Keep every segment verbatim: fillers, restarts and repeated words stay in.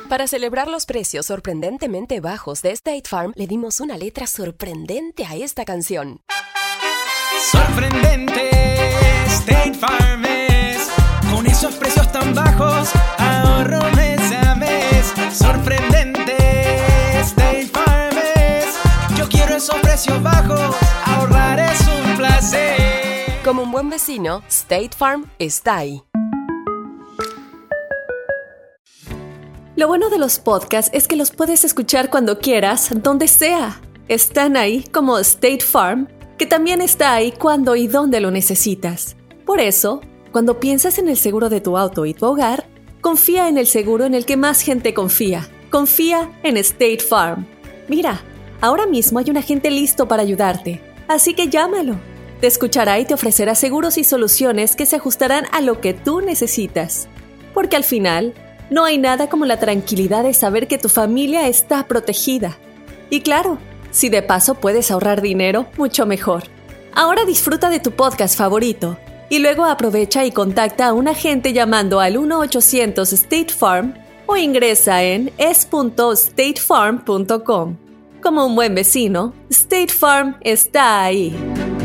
Para celebrar los precios sorprendentemente bajos de State Farm, le dimos una letra sorprendente a esta canción. Sorprendente, State Farm es. Con esos precios tan bajos, ahorro mes a mes. Sorprendente, State Farm es. Yo quiero esos precios bajos, ahorrar es un placer. Como un buen vecino, State Farm está ahí. Lo bueno de los podcasts es que los puedes escuchar cuando quieras, donde sea. Están ahí como State Farm, que también está ahí cuando y donde lo necesitas. Por eso, cuando piensas en el seguro de tu auto y tu hogar, confía en el seguro en el que más gente confía. Confía en State Farm. Mira, ahora mismo hay un agente listo para ayudarte, así que llámalo. Te escuchará y te ofrecerá seguros y soluciones que se ajustarán a lo que tú necesitas. Porque al final, no hay nada como la tranquilidad de saber que tu familia está protegida. Y claro, si de paso puedes ahorrar dinero, mucho mejor. Ahora disfruta de tu podcast favorito y luego aprovecha y contacta a un agente llamando al uno ochocientos State Farm o ingresa en es punto state farm punto com. Como un buen vecino, State Farm está ahí.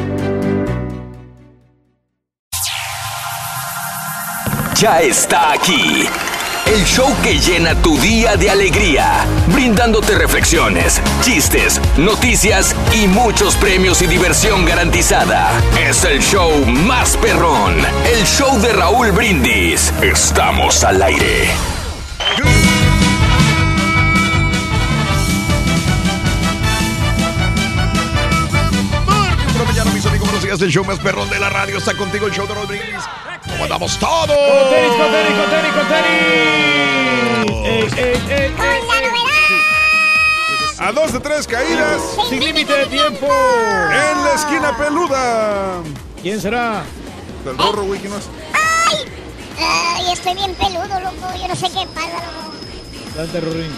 Ya está aquí. El show que llena tu día de alegría, brindándote reflexiones, chistes, noticias y muchos premios y diversión garantizada. Es el show más perrón, el show de Raúl Brindis. Estamos al aire. Mis amigos, buenos días. El show más perrón de la radio está contigo, el show de Raúl Brindis. ¿Cómo andamos todos? Con tenis, con tenis, con tenis, con tenis. Ey, ey, ey, ey, A dos de tres caídas. Sin límite de tiempo. En la esquina peluda. ¿Quién será? El gorro, güey, ¿quién más? ¡Ay! ¡Ay! Estoy bien peludo, loco. Yo no sé qué pasa, loco. Dante Rurín.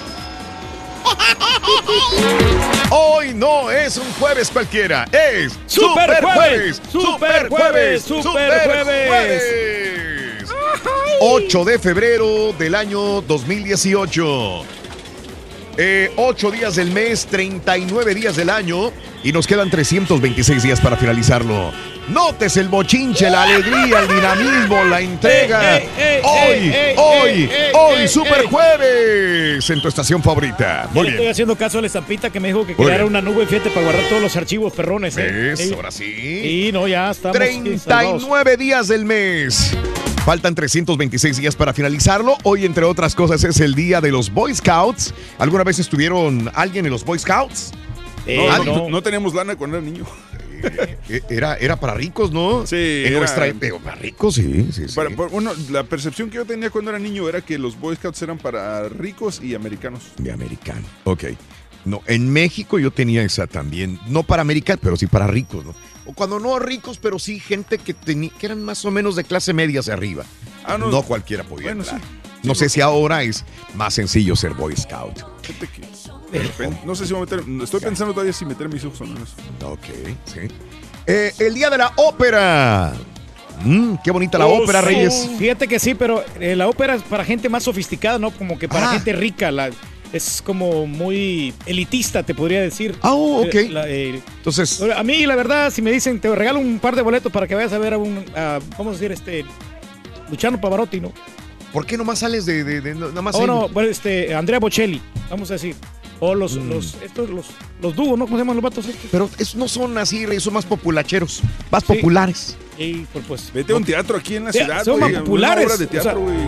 Hoy no es un jueves cualquiera, es Super, Super Jueves, Jueves, Super Jueves, Super Jueves. ocho de febrero del año dos mil dieciocho. Eh, ocho días del mes, treinta y nueve días del año y nos quedan trescientos veintiséis días para finalizarlo. Notes el bochinche, la alegría, el dinamismo, la entrega. Ey, ey, ey, hoy, ey, ey, hoy, ey, ey, hoy, ey, Super ey. Jueves en tu estación favorita. Muy Yo le bien. estoy haciendo caso a la estampita que me dijo que Muy creara bien. una nube, fíjate, para guardar todos los archivos perrones. ¿eh? ¿Ves? Ey. Ahora sí. Y no, ya estamos. treinta y nueve días del mes. Faltan trescientos veintiséis días para finalizarlo. Hoy, entre otras cosas, es el día de los Boy Scouts. ¿Alguna vez estuvieron alguien en los Boy Scouts? Eh, No, no, no, no teníamos lana cuando era niño. Eh, Era, era para ricos, ¿no? Sí, En era- nuestra época, para ricos, sí, sí, sí. Para- por- bueno, la percepción que yo tenía cuando era niño era que los Boy Scouts eran para ricos y americanos. De americano. Ok. No, en México yo tenía esa también. No para americanos, pero sí para ricos, ¿no? O cuando no ricos, pero sí gente que, teni- que eran más o menos de clase media hacia arriba. Ah, no. no. cualquiera podía Bueno, entrar. sí. No Sí, sé porque- si ahora es más sencillo ser Boy Scout. Fíjate que de repente- no sé si voy a meter. Estoy pensando todavía si meter a mis hijos o no en eso. Ok, sí. Eh, el día de la ópera. Mm, qué bonita la Oh, ópera, sí. Reyes. Fíjate que sí, pero eh, la ópera es para gente más sofisticada, ¿no? Como que para Ah. gente rica. La, es como muy elitista, te podría decir. Ah, oh, ok. Eh, la, eh, Entonces, a mí, la verdad, si me dicen, te regalo un par de boletos para que vayas a ver a un, a, vamos a decir, este, Luciano Pavarotti, ¿no? ¿por qué nomás sales de, de, de- nada más? O ahí? no, bueno, este, Andrea Bocelli, vamos a decir. O los, Mm. los, estos, los, los dúos, ¿no? ¿Cómo se llaman los vatos estos? Pero esos no son así, Reyes, son más populacheros, más Sí. populares. Y pues, pues Vete a un teatro aquí en la Ya, ciudad. son güey, más populares, Una obra de o sea, teatro, güey.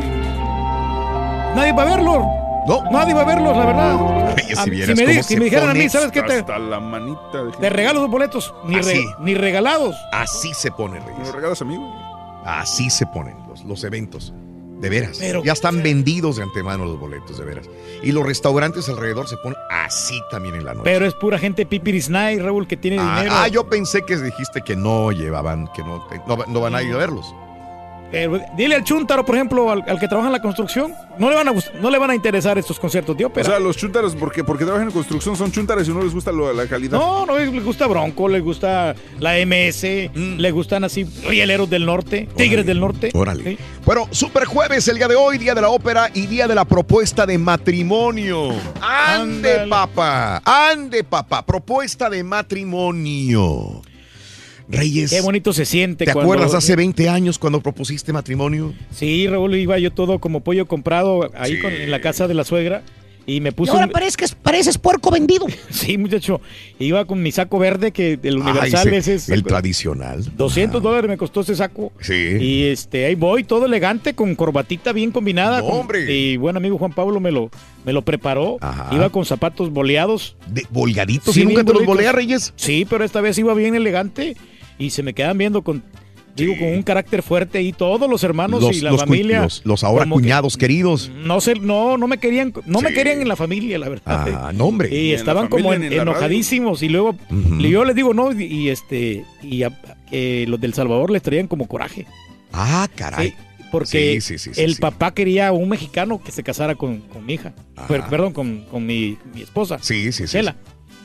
nadie va a verlo. No, Nadie va a verlos, la verdad. Reyes, A si mí- vieras si me, cómo di- si se me dijeran a mí, pone ¿sabes qué? Te, Hasta la manita de gente. te regalo los boletos. Ni, re- Así. ni regalados. así se pone, ¿Me Reyes. lo regalas a mí, güey? Así se ponen los, los eventos. De veras. Pero- ya están vendidos de antemano los boletos, de veras. Y los restaurantes alrededor se ponen así también en la noche. Pero es pura gente pipiris night, Raúl, que tiene ah, dinero. ah, yo pensé que dijiste que no llevaban, que no, no, no van a ir a verlos. Pero dile al chúntaro, por ejemplo, al, al que trabaja en la construcción, no le van a no le van a interesar estos conciertos de ópera. O sea, los chúntaros, porque, porque trabajan en construcción, son chúntaros y no les gusta lo, la calidad. No, no, les gusta Bronco, les gusta la M S, mm. les gustan así rieleros del norte, Órale. Tigres del norte. Órale. ¿Sí? Bueno, super jueves el día de hoy, día de la ópera y día de la propuesta de matrimonio. ¡Ande, Ándale. papá! ¡Ande, papá! Propuesta de matrimonio. Reyes. Qué bonito se siente. ¿Te cuando, acuerdas hace veinte años cuando propusiste matrimonio? Sí, Raúl, iba yo todo como pollo comprado ahí sí. con, en la casa de la suegra. Y me puse. Y ahora un... pareces, pareces puerco vendido. Sí, muchacho. Iba con mi saco verde, que del Universal Ay, ese es. El tradicional. doscientos Ajá. dólares me costó ese saco. Sí. Y este, ahí voy, todo elegante, con corbatita bien combinada. No, con, hombre. Y buen amigo Juan Pablo me lo, me lo preparó. Ajá. Iba con zapatos boleados. ¿De volgaditos? Sí, ¿Y nunca bien te los bonitos. volea, Reyes? Sí, pero esta vez iba bien elegante. Y se me quedan viendo con. Digo, Sí. con un carácter fuerte y todos los hermanos Los, y la los, cu- familia. los, los ahora como que- cuñados queridos. No sé, no, no me querían, no me Sí. querían en la familia, la verdad. Ah, no, hombre. Y en estaban la como familia, en- ni en la enojadísimos y luego Ujú. yo les digo no y, y este y a- que los del Salvador les traían como coraje. Ah, caray. Sí, porque Sí, sí, sí, sí, el sí. papá quería a un mexicano que se casara con, con mi hija, Ajá. Per- perdón, con, con mi, mi esposa, Sí, sí, sí. Chela.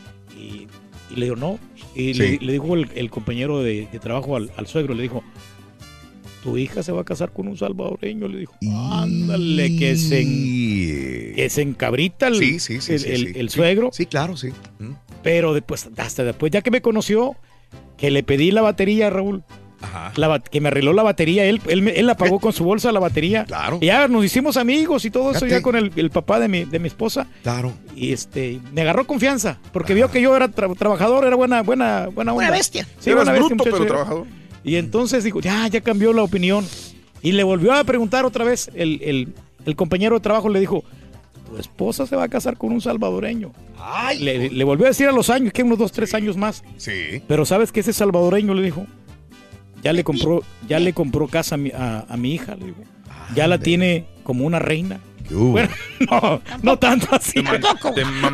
Y, y le digo no. Y Sí. le, le dijo el, el compañero de, de trabajo al, al suegro, le dijo, tu hija se va a casar con un salvadoreño, le dijo. Ándale, que se, en- que se encabrita el, Sí, sí, sí, el, sí, el- sí. el suegro. Sí, claro, sí. Mm. Pero después, hasta después, ya que me conoció, que le pedí la batería, Raúl, Ajá. la bat- que me arregló la batería, él, él, me- él la pagó con su bolsa la batería. Claro. Y ya nos hicimos amigos y todo eso Fíjate. ya con el, el papá de mi, de mi esposa. Claro. Y este, me agarró confianza, porque vio que yo era tra- trabajador, era buena, buena, buena onda. Una bestia. Sí, Eras buena bestia, bruto, muchacho, pero era. trabajador. Y entonces dijo, ya, ya cambió la opinión. Y le volvió a preguntar otra vez, el, el, el compañero de trabajo le dijo, tu esposa se va a casar con un salvadoreño. Ay. Le, le volvió a decir a los años, que unos dos, tres años más. Sí. Pero ¿sabes que ese salvadoreño le dijo? Ya le compró, ya le compró casa a mi, a, a mi hija, le dijo. Ya la Ande. tiene como una reina. ¿Qué hubo? Bueno, no, no tanto así. Tampoco. Te mam-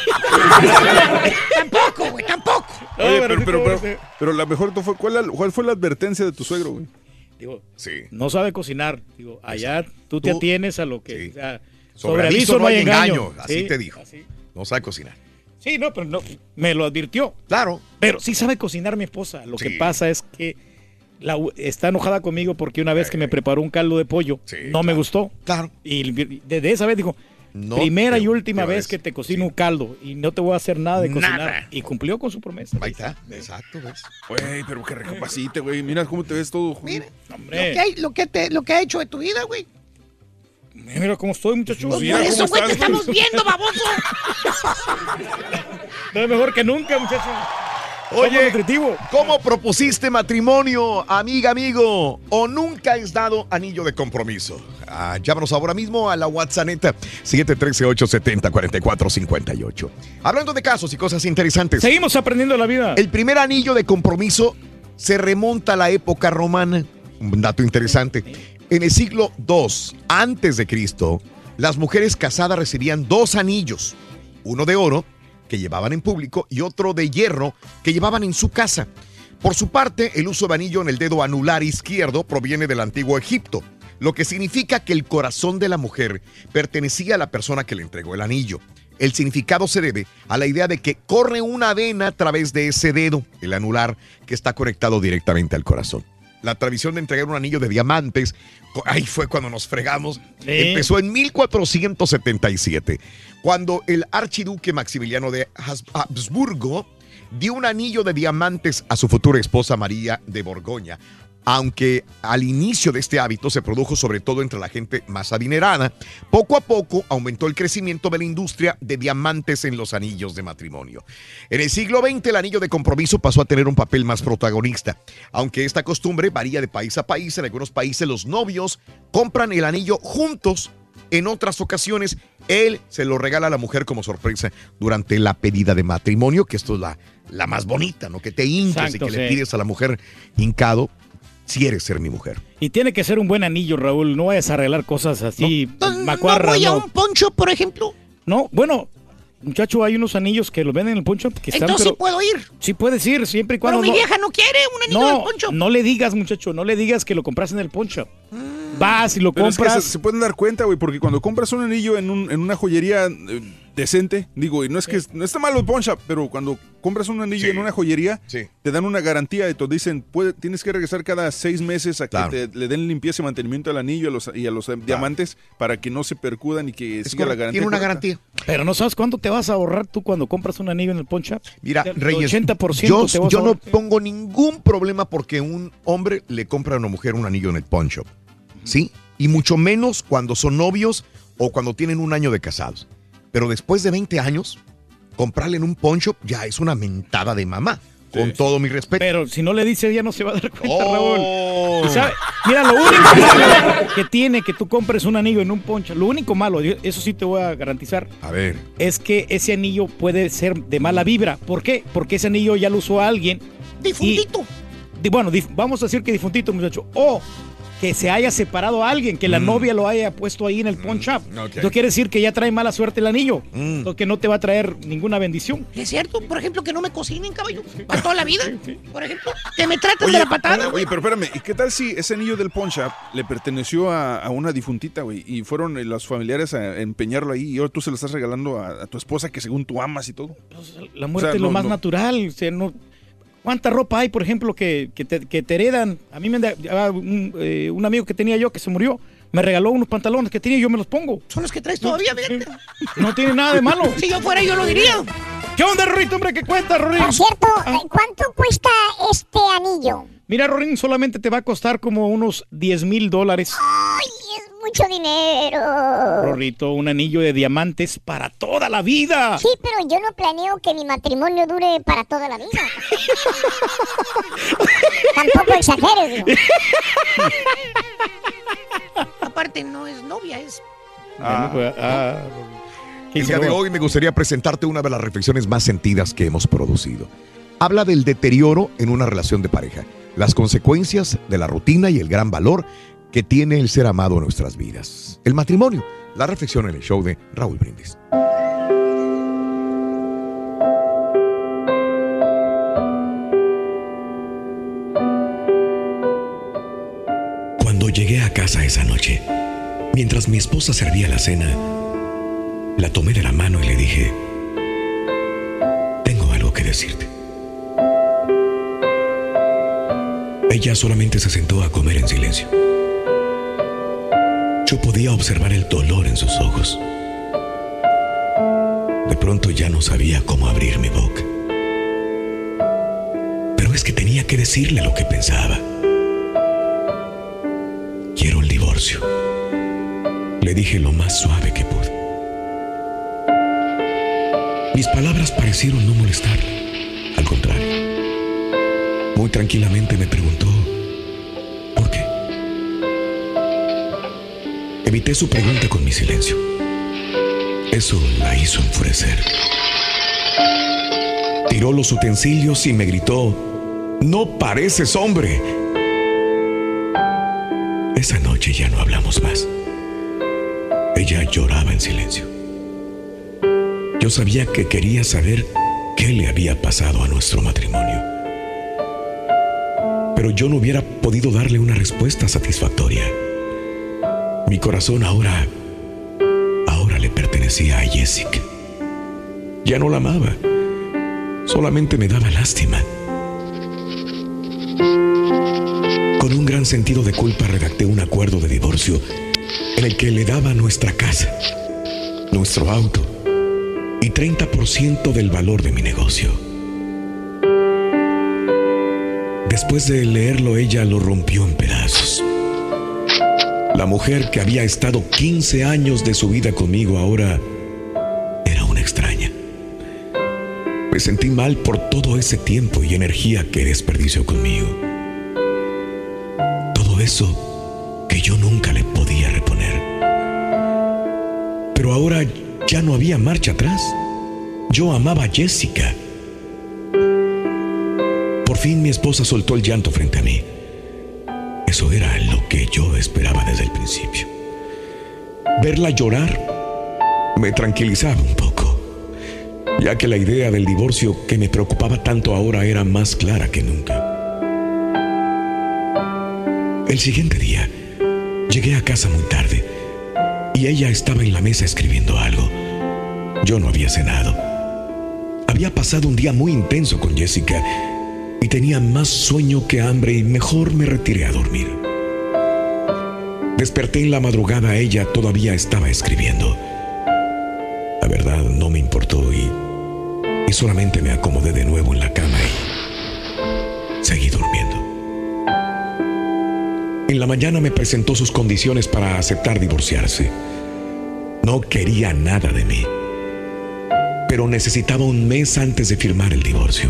Tampoco, güey, tampoco. No, Oye, pero pero, sí pero, fue- pero, pero la mejor fue, ¿cuál, la- ¿cuál fue la advertencia de tu suegro, güey? Digo, Sí. no sabe cocinar. Digo, allá tú te Tú- atienes a lo que... Sí. o sea, Sobre aviso no hay engaño. Así te dijo. así. No sabe cocinar. Sí, no, pero no, me lo advirtió. Claro. Pero sí sabe cocinar mi esposa. Lo Sí. que pasa es que la, está enojada conmigo porque una vez que me preparó un caldo de pollo, Sí, no me claro. gustó. Claro. Y desde esa vez dijo, No primera te- y última te va a vez decir. que te cocino un caldo y no te voy a hacer nada de cocinar. Nada. Y cumplió con su promesa. Ahí está. Exacto, ¿ves? Güey, pero que recapacite, güey. Mira cómo te ves todo. Mira, Hombre, lo que, hay, lo, que te, lo que ha hecho de tu vida, güey. mira cómo estoy, muchachos. Pues Por mira eso, cómo güey, te estás, estamos viendo, baboso. No es mejor que nunca, muchachos. Oye, Somos nutritivo. ¿cómo propusiste matrimonio, amiga, amigo? ¿O nunca has dado anillo de compromiso? Ah, llámanos ahora mismo a la WhatsApp siete uno tres, ocho siete cero, cuatro cuatro cinco ocho. Hablando de casos y cosas interesantes. Seguimos aprendiendo la vida. El primer anillo de compromiso se remonta a la época romana. Un dato interesante. En el siglo segundo antes de Cristo, las mujeres casadas recibían dos anillos, uno de oro que llevaban en público y otro de hierro que llevaban en su casa. Por su parte, el uso de anillo en el dedo anular izquierdo proviene del antiguo Egipto, lo que significa que el corazón de la mujer pertenecía a la persona que le entregó el anillo. El significado se debe a la idea de que corre una vena a través de ese dedo, el anular, que está conectado directamente al corazón. La tradición de entregar un anillo de diamantes, ahí fue cuando nos fregamos, Sí. empezó en mil cuatrocientos setenta y siete, cuando el archiduque Maximiliano de Has- Habsburgo dio un anillo de diamantes a su futura esposa María de Borgoña. Aunque al inicio de este hábito se produjo sobre todo entre la gente más adinerada, poco a poco aumentó el crecimiento de la industria de diamantes en los anillos de matrimonio. En el siglo veinte el anillo de compromiso pasó a tener un papel más protagonista, aunque esta costumbre varía de país a país. En algunos países los novios compran el anillo juntos. En otras ocasiones, él se lo regala a la mujer como sorpresa durante la pedida de matrimonio, que esto es la, la más bonita, ¿no? Que te hincas Exacto, y que le sí. pides a la mujer hincado, si quieres ser mi mujer. Y tiene que ser un buen anillo, Raúl. No vayas a arreglar cosas así No, no macuarras. voy a No, un poncho, por ejemplo. no, bueno, Muchacho, hay unos anillos que los venden en el pawn shop que están, Entonces pero sí puedo ir. sí puedes ir siempre y cuando Pero mi no- vieja no quiere un anillo no, del pawn shop. no le digas, muchacho, no le digas que lo compras en el pawn shop. Vas y lo Pero es que compras. se, se pueden dar cuenta, güey, porque cuando compras un anillo en, un, en una joyería eh, decente, digo, y no es que no está malo el pawn shop, pero cuando compras un anillo Sí. en una joyería, Sí. te dan una garantía y te dicen, puede, tienes que regresar cada seis meses a que Claro. te, le den limpieza y mantenimiento al anillo y a los, y a los eh, diamantes para que no se percudan y que Es siga la correcto, garantía. tiene una correcta. garantía. Pero no sabes cuánto te vas a ahorrar tú cuando compras un anillo en el pawn shop. Mira, El Reyes, ochenta por ciento yo, te vas yo a no ahorrar. pongo ningún problema porque un hombre le compra a una mujer un anillo en el pawn shop, ¿sí? Y mucho menos cuando son novios o cuando tienen un año de casados. Pero después de veinte años, comprarle en un pawn shop ya es una mentada de mamá, con Sí. todo mi respeto. Pero si no le dice ella no se va a dar cuenta, Raúl. Oh. Y sabe- Mira, lo único malo que tiene que tú compres un anillo en un pawn shop, lo único malo, yo- eso sí te voy a garantizar, A ver, es que ese anillo puede ser de mala vibra. ¿Por qué? Porque ese anillo ya lo usó alguien. Difuntito. Di- Bueno, dif- vamos a decir que difuntito, muchacho. O que se haya separado a alguien, que la novia lo haya puesto ahí en el pawn shop. ok. Eso quiere decir que ya trae mala suerte el anillo. Mm. Entonces, que no te va a traer ninguna bendición. ¿Es cierto? Por ejemplo, que no me cocinen, caballo. Para toda la vida. Por ejemplo, que me traten de la patada. Oye, pero espérame, ¿y qué tal si ese anillo del pawn shop le perteneció a, a una difuntita, güey? Y fueron eh, los familiares a empeñar ahí y ahora tú se lo estás regalando a, a tu esposa que según tú amas y todo. La muerte O sea, es lo no- más no- natural. O sea, no, ¿cuánta ropa hay, por ejemplo, que, que, te, que te heredan? A mí me da, ah, un, eh, un amigo que tenía yo que se murió, me regaló unos pantalones que tenía y yo me los pongo. Son los que traes todavía, fíjate. No tiene nada de malo. Si yo fuera, yo lo diría. ¿Qué onda, Rorito, hombre? ¿Qué cuenta, Rorín? Por cierto, Ah. eh, ¿cuánto cuesta este anillo? Mira, Rorín, solamente te va a costar como unos diez mil dólares. Ay, es mucho dinero. Rorrito, un anillo de diamantes para toda la vida. Sí, pero yo no planeo que mi matrimonio dure para toda la vida. Tampoco exageres, güey. Aparte, no es novia, es... Ah, pues, ah, ¿qué el hizo, día de Rob? hoy me gustaría presentarte una de las reflexiones más sentidas que hemos producido. Habla del deterioro en una relación de pareja, las consecuencias de la rutina y el gran valor que tiene el ser amado en nuestras vidas. El matrimonio, la reflexión en el show de Raúl Brindis. Cuando llegué a casa esa noche, mientras mi esposa servía la cena, la tomé de la mano y le dije, tengo algo que decirte. Ella solamente se sentó a comer en silencio. Yo podía observar el dolor en sus ojos. De pronto ya no sabía cómo abrir mi boca. Pero es que tenía que decirle lo que pensaba. Quiero el divorcio. Le dije lo más suave que pude. Mis palabras parecieron no molestarle. Al contrario. Muy tranquilamente me preguntó, ¿por qué? Evité su pregunta con mi silencio. Eso la hizo enfurecer. Tiró los utensilios y me gritó, ¡no pareces hombre! Esa noche ya no hablamos más. Ella lloraba en silencio. Yo sabía que quería saber qué le había pasado a nuestro matrimonio. Pero yo no hubiera podido darle una respuesta satisfactoria. Mi corazón ahora, ahora le pertenecía a Jessica. Ya no la amaba, solamente me daba lástima. Con un gran sentido de culpa redacté un acuerdo de divorcio en el que le daba nuestra casa, nuestro auto y treinta por ciento del valor de mi negocio. Después de leerlo, ella lo rompió en pedazos. La mujer que había estado quince años de su vida conmigo ahora era una extraña. Me sentí mal por todo ese tiempo y energía que desperdició conmigo. Todo eso que yo nunca le podía reponer. Pero ahora ya no había marcha atrás. Yo amaba a Jessica. Por fin mi esposa soltó el llanto frente a mí. Eso era lo que yo esperaba desde el principio. Verla llorar me tranquilizaba un poco. ya que la idea del divorcio que me preocupaba tanto ahora era más clara que nunca. El siguiente día, llegué a casa muy tarde y ella estaba en la mesa escribiendo algo. Yo no había cenado. Había pasado un día muy intenso con Jessica y tenía más sueño que hambre y mejor me retiré a dormir. Desperté en la madrugada, ella todavía estaba escribiendo. La verdad no me importó y, y solamente me acomodé de nuevo en la cama y seguí durmiendo. En la mañana me presentó sus condiciones para aceptar divorciarse. No quería nada de mí, pero necesitaba un mes antes de firmar el divorcio.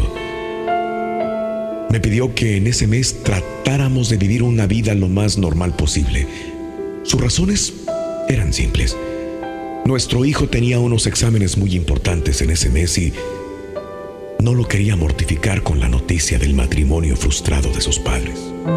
Me pidió que en ese mes tratáramos de vivir una vida lo más normal posible. Sus razones eran simples. Nuestro hijo tenía unos exámenes muy importantes en ese mes y no lo quería mortificar con la noticia del matrimonio frustrado de sus padres.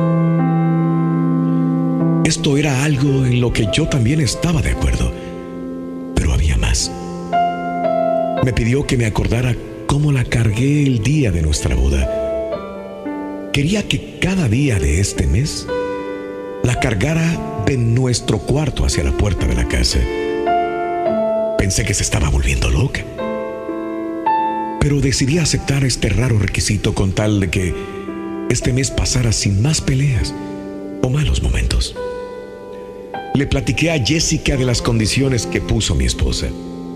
Esto era algo en lo que yo también estaba de acuerdo, pero había más. Me pidió que me acordara cómo la cargué el día de nuestra boda. Quería que cada día de este mes la cargara de nuestro cuarto hacia la puerta de la casa. Pensé que se estaba volviendo loca, pero decidí aceptar este raro requisito con tal de que este mes pasara sin más peleas o malos momentos. Le platiqué a Jessica de las condiciones que puso mi esposa.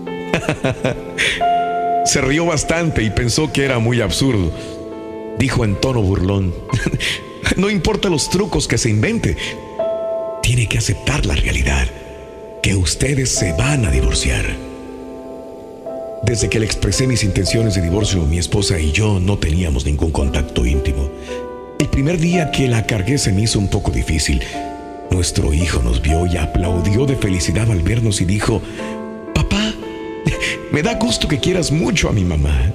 Se rió bastante y pensó que era muy absurdo. Dijo en tono burlón: no importa los trucos que se invente, tiene que aceptar la realidad, que ustedes se van a divorciar. Desde que le expresé mis intenciones de divorcio, mi esposa y yo no teníamos ningún contacto íntimo. El primer día que la cargué se me hizo un poco difícil. Nuestro hijo nos vio y aplaudió de felicidad al vernos y dijo: papá, me da gusto que quieras mucho a mi mamá.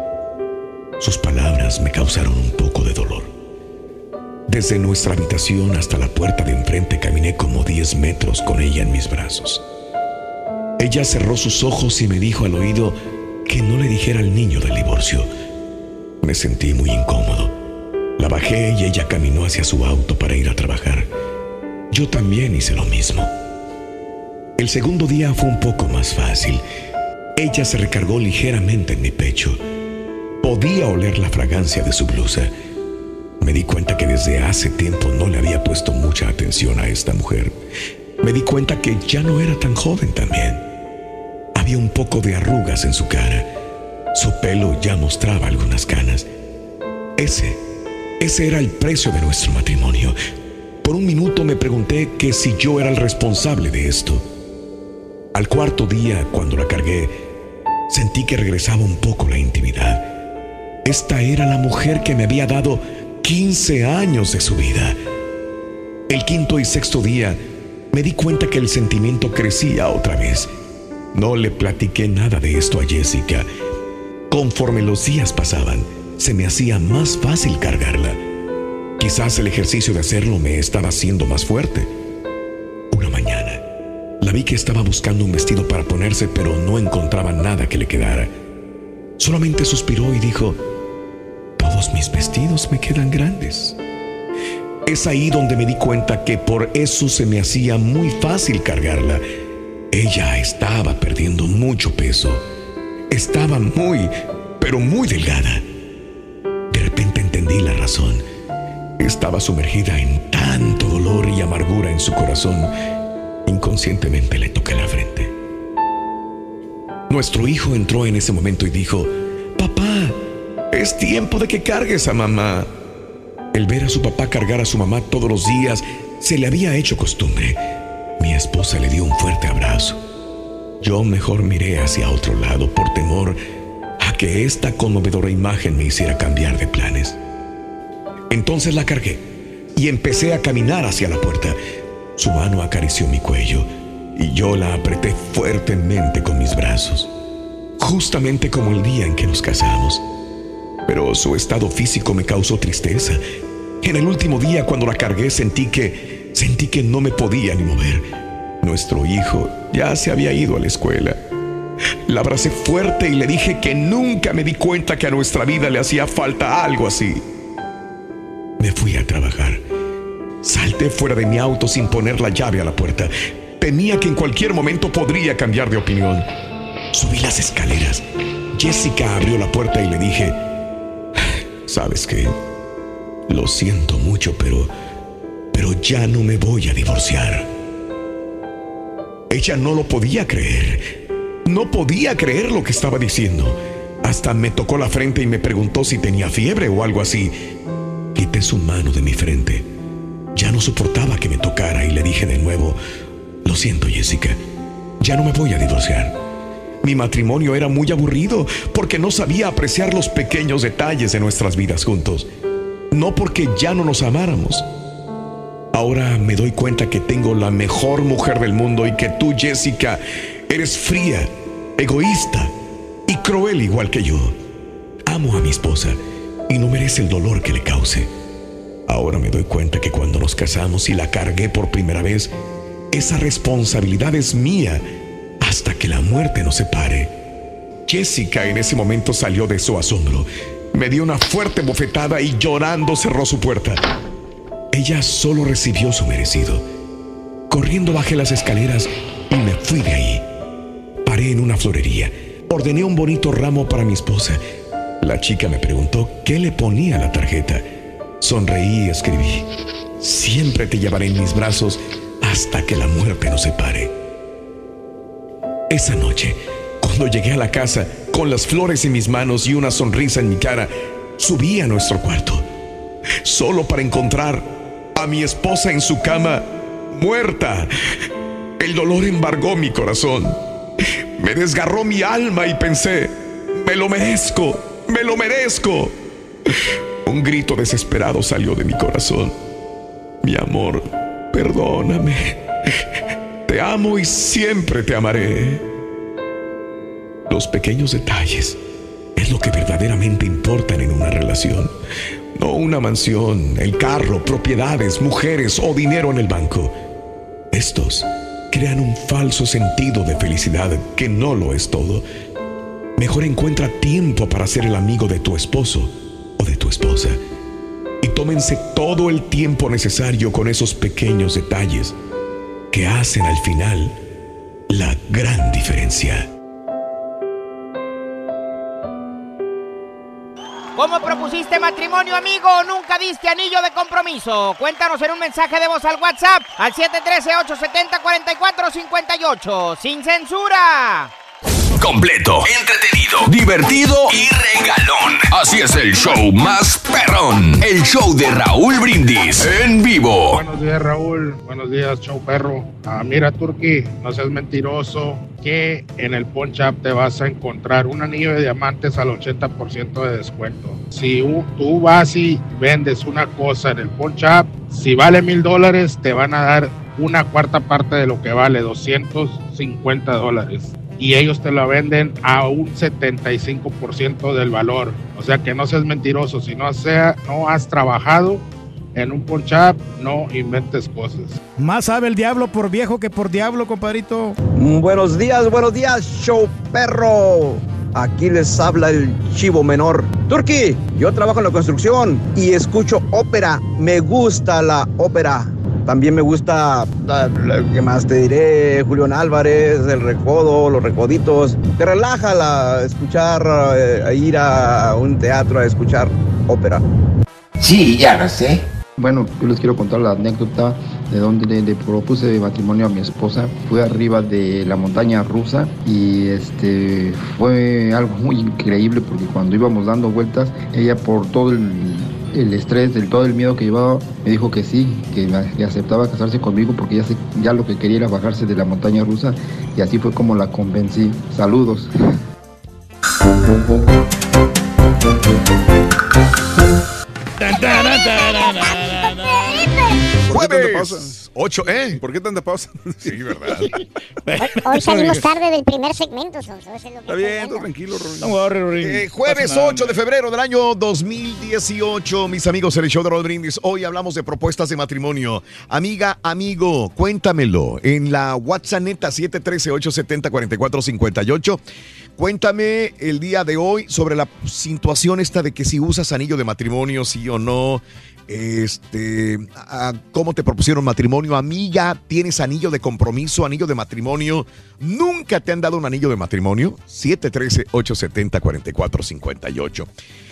Sus palabras me causaron un poco de dolor. Desde nuestra habitación hasta la puerta de enfrente caminé como diez metros con ella en mis brazos. Ella cerró sus ojos y me dijo al oído que no le dijera al niño del divorcio. Me sentí muy incómodo. La bajé y ella caminó hacia su auto para ir a trabajar. Yo también hice lo mismo. El segundo día fue un poco más fácil. Ella se recargó ligeramente en mi pecho. Podía oler la fragancia de su blusa. Me di cuenta que desde hace tiempo no le había puesto mucha atención a esta mujer. Me di cuenta que ya no era tan joven también. Había un poco de arrugas en su cara. Su pelo ya mostraba algunas canas. Ese, ese era el precio de nuestro matrimonio. Por un minuto me pregunté que si yo era el responsable de esto. Al cuarto día, cuando la cargué, sentí que regresaba un poco la intimidad. Esta era la mujer que me había dado quince años de su vida. El quinto y sexto día, me di cuenta que el sentimiento crecía otra vez. No le platiqué nada de esto a Jessica. Conforme los días pasaban, se me hacía más fácil cargarla. Quizás el ejercicio de hacerlo me estaba haciendo más fuerte. Una mañana, la vi que estaba buscando un vestido para ponerse, pero no encontraba nada que le quedara. Solamente suspiró y dijo: todos mis vestidos me quedan grandes. Es ahí donde me di cuenta que por eso se me hacía muy fácil cargarla. Ella estaba perdiendo mucho peso. Estaba muy, pero muy delgada. De repente entendí la razón. Estaba sumergida en tanto dolor y amargura en su corazón. Inconscientemente le toqué la frente. Nuestro hijo entró en ese momento y dijo: papá, es tiempo de que cargues a mamá. El ver a su papá cargar a su mamá todos los días se le había hecho costumbre. Mi esposa le dio un fuerte abrazo. Yo mejor miré hacia otro lado por temor a que esta conmovedora imagen me hiciera cambiar de planes. Entonces la cargué y empecé a caminar hacia la puerta. Su mano acarició mi cuello y yo la apreté fuertemente con mis brazos, justamente como el día en que nos casamos. Pero su estado físico me causó tristeza. En el último día, cuando la cargué, sentí que, sentí que no me podía ni mover. Nuestro hijo ya se había ido a la escuela. La abracé fuerte y le dije que nunca me di cuenta que a nuestra vida le hacía falta algo así. Me fui a trabajar. Salté fuera de mi auto sin poner la llave a la puerta. Temía que en cualquier momento podría cambiar de opinión. Subí las escaleras. Jessica abrió la puerta y le dije: ¿sabes qué? Lo siento mucho, pero... pero ya no me voy a divorciar. Ella no lo podía creer. No podía creer lo que estaba diciendo. Hasta me tocó la frente y me preguntó si tenía fiebre o algo así. Quité su mano de mi frente. Ya no soportaba que me tocara y le dije de nuevo: lo siento, Jessica, ya no me voy a divorciar. Mi matrimonio era muy aburrido porque no sabía apreciar los pequeños detalles de nuestras vidas juntos. No porque ya no nos amáramos. Ahora me doy cuenta que tengo la mejor mujer del mundo y que tú, Jessica, eres fría, egoísta y cruel igual que yo. Amo a mi esposa y no merece el dolor que le cause. Ahora me doy cuenta que cuando nos casamos y la cargué por primera vez, esa responsabilidad es mía hasta que la muerte nos separe. Jessica en ese momento salió de su asombro. Me dio una fuerte bofetada y llorando cerró su puerta. Ella solo recibió su merecido. Corriendo bajé las escaleras y me fui de ahí. Paré en una florería. Ordené un bonito ramo para mi esposa. La chica me preguntó qué le ponía a la tarjeta. Sonreí y escribí: siempre te llevaré en mis brazos hasta que la muerte nos separe. Esa noche, cuando llegué a la casa con las flores en mis manos y una sonrisa en mi cara, subí a nuestro cuarto, solo para encontrar a mi esposa en su cama, muerta. El dolor embargó mi corazón. Me desgarró mi alma y pensé: me lo merezco, me lo merezco. Un grito desesperado salió de mi corazón: mi amor, perdóname. Te amo y siempre te amaré. Los pequeños detalles es lo que verdaderamente importan en una relación. No una mansión, el carro, propiedades, mujeres o dinero en el banco. Estos crean un falso sentido de felicidad que no lo es todo. Mejor encuentra tiempo para ser el amigo de tu esposo o de tu esposa. Y tómense todo el tiempo necesario con esos pequeños detalles que hacen al final la gran diferencia. ¿Cómo propusiste matrimonio, amigo? ¿Nunca diste anillo de compromiso? Cuéntanos en un mensaje de voz al WhatsApp al siete uno tres, ocho siete cero, cuatro cuatro cinco ocho. ¡Sin censura! Completo, entretenido, divertido y regalón. Así es el show más perrón. El show de Raúl Brindis en vivo. Buenos días, Raúl. Buenos días, show perro. Ah, mira, Turqui, no seas mentiroso, que en el Pawn Shop te vas a encontrar un anillo de diamantes al ochenta por ciento de descuento. Si uh, tú vas y vendes una cosa en el Pawn Shop, si vale mil dólares, te van a dar una cuarta parte de lo que vale, doscientos cincuenta dólares. Y ellos te la venden a un setenta y cinco por ciento del valor. O sea que no seas mentiroso. Si no, sea, no has trabajado en un Pawn Shop, no inventes cosas. Más sabe el diablo por viejo que por diablo, compadrito. Buenos días, buenos días, show perro. Aquí les habla el chivo menor. Turqui, yo trabajo en la construcción y escucho ópera. Me gusta la ópera. También me gusta, ¿qué más te diré? Julián Álvarez, El Recodo, Los Recoditos. Te relaja la, escuchar, eh, ir a un teatro a escuchar ópera. Sí, ya lo sé. Bueno, yo les quiero contar la anécdota de donde le, le propuse matrimonio a mi esposa. Fue arriba de la montaña rusa y este fue algo muy increíble porque cuando íbamos dando vueltas, ella por todo el... el estrés, del todo el miedo que llevaba, me dijo que sí, que, que aceptaba casarse conmigo porque ya, se, ya lo que quería era bajarse de la montaña rusa y así fue como la convencí. Saludos. Tan, tan, tan, tan, tan, tan, tan. Jueves ocho, ¿eh? ¿Por qué tanta pausa? Sí, verdad. Hoy salimos tarde del primer segmento, Sonso. Eso es lo que Está bien, todo tranquilo, Rorín. No worry, Rorín. Eh, jueves ocho de febrero del año dos mil dieciocho, mis amigos, el show de Raúl Brindis. Hoy hablamos de propuestas de matrimonio. Amiga, amigo, cuéntamelo en la WhatsApp neta siete uno tres, ocho siete cero, cuatro cuatro cinco ocho. Cuéntame el día de hoy sobre la situación esta de que si usas anillo de matrimonio, sí o no. Este, a, ¿cómo te propusieron matrimonio? Amiga, ¿tienes anillo de compromiso, anillo de matrimonio? ¿Nunca te han dado un anillo de matrimonio? siete uno tres, ocho siete cero, cuatro cuatro cinco ocho.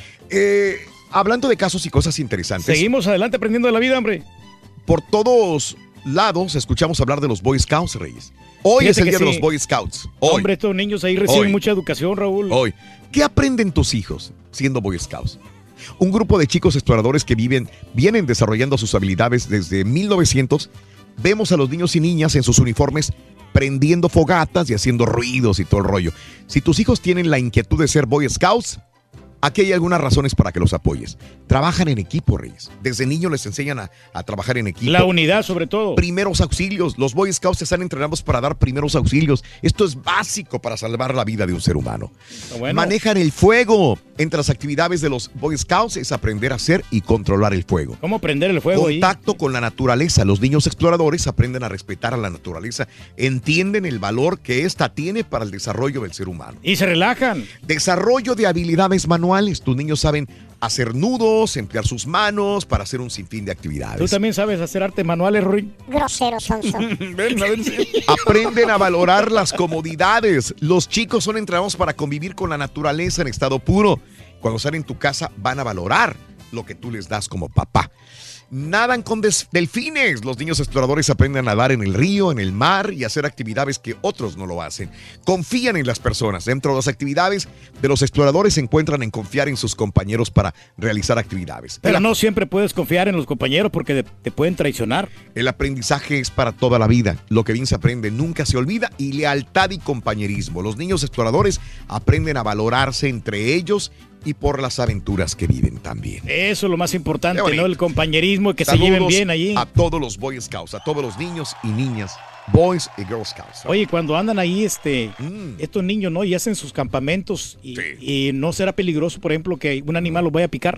Eh, hablando de casos y cosas interesantes. Seguimos adelante aprendiendo de la vida, hombre. Por todos lados escuchamos hablar de los Boy Scouts, Reyes. Hoy Fíjate es el día sí. de los Boy Scouts. Hoy. Hombre, estos niños ahí reciben Hoy. mucha educación, Raúl. Hoy. ¿Qué aprenden tus hijos siendo Boy Scouts? Un grupo de chicos exploradores que viven, vienen desarrollando sus habilidades desde mil novecientos. Vemos a los niños y niñas en sus uniformes prendiendo fogatas y haciendo ruidos y todo el rollo. Si tus hijos tienen la inquietud de ser Boy Scouts, aquí hay algunas razones para que los apoyes. Trabajan en equipo, Reyes. Desde niños les enseñan a, a trabajar en equipo. La unidad, sobre todo. Primeros auxilios. Los Boy Scouts están entrenados para dar primeros auxilios. Esto es básico para salvar la vida de un ser humano. Bueno. Manejan el fuego. Entre las actividades de los Boy Scouts es aprender a hacer y controlar el fuego. ¿Cómo prender el fuego ahí? Contacto con la naturaleza. Los niños exploradores aprenden a respetar a la naturaleza. Entienden el valor que ésta tiene para el desarrollo del ser humano. Y se relajan. Desarrollo de habilidades manuales. Tus niños saben hacer nudos, emplear sus manos para hacer un sinfín de actividades. ¿Tú también sabes hacer artes manuales, Ruin? Grosero, Sonso. Ven, a ver, sí. Aprenden a valorar las comodidades. Los chicos son entrenados para convivir con la naturaleza en estado puro. Cuando salen en tu casa van a valorar lo que tú les das como papá. Nadan con des- delfines. Los niños exploradores aprenden a nadar en el río, en el mar y hacer actividades que otros no lo hacen. Confían en las personas. Dentro de las actividades de los exploradores se encuentran en confiar en sus compañeros para realizar actividades. Pero El, no siempre puedes confiar en los compañeros porque de- te pueden traicionar. el aprendizaje es para toda la vida. Lo que bien se aprende nunca se olvida y lealtad y compañerismo. Los niños exploradores aprenden a valorarse entre ellos y por las aventuras que viven también. Eso es lo más importante, Qué bonito. ¿no? El compañerismo y que Saludos se lleven bien allí. a todos los Boy Scouts, a todos los niños y niñas, Boys y Girl Scouts. Oye, cuando andan ahí, este, Mm. estos niños, ¿no? Y hacen sus campamentos y, y no será peligroso, por ejemplo, que un animal los vaya a picar.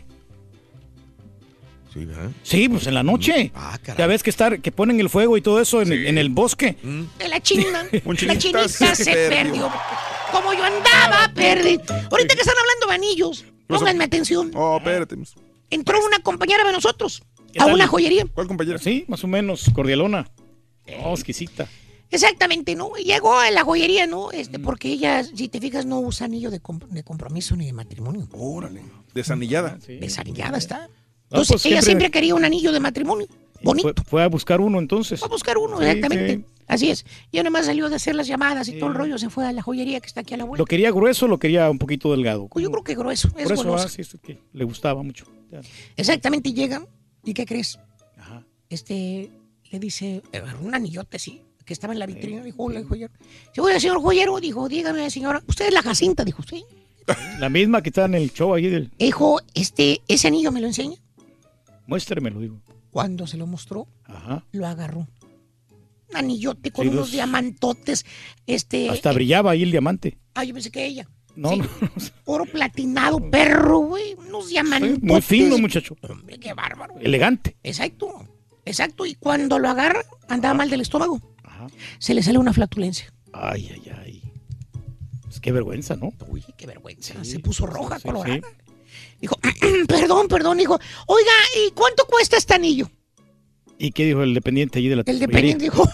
Sí, ¿verdad? Sí, pues en la noche. Ah, caray. Ya ves que estar, que ponen el fuego y todo eso en, el, en el bosque. De la china. Un La chinita chinita se se perdió. perdió. Como yo andaba, perdí. Ahorita que están hablando de anillos, pónganme atención. Oh, espérate. Entró una compañera de nosotros ¿Qué a tal? una joyería. ¿Cuál compañera? Sí, más o menos, cordialona. Oh, exquisita. Exactamente, ¿no? Llegó a la joyería, ¿no? Este, porque ella, si te fijas, no usa anillo de, comp- de compromiso ni de matrimonio. Órale. Desanillada. Sí. Desanillada está. No, Entonces, pues ella siempre- siempre quería un anillo de matrimonio. Bonito. Fue, fue a buscar uno entonces. Fue a buscar uno, Sí, exactamente. sí. Así es. Y nada más salió de hacer las llamadas y todo el rollo, se fue a la joyería que está aquí a la vuelta. ¿Lo quería grueso o lo quería un poquito delgado? Pues yo creo que grueso, es Por eso, golosa. ah, sí, es que le gustaba mucho. Ya. Exactamente, y llegan, ¿y qué crees? Ajá. Este, le dice, eh, un anillote, sí, que estaba en la vitrina, dijo, hola, joyero. Dice, oye, señor joyero, dijo, dígame, señora, ¿usted es la Jacinta? Dijo, sí. La misma que está en el show ahí del... Dijo, este, ese anillo me lo enseña. Muéstremelo, digo. Cuando se lo mostró, Ajá. lo agarró. Un anillote con Sí, unos los- diamantotes, este... Hasta eh, brillaba ahí el diamante. ah, yo pensé que ella. No, Sí. no. Oro platinado, perro, güey, unos diamantotes. Muy fino, muchacho. Hombre, qué bárbaro. Elegante. Exacto, exacto. Y cuando lo agarra, andaba mal del estómago. Ajá. Se le sale una flatulencia. Ay, ay, ay. Pues qué vergüenza, ¿no? Uy, qué vergüenza. Sí, se puso roja, sí, colorada. sí. Dijo, perdón, perdón, dijo, oiga, ¿y cuánto cuesta este anillo? ¿Y qué dijo el dependiente allí de la El dependiente dijo,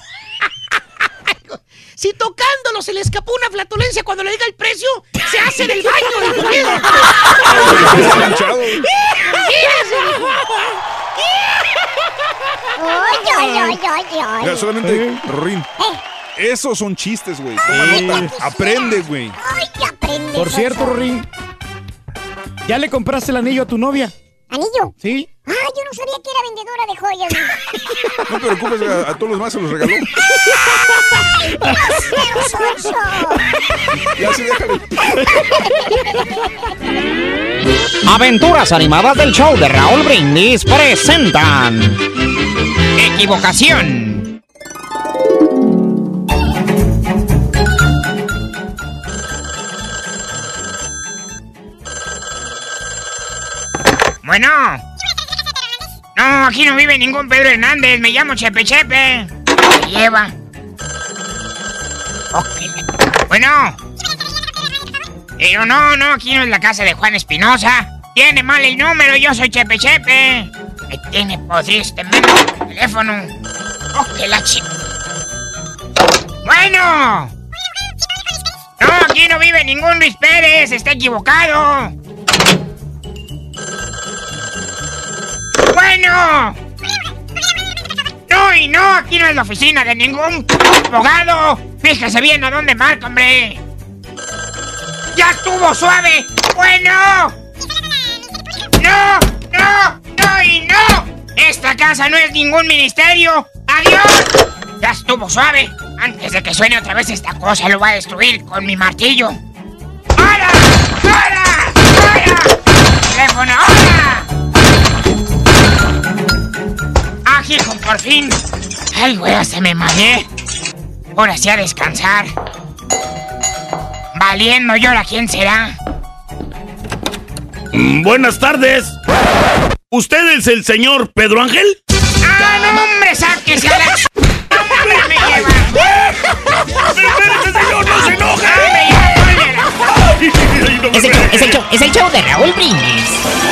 si tocándolo se le escapó una flatulencia, cuando le diga el precio, se hace del baño. Dijo, mira. Mírese, dijo. Ay, ay, ay, ay, ay. Mira, solamente, ¿Eh? Rorín. Esos son chistes, güey. Toma Sí. nota. Aprende, güey. Ay, que aprende. Por cierto, Rorín, ¿ya le compraste el anillo a tu novia? ¿Anillo? ¿Sí? Ah, yo no sabía que era vendedora de joyas. No te preocupes, a, a todos los demás se los regaló. ¡Pero sonso! Ya sí, déjale. Aventuras animadas del show de Raúl Brindis presentan Equivocación. Bueno. No, aquí no vive ningún Pedro Hernández. Me llamo Chepe Chepe. ¿Qué lleva? Okay. Bueno. Pero no, no, aquí no es la casa de Juan Espinosa. Tiene mal el número, yo soy Chepe Chepe. Me tiene podrido este menú el teléfono. Oh, que la ch... Bueno. No, aquí no vive ningún Luis Pérez. Está equivocado. Bueno. No, y no, aquí no es la oficina de ningún abogado. Fíjese bien a dónde marca, hombre. ¡Ya estuvo suave! ¡Bueno! ¡No! ¡No! ¡No y no! ¡Esta casa no es ningún ministerio! ¡Adiós! ¡Ya estuvo suave! Antes de que suene otra vez esta cosa lo voy a destruir con mi martillo. ¡Hola! ¡Hola! ¡Hola! ¡Teléfono! ¡Hola! ¡Ah, hijo, por fin! ¡Ay, güey, se me mareé! Ahora sí a descansar. Valiendo yo, ¿a quién será? Mm, buenas tardes. ¿Usted es el señor Pedro Ángel? ¡Ah, no, hombre! ¡Sáquese a la... ¡Hombre, me lleva! ¡Espérese, señor! ¡No se enoje! Es el, show, es, el show, es el show de Raúl Brindis.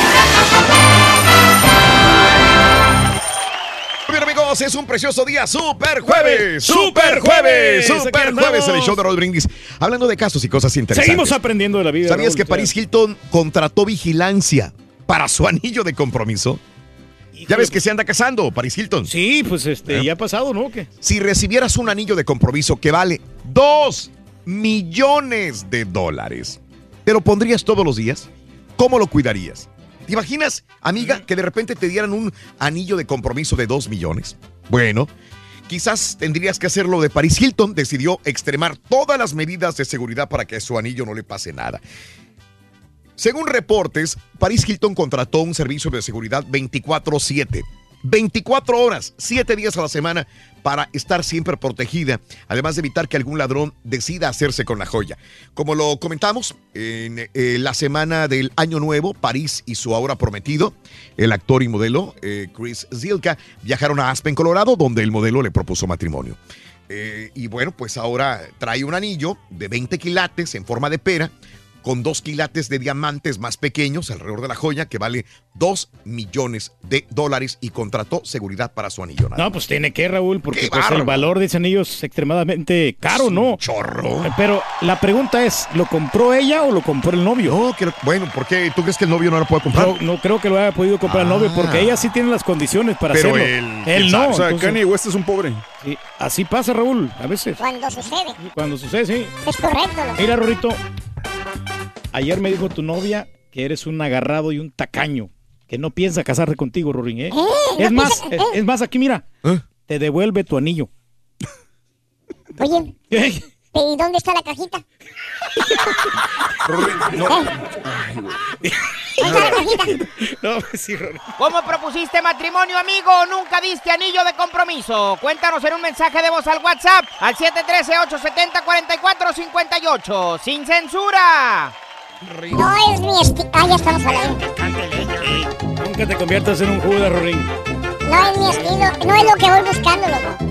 Bien, amigos, es un precioso día, Super Jueves, Super Jueves, Super Jueves, en el show de Raúl Brindis. Hablando de casos y cosas interesantes. Seguimos aprendiendo de la vida. ¿Sabías Raúl, que Paris Hilton contrató vigilancia para su anillo de compromiso? Híjole. Ya ves que se anda casando, Paris Hilton. Sí, pues este, ¿Eh? ya ha pasado, ¿no? ¿Qué? Si recibieras un anillo de compromiso que vale dos millones de dólares, ¿te lo pondrías todos los días? ¿Cómo lo cuidarías? ¿Te imaginas, amiga, que de repente te dieran un anillo de compromiso de dos millones? Bueno, quizás tendrías que hacer lo de Paris Hilton. Decidió extremar todas las medidas de seguridad para que a su anillo no le pase nada. Según reportes, Paris Hilton contrató un servicio de seguridad veinticuatro siete. veinticuatro horas, siete días a la semana para estar siempre protegida, además de evitar que algún ladrón decida hacerse con la joya. Como lo comentamos, en eh, la semana del Año Nuevo, Paris y su ahora prometido, el actor y modelo eh, Chris Zylka, viajaron a Aspen, Colorado, donde el modelo le propuso matrimonio. Eh, y bueno, pues ahora trae un anillo de veinte quilates en forma de pera, con dos quilates de diamantes más pequeños alrededor de la joya, que vale dos millones de dólares, y contrató seguridad para su anillo. No, pues tiene que, Raúl, porque pues, el valor de ese anillo es extremadamente caro, es ¿no? Chorro. Pero la pregunta es, ¿lo compró ella o lo compró el novio? No, que, bueno, ¿por qué? ¿Tú crees que el novio no lo puede comprar? No, no creo que lo haya podido comprar ah. el novio, porque ella sí tiene las condiciones para pero hacerlo. Él, él no. O sea, entonces, Kanye West es un pobre. Sí, así pasa, Raúl, a veces. Cuando sucede. Cuando sucede, sí. Es correcto. Lo Mira, Rorito. Ayer me dijo tu novia que eres un agarrado y un tacaño, que no piensa casarse contigo, Rorín, ¿eh? ¿Eh? Es ¿No más, piensa, es, eh? es más, aquí mira, ¿Eh? te devuelve tu anillo. Oye, ¿Eh? ¿y dónde está la cajita? Rorín, no. ¿Eh? ¿Dónde está la cajita? No, sí, Rorín. ¿Cómo propusiste matrimonio, amigo? ¿Nunca diste anillo de compromiso? Cuéntanos en un mensaje de voz al WhatsApp al siete uno tres, ocho siete cero, cuatro cuatro cinco ocho. ¡Sin censura! No es mi estilo. Ah, ya estamos al aire. Nunca te conviertas en un Judas, Rorín. No es mi estilo. No es lo que voy buscando, loco.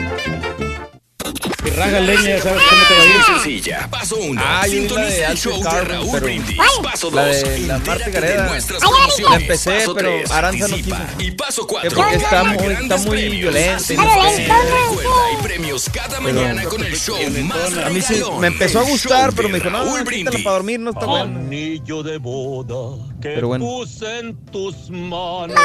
Si rajas leña, ya sabes cómo te va a ir. Sencilla. Paso uno. Ah, yo vi la de el show de Raúl pero... Brindis. Paso La dos. de la Marta Gareda. La La empecé, pero Aranza no quiso. Y paso cuatro. Que porque está muy, está muy violenta. Y premios cada mañana con el show más A mí sí me empezó a gustar, pero me dijo, no, quítala para dormir, no está bueno. Anillo de boda que pero bueno. puse en tus manos.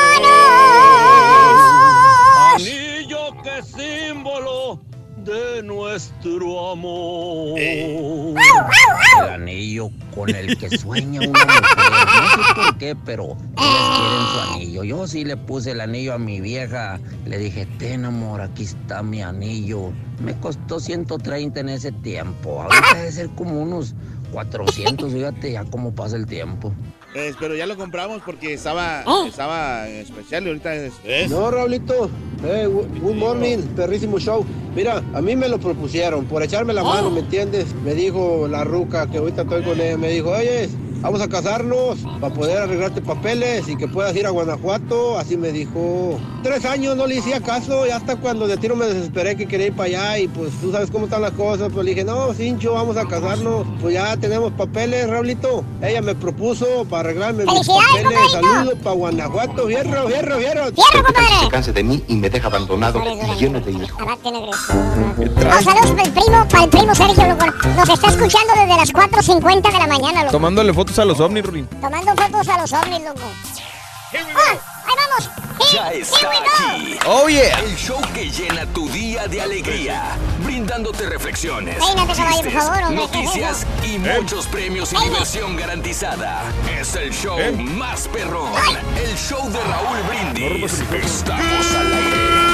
Anillo que es símbolo de nuestro amor. El anillo con el que sueña una mujer. No sé por qué, pero ellas quieren su anillo. Yo sí le puse el anillo a mi vieja. Le dije, ten, amor, aquí está mi anillo. Me costó ciento treinta en ese tiempo. Ahorita debe ser como unos cuatrocientos. Fíjate ya cómo pasa el tiempo. Pues, pero ya lo compramos porque estaba, Oh. estaba en especial y ahorita es... No, Raulito. Eh, good morning, perrísimo show. Mira, a mí me lo propusieron por echarme la mano, ¿me entiendes? Me dijo la ruca que ahorita estoy con ella, me dijo, oye, vamos a casarnos para poder arreglarte papeles y que puedas ir a Guanajuato. Así me dijo. Tres años no le hacía caso y hasta cuando de tiro me desesperé que quería ir para allá y pues tú sabes cómo están las cosas. Pues le dije, no, Cincho, vamos a casarnos. Pues ya tenemos papeles, Raulito. Ella me propuso para arreglarme mis papeles. Saludos para Guanajuato. Fierro, fierro, fierro. Fierro, compadre. Se canse de mí y me deja abandonado y lleno de hijos. Oh, saludos para el primo, para el primo Sergio, loco. Nos está escuchando desde las cuatro cincuenta de la mañana, loco. Tomándole fotos a los ovnis, Rulín. Tomando fotos a los ovnis, loco. ¡Ah! ¡Ahí vamos! Ya está aquí. Oh, yeah. El show que llena tu día de alegría, brindándote reflexiones, Peínate, caballo, por chistes, favor, hombre. noticias y muchos premios y diversión garantizada. Es el show más perrón. El show de Raúl Brindis. Estamos al aire.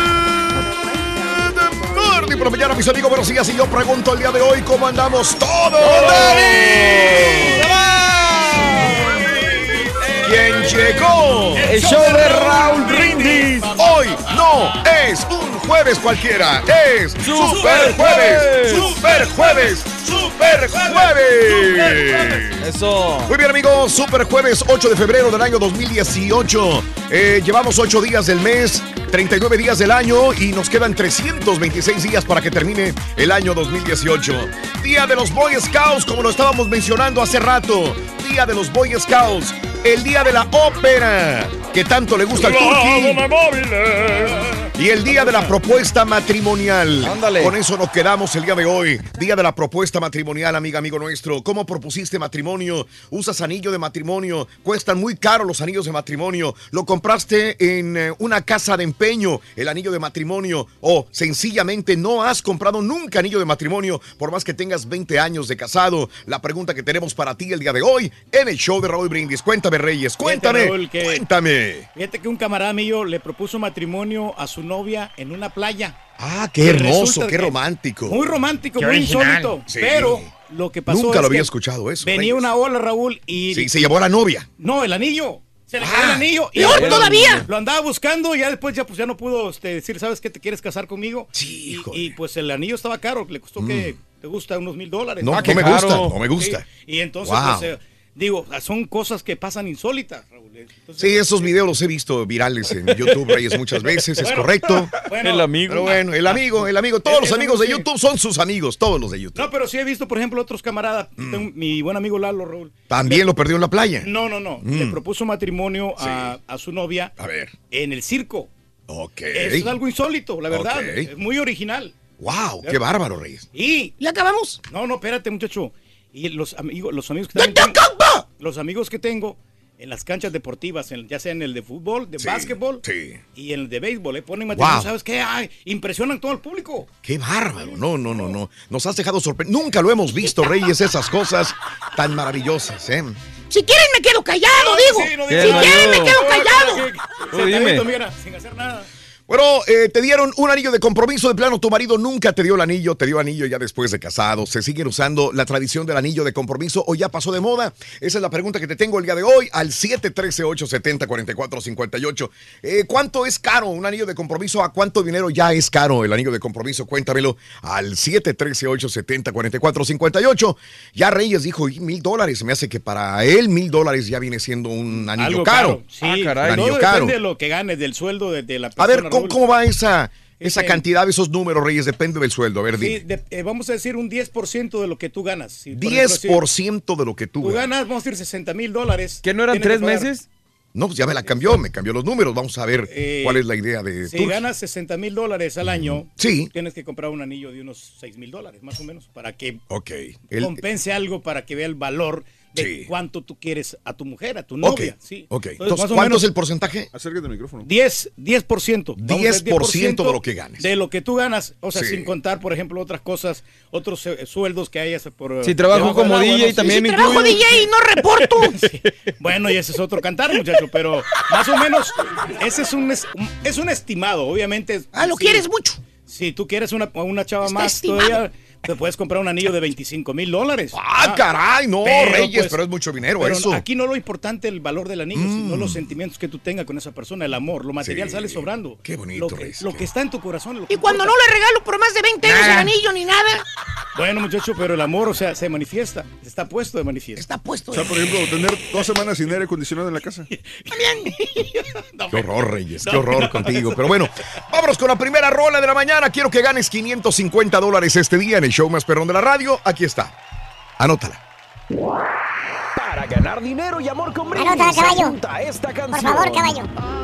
Y por la mañana, mis amigos, buenos días. Y yo pregunto el día de hoy, ¿cómo andamos todos? ¿Quién llegó? El show de Raúl Brindis. Hoy no es un jueves cualquiera, es Super Jueves, Super Jueves, Super Jueves. Eso. Muy bien, amigos, Super Jueves ocho de febrero del año dos mil dieciocho. Eh, llevamos ocho días del mes, treinta y nueve días del año y nos quedan trescientos veintiséis días para que termine el año dos mil dieciocho. Día de los Boy Scouts, como lo estábamos mencionando hace rato. Día de los Boy Scouts. El día de la ópera, que tanto le gusta al Turqui. Y el día de la propuesta matrimonial. Ándale. Con eso nos quedamos el día de hoy. Día de la propuesta matrimonial, amiga, amigo nuestro. ¿Cómo propusiste matrimonio? ¿Usas anillo de matrimonio? Cuestan muy caro los anillos de matrimonio. ¿Lo compraste en eh, una casa de empeño, el anillo de matrimonio? O sencillamente no has comprado nunca anillo de matrimonio, por más que tengas veinte años de casado. La pregunta que tenemos para ti el día de hoy en el show de Raúl Brindis. Cuéntame, Reyes, cuéntame. Fíjate, Raúl, que- Cuéntame. Fíjate que un camarada mío le propuso matrimonio a su novia en una playa. Ah, qué Y hermoso, resulta qué que- romántico. Muy romántico, Qué muy original. insólito. Sí. Pero lo que pasó Nunca es lo había que escuchado eso, venía Reyes. una ola, Raúl, y... Sí, se llevó a la novia. No, el anillo. Se le cayó el anillo. Y ¡Peor él- todavía! Lo andaba buscando y ya después ya, pues, ya no pudo este, decir, ¿sabes qué? ¿Te quieres casar conmigo? Sí, y, y, pues el anillo estaba caro. Le costó que te gusta unos mil dólares. No, no me gusta, no me gusta. Sí, y entonces, Wow. pues, eh, digo, son cosas que pasan insólitas, Raúl. Entonces, Sí, esos videos los he visto virales en YouTube, Reyes, muchas veces, es Bueno, correcto. bueno, El amigo. Pero bueno, el amigo, el amigo, todos El- los el amigos de amigo, sí. YouTube son sus amigos, todos los de YouTube. No, pero sí he visto, por ejemplo, otros camaradas. Tengo mi buen amigo Lalo, Raúl. También lo perdió en la playa. No, no, no. Mm. Le propuso matrimonio a, a su novia A ver. en el circo. Ok. Eso es algo insólito, la verdad. Ok. Es muy original. Wow, qué bárbaro, Reyes. Y ¿Le acabamos? no, no, espérate, muchacho. Y los amigos, los amigos que también tengo, los amigos que tengo en las canchas deportivas, en- ya sea en el de fútbol, de Sí, básquetbol sí. y en el de béisbol, ¿eh? Ponen matrimonio, Wow. ¿sabes qué? Ay, impresionan todo el público. Qué bárbaro. No, no, no, no. Nos has dejado sorprendidos. Nunca lo hemos visto, Reyes, esas cosas tan maravillosas, ¿eh? Si quieren me quedo callado, digo. Sí, no ¿Qué Si digas no? nada. quieren me quedo No, callado. que- que- Tú dime. sentadito, mira, sin hacer nada. Bueno, eh, te dieron un anillo de compromiso de plano. Tu marido nunca te dio el anillo, te dio anillo ya después de casado. ¿Se siguen usando la tradición del anillo de compromiso o ya pasó de moda? Esa es la pregunta que te tengo el día de hoy al siete uno tres, ocho siete cero, cuatro cuatro cinco ocho. Eh, ¿Cuánto es caro un anillo de compromiso? ¿A cuánto dinero ya es caro el anillo de compromiso? Cuéntamelo al siete uno tres, ocho siete cero, cuatro cuatro cinco ocho. Ya Reyes dijo, "Y mil dólares. Me hace que para él mil dólares ya viene siendo un anillo Algo caro. Sí, Ah, caray. Un todo anillo caro. depende de lo que ganes, del sueldo de, de la persona. A ver, ¿cómo, Raúl. cómo va esa, esa Este- cantidad, esos números, Reyes? Depende del sueldo. A ver, Sí, dime. de- eh, vamos a decir un diez por ciento de lo que tú ganas. Si, por ejemplo, diez por si ciento de lo que tú tú ganas. ganas, vamos a decir sesenta mil dólares. ¿Que no eran tienes tres que pagar. meses? No, pues ya me la cambió, me cambió los números. Vamos a ver Eh, cuál es la idea de Si Turki. ganas sesenta mil dólares al año, Sí. tienes que comprar un anillo de unos seis mil dólares, más o menos, para que Ok. El- compense algo, para que vea el valor de Sí. cuánto tú quieres a tu mujer, a tu ok, novia. Sí. ok. Entonces, Entonces, más o ¿cuánto menos es el porcentaje? Acércate al micrófono. diez, diez por ciento. Vamos a diez decir por ciento de lo que ganes. De lo que tú ganas, o sea, Sí. sin contar, por ejemplo, otras cosas, otros eh, sueldos que hayas por... Si trabajo debajo del como agua, D J ¿no? Sí, también sí, Trabajo incluye. D J y no reporto. Sí. Bueno, y ese es otro cantar, muchacho, pero más o menos, ese es un, es un, es un estimado, obviamente. Ah, lo si- quieres mucho. Si tú quieres una, una chava Está más estimado. todavía, te puedes comprar un anillo de veinticinco mil dólares. ¡Ah, caray! No, pero, Reyes, pues, pero es mucho dinero pero eso. Aquí no lo importante el valor del anillo, Mm. sino los sentimientos que tú tengas con esa persona, el amor. Lo material Sí. sale sobrando. Qué bonito, Lo que, Reyes, lo qué- que está en tu corazón. es lo que Y cuando no importa. le regalo por más de veinte años el anillo ni nada. Bueno, muchacho, pero el amor, o sea, se manifiesta. Está puesto de manifiesto. Está puesto. O sea, por ejemplo, tener dos semanas sin aire acondicionado en la casa. Qué horror, Reyes, qué horror contigo. Pero bueno, vámonos con la primera rola de la mañana. Quiero que ganes quinientos cincuenta dólares este día en el show más perrón de la radio. Aquí está. Anótala. Para ganar dinero y amor con brindis, Anótala, caballo. apunta esta canción. Por favor, caballo.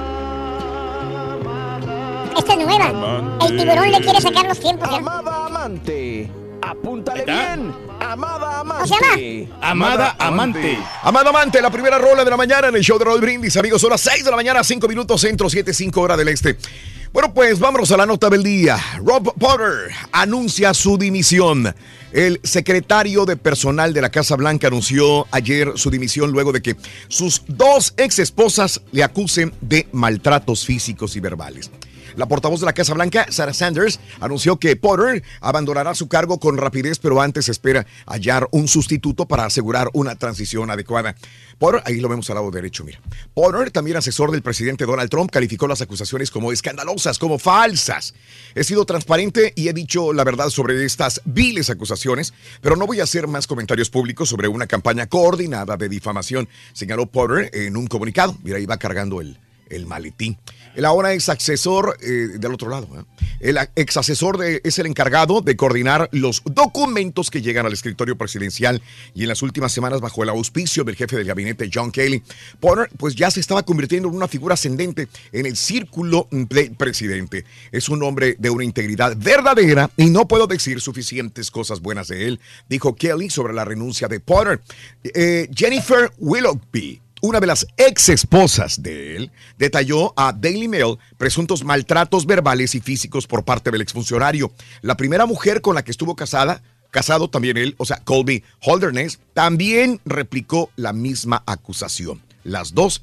Esta es nueva. El tiburón le quiere sacar los tiempos. ¿ya? Amada amante. Apúntale bien. Amada amante. ¿Cómo se llama? Amada amante. Amada amante, la primera rola de la mañana en el show de Raúl Brindis. Amigos, son las seis de la mañana, cinco minutos centro, siete, cinco hora del este. Bueno, pues vámonos a la nota del día. Rob Porter anuncia su dimisión. El secretario de personal de la Casa Blanca anunció ayer su dimisión luego de que sus dos ex esposas le acusen de maltratos físicos y verbales. La portavoz de la Casa Blanca, Sarah Sanders, anunció que Porter abandonará su cargo con rapidez, pero antes espera hallar un sustituto para asegurar una transición adecuada. Porter, ahí lo vemos al lado derecho, mira. Porter, también asesor del presidente Donald Trump, calificó las acusaciones como escandalosas, como falsas. He sido transparente y he dicho la verdad sobre estas viles acusaciones, pero no voy a hacer más comentarios públicos sobre una campaña coordinada de difamación, señaló Porter en un comunicado. Mira, ahí va cargando el, el maletín. El ahora ex asesor eh, del otro lado, ¿eh? el ex asesor de, es el encargado de coordinar los documentos que llegan al escritorio presidencial y en las últimas semanas bajo el auspicio del jefe del gabinete John Kelly. Porter pues ya se estaba convirtiendo en una figura ascendente en el círculo del presidente. Es un hombre de una integridad verdadera y no puedo decir suficientes cosas buenas de él, dijo Kelly sobre la renuncia de Porter. Eh, Jennifer Willoughby, una de las ex esposas de él, detalló a Daily Mail presuntos maltratos verbales y físicos por parte del exfuncionario. La primera mujer con la que estuvo casada, casado también él, o sea, Colby Holderness, también replicó la misma acusación. Las dos,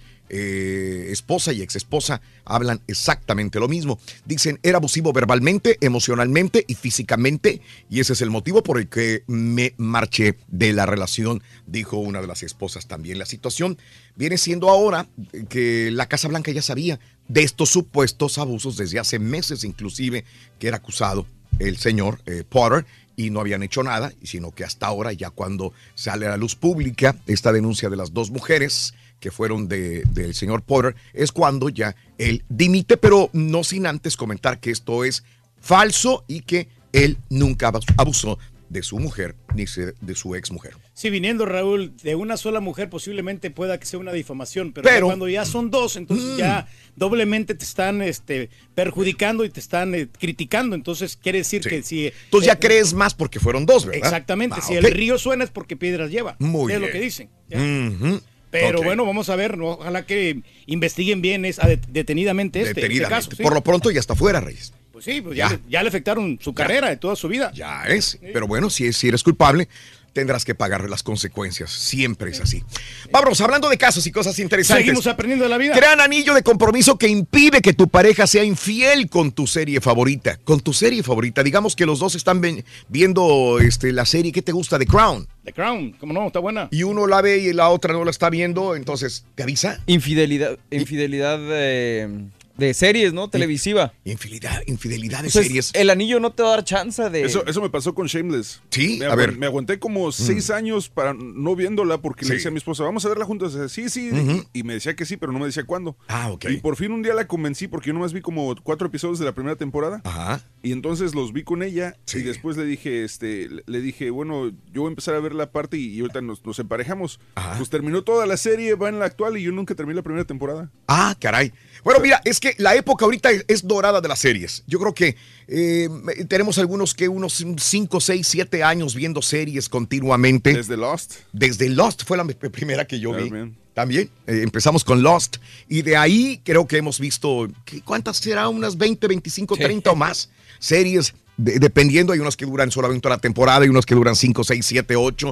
eh, esposa y ex esposa, hablan exactamente lo mismo. Dicen, era abusivo verbalmente, emocionalmente y físicamente, y ese es el motivo por el que me marché de la relación, dijo una de las esposas también. La situación viene siendo ahora que la Casa Blanca ya sabía de estos supuestos abusos desde hace meses, inclusive, que era acusado el señor eh, Porter, y no habían hecho nada, sino que hasta ahora, ya cuando sale a la luz pública esta denuncia de las dos mujeres que fueron de, del señor Porter, es cuando ya él dimite, pero no sin antes comentar que esto es falso y que él nunca abusó de su mujer ni de su ex mujer. Sí, viniendo, Raúl, de una sola mujer posiblemente pueda que sea una difamación, pero, Pero ya cuando ya son dos, entonces mm. ya doblemente te están este, perjudicando y te están eh, criticando, entonces quiere decir Sí. que si... Entonces ya eh, crees más porque fueron dos, ¿verdad? Exactamente, Ah, si ok. el río suena es porque piedras lleva, Muy es bien. lo que dicen. ¿ya? Ujú. Pero Ok. bueno, vamos a ver, ¿no? Ojalá que investiguen bien es, de- detenidamente este, este Detenidamente. caso. ¿sí? Por lo pronto ya está fuera, Reyes. Pues sí, pues ya, Ya. le, ya le afectaron su carrera de toda su vida. Ya es. Pero bueno, si, si eres culpable, tendrás que pagar las consecuencias. Siempre es así. Vámonos, hablando de casos y cosas interesantes. Seguimos aprendiendo de la vida. Gran anillo de compromiso que impide que tu pareja sea infiel con tu serie favorita. Con tu serie favorita. Digamos que los dos están ven- viendo este, la serie que te gusta, The Crown. The Crown, ¿cómo no? Está buena. Y uno la ve y la otra no la está viendo, entonces, ¿te avisa? Infidelidad, infidelidad de, de series, ¿no? Televisiva. Infidelidad, infidelidad de Entonces, series. el anillo no te va a dar chance de... Eso, eso me pasó con Shameless. Sí, me a agu- ver. Me aguanté como seis años para no viéndola porque Sí. le decía a mi esposa, vamos a verla juntos. Sí, sí. Ujú. Y me decía que sí, pero no me decía cuándo. Ah, ok. Y por fin un día la convencí porque yo nomás vi como cuatro episodios de la primera temporada. Ajá. Y entonces los vi con ella Sí. y después le dije, este, le dije, bueno, yo voy a empezar a ver la parte y, y ahorita nos, nos emparejamos. Ajá. Pues terminó toda la serie, va en la actual y yo nunca terminé la primera temporada. Ah, caray. Bueno, mira, es que la época ahorita es, es dorada de las series. Yo creo que eh, tenemos algunos que unos cinco, seis, siete años viendo series continuamente. Desde Lost. Desde Lost fue la me- primera que yo vi. También. También eh, empezamos con Lost y de ahí creo que hemos visto, ¿qué, ¿cuántas será? Unas veinte, veinticinco, Sí. treinta o más series, de- dependiendo. Hay unas que duran solamente una temporada y unas que duran cinco, seis, siete, ocho.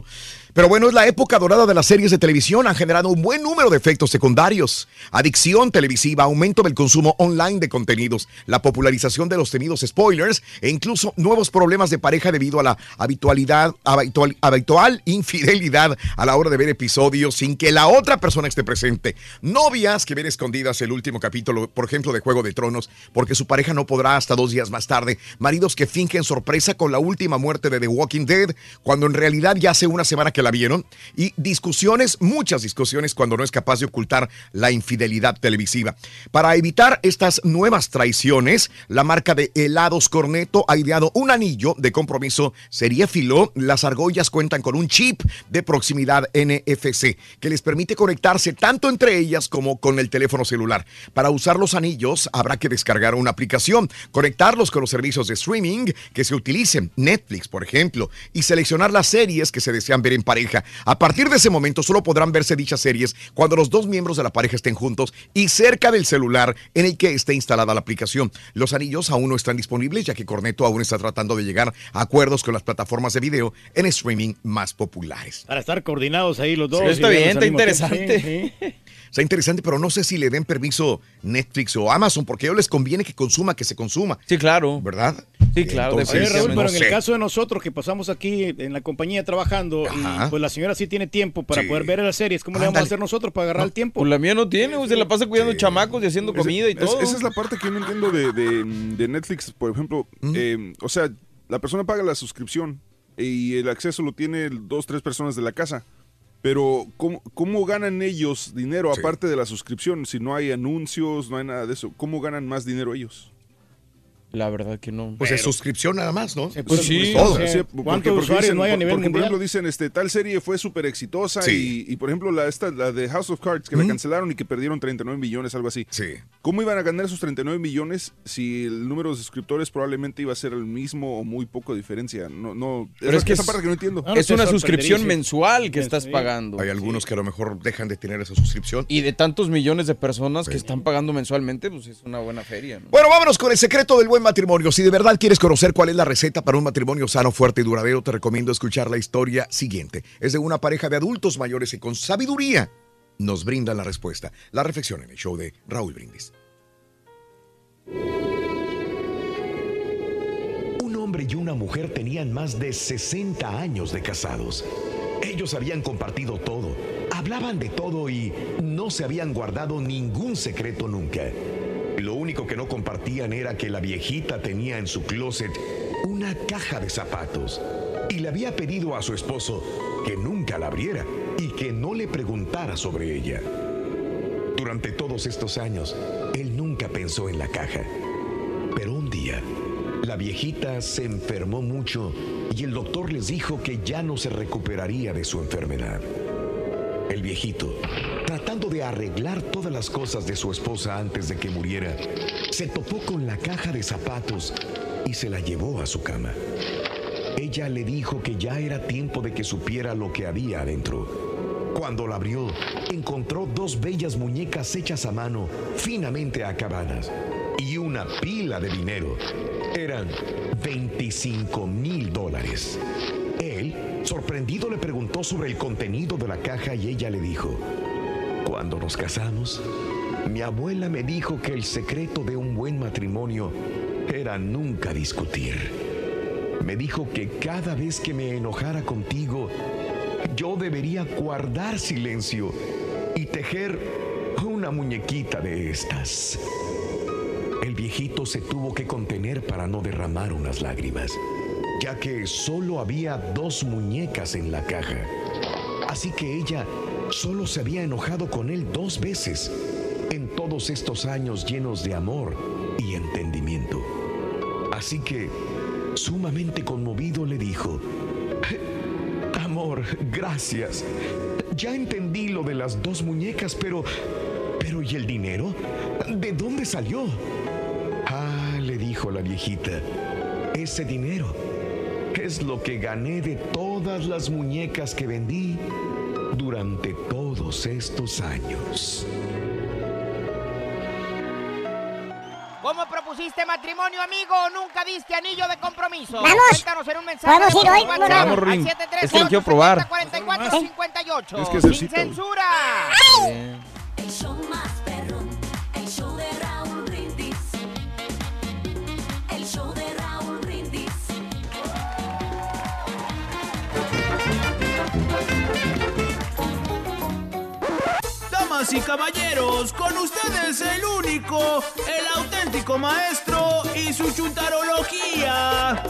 Pero bueno, es la época dorada de las series de televisión. Han generado un buen número de efectos secundarios. Adicción televisiva, aumento del consumo online de contenidos, la popularización de los temidos spoilers e incluso nuevos problemas de pareja debido a la habitualidad, habitual, habitual infidelidad a la hora de ver episodios sin que la otra persona esté presente. Novias que ven escondidas el último capítulo, por ejemplo, de Juego de Tronos, porque su pareja no podrá hasta dos días más tarde. Maridos que fingen sorpresa con la última muerte de The Walking Dead, cuando en realidad ya hace una semana que la vieron. Y discusiones, muchas discusiones, cuando no es capaz de ocultar la infidelidad televisiva. Para evitar estas nuevas traiciones, la marca de helados Cornetto ha ideado un anillo de compromiso seriéfilo. Las argollas cuentan con un chip de proximidad N F C que les permite conectarse tanto entre ellas como con el teléfono celular. Para usar los anillos habrá que descargar una aplicación, conectarlos con los servicios de streaming que se utilicen, Netflix por ejemplo, y seleccionar las series que se desean ver en pareja. A partir de ese momento solo podrán verse dichas series cuando los dos miembros de la pareja estén juntos y cerca del celular en el que esté instalada la aplicación. Los anillos aún no están disponibles, ya que Cornetto aún está tratando de llegar a acuerdos con las plataformas de video en streaming más populares. Para estar coordinados ahí los dos. Sí, está bien, está interesante. Sí, sí. Está interesante, pero no sé si le den permiso Netflix o Amazon, porque a ellos les conviene que consuma, que se consuma. Sí, claro. ¿Verdad? Sí, claro. Entonces, Oye, Raúl, pero no en sé. el caso de nosotros que pasamos aquí en la compañía trabajando, Ajá. y pues la señora sí tiene tiempo para Sí. poder ver las series, ¿cómo le vamos a hacer nosotros para agarrar el tiempo? Pues la mía no tiene, se la pasa cuidando chamacos y haciendo comida y Es- todo. Esa es la parte que yo no entiendo de, de- de Netflix, por ejemplo. eh, o sea, la persona paga la suscripción y el acceso lo tiene dos, tres personas de la casa. Pero, ¿cómo, cómo ganan ellos dinero Sí. aparte de la suscripción? Si no hay anuncios, no hay nada de eso. ¿Cómo ganan más dinero ellos? La verdad que no. Pues es suscripción nada más, ¿no? Pues sí, todo. o sea, Sí, ¿cuántos usuarios no hay a nivel porque, por mundial? ejemplo, dicen, este, tal serie fue súper exitosa Sí. y, y, por ejemplo, la, esta, la de House of Cards, que la cancelaron y que perdieron treinta y nueve millones, algo así. Sí. ¿Cómo iban a ganar esos treinta y nueve millones si el número de suscriptores probablemente iba a ser el mismo o muy poco diferencia? No, no, Pero esa, es que esa es- parte que no entiendo. No, no Es te una sorprendería, suscripción sí. mensual que Sí, estás sí. pagando. Hay algunos que a lo mejor dejan de tener esa suscripción. Y de tantos millones de personas Sí. que están pagando mensualmente, pues es una buena feria, ¿no? Bueno, vámonos con el secreto del buen matrimonio. Si de verdad quieres conocer cuál es la receta para un matrimonio sano, fuerte y duradero, te recomiendo escuchar la historia siguiente. Es de una pareja de adultos mayores que con sabiduría nos brindan la respuesta. La reflexión en el show de Raúl Brindis. Un hombre y una mujer tenían más de sesenta años de casados. Ellos habían compartido todo, hablaban de todo y no se habían guardado ningún secreto nunca. Lo único que no compartían era que la viejita tenía en su closet una caja de zapatos y le había pedido a su esposo que nunca la abriera y que no le preguntara sobre ella. Durante todos estos años, él nunca pensó en la caja. Pero un día, la viejita se enfermó mucho y el doctor les dijo que ya no se recuperaría de su enfermedad. El viejito, tratando de arreglar todas las cosas de su esposa antes de que muriera, se topó con la caja de zapatos y se la llevó a su cama. Ella le dijo que ya era tiempo de que supiera lo que había adentro. Cuando la abrió, encontró dos bellas muñecas hechas a mano, finamente acabadas, y una pila de dinero. Eran veinticinco mil dólares. Él, sorprendido, le preguntó sobre el contenido de la caja y ella le dijo: cuando nos casamos, mi abuela me dijo que el secreto de un buen matrimonio era nunca discutir. Me dijo que cada vez que me enojara contigo, yo debería guardar silencio y tejer una muñequita de estas. El viejito se tuvo que contener para no derramar unas lágrimas, ya que solo había dos muñecas en la caja. Así que ella solo se había enojado con él dos veces en todos estos años llenos de amor y entendimiento. Así que, sumamente conmovido, le dijo: amor, gracias. Ya entendí lo de las dos muñecas, pero... ¿Pero y el dinero? ¿De dónde salió? Ah, le dijo la viejita, ese dinero es lo que gané de todas las muñecas que vendí durante todos estos años. ¿Cómo propusieron propusiste matrimonio, amigo, o nunca diste anillo de compromiso? Vamos. Cuéntanos en un mensaje. ¿Podemos ir hoy? WhatsApp Vamos, al Rolín. siete tres Es que lo ocho quiero probar. cuatro cuatro cincuenta y ocho. Es que se Sin cita, güey. censura. Bien. El show más perrón, el show de Raúl Brindis. El show de Raúl Brindis. Damas y caballeros, con ustedes el único, el auténtico maestro y su chuntarología.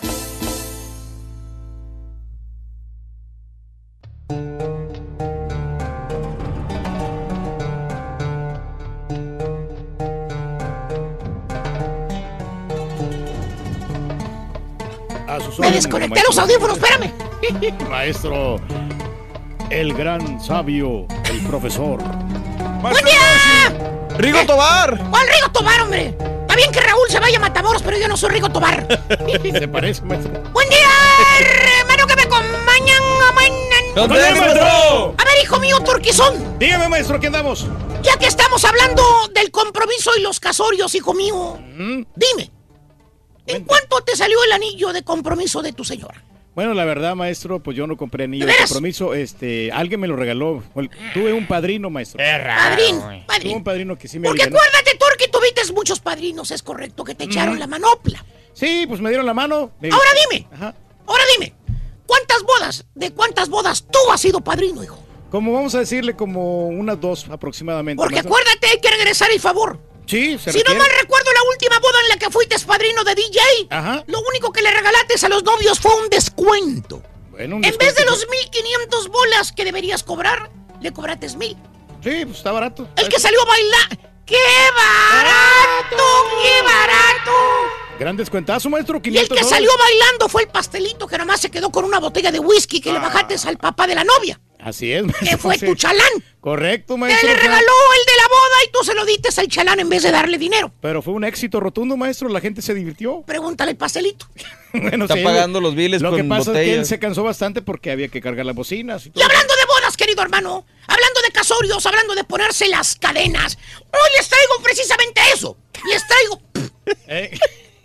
A sus Me órdenes, desconecté maestro. los audífonos, espérame. Maestro, el gran sabio, el profesor. ¡Buen día! ¡Rigo Tobar! ¿Cuál Rigo Tobar, hombre? Está bien que Raúl se vaya a Matamoros, pero yo no soy Rigo Tobar. ¿Se parece, maestro? ¡Buen día, hermano que me acompañan! ¿Dónde, maestro? A ver, hijo mío, Turquizón. Dígame, maestro, ¿qué andamos? Ya que estamos hablando del compromiso y los casorios, hijo mío, dime, ¿en cuánto te salió el anillo de compromiso de tu señora? Bueno, la verdad, maestro, pues yo no compré anillo ¿De de veras? compromiso. Este, alguien me lo regaló. Tuve un padrino, maestro. Padrino, Tuve padrino. un padrino que sí me Porque alivianó. acuérdate, Turqui, tuviste muchos padrinos, es correcto, que te echaron Ujú. la manopla. Sí, pues me dieron la mano. Me- Ahora dime, Ajá. ahora dime, ¿cuántas bodas, de cuántas bodas tú has sido padrino, hijo? Como vamos a decirle, como unas dos aproximadamente. Porque maestro. acuérdate, hay que regresar el favor. Sí, se Si no requiere. mal recuerdo, la última boda en la que fuiste padrino de D J, Ajá. lo único que le regalaste a los novios fue un descuento. Bueno, un En vez de descuento. los mil quinientos bolas que deberías cobrar, le cobraste mil. Sí, pues está barato. El que salió a bailar. ¡Qué barato! ¡Qué barato! Gran descuentazo, maestro. Y el quinientos que dólares. salió bailando fue el pastelito que nomás se quedó con una botella de whisky que le bajaste al papá de la novia. Así es, maestro. Que fue sí. tu chalán. Correcto, Que maestro. le fue- regaló el de la boda y tú se lo diste al chalán en vez de darle dinero. Pero fue un éxito rotundo, maestro. La gente se divirtió. Pregúntale al pastelito. Bueno, Está sí, pagando los biles Lo con que pasa es que él botellas. se cansó bastante porque había que cargar las bocinas y Y todo. hablando de bodas, querido hermano, hablando de casorios, hablando de ponerse las cadenas, hoy les traigo precisamente eso. Les traigo, Eh,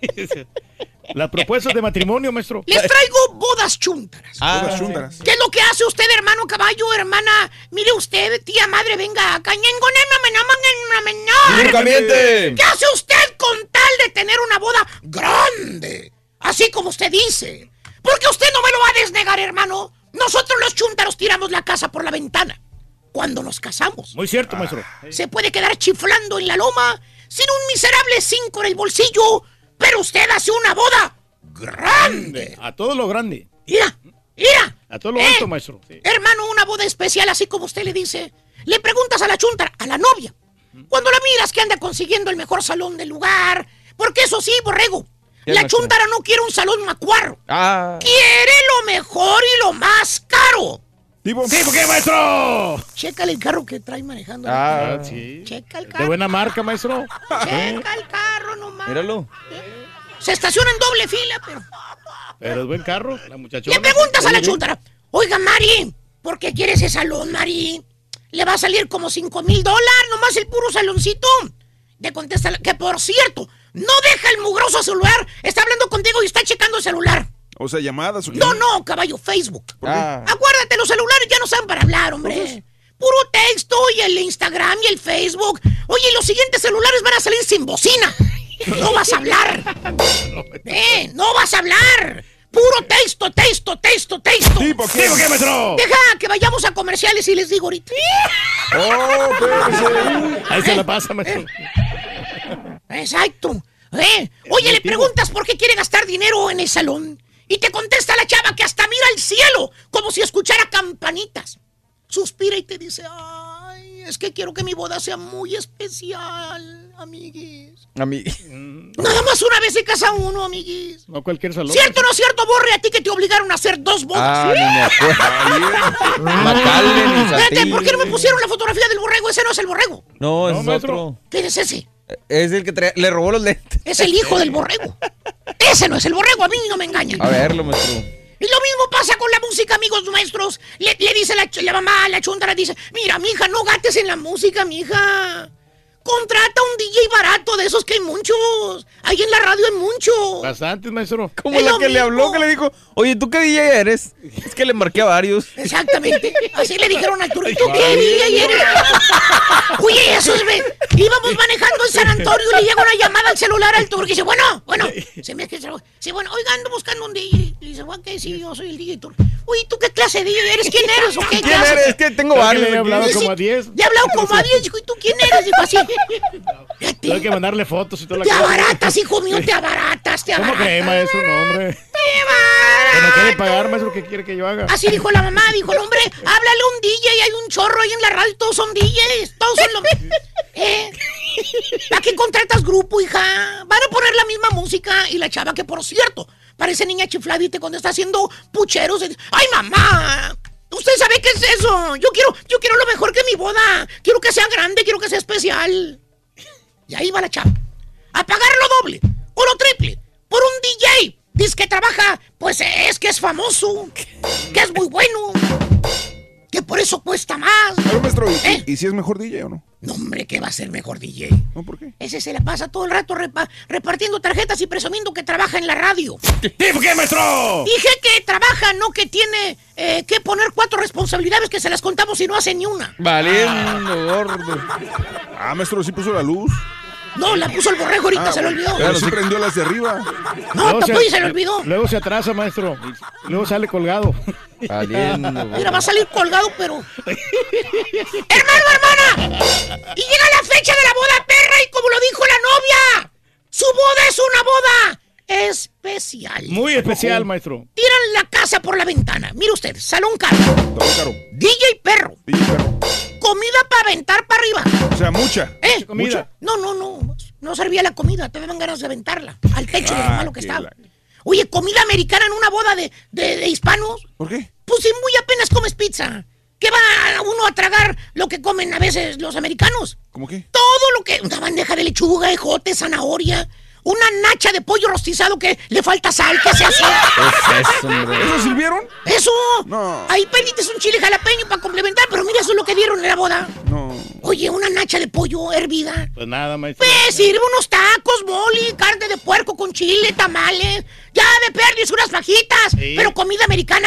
Las propuestas de matrimonio, maestro. les traigo bodas chúntaras. Ah, Bodas chúntaras. ¿Qué es lo que hace usted, hermano caballo, hermana? Mire usted, tía madre, venga acá. ¡Nunca miente! ¿Qué hace usted con tal de tener una boda grande? Así como usted dice. Porque usted no me lo va a desnegar, hermano. Nosotros los chúntaros tiramos la casa por la ventana. Cuando nos casamos. Muy cierto, maestro. Se puede quedar chiflando en la loma sin un miserable cinco en el bolsillo, pero usted hace una boda grande. A todo lo grande. Mira, mira. A todo lo Eh, alto, maestro. Sí. Hermano, una boda especial, así como usted le dice. Le preguntas a la chuntara, a la novia, cuando la miras que anda consiguiendo el mejor salón del lugar. Porque eso sí, borrego, ¿Qué, la maestro? chuntara no quiere un salón macuarro. Ah. Quiere lo mejor y lo más caro. Tipo, ¿Sí, por qué, maestro? Chécale el carro que trae manejando. Ah, Ah, sí. Checa el De carro. buena marca, maestro. Checa el carro nomás. Míralo. Se estaciona en doble fila, pero... Pero es buen carro, la muchachona. Le preguntas a la Oye, chuntara, oiga, Mari, ¿por qué quiere ese salón, Mari? Le va a salir como cinco mil dólares, nomás el puro saloncito. Le contesta, la- que por cierto, no deja el mugroso celular, está hablando contigo y está checando el celular. o sea, llamadas. ¿o qué? No, no, caballo, Facebook. Ah. Acuérdate, los celulares ya no saben para hablar, hombre. Puro texto y el Instagram y el Facebook. Oye, los siguientes celulares van a salir sin bocina. No vas a hablar. Eh, no vas a hablar. Puro texto, texto, texto, texto. ¿Tipo qué? ¿Sí, por qué, maestro? Deja que vayamos a comerciales y les digo ahorita. Oh, espérese. Ahí se la pasa, maestro. Exacto. Eh, Oye, le preguntas por qué quiere gastar dinero en el salón. Y te contesta la chava que hasta mira al cielo, como si escuchara campanitas. Suspira y te dice, ay, es que quiero que mi boda sea muy especial, amiguis. A mí. Nada más una vez se casa uno, amiguis. No cualquier salón. ¿Cierto o no es cierto, Borre, a ti que te obligaron a hacer dos bodas? Ah, ni me acuerdo. McAllen y Espérate, Satín. ¿por qué no me pusieron la fotografía del borrego? Ese no es el borrego. No, ese No, es maestro. otro. ¿Quién es ese? Es el que traía- le robó los lentes. Es el hijo del borrego. Ese no es el borrego, a mí no me engañan. A verlo, maestro. Y lo mismo pasa con la música, amigos nuestros. Le, le dice la, ch- la mamá a la chuntara, dice, mira, mija, no gastes en la música, mija. Contrata un D J barato, de esos que hay muchos. Ahí en la radio hay muchos. Bastantes, maestro. Como la que le habló, que le dijo, oye, ¿tú qué D J eres? Es que le marqué a varios. Exactamente. Así le dijeron al Turqui. ¿Tú qué D J eres? Oye, eso es... ve- Íbamos manejando en San Antonio y le llega una llamada al celular al Turqui. Y dice, bueno, bueno. Se me hace que... Sí, bueno, oiga, ando buscando un D J. Y dice, bueno, ¿qué? Sí, yo soy el D J Turqui. Uy, ¿tú qué clase de D J eres? ¿Quién eres? ¿O qué? ¿Quién haces? eres? Es que tengo varios. Le he hablado Sí, como a diez. Ya he hablado como a diez, hijo. ¿Y tú quién eres? Dijo así. Tengo que mandarle fotos y toda la Te cosa. abaratas, hijo mío, te abaratas, te ¿Cómo abaratas. cree, maestro? No, hombre. Te abaratas. Que no quiere pagar, maestro, ¿qué quiere que yo haga? Así dijo la mamá, dijo el hombre, háblale a un D J, hay un chorro ahí en la radio, todos son D Js, todos son lo mismo. ¿Eh? ¿Para qué contratas grupo, hija? Van a poner la misma música y la chava que, por cierto, parece niña chifladita cuando está haciendo pucheros. ¡Ay, mamá! ¿Usted sabe qué es eso? Yo quiero, yo quiero lo mejor que mi boda. Quiero que sea grande, quiero que sea especial. Y ahí va la chava. A pagar lo doble o lo triple por un D J. Dice que trabaja, pues es que es famoso, que es muy bueno, que por eso cuesta más. Pero, maestro, ¿y, ¿Eh? ¿y si es mejor D J o no? No, hombre, ¿qué va a ser mejor D J? No, ¿por qué? Ese se la pasa todo el rato repa- repartiendo tarjetas y presumiendo que trabaja en la radio. ¿Por qué, maestro? Dije que trabaja, no que tiene eh, que poner cuatro responsabilidades que se las contamos y no hace ni una. Valiendo, gordo. Ah, maestro, sí puso la luz. No, la puso el borrego ahorita, Ah, se lo olvidó. Pero sí prendió las de arriba. No, Luego tapó y se le olvidó. Luego se atrasa, maestro. y Luego sale colgado. Valiendo, Mira, va a salir colgado, pero... ¡Hermano, hermana! Y llega la fecha de la boda, perra, y como lo dijo la novia, su boda es una boda especial. Muy especial, maestro. Tiran la casa por la ventana. Mire usted, salón caro. Salón caro. D J perro. D J perro. Comida para aventar para arriba. O sea, mucha. ¿Eh? ¿Mucha? No, no, no. No servía la comida. Te daban ganas de aventarla al techo de lo Ah, malo que qué estaba. la- Oye, comida americana en una boda de, de, de hispanos. ¿Por qué? Pues si muy apenas comes pizza. ¿Qué va uno a tragar lo que comen a veces los americanos? ¿Cómo qué? Todo lo que... Una bandeja de lechuga, ejote, zanahoria. Una nacha de pollo rostizado que le falta sal. ¿Qué se hace? ¿Qué es eso, hombre? ¿Eso sirvieron? ¡Eso! No. Ahí pediste un chile jalapeño para complementar, pero mira, eso es lo que dieron en la boda. No. Oye, una nacha de pollo hervida. Pues nada, maestro. Pues sirve unos tacos, moli, carne de puerco con chile, tamales. Ya de perdiz unas fajitas, Sí. pero comida americana.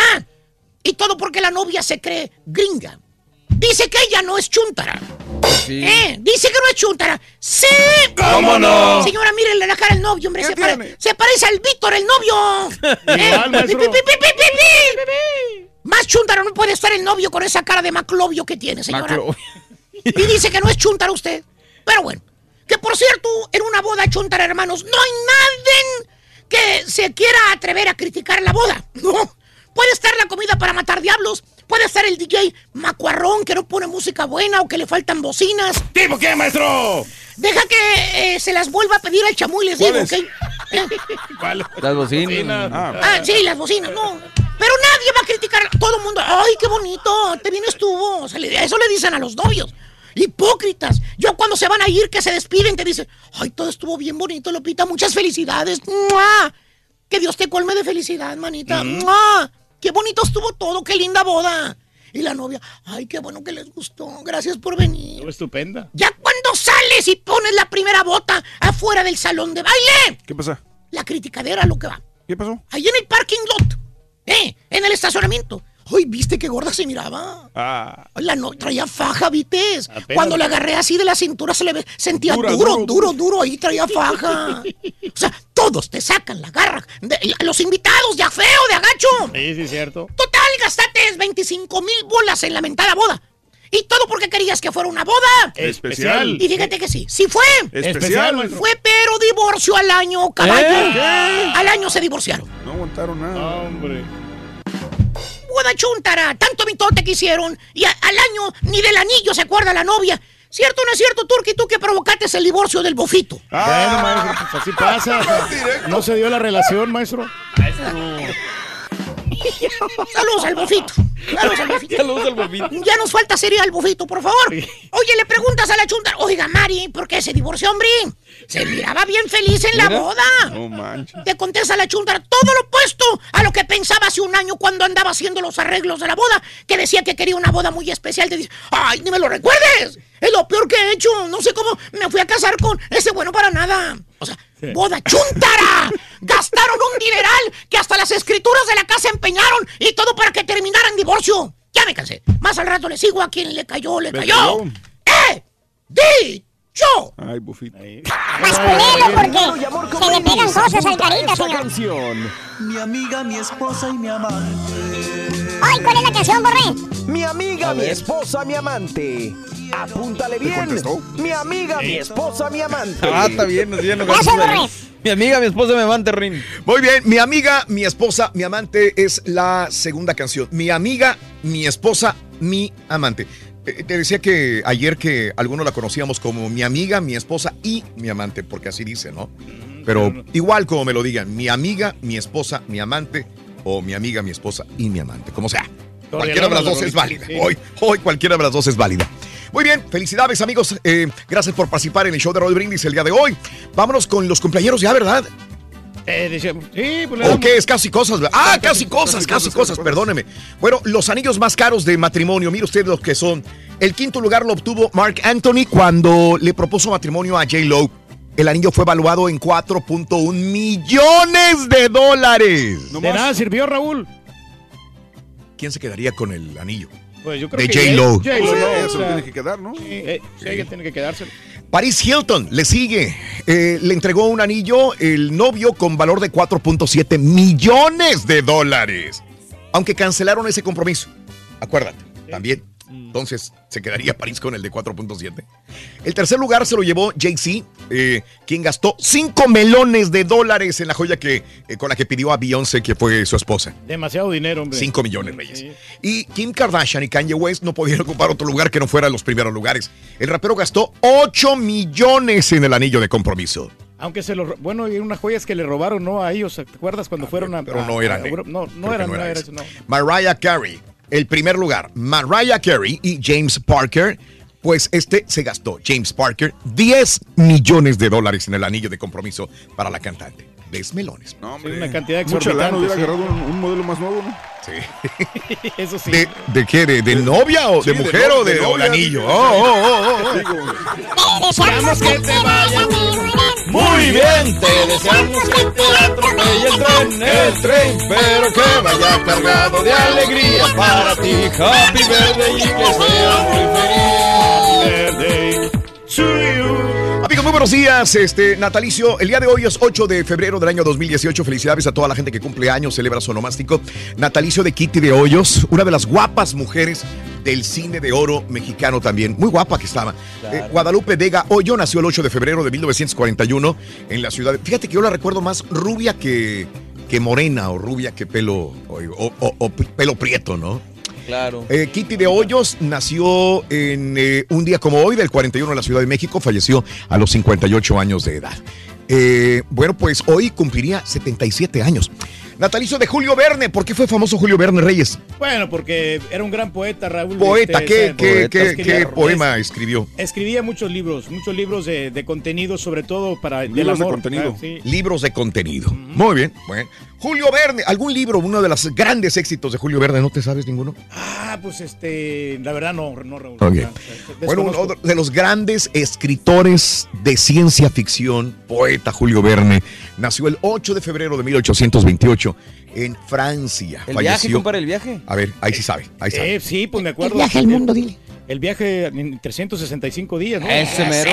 Y todo porque la novia se cree gringa. Dice que ella no es chúntara. Sí. ¿Eh? Dice que no es chúntara. ¡Sí! ¿Cómo no? Señora, mírenle la cara al novio, hombre. ¿Qué Se, pare- tiene? se parece al Víctor, el novio. Igual, maestro. Pi, pi, pi, pi, pi, pi. Más chúntaro no puede estar el novio con esa cara de maclovio que tiene, señora. Macro. Y dice que no es chúntara usted. Pero bueno, que por cierto, en una boda chúntara, hermanos, no hay nadie que se quiera atrever a criticar la boda. No. Puede estar la comida para matar diablos. Puede estar el D J macuarrón que no pone música buena o que le faltan bocinas. ¿Tipo qué, maestro? Deja que eh, se las vuelva a pedir al chamuy, les digo, ¿Cuáles? ¿ok? Eh, ¿Cuál? Las bocinas. Ah, Ah, sí, las bocinas, no. Pero nadie va a criticar. Todo el mundo, ay, qué bonito, te vienes tú. O sea, le- eso le dicen a los novios. Hipócritas. Yo cuando se van a ir, que se despiden, te dicen, ay, todo estuvo bien bonito, Lupita, muchas felicidades. ¡Mua! Que Dios te colme de felicidad, manita. ¡Mua! Qué bonito estuvo todo, qué linda boda. Y la novia, ay, qué bueno que les gustó, gracias por venir. Estuvo estupenda. Ya cuando sales y pones la primera bota afuera del salón de baile, ¿qué pasa? la criticadera lo que va. ¿Qué pasó? Ahí en el parking lot, eh, en el estacionamiento. Ay, ¿viste qué gorda se miraba? Ah. Ay, la no, traía faja, ¿viste? Apenas. Cuando la agarré así de la cintura se le ve, sentía Dura, duro, duro, duro, duro, ahí traía faja. O sea, todos te sacan la garra. De- los invitados, de a feo, de agacho. Sí, sí, cierto. Total, gastaste veinticinco mil bolas en la mentada boda. Y todo porque querías que fuera una boda. Especial. Y fíjate que sí, sí fue. Especial, maestro. Fue, pero divorcio al año, caballo. ¿Eh? Al año se divorciaron. No aguantaron nada. Hombre. Boda chuntara, tanto mitote que hicieron. Y a- al año ni del anillo se acuerda la novia. ¿Cierto o no es cierto, Turki, tú que provocaste el divorcio del bofito? Bueno, maestro, pues así pasa. No se dio la relación, maestro. Saludos al bofito. Saludos al bofito. Saludos al bofito. Ya nos falta cereal, bofito, por favor. Oye, le preguntas a la chunta, oiga, Mari, ¿por qué se divorció, hombre? Se miraba bien feliz en la Mira. boda. No manches. Te contesta la chunta, todo lo opuesto a lo que pensaba hace un año cuando andaba haciendo los arreglos de la boda, que decía que quería una boda muy especial. Te dice, ay, ni me lo recuerdes. Es lo peor que he hecho. No sé cómo me fui a casar con ese bueno para nada. O sea, boda chuntara. Gastaron un dineral que hasta las escrituras de la casa empeñaron y todo para que terminara en divorcio. Ya me cansé. Más al rato le sigo a quien le cayó, le Me cayó. cayó. ¡Eh! ¡Di! ¡Yo! Ay, bufito. Masculino, porque se le pegan cosas al carita, señor. Canción. Mi amiga, mi esposa y mi amante. Ay, ¿cuál es la canción, Borré? Mi amiga, mi esposa, mi amante. Apúntale bien. Mi amiga, mi esposa, mi amante. Ah, está bien, nos bien, Gracias, Borré. Mi amiga, mi esposa, mi amante, Rin. Muy bien, mi amiga, mi esposa, mi amante es la segunda canción. Mi amiga, mi esposa, mi amante. Eh, Te decía que ayer que algunos la conocíamos como mi amiga, mi esposa y mi amante, porque así dice, ¿no? Pero igual como me lo digan, mi amiga, mi esposa, mi amante, o mi amiga, mi esposa y mi amante, como sea. Cualquiera de las dos es válida. Hoy, hoy cualquiera de las dos es válida. Muy bien, felicidades amigos. Eh, gracias por participar en el show de Raúl Brindis el día de hoy. Vámonos con los cumpleaños ya, ¿verdad? Eh, decíamos, sí, pues le ¿O damos- qué es casi cosas? ¿verdad? Ah, Casi- casi cosas, casi casi cosas, cosas, perdóneme. Bueno, los anillos más caros de matrimonio, mire usted los que son. El quinto lugar lo obtuvo Mark Anthony cuando le propuso matrimonio a J-Lo. El anillo fue evaluado en cuatro punto uno millones de dólares. De nada sirvió, Raúl. ¿Quién se quedaría con el anillo? Pues yo creo De que J-Lo. J-Lo, Pues, ¿no? eh, O se lo sea, tiene que quedar, ¿no? Sí, eh, sí, ella tiene que quedárselo. Paris Hilton le sigue. Eh, le entregó un anillo el novio con valor de cuatro punto siete millones de dólares. Aunque cancelaron ese compromiso. Acuérdate, también. Entonces, ¿se quedaría París con el de cuatro punto siete? El tercer lugar se lo llevó Jay-Z, eh, quien gastó cinco melones de dólares en la joya que, eh, con la que pidió a Beyoncé, que fue su esposa. Demasiado dinero, hombre. cinco millones, Reyes. Y Kim Kardashian y Kanye West no podían ocupar otro lugar que no fuera los primeros lugares. El rapero gastó ocho millones en el anillo de compromiso. Aunque se lo... ro- Bueno, y unas joyas que le robaron, ¿no? A ellos, ¿te acuerdas cuando fueron a... Pero a- no eran, a eh. Europa? No, Creo no que eran, no no era era eso. eso, no. Mariah Carey, el primer lugar. Mariah Carey y James Parker, pues este se gastó, James Parker, diez millones de dólares en el anillo de compromiso para la cantante. diez melones. No, Sí, una cantidad Mucha lana, exorbitante. hubiera sí. agarrado un, un modelo más nuevo, ¿no? Sí. Eso sí. ¿De, de qué? ¿De, de novia o Sí, de de mujer no- o de, de o de novia, anillo? dije. Oh, oh, oh, oh. Digo, Deseamos que te vaya Muy bien, te deseamos que te atropelle el tren, el tren, pero que vaya cargado de alegría para ti. Happy birthday y que sea muy feliz. Birthday to you. Amigos, muy buenos días. Este natalicio, el día de hoy es ocho de febrero del año dos mil dieciocho. Felicidades a toda la gente que cumple años, celebra su onomástico. Natalicio de Kitty de Hoyos, una de las guapas mujeres del cine de oro mexicano también. Muy guapa que estaba. Claro. Eh, Guadalupe Vega Hoyo nació el ocho de febrero de mil novecientos cuarenta y uno en la ciudad. Fíjate que yo la recuerdo más rubia que, que morena, o rubia que pelo, o, o- o- o pelo prieto, ¿no? Claro. Eh, Kitty de Hoyos nació en eh, un día como hoy, del cuarenta y uno en la Ciudad de México, falleció a los cincuenta y ocho años de edad. Eh, bueno, pues hoy cumpliría setenta y siete años. Natalicio de Julio Verne. ¿Por qué fue famoso Julio Verne, Reyes? Bueno, porque era un gran poeta, Raúl. Poeta, este, ¿qué, o sea, qué, poeta, qué, escribía- qué poema escribió? Escribía muchos libros, muchos libros de, de contenido, sobre todo para del Libros de amor. contenido. Ah, sí. Libros de contenido. Muy bien, bueno. Julio Verne, ¿algún libro, uno de los grandes éxitos de Julio Verne? ¿No te sabes ninguno? Ah, pues este, la verdad no, no, Raúl. Ok. Ah, Bueno, uno desconozco. de los grandes escritores de ciencia ficción, poeta Julio Verne, nació el ocho de febrero de mil ochocientos veintiocho en Francia. El viaje, compadre, el viaje. A ver, ahí sí sabe, ahí sabe. Eh, sí, pues me acuerdo. El viaje al mundo, dile. El viaje en trescientos sesenta y cinco días, ¿no? Ese mero.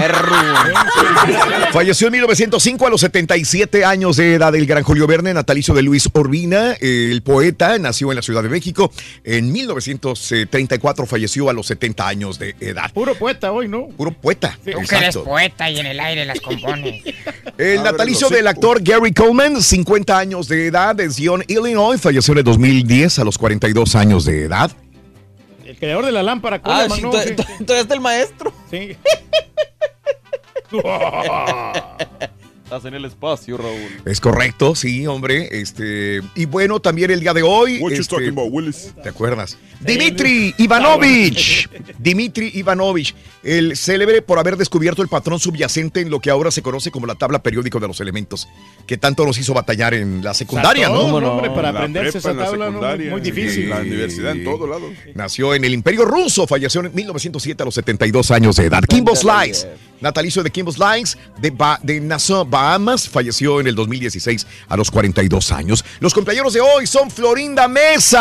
Falleció en mil novecientos cinco a los setenta y siete años de edad el gran Julio Verne, natalicio de Luis Urbina, el poeta, nació en la Ciudad de México. En mil novecientos treinta y cuatro falleció a los setenta años de edad. Puro poeta hoy, ¿no? Puro poeta. Tú que eres Exacto. poeta y en el aire las compones. El Abre natalicio los del hocico. actor Gary Coleman, cincuenta años de edad, de Zion, Illinois, falleció en el dos mil diez a los cuarenta y dos años de edad. El creador de la lámpara, Ah, Coleman, sí, ¿no? to- Sí, to- todavía está el maestro. sí. Estás en el espacio, Raúl. Es correcto, sí, hombre. Este, y bueno, también el día de hoy. What you este, talking about, Willis? ¿Te acuerdas? Dmitry Ivanovich. Dmitry Ivanovich, el célebre por haber descubierto el patrón subyacente en lo que ahora se conoce como la tabla periódica de los elementos, que tanto nos hizo batallar en la secundaria, ¿no? No, no, hombre, para La aprenderse prepa, esa la tabla, ¿no? secundaria, Muy difícil. en la universidad, en todo lado. Nació en el Imperio Ruso, falleció en mil novecientos siete a los setenta y dos años de edad. Kimbo Slice, natalicio de Kimbo Slice, de, ba de Nassau, Bahamas, falleció en el dos mil dieciséis a los cuarenta y dos años. Los cumpleaños de hoy son Florinda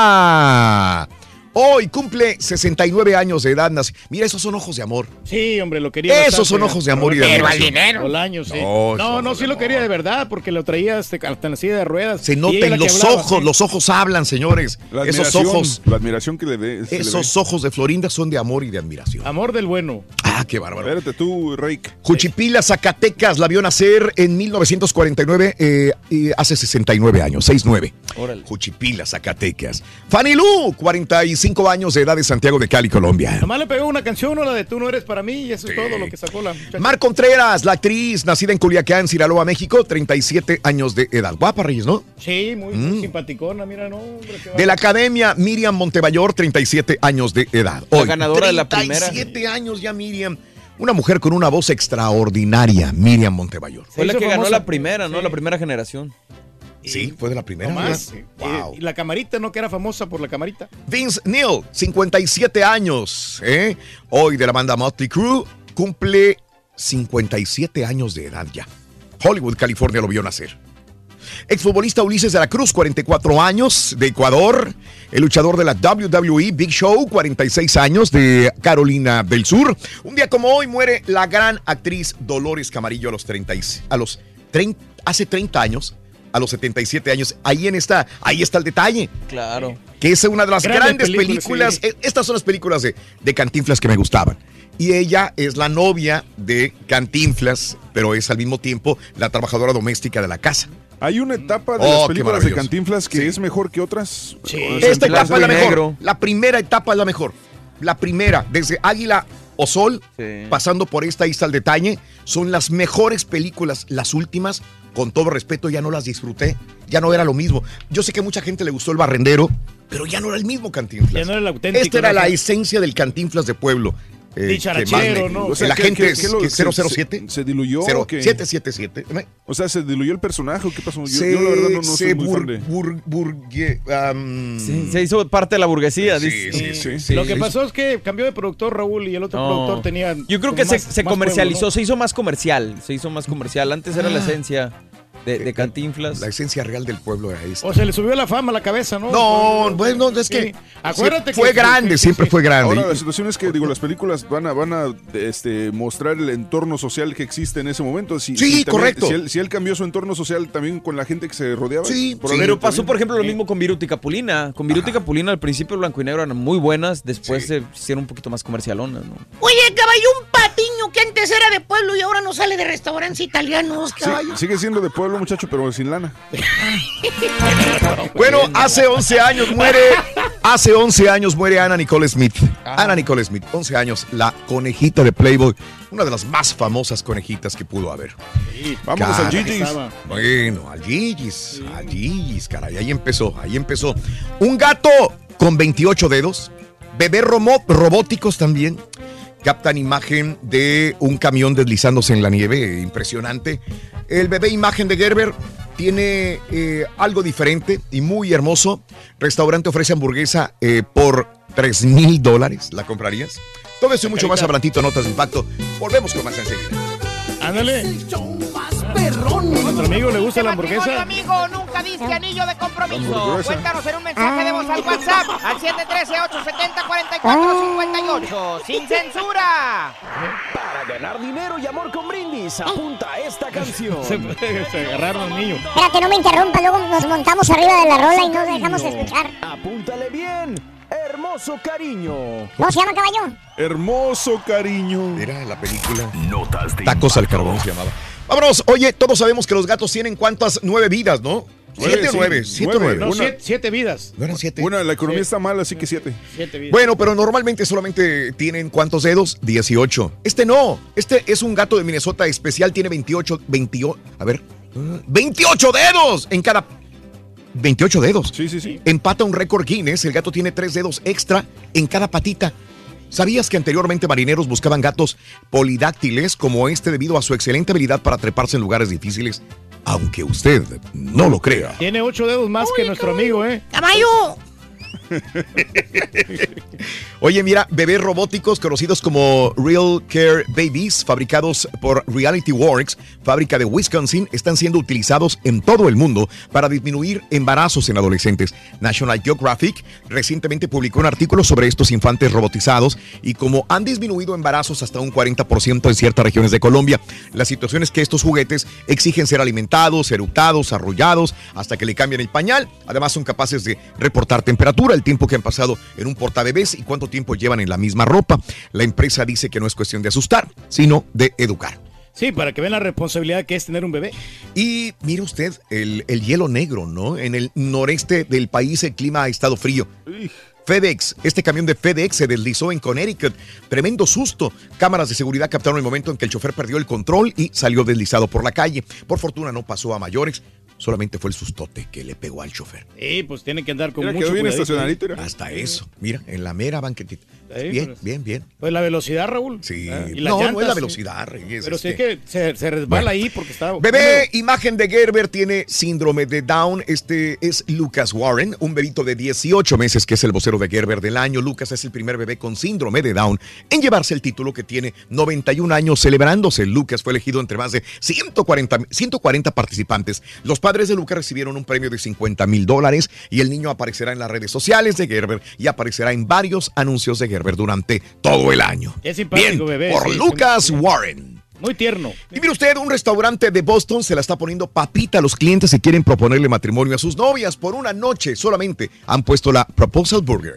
Mesa. Hoy cumple sesenta y nueve años de edad. Mira, esos son ojos de amor. Sí, hombre, lo quería. Esos son ojos de amor y de admiración. El año, sí. No, No, no, sí lo quería de verdad, porque lo traía hasta en la silla de ruedas. Se Y ella notan la que los hablaba, ojos, sí. los ojos hablan, señores. La Esos admiración, ojos, La admiración que le ve. se le esos ve. ojos de Florinda son de amor y de admiración. Amor del bueno. Ah, qué bárbaro. Espérate tú, Rake. Juchipila, Zacatecas, la vio nacer en mil novecientos cuarenta y nueve, eh, y hace sesenta y nueve años, sesenta y nueve. Órale. Juchipila, Zacatecas. Fanny Lu, cuarenta y cinco años de edad, de Santiago de Cali, Colombia. Nomás le pegó una canción, ¿no? La de Tú no eres para mí, y eso es todo lo que sacó la muchacha. Mar Contreras, la actriz, nacida en Culiacán, Sinaloa, México, treinta y siete años de edad. Guapa, Reyes, ¿no? Sí, muy, muy simpaticona, mira, no, hombre. qué De la bárbaro. Academia, Miriam Montebayor, treinta y siete años de edad. La Hoy, ganadora de la primera. treinta y siete años ya, Miriam. Una mujer con una voz extraordinaria, Miriam Montebayor. Fue la hizo que ganó famosa. la primera, ¿no? Sí. La primera generación. Sí, fue de la primera. No más. ¿verdad? Eh, Wow. Y la camarita, ¿no? Que era famosa por la camarita. Vince Neil, cincuenta y siete años. ¿eh? Hoy de la banda Motley Crue, cumple cincuenta y siete años de edad ya. Hollywood, California, lo vio nacer. Exfutbolista Ulises de la Cruz, cuarenta y cuatro años, de Ecuador. El luchador de la W W E, Big Show, cuarenta y seis años, de Carolina del Sur. Un día como hoy muere la gran actriz Dolores Camarillo a los treinta, a los treinta, hace treinta años, a los setenta y siete años. Ahí en esta, ahí está el detalle. Claro. Que es una de las Grandes grandes películas, películas. eh, Estas son las películas de, de Cantinflas que me gustaban. Y ella es la novia de Cantinflas, pero es al mismo tiempo la trabajadora doméstica de la casa. Hay una etapa de Oh, las qué películas de maravilloso. Cantinflas que Sí. es mejor que otras. Sí. O sea, Esta en etapa es la blanco y mejor. negro. La primera etapa es la mejor. La primera, desde Águila o Sol, Sí. pasando por esta, ahí está el detalle, son las mejores películas. Las últimas, con todo respeto, ya no las disfruté. Ya no era lo mismo. Yo sé que a mucha gente le gustó El Barrendero, pero ya no era el mismo Cantinflas. Ya no era el auténtico. Esta era ¿no? la esencia del Cantinflas de pueblo. Eh, Dicharachero, que más me- ¿no? O O sea, la ¿qué- gente qué- es qué lo- que se- cero cero siete. se- se diluyó, Cero- ¿o qué? siete siete siete. O sea, ¿se diluyó el personaje o qué pasó? Yo, Se, yo la verdad no, no se soy muy bur- fan de... bur- burgue- am, Sí, se hizo parte de la burguesía. Sí, dice. sí, sí, Sí. Lo que pasó es que cambió de productor Raúl y el otro No. productor tenía. Yo creo que más- se, se más comercializó, pueblo, se hizo más comercial. Se hizo más comercial. Antes era la Ah. esencia de, de Cantinflas. La esencia real del pueblo era ¿no? esta. O se le subió la fama a la cabeza, ¿no? No, bueno, es que Sí. Acuérdate fue que grande, sí, sí, siempre sí. fue grande. Ahora, la situación es que, digo, las películas van a, van a este, mostrar el entorno social que existe en ese momento. Si, Sí, si también- correcto. Si él, si él cambió su entorno social también con la gente que se rodeaba. Sí, probablemente Pero pasó, también. por ejemplo, lo mismo con Viruta y Capulina. Con Viruta y Ajá. Capulina al principio blanco y negro eran muy buenas, después Sí. se hicieron un poquito más comercialonas, ¿no? Oye, caballo, un patiño que antes era de pueblo y ahora no sale de restaurantes italianos, Sí, caballo. sigue siendo de pueblo, muchacho, pero sin lana. Bueno, hace once años muere, hace once años muere Anna Nicole Smith. Anna Nicole Smith, once años, la conejita de Playboy, una de las más famosas conejitas que pudo haber. Vámonos al Caray. Gigi's. Bueno, al Gigi's, al Gigi's, caray, ahí empezó, ahí empezó. Un gato con veintiocho dedos, bebés romo- robóticos también, captan imagen de un camión deslizándose en la nieve, impresionante. El bebé imagen de Gerber tiene eh, algo diferente y muy hermoso. Restaurante ofrece hamburguesa eh, por tres mil dólares. ¿La comprarías? Todo eso y mucho más adelantito, Notas de Impacto. Volvemos con más enseguida. Ándale. Perrón. ¿A nuestro amigo le gusta la Matrimonio, hamburguesa? amigo, nunca diste anillo de compromiso. Hamburguesa. Cuéntanos en un mensaje de voz al WhatsApp al siete uno tres, ocho siete cero, cuatro cuatro cinco ocho. ¡Sin censura! Para ganar dinero y amor con brindis, apunta a esta canción. Se, se agarraron al niño. Espérate, no me interrumpa, luego nos montamos arriba de la rola y no dejamos de escuchar. Apúntale bien. Hermoso cariño. ¿Cómo se llama, caballo? Hermoso cariño. Era la película Notas de Tacos al Impacto. Carbón se llamaba. Vámonos, oye, todos sabemos que los gatos tienen cuántas nueve vidas, ¿no? Siete o nueve, siete o nueve. No, Una- siete, siete vidas. No eran siete. Una, la economía Sí. está mal, así que siete. Siete vidas. Bueno, pero normalmente solamente tienen ¿cuántos dedos? dieciocho. Este no. Este es un gato de Minnesota especial. Tiene veintiocho, veintiocho, a ver, veintiocho dedos en cada... veintiocho dedos. Sí, sí, sí. Empata un récord Guinness. El gato tiene tres dedos extra en cada patita. ¿Sabías que anteriormente marineros buscaban gatos polidáctiles como este debido a su excelente habilidad para treparse en lugares difíciles? Aunque usted no lo crea. Tiene ocho dedos más que nuestro amigo, ¿eh? ¡Caballo! Oye, mira, bebés robóticos conocidos como Real Care Babies, fabricados por Reality Works, fábrica de Wisconsin, están siendo utilizados en todo el mundo para disminuir embarazos en adolescentes. National Geographic recientemente publicó un artículo sobre estos infantes robotizados y cómo han disminuido embarazos hasta un cuarenta por ciento en ciertas regiones de Colombia. La situación es que estos juguetes exigen ser alimentados, eructados, arrollados, hasta que le cambien el pañal. Además, son capaces de reportar temperatura, el tiempo que han pasado en un portabebés y cuánto tiempo llevan en la misma ropa. La empresa dice que no es cuestión de asustar, sino de educar. Sí, para que vean la responsabilidad que es tener un bebé. Y mire usted, el, el hielo negro, ¿no? En el noreste del país el clima ha estado frío. FedEx, este camión de FedEx se deslizó en Connecticut. Tremendo susto. Cámaras de seguridad captaron el momento en que el chofer perdió el control y salió deslizado por la calle. Por fortuna no pasó a mayores. Solamente fue el sustote que le pegó al chofer. Sí, pues tiene que andar con Mira, mucho quedó bien cuidadito. estacionadito, era. Hasta eso. Mira, en la mera banquetita. Sí, bien, pues, bien, bien. Pues la velocidad, Raúl. Sí. Ah, y las No, no llantas, es la sí. velocidad, Reyes. Pero sí este. que se, se resbala Bueno. ahí porque está... Bebé, imagen de Gerber tiene síndrome de Down. Este es Lucas Warren, un bebito de dieciocho meses que es el vocero de Gerber del año. Lucas es el primer bebé con síndrome de Down en llevarse el título, que tiene noventa y un años celebrándose. Lucas fue elegido entre más de ciento cuarenta, ciento cuarenta participantes. Los padres de Lucas recibieron un premio de cincuenta mil dólares y el niño aparecerá en las redes sociales de Gerber y aparecerá en varios anuncios de Gerber durante todo el año. Es simpático, Bien, bebé. por sí, Lucas sí. Warren. Muy tierno. Y mire usted, un restaurante de Boston se la está poniendo papita a los clientes que quieren proponerle matrimonio a sus novias por una noche solamente. Han puesto la Proposal Burger.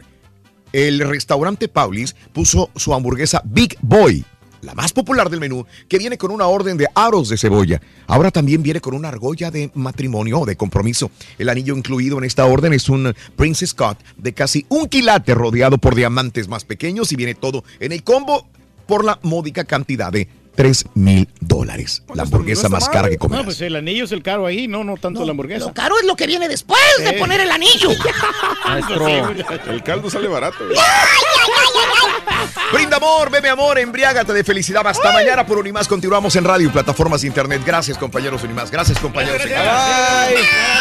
El restaurante Paulis puso su hamburguesa Big Boy, la más popular del menú, que viene con una orden de aros de cebolla. Ahora también viene con una argolla de matrimonio o de compromiso. El anillo incluido en esta orden es un Princess Cut de casi un quilate rodeado por diamantes más pequeños y viene todo en el combo por la módica cantidad de tres mil dólares. La hamburguesa más cara que No, comerás. pues el anillo es el caro ahí, no, no tanto la hamburguesa. Lo caro es lo que viene después de Sí. poner el anillo. Maestro, el caldo sale barato. güey. Brinda amor, bebe amor, embriágate de felicidad. Hasta mañana por Unimás. Continuamos en radio y plataformas de internet. Gracias, compañeros Unimás. Gracias, compañeros. Ay.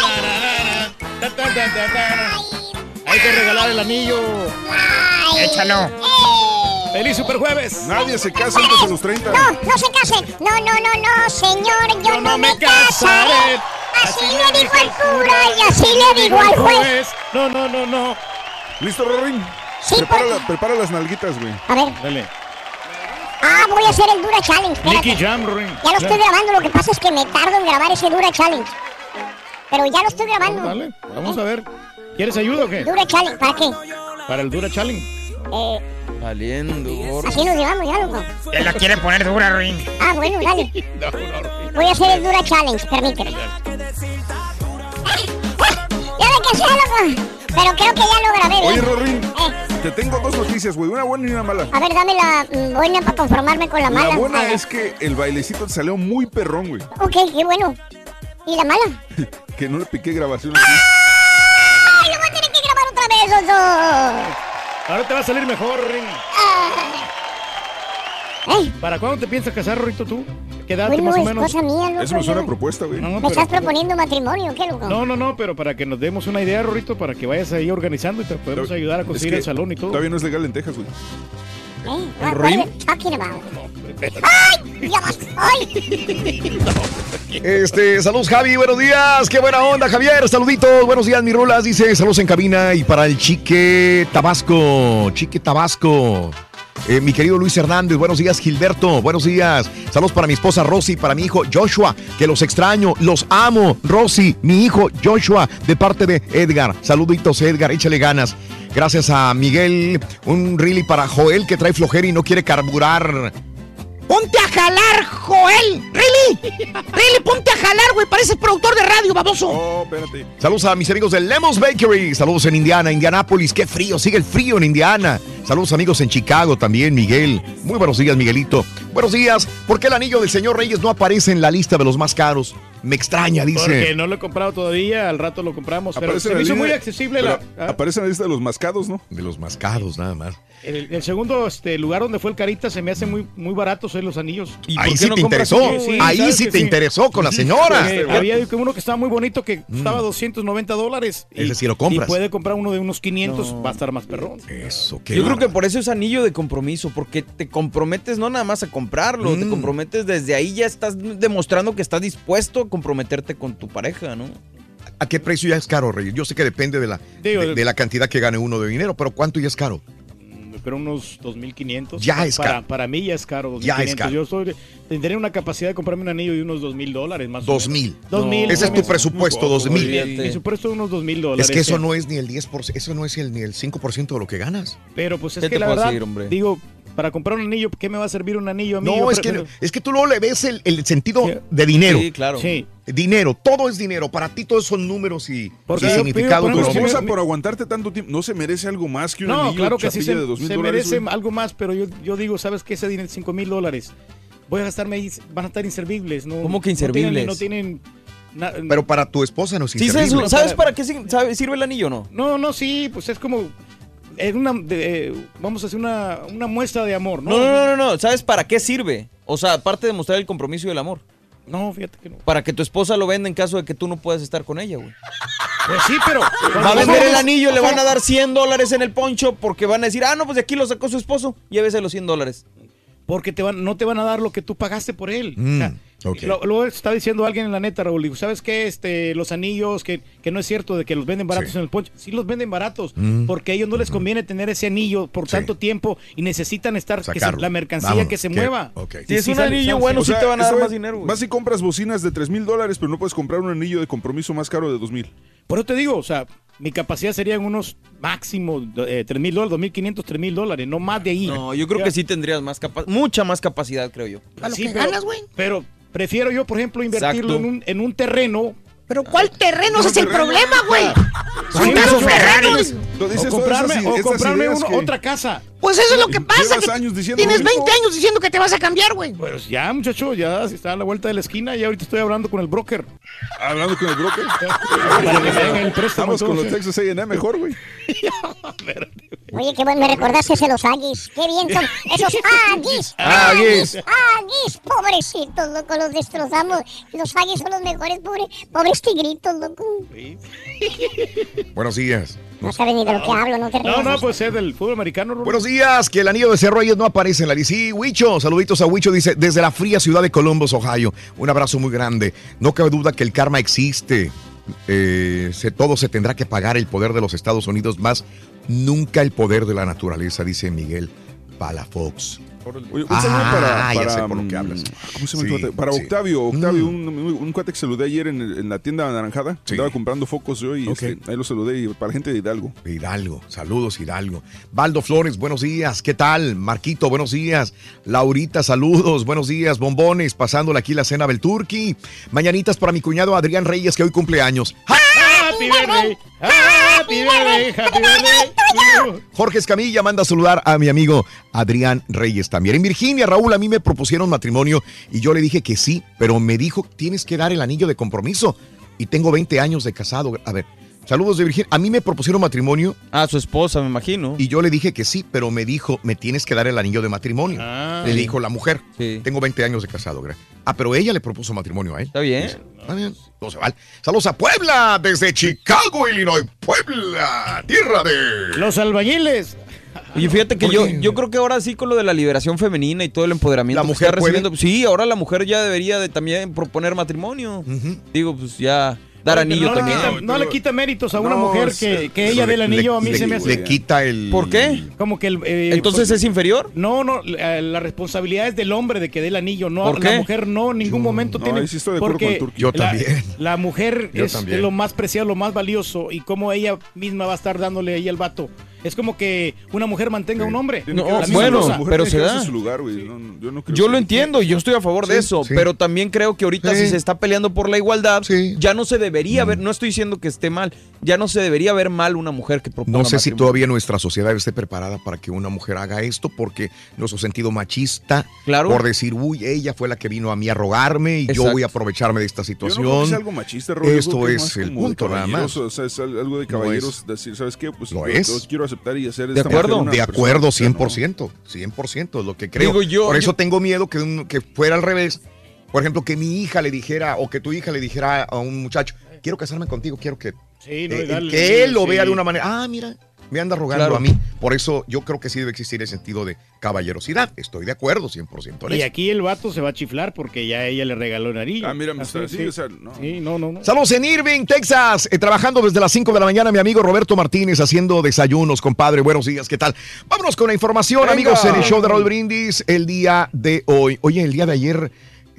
Hay que regalar el anillo. Échalo. ¡Feliz Superjueves! Nadie se casa antes de los treinta. No, no se casen. No, no, no, no, señor, yo, no, me casaré. Así le dijo el cura y así le digo al juez. No, no, no, no. ¿Listo, Rorín? Sí, prepara, pues. la- prepara las nalguitas, güey. A ver. Dale. Ah, voy a hacer el Dura Challenge. Espérate. Nicky Jam, Rorín. Ya lo estoy grabando, lo que pasa es que me tardo en grabar ese Dura Challenge. Pero ya lo estoy grabando. Dale, vamos a ver. ¿Quieres ayuda o qué? Dura Challenge, ¿para qué? Para el Dura Challenge. Eh, Saliendo, gordo. así nos llevamos ya, loco. Él la quiere poner dura, Ruin. Ah, bueno, dale. No, no, Rorín. Voy a hacer el Dura Challenge, permíteme. Ya de que sea, loco. Pero creo que ya lo grabé Oye, bien. Rorín, Eh, te tengo dos noticias, güey. Una buena y una mala. a ver, dame la mm, buena para conformarme con la mala. La A buena ver. es que el bailecito te salió muy perrón, güey. Ok, qué bueno. ¿Y la mala? Que no le piqué grabación aquí. ¡Ay, lo voy a tener que grabar otra vez, oso! Ahora te va a salir mejor, Rorín. Ey, ¿Para cuándo te piensas casar, Rorito, tú? ¿Qué edad bueno, más o es menos? cosa mía, loco. Eso me suena yo- propuesta, güey. No, ¿Me pero- estás proponiendo matrimonio, qué, loco? No, no, no, pero para que nos demos una idea, Rorito, para que vayas ahí organizando y te podemos Todavía- ayudar a es conseguir que el salón y todo. Todavía no es legal en Texas, güey. ¿Eh? ¿El What Ruin? are you talking about? ¡Ay! ¡Ya vas! ¡Ay! Este, saludos Javi, buenos días, qué buena onda Javier, saluditos, buenos días mi rolas, dice saludos en cabina y para el Chique Tabasco, Chique Tabasco, eh, mi querido Luis Hernández, buenos días Gilberto, buenos días, saludos para mi esposa Rosy, para mi hijo Joshua, que los extraño, los amo, Rosy, mi hijo Joshua, de parte de Edgar, saluditos Edgar, échale ganas. Gracias a Miguel, un really para Joel que trae flojera y no quiere carburar. Ponte a jalar, Joel. Really, really, ponte a jalar, güey. Pareces productor de radio, baboso. Oh, espérate. Saludos a mis amigos de Lemons Bakery. Saludos en Indiana, Indianápolis. Qué frío, sigue el frío en Indiana. Saludos amigos en Chicago también, Miguel. Muy buenos días, Miguelito. Buenos días. ¿Por qué el anillo del señor Reyes no aparece en la lista de los más caros? Me extraña, dice. Porque no lo he comprado todavía, al rato lo compramos. Pero Aparece se en me la hizo línea- muy accesible. pero La, ¿ah? Aparece en la lista de los mascados, ¿no? De los mascados, nada más. El, el segundo este, lugar donde fue el Carita se me hace muy, muy barato, son los anillos. Ahí sí te interesó. Ahí sí te interesó con la señora. Porque había uno que estaba muy bonito que costaba doscientos noventa dólares. Y, Ese sí lo compras. Y puede comprar uno de unos quinientos, va a estar más perrón. Eso, Yo creo que por eso es anillo de compromiso, porque te comprometes no nada más a comprarlo, Mm. te comprometes desde ahí, ya estás demostrando que estás dispuesto a comprometerte con tu pareja, ¿no? ¿A qué precio ya es caro, Reyes? Yo sé que depende de la, Digo, de, de la cantidad que gane uno de dinero, pero ¿cuánto ya es caro? Pero unos dos mil quinientos. Ya es para, caro. Para mí ya es caro. Ya es dos mil quinientos. caro. Yo soy, tendré una capacidad de comprarme un anillo de unos dos mil dólares más. Dos o mil. menos. Dos mil. Ese es tu presupuesto, dos mil. Mi presupuesto de unos dos mil dólares. Es que eso sí. no es ni el diez por ciento, eso no es el, ni el cinco por ciento de lo que ganas. Pero pues es ¿Qué que te la puedo verdad, decir, hombre? digo, para comprar un anillo, ¿qué me va a servir un anillo a mí? No, Yo es que, prefiero- es que tú luego le ves el, el sentido de dinero. Sí, claro. Sí. Dinero, todo es dinero. Para ti todos son números y, Porque y yo significado. pido, pero tu esposa, por aguantarte tanto tiempo, ¿no se merece algo más que un No, anillo claro que sí chapilla se, de dos mil se dólares, merece güey? algo más, pero yo, yo digo, ¿sabes qué? Ese dinero, cinco mil dólares. Voy a gastarme ahí, van a estar inservibles. ¿no? ¿Cómo que No tienen- inservibles? No tienen... na- Pero para tu esposa no es Sí, inservible. ¿sabes, ¿sabes para qué si- sabe- sirve el anillo o no? No, no, sí, pues es como... Es una, de- eh, vamos a hacer una, una muestra de amor, ¿no? No, no, no, no, no, ¿sabes para qué sirve? O sea, aparte de mostrar el compromiso y el amor. No, fíjate que no. Para que tu esposa lo venda en caso de que tú no puedas estar con ella, güey. Pues sí, pero... Va a vender el anillo, le van a dar cien dólares en el poncho porque van a decir, ah, no, pues de aquí lo sacó su esposo, llévese los cien dólares. Porque te van, no te van a dar lo que tú pagaste por él. Mm, O sea, ok. lo, lo está diciendo alguien en la neta, Raúl. Digo, ¿sabes qué? Este, los anillos, que, que no es cierto de que los venden baratos Sí. en el poncho. Sí los venden baratos, Mm. porque a ellos no les conviene tener ese anillo por tanto tiempo y necesitan estar, que se- Sacarlo. la mercancía Vámonos, que se que- mueva. ok. Si es un sale- anillo sale- bueno, O sí sea, te van a dar esta más vez dinero, güey. Vas y compras bocinas de tres mil dólares, pero no puedes comprar un anillo de compromiso más caro de dos mil. Por eso te digo, o sea, mi capacidad sería en unos máximo eh, tres mil dólares, dos mil quinientos, tres mil dólares, no más de ahí. No, yo creo que sí tendrías más capa- mucha más capacidad, creo yo. A lo Sí, que pero- ganas, güey. Pero prefiero yo, por ejemplo, invertirlo Exacto. en un, en un terreno. Pero ¿cuál terreno? Ese es el terreno? problema, güey. Son Sí, caros eso- terrenos. Tú dices O todas comprarme, esas- o esas comprarme ideas uno- que- otra casa. Pues eso es lo que pasa. Llevas que años diciendo tienes lo mismo. veinte años diciendo que te vas a cambiar, güey. Pues ya, muchacho, ya se está a la vuelta de la esquina y ahorita estoy hablando con el broker. Hablando con el broker. Para que me den el préstamo. Estamos con los entonces. Texas A and M mejor, güey. Oye, qué bueno, me recordaste ese los Aggies. Qué bien son esos Aggies. Aggies. Aggies, pobrecitos, loco, los destrozamos. Los Aggies son los mejores, pobre, pobres tigritos, loco. Buenos días. No sabes ni de lo que hablo, no te rías. No, no, puede ser del fútbol americano. Rulo. Buenos días, que el anillo de Cerro Reyes no aparece en la lista. Sí, Huicho, saluditos a Huicho, dice, desde la fría ciudad de Columbus, Ohio. Un abrazo muy grande. No cabe duda que el karma existe. Eh, se, todo se tendrá que pagar, el poder de los Estados Unidos más, nunca el poder de la naturaleza, dice Miguel Palafox. Oye, un saludo Ah, para, ya para, sé por lo que mm, hablas. ¿Cómo se llama Sí, el cuate? Para sí. Octavio, Octavio, Mm. un, un, un cuate que saludé ayer en, el- en la tienda anaranjada. Sí. Estaba comprando focos yo y Ok. este, ahí lo saludé y para la gente de Hidalgo. Hidalgo, saludos Hidalgo. Baldo Flores, buenos días, ¿qué tal? Marquito, buenos días. Laurita, saludos, buenos días. Bombones, pasándole aquí la cena del Turqui. Mañanitas para mi cuñado Adrián Reyes, que hoy cumple años. Happy birthday, happy birthday, happy birthday. Jorge Escamilla manda a saludar a mi amigo Adrián Reyes también. En Virginia, Raúl, a mí me propusieron matrimonio y yo le dije que sí, pero me dijo, tienes que dar el anillo de compromiso. Y tengo veinte años de casado. A ver, saludos de Virginia. A mí me propusieron matrimonio. A su esposa, me imagino. Y yo le dije que sí, pero me dijo, me tienes que dar el anillo de matrimonio. Ah. Le dijo la mujer. Sí. Tengo veinte años de casado. gra- Ah, pero ella le propuso matrimonio a él. Está bien. Está bien. No se vale. Saludos a Puebla, desde Chicago, Illinois. Puebla, tierra de... Los albañiles. Y fíjate que ¿Por yo, qué? yo creo que ahora sí con lo de la liberación femenina y todo el empoderamiento ¿La que mujer está puede? recibiendo. Sí, ahora la mujer ya debería de también proponer matrimonio. Digo, pues ya dar Pero anillo no también. Le quita, no le quita méritos a una No, mujer es- que, que eso ella le- dé el anillo, le- a mí le- se me hace... Le quita el... ¿Por qué? Como que el... eh, Entonces pues, es inferior. No, no, la, la responsabilidad es del hombre de que dé el anillo, no, ¿Por la qué? mujer no, en ningún momento no, tiene... ahí sí estoy de acuerdo porque con el Turqui. Yo la- también. La mujer Yo es también. lo más preciado, lo más valioso, y cómo ella misma va a estar dándole ahí al vato Es como que una mujer mantenga a un hombre. No, La misma bueno, cosa. pero se da. Su lugar, güey. No, no, yo no creo Yo que- lo entiendo, yo estoy a favor de Sí, eso, sí. pero también creo que ahorita Sí. si se está peleando por la igualdad, Sí. ya no se debería ver, no estoy diciendo que esté mal, ya no se debería ver mal una mujer que proponga No sé si matrimonio. todavía nuestra sociedad esté preparada para que una mujer haga esto, porque nuestro sentido machista, Claro. por decir, uy, ella fue la que vino a mí a rogarme y yo Exacto. voy a aprovecharme de esta Yo no situación. creo que sea algo machista, Raúl. Yo Esto creo que es más el como de punto, nada más. caballeros, O sea, es al- algo de No caballeros, es. decir, ¿sabes qué? Pues Lo yo, es. yo quiero aceptar y hacer De esta acuerdo. mujer una De persona acuerdo, especial, cien ¿no? por ciento, cien por ciento es lo que creo. Digo, yo- por eso yo- tengo miedo que, un- que fuera al revés. Por ejemplo, que mi hija le dijera o que tu hija le dijera a un muchacho, quiero casarme contigo, quiero que, Sí, no, eh, dale, que él lo sí. vea de una manera. Ah, mira, me anda rogando Claro. a mí. Por eso yo creo que sí debe existir el sentido de caballerosidad. Estoy de acuerdo cien por ciento en Y eso. aquí el vato se va a chiflar porque ya ella le regaló el anillo. Ah, mira, me Así, está así, sí. o sea, no. Sí, no, no, no. Saludos en Irving, Texas, eh, trabajando desde las cinco de la mañana, mi amigo Roberto Martínez haciendo desayunos, compadre, buenos días, ¿qué tal? Vámonos con la información, Venga. amigos, en el show de Raúl Brindis el día de hoy. Oye, el día de ayer,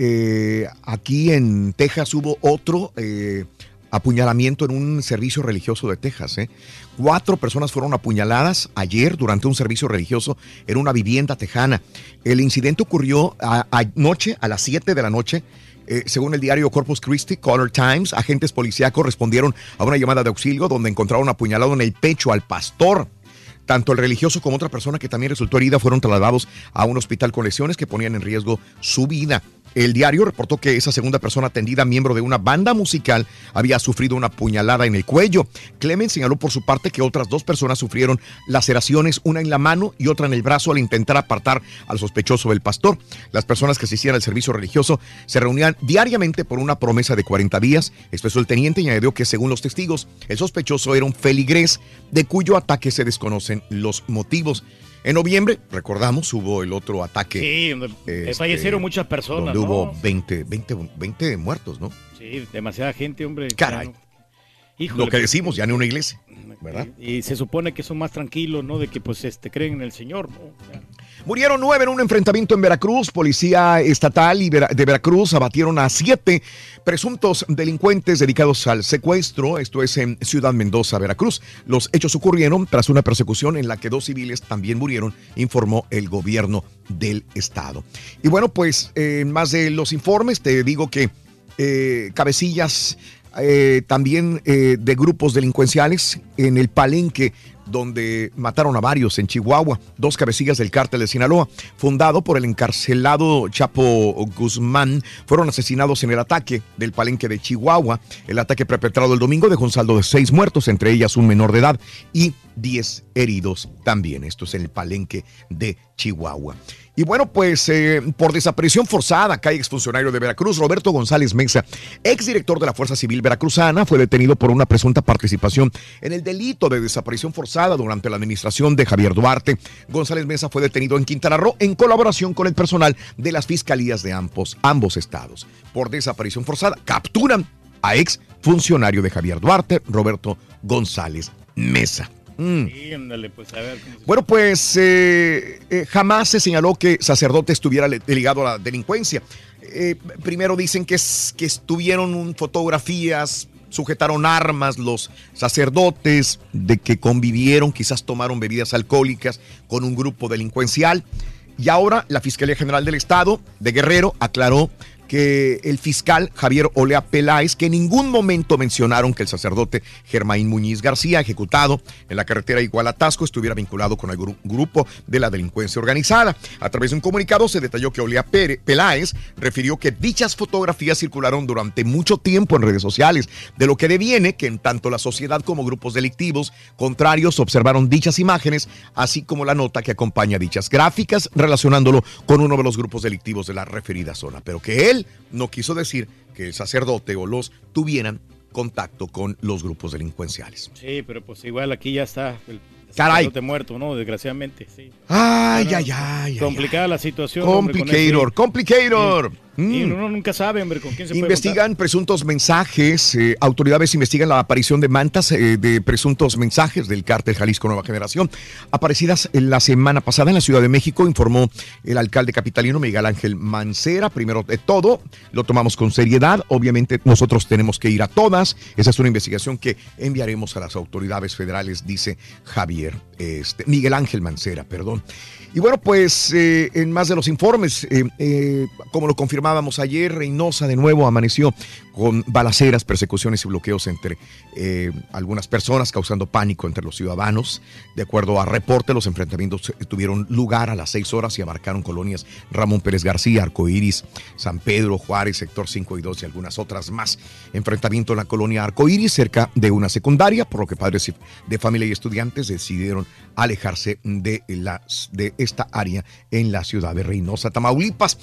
eh, aquí en Texas hubo otro eh, apuñalamiento en un servicio religioso de Texas, ¿eh? Cuatro personas fueron apuñaladas ayer durante un servicio religioso en una vivienda tejana. El incidente ocurrió a- anoche, a las siete de la noche. Eh, según el diario Corpus Christi Color Times, agentes policíacos respondieron a una llamada de auxilio donde encontraron apuñalado en el pecho al pastor. Tanto el religioso como otra persona que también resultó herida fueron trasladados a un hospital con lesiones que ponían en riesgo su vida. El diario reportó que esa segunda persona atendida, miembro de una banda musical, había sufrido una puñalada en el cuello. Clemens señaló por su parte que otras dos personas sufrieron laceraciones, una en la mano y otra en el brazo al intentar apartar al sospechoso del pastor. Las personas que asistían al servicio religioso se reunían diariamente por una promesa de cuarenta días, expresó el teniente y añadió que según los testigos, el sospechoso era un feligrés de cuyo ataque se desconocen los motivos. En noviembre, recordamos, hubo el otro ataque. Sí, donde este, fallecieron muchas personas, Donde ¿no? hubo veinte, veinte, veinte muertos, ¿no? Sí, demasiada gente, hombre. Caray. Ya no- Híjole, Lo que pues, decimos, ya en una iglesia, ¿verdad? Y se supone que son más tranquilos, ¿no? De que pues este creen en el Señor, ¿no? Ya. Murieron nueve en un enfrentamiento en Veracruz. Policía estatal y Vera- de Veracruz abatieron a siete presuntos delincuentes dedicados al secuestro. Esto es en Ciudad Mendoza, Veracruz. Los hechos ocurrieron tras una persecución en la que dos civiles también murieron, informó el gobierno del estado. Y bueno, pues en más de los informes te digo que eh, cabecillas eh, también eh, de grupos delincuenciales en el Palenque, donde mataron a varios en Chihuahua, dos cabecillas del cártel de Sinaloa, fundado por el encarcelado Chapo Guzmán, fueron asesinados en el ataque del Palenque de Chihuahua. El ataque perpetrado el domingo dejó un saldo de seis muertos, entre ellas un menor de edad, y diez heridos también. Esto es en el Palenque de Chihuahua. Y bueno, pues eh, por desaparición forzada cae exfuncionario de Veracruz, Roberto González Mesa, exdirector de la Fuerza Civil Veracruzana, fue detenido por una presunta participación en el delito de desaparición forzada durante la administración de Javier Duarte. González Mesa fue detenido en Quintana Roo en colaboración con el personal de las fiscalías de ambos, ambos estados. Por desaparición forzada capturan a exfuncionario de Javier Duarte, Roberto González Mesa. Mm. Sí, ándale, pues a ver cómo se... Bueno, pues eh, eh, jamás se señaló que sacerdote estuviera le- ligado a la delincuencia. Eh, primero dicen que, es- que estuvieron un- fotografías, sujetaron armas los sacerdotes, de que convivieron, quizás tomaron bebidas alcohólicas con un grupo delincuencial. Y ahora la Fiscalía General del Estado de Guerrero aclaró que el fiscal Javier Olea Peláez, que en ningún momento mencionaron que el sacerdote Germain Muñiz García, ejecutado en la carretera Iguala-Tasco, estuviera vinculado con el gru- grupo de la delincuencia organizada. A través de un comunicado se detalló que Olea Pere- Peláez refirió que dichas fotografías circularon durante mucho tiempo en redes sociales, de lo que deviene que en tanto la sociedad como grupos delictivos contrarios observaron dichas imágenes, así como la nota que acompaña dichas gráficas, relacionándolo con uno de los grupos delictivos de la referida zona, pero que él no quiso decir que el sacerdote o los tuvieran contacto con los grupos delincuenciales. Sí, pero pues igual aquí ya está el Caray. sacerdote muerto, ¿no? Desgraciadamente, sí. Ay, Bueno, ay, ay, ay. complicada la situación. hombre, con Complicator, ese- complicator. Mm. Y uno nunca sabe, hombre, con quién se puede Investigan presuntos mensajes, eh, autoridades investigan la aparición de mantas eh, de presuntos mensajes del cártel Jalisco Nueva Generación, aparecidas en la semana pasada en la Ciudad de México, informó el alcalde capitalino Miguel Ángel Mancera. Primero de todo, lo tomamos con seriedad, obviamente nosotros tenemos que ir a todas, esa es una investigación que enviaremos a las autoridades federales, dice Javier, este, Miguel Ángel Mancera, perdón. Y bueno, pues eh, en más de los informes, eh, eh, como lo confirmábamos ayer, Reynosa de nuevo amaneció con balaceras, persecuciones y bloqueos entre eh, algunas personas, causando pánico entre los ciudadanos. De acuerdo a reporte, los enfrentamientos tuvieron lugar a las seis horas y abarcaron colonias Ramón Pérez García, Arcoíris, San Pedro, Juárez, Sector cinco y dos y algunas otras más. Enfrentamiento en la colonia Arcoíris, cerca de una secundaria, por lo que padres de familia y estudiantes decidieron alejarse de, las, de esta área en la ciudad de Reynosa, Tamaulipas.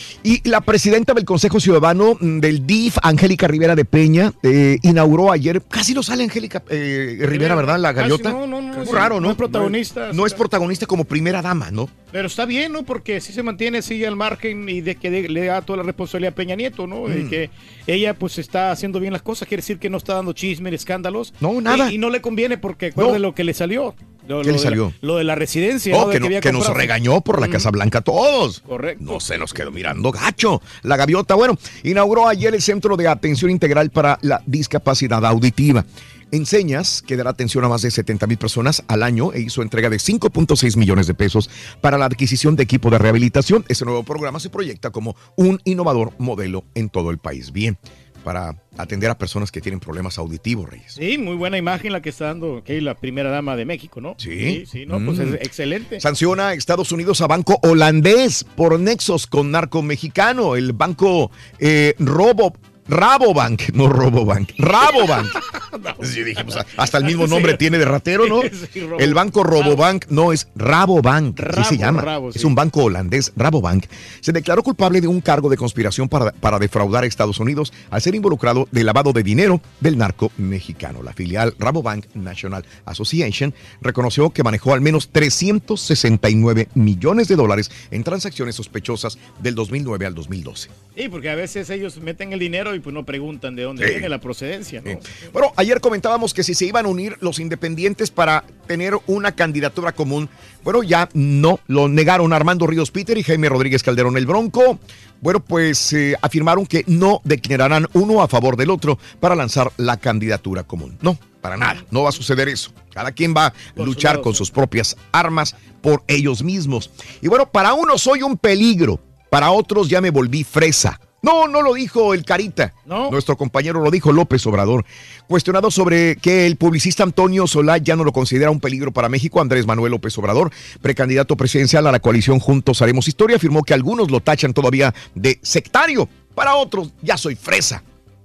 Y la presidenta del Consejo Ciudadano del D I F, Angélica Rivera de Peña, eh, inauguró ayer, casi no sale Angélica eh, Rivera, ¿verdad? La gaviota. No, no, no. Muy raro, ¿no? No es protagonista. No, no es protagonista como primera dama, ¿no? Pero está bien, ¿no? Porque si se mantiene, sigue al margen y de que de, le da toda la responsabilidad a Peña Nieto, ¿no? De Mm. que ella pues está haciendo bien las cosas, quiere decir que no está dando chisme, escándalos. No, nada. Y, y no le conviene porque acuérdate No. lo que le salió. Lo, ¿Qué lo le de salió? La, lo de la residencia. Oh, ¿no? que, De no- había que nos comprado. regañó por la Casa Blanca a todos. Correcto. No se nos quedó mirando gacho. La gaviota, bueno, inauguró ayer el Centro de Atención Integral para la Discapacidad Auditiva. En Señas, que dará atención a más de setenta mil personas al año e hizo entrega de cinco punto seis millones de pesos para la adquisición de equipo de rehabilitación. Este nuevo programa se proyecta como un innovador modelo en todo el país. Bien, para atender a personas que tienen problemas auditivos, Reyes. Sí, muy buena imagen la que está dando que es la primera dama de México, ¿no? Sí. Sí, sí, no, pues Mm. es excelente. Sanciona a Estados Unidos a banco holandés por nexos con narco mexicano. El banco eh, Robo... Rabobank, no Robobank, Rabobank. Sí, dije, pues, hasta el mismo nombre Sí. tiene de ratero, ¿no? Sí, Robo- El banco Robobank no es Rabobank, así Rabo, se llama. Rabo, Es sí. un banco holandés, Rabobank. Se declaró culpable de un cargo de conspiración para, para defraudar a Estados Unidos al ser involucrado de lavado de dinero del narco mexicano. La filial Rabobank National Association reconoció que manejó al menos trescientos sesenta y nueve millones de dólares en transacciones sospechosas del dos mil nueve al dos mil doce. Sí, porque a veces ellos meten el dinero y pues no preguntan de dónde Sí. viene la procedencia, ¿no? Bueno, ayer comentábamos que si se iban a unir los independientes para tener una candidatura común, bueno, ya no, lo negaron Armando Ríos Peter y Jaime Rodríguez Calderón el Bronco. Bueno, pues eh, afirmaron que no declinarán uno a favor del otro para lanzar la candidatura común. No, para nada, no va a suceder eso. Cada quien va a Por luchar su lado, con sí. sus propias armas por ellos mismos. Y bueno, para unos soy un peligro, para otros ya me volví fresa. No, no lo dijo el Carita. No. Nuestro compañero lo dijo López Obrador. Cuestionado sobre que el publicista Antonio Solá ya no lo considera un peligro para México, Andrés Manuel López Obrador, precandidato presidencial a la coalición Juntos Haremos Historia, afirmó que algunos lo tachan todavía de sectario. Para otros, ya soy fresa.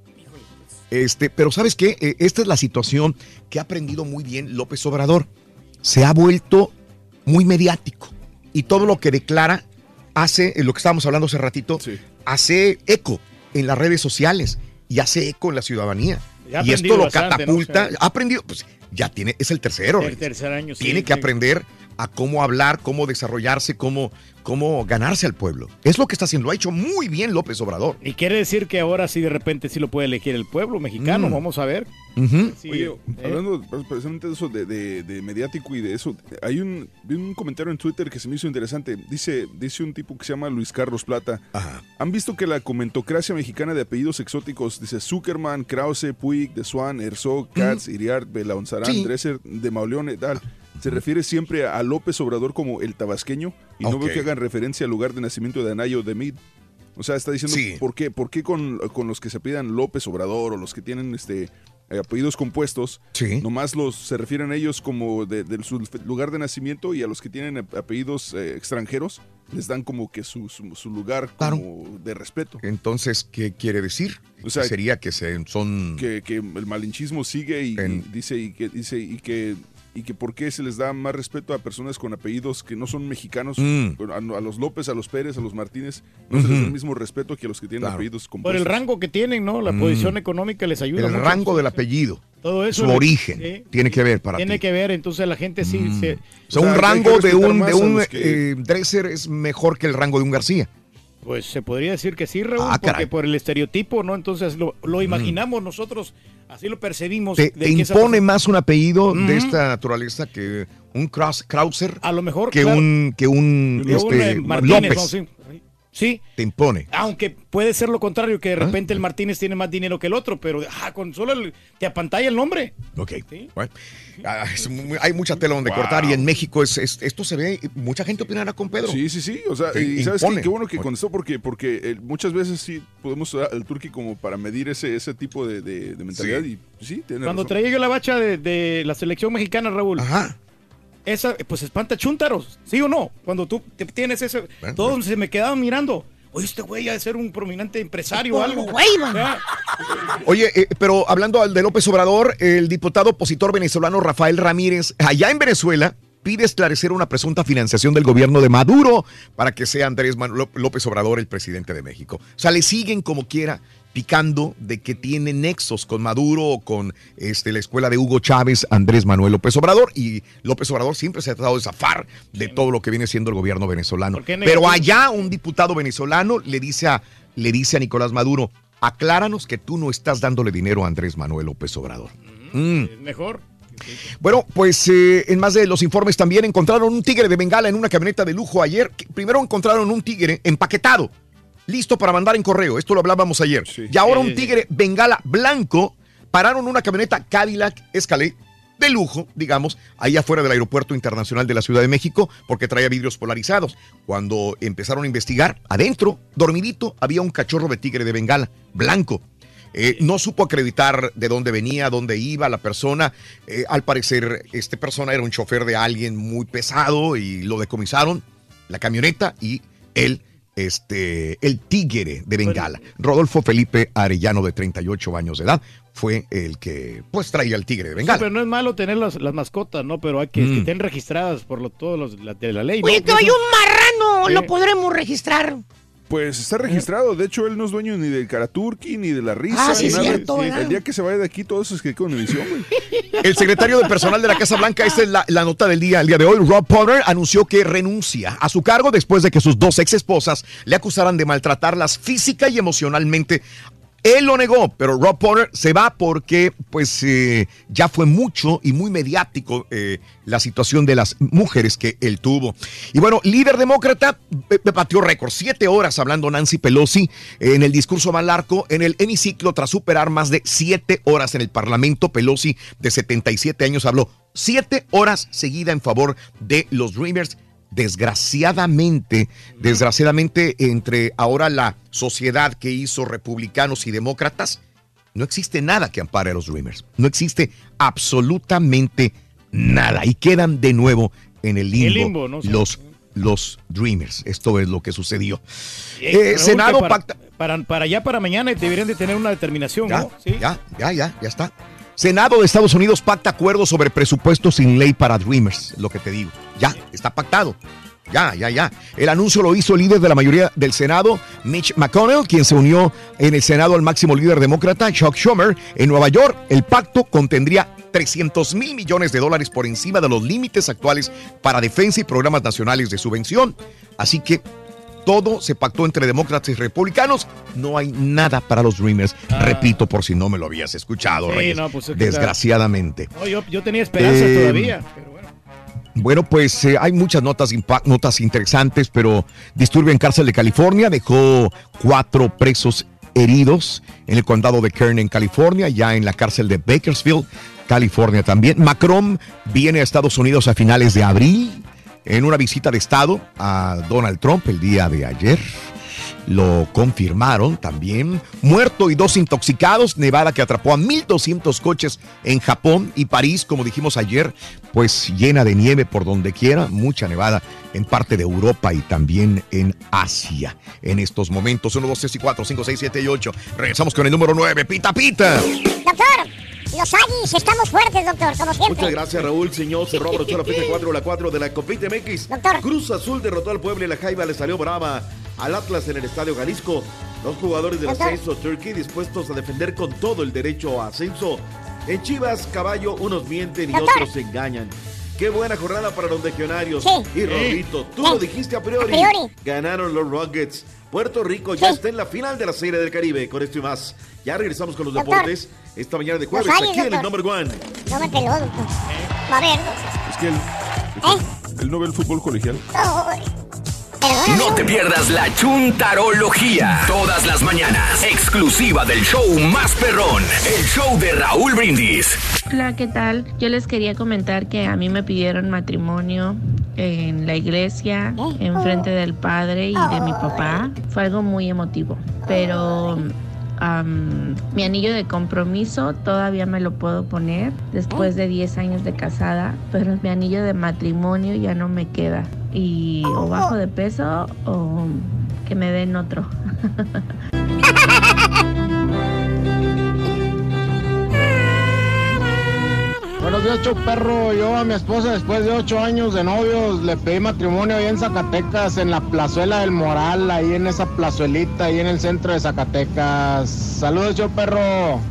Este, pero ¿sabes qué? Eh, esta es la situación que ha aprendido muy bien López Obrador. Se ha vuelto muy mediático. Y todo lo que declara hace, en lo que estábamos hablando hace ratito, Sí. hace eco en las redes sociales y hace eco en la ciudadanía. Ya ha Y esto aprendido lo bastante, ¿no? catapulta. O sea, ha aprendido, pues ya tiene, es el tercero. El Reyes. tercer año, sí, Tiene que sí. aprender a cómo hablar, cómo desarrollarse, cómo, cómo ganarse al pueblo. Es lo que está haciendo. Lo ha hecho muy bien López Obrador. Y quiere decir que ahora sí de repente sí lo puede elegir el pueblo mexicano, Mm. vamos a ver. Ujú. Sí, Oye, eh. hablando precisamente de eso, de, de- de mediático y de eso, hay un, vi un comentario en Twitter que se me hizo interesante. Dice, dice un tipo que se llama Luis Carlos Plata. Ajá. ¿Han visto que la comentocracia mexicana de apellidos exóticos, dice Zuckerman, Krause, Puig, De Swan, Herzog, Katz, Iriart, Belaonzarán, Sí. Dresser, De Mauleón, tal? Se refiere siempre a López Obrador como el tabasqueño y no Ok. veo que hagan referencia al lugar de nacimiento de Anayo de Mid. O sea, está diciendo, Sí. ¿por qué, por qué con, con los que se pidan López Obrador o los que tienen este eh, apellidos compuestos, Sí. nomás los se refieren a ellos como de, de su lugar de nacimiento, y a los que tienen ap- apellidos eh, extranjeros les dan como que su, su, su lugar Claro. como de respeto. Entonces, ¿qué quiere decir? O sea, sería que se, son... Que, que el malinchismo sigue y, En- y dice y que dice y que y que por qué se les da más respeto a personas con apellidos que no son mexicanos, Mm. bueno, a, a los López, a los Pérez, a los Martínez, no se les da Ujú. el mismo respeto que a los que tienen Claro. apellidos Por compuestos. el rango que tienen, ¿no? La Mm. posición económica les ayuda el mucho. rango del apellido, Todo eso su le- origen, sí. tiene que ver para Tiene ti. que ver, entonces la gente sí se... O sea, O sea, un hay que rango de respetar un, más de a un los que- eh, Dresser es mejor que el rango de un García. Pues se podría decir que sí, Raúl, Ah, porque caray. por el estereotipo, ¿no? Entonces lo, lo imaginamos nosotros, así lo percibimos. Te, de te que esa impone persona- más un apellido de Ujú. esta naturaleza que un Kraus- Krauser. A lo mejor, que claro. un que un, Que un, este, eh, Martínez, López. ¿no? Sí. Sí. Te impone. Aunque puede ser lo contrario, que de repente el Martínez tiene más dinero que el otro, pero ah, con solo el- te apantalla el nombre. Ok. Bueno, ah, es muy- hay mucha tela donde cortar y en México es, es- esto se ve, mucha gente opinará con Pedro. Sí, sí, sí. O sea, Te y sabes qué, impone. qué bueno que contestó porque, porque eh, muchas veces sí podemos usar al turqui como para medir ese, ese tipo de, de- de mentalidad y sí, tiene Cuando razón. traía yo la bacha de, de la selección mexicana, Raúl. Ajá. Esa, pues espanta chúntaros, ¿sí o no? Cuando tú te tienes ese. Bueno, todos se me quedaban mirando. Oye, este güey ha de ser un prominente empresario o algo. Güey, man. Ya. Oye, eh, pero hablando al de López Obrador, el diputado opositor venezolano Rafael Ramírez, allá en Venezuela, pide esclarecer una presunta financiación del gobierno de Maduro para que sea Andrés Manuel López Obrador el presidente de México. O sea, le siguen como quiera picando de que tiene nexos con Maduro o con este, la escuela de Hugo Chávez, Andrés Manuel López Obrador, y López Obrador siempre se ha tratado de zafar de todo lo que viene siendo el gobierno venezolano. ¿Por qué Pero negativo? allá un diputado venezolano le dice a, le dice a Nicolás Maduro, acláranos que tú no estás dándole dinero a Andrés Manuel López Obrador. Mm. Es mejor. Bueno, pues eh, en más de los informes también encontraron un tigre de Bengala en una camioneta de lujo ayer. Primero encontraron un tigre empaquetado, listo para mandar en correo. Esto lo hablábamos ayer. Y ahora Sí, un sí, tigre Bengala blanco pararon una camioneta Cadillac Escalade de lujo, digamos, ahí afuera del Aeropuerto Internacional de la Ciudad de México, porque traía vidrios polarizados. Cuando empezaron a investigar, adentro, dormidito, había un cachorro de tigre de Bengala, blanco. Eh, no supo acreditar de dónde venía, dónde iba la persona. Eh, al parecer, este persona era un chofer de alguien muy pesado y lo decomisaron, la camioneta y él, este, el tigre de Bengala. Rodolfo Felipe Arellano, de treinta y ocho años de edad, fue el que, pues, traía el tigre de Sí, Bengala. pero no es malo tener las, las mascotas, ¿no? Pero hay que, Mm. que estén registradas por lo, todos los la- de la ley. Oye, ¿no? que hay Eso- un marrano, Sí. lo podremos registrar. Pues está registrado. De hecho, él no es dueño ni del Karaturki, ni de la risa. Ah, sí, ni es nada. cierto, ¿verdad? El día que se vaya de aquí, todo eso es que con edición, güey. El secretario de Personal de la Casa Blanca, esta es la, la nota del día, el día de hoy, Rob Porter, anunció que renuncia a su cargo después de que sus dos ex esposas le acusaran de maltratarlas física y emocionalmente. Él lo negó, pero Rob Porter se va porque pues eh, ya fue mucho y muy mediático eh, la situación de las mujeres que él tuvo. Y bueno, líder demócrata, eh, batió récord, siete horas hablando Nancy Pelosi eh, en el discurso más largo en el hemiciclo tras superar más de siete horas en el Parlamento. Pelosi, de setenta y siete años, habló siete horas seguida en favor de los Dreamers. Desgraciadamente, desgraciadamente, entre ahora la sociedad que hizo republicanos y demócratas, no existe nada que ampare a los Dreamers. No existe absolutamente nada. Y quedan de nuevo en el limbo, El limbo, ¿no? los, los Dreamers. Esto es lo que sucedió. Eh, Eh, Raúl, Senado que para, pacta. Para, para allá, para mañana, deberían de tener una determinación, Ya, ¿no? Sí. ya, ya, ya, ya está. Senado de Estados Unidos pacta acuerdo sobre presupuesto sin ley para Dreamers, lo que te digo. Ya, está pactado. Ya, ya, ya. El anuncio lo hizo el líder de la mayoría del Senado, Mitch McConnell, quien se unió en el Senado al máximo líder demócrata, Chuck Schumer. En Nueva York, el pacto contendría trescientos mil millones de dólares por encima de los límites actuales para defensa y programas nacionales de subvención. Así que todo se pactó entre demócratas y republicanos. No hay nada para los Dreamers. Ah. Repito, por si no me lo habías escuchado, Sí, Reyes. no, pues es que Desgraciadamente. No, yo, yo tenía esperanza Eh, todavía. Pero bueno. Bueno, pues eh, hay muchas notas, impa- notas interesantes, pero disturbio en cárcel de California dejó cuatro presos heridos en el condado de Kern, en California, ya en la cárcel de Bakersfield, California también. Macron viene a Estados Unidos a finales de abril en una visita de estado a Donald Trump el día de ayer. Lo confirmaron también. Muerto y dos intoxicados. Nevada que atrapó a mil doscientos coches en Japón y París, como dijimos ayer, pues llena de nieve por donde quiera. Mucha nevada en parte de Europa y también en Asia en estos momentos. uno, dos, tres y cuatro, cinco, seis, siete y ocho. Regresamos con el número nueve. Pita, pita. Doctor, los Aggies estamos fuertes, doctor, como siempre. Muchas gracias, Raúl. Señor, cerró, abrochó la fecha cuatro, la cuatro de la Copita M X. Doctor. Cruz Azul derrotó al Puebla y la Jaiba le salió brava al Atlas en el Estadio Jalisco. Los jugadores del Doctor. ascenso Turkey dispuestos a defender con todo el derecho a ascenso. En Chivas, Caballo, unos mienten y Doctor. otros se engañan. Qué buena jornada para los legionarios. Sí. Y Rorrito, tú Sí. lo dijiste a priori. A priori. Ganaron los Rockets. Puerto Rico ya está en la final de la Serie del Caribe. Con esto y más, ya regresamos con los Doctor. deportes esta mañana de jueves, Los años, aquí en el doctor. Number One. No me peló, doctor. Va a ver. Es que el, ¿Eh? el no ve el fútbol colegial. No te pierdas la chuntarología. Todas las mañanas. Exclusiva del show más perrón. El show de Raúl Brindis. Hola, ¿qué tal? Yo les quería comentar que a mí me pidieron matrimonio en la iglesia, en frente del padre y de mi papá. Fue algo muy emotivo, pero um, mi anillo de compromiso todavía me lo puedo poner después de diez años de casada, pero mi anillo de matrimonio ya no me queda. Y o bajo de peso o que me den otro. Buenos días, show perro. Yo a mi esposa, después de ocho años de novios, le pedí matrimonio ahí en Zacatecas, en la plazuela del Moral, ahí en esa plazuelita, ahí en el centro de Zacatecas. Saludos, show perro.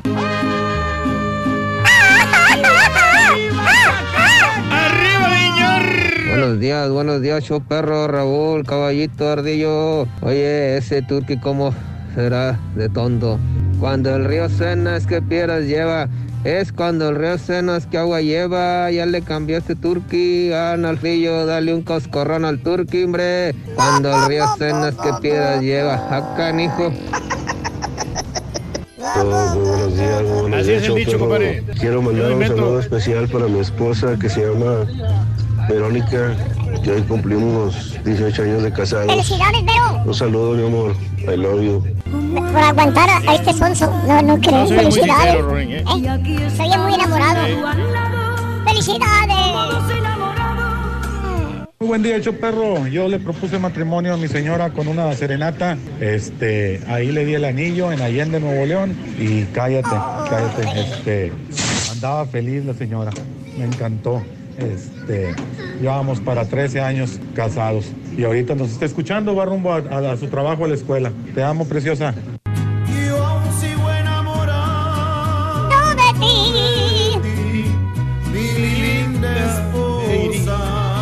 Buenos días, buenos días, show perro, Raúl, caballito, ardillo. Oye, ese turqui, ¿cómo será de tonto? Cuando el río Sena es que piedras lleva, es cuando el río Sena es que agua lleva. Ya le cambiaste turqui, Analfillo, dale un coscorrón al turqui, hombre. Cuando el río Sena es que piedras lleva, acá, hijo. Oh, muy buenos días, muy buenos Así días, es el show dicho, perro. compadre. Quiero mandar Yo un meto. saludo especial para mi esposa que se llama Verónica, que hoy cumplimos dieciocho años de casados. ¡Felicidades, Vero! Un saludo, mi amor. I love you. Por aguantar a, a este sonso. No, no creo. No, soy muy Felicidades. sincero, Rorín, ¿eh? ¿Eh? Soy muy enamorado. ¡Felicidades! Muy buen día, hecho perro. Yo le propuse matrimonio a mi señora con una serenata. Este, ahí le di el anillo en Allende, Nuevo León. Y cállate, cállate. Este, andaba feliz la señora. Me encantó. Este, llevamos para trece años casados. Y ahorita nos está escuchando, va rumbo a, a- a su trabajo, a la escuela. Te amo, preciosa. Yo aún sigo enamorado No de ti. mi linda esposa.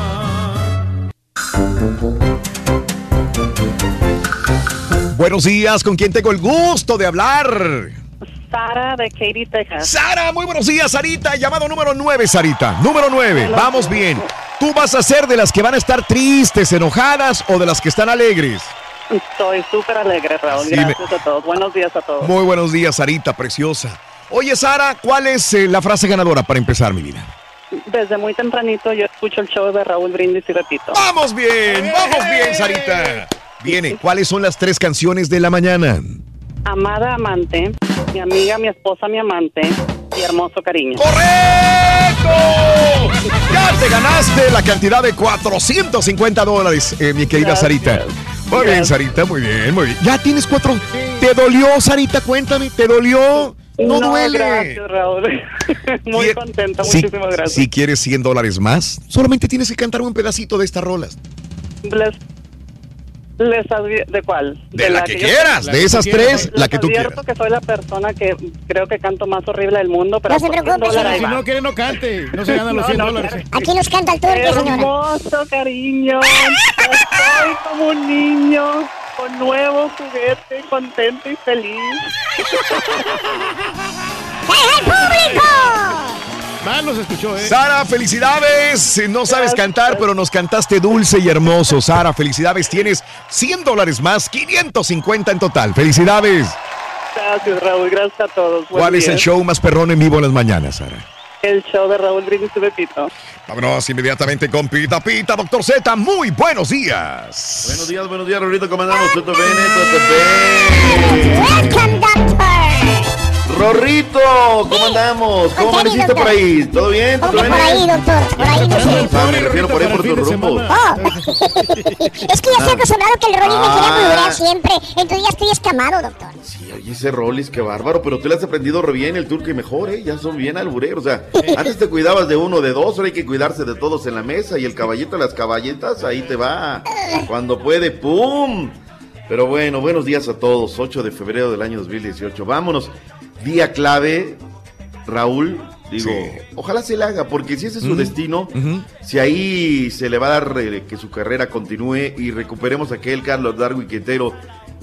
Buenos días, ¿con quién tengo el gusto de hablar? Sara de Katy, Texas. Sara, muy buenos días, Sarita. Llamado número nueve, Sarita. Número nueve, vamos bien. ¿Tú vas a ser de las que van a estar tristes, enojadas o de las que están alegres? Estoy súper alegre, Raúl. Sí, Gracias a todos. Buenos días a todos. Muy buenos días, Sarita, preciosa. Oye, Sara, ¿cuál es eh, la frase ganadora para empezar, mi vida? Desde muy tempranito yo escucho el show de Raúl Brindis y repito. ¡Vamos bien! ¡Vamos bien, Sarita! Viene, ¿cuáles son las tres canciones de la mañana? Amada amante, mi amiga, mi esposa, mi amante y hermoso cariño. ¡Correcto! Ya te ganaste la cantidad de cuatrocientos cincuenta dólares, eh, mi querida Gracias. Sarita. Muy bien, Sarita, muy bien, muy bien. Ya tienes cuatro. ¿Te dolió, Sarita? Cuéntame, ¿te dolió? No, duele. Gracias, Raúl. Muy contenta, Si, muchísimas gracias. si quieres cien dólares más, solamente tienes que cantar un pedacito de estas rolas. Les, les advi- ¿De cuál? De la que yo- quieras, de esas tres, la Les que tú advierto que soy la persona que creo que canto más horrible del mundo, pero No se por cien preocupe, dólares ahí Si va. no quiere, no cante. No se ganan los No, cien no, dólares. Aquí nos canta el turco, señora. Hermoso cariño, estoy como un niño con nuevo juguete, contento y feliz. ¡El público! Mal nos escuchó, ¿eh? Sara, felicidades. No sabes cantar, pero nos cantaste dulce y hermoso. Sara, felicidades. Tienes cien dólares más, quinientos cincuenta en total. Felicidades. Gracias, Raúl, gracias a todos. Buen ¿Cuál es día. el show más perrón en vivo en las mañanas, Sara? El show de Raúl Brindis y Pepito. Vámonos inmediatamente con Pita Pita, Doctor Z. Muy buenos días. Buenos días, buenos días, Rorrito, ¿cómo andamos? ¿Todo bien? ¿Todo bien? Welcome, doctor. Rorrito, ¿cómo andamos? ¿Cómo Con tenis, amaneciste por doctor. ahí? ¿Todo bien? ¿Cómo ¿Todo que bien? por ahí, doctor? Por ahí, no sé. Ah, me refiero por ahí por tu rumbo. Oh, es que ya estoy acostumbrado que el Rolly me quiere alburear siempre. Entonces ya estoy escamado, doctor. Sí, oye, ese Rollis, qué bárbaro, pero tú le has aprendido re bien el turco y mejor, ¿eh? Ya son bien albureros, o sea, antes te cuidabas de uno, de dos, ahora hay que cuidarse de todos en la mesa y el caballito de las caballetas, ahí te va, cuando puede, ¡pum! Pero bueno, buenos días a todos, ocho de febrero del año dos mil dieciocho, vámonos, día clave, Raúl, digo, ojalá se le haga, porque si ese es su Ujú, destino, si ahí se le va a dar eh, que su carrera continúe y recuperemos a aquel Carlos Darwin Quintero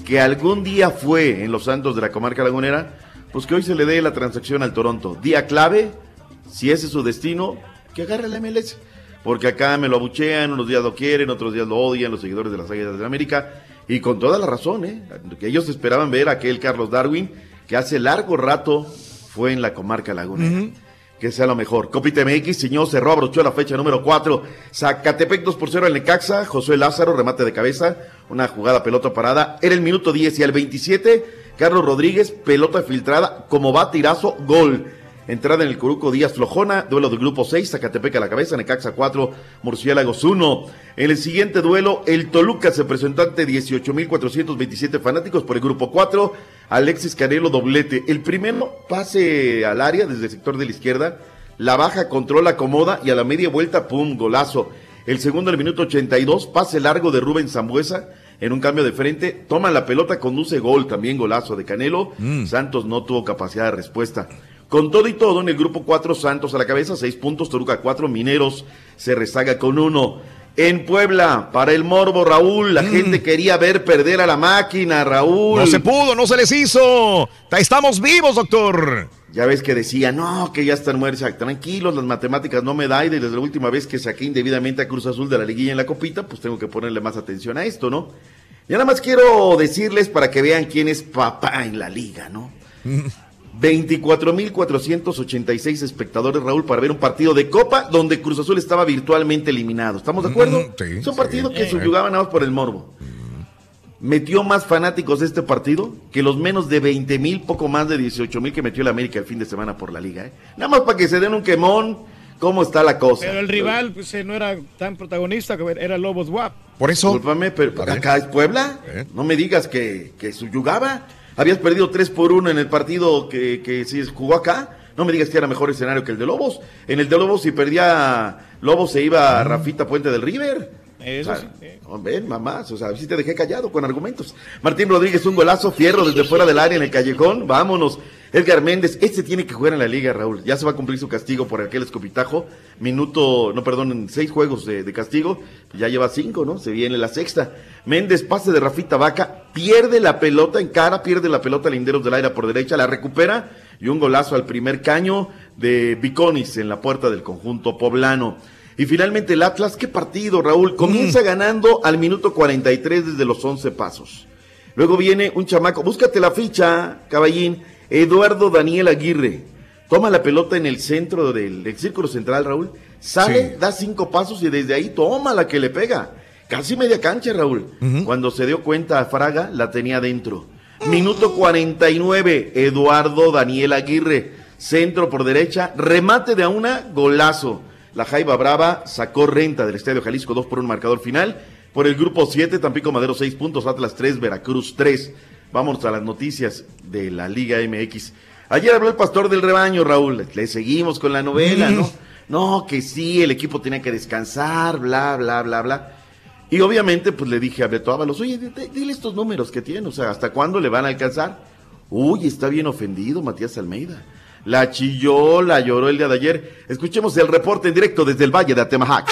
que algún día fue en los Santos de la comarca lagunera, pues que hoy se le dé la transacción al Toronto. Día clave, si ese es su destino, que agarre la M L S. Porque acá me lo abuchean, unos días lo quieren, otros días lo odian, los seguidores de las Águilas de América, y con toda la razón, ¿eh? Que ellos esperaban ver a aquel Carlos Darwin, que hace largo rato fue en la comarca lagunera. Uh-huh. Que sea lo mejor. Copita M X, señor, cerró, abrochó la fecha número cuatro. Zacatepec dos por cero al Necaxa. Josué Lázaro, remate de cabeza. Una jugada pelota parada. Era el minuto diez y al veintisiete, Carlos Rodríguez, pelota filtrada. Como va, tirazo, gol. Entrada en el Coruco Díaz Flojona. Duelo del grupo seis, Zacatepec a la cabeza. Necaxa cuatro, Murciélagos uno. En el siguiente duelo, el Toluca se presentó ante dieciocho mil cuatrocientos veintisiete fanáticos por el grupo cuatro. Alexis Canelo, doblete. El primero, pase al área desde el sector de la izquierda. La baja, controla, acomoda y a la media vuelta, pum, golazo. El segundo, al minuto ochenta y dos, pase largo de Rubén Sambuesa. En un cambio de frente, toma la pelota, conduce gol, también golazo de Canelo. Mm. Santos no tuvo capacidad de respuesta. Con todo y todo, en el grupo cuatro, Santos a la cabeza, seis puntos, Toluca cuatro, Mineros se rezaga con uno. En Puebla, para el morbo, Raúl, la mm. gente quería ver perder a la máquina, Raúl. No se pudo, no se les hizo. Estamos vivos, doctor. Ya ves que decía, no, que ya están muertos. Tranquilos, las matemáticas no me da, y desde la última vez que saqué indebidamente a Cruz Azul de la liguilla en la copita, pues tengo que ponerle más atención a esto, ¿no? Y nada más quiero decirles para que vean quién es papá en la liga, ¿no? veinticuatro mil cuatrocientos ochenta y seis espectadores, Raúl, para ver un partido de Copa donde Cruz Azul estaba virtualmente eliminado. ¿Estamos de acuerdo? Mm, sí, es un partido sí, que sí. subyugaba nada más por el morbo. Mm. Metió más fanáticos de este partido que los menos de veinte mil, poco más de dieciocho mil que metió el América el fin de semana por la liga, ¿eh? Nada más para que se den un quemón, cómo está la cosa. Pero el rival pues, no era tan protagonista, era Lobos W A P. Por eso. Discúlpame, pero acá es Puebla. ¿Eh? No me digas que, que subyugaba. Habías perdido tres por uno en el partido que, que se jugó acá. No me digas que era mejor escenario que el de Lobos. En el de Lobos, si perdía Lobos, se iba a Rafita Puente del River. Eso o sea, sí. Ven, mamás, o sea, sí te dejé callado con argumentos. Martín Rodríguez, un golazo, Fierro desde fuera del área en el callejón. Vámonos. Edgar Méndez, este tiene que jugar en la liga, Raúl. Ya se va a cumplir su castigo por aquel escopitajo. Minuto, no, perdón, seis juegos de, de castigo. Ya lleva cinco, ¿no? Se viene la sexta. Méndez, pase de Rafita Vaca, pierde la pelota en cara, pierde la pelota a Linderos del Aire por derecha, la recupera y un golazo al primer caño de Viconis en la puerta del conjunto poblano. Y finalmente el Atlas, qué partido, Raúl, comienza mm. ganando al minuto cuarenta y tres desde los once pasos. Luego viene un chamaco, búscate la ficha, caballín, Eduardo Daniel Aguirre, toma la pelota en el centro del, del círculo central, Raúl, sale, sí. da cinco pasos y desde ahí toma la que le pega, casi media cancha, Raúl. Uh-huh. Cuando se dio cuenta Fraga, la tenía dentro. Minuto cuarenta y nueve, Eduardo Daniel Aguirre, centro por derecha, remate de a una, golazo. La Jaiba Brava sacó renta del Estadio Jalisco, dos por un marcador final. Por el grupo siete, Tampico Madero seis puntos, Atlas tres, Veracruz tres. Vamos a las noticias de la Liga M X. Ayer habló el pastor del rebaño, Raúl. Le seguimos con la novela, ¿no? No, que sí, el equipo tenía que descansar, bla, bla, bla, bla. Y obviamente, pues le dije a Beto Ábalos, oye, dile estos números que tiene, o sea, ¿hasta cuándo le van a alcanzar? Uy, está bien ofendido Matías Almeida. La chilló, la lloró el día de ayer. Escuchemos el reporte en directo desde el Valle de Atemajac.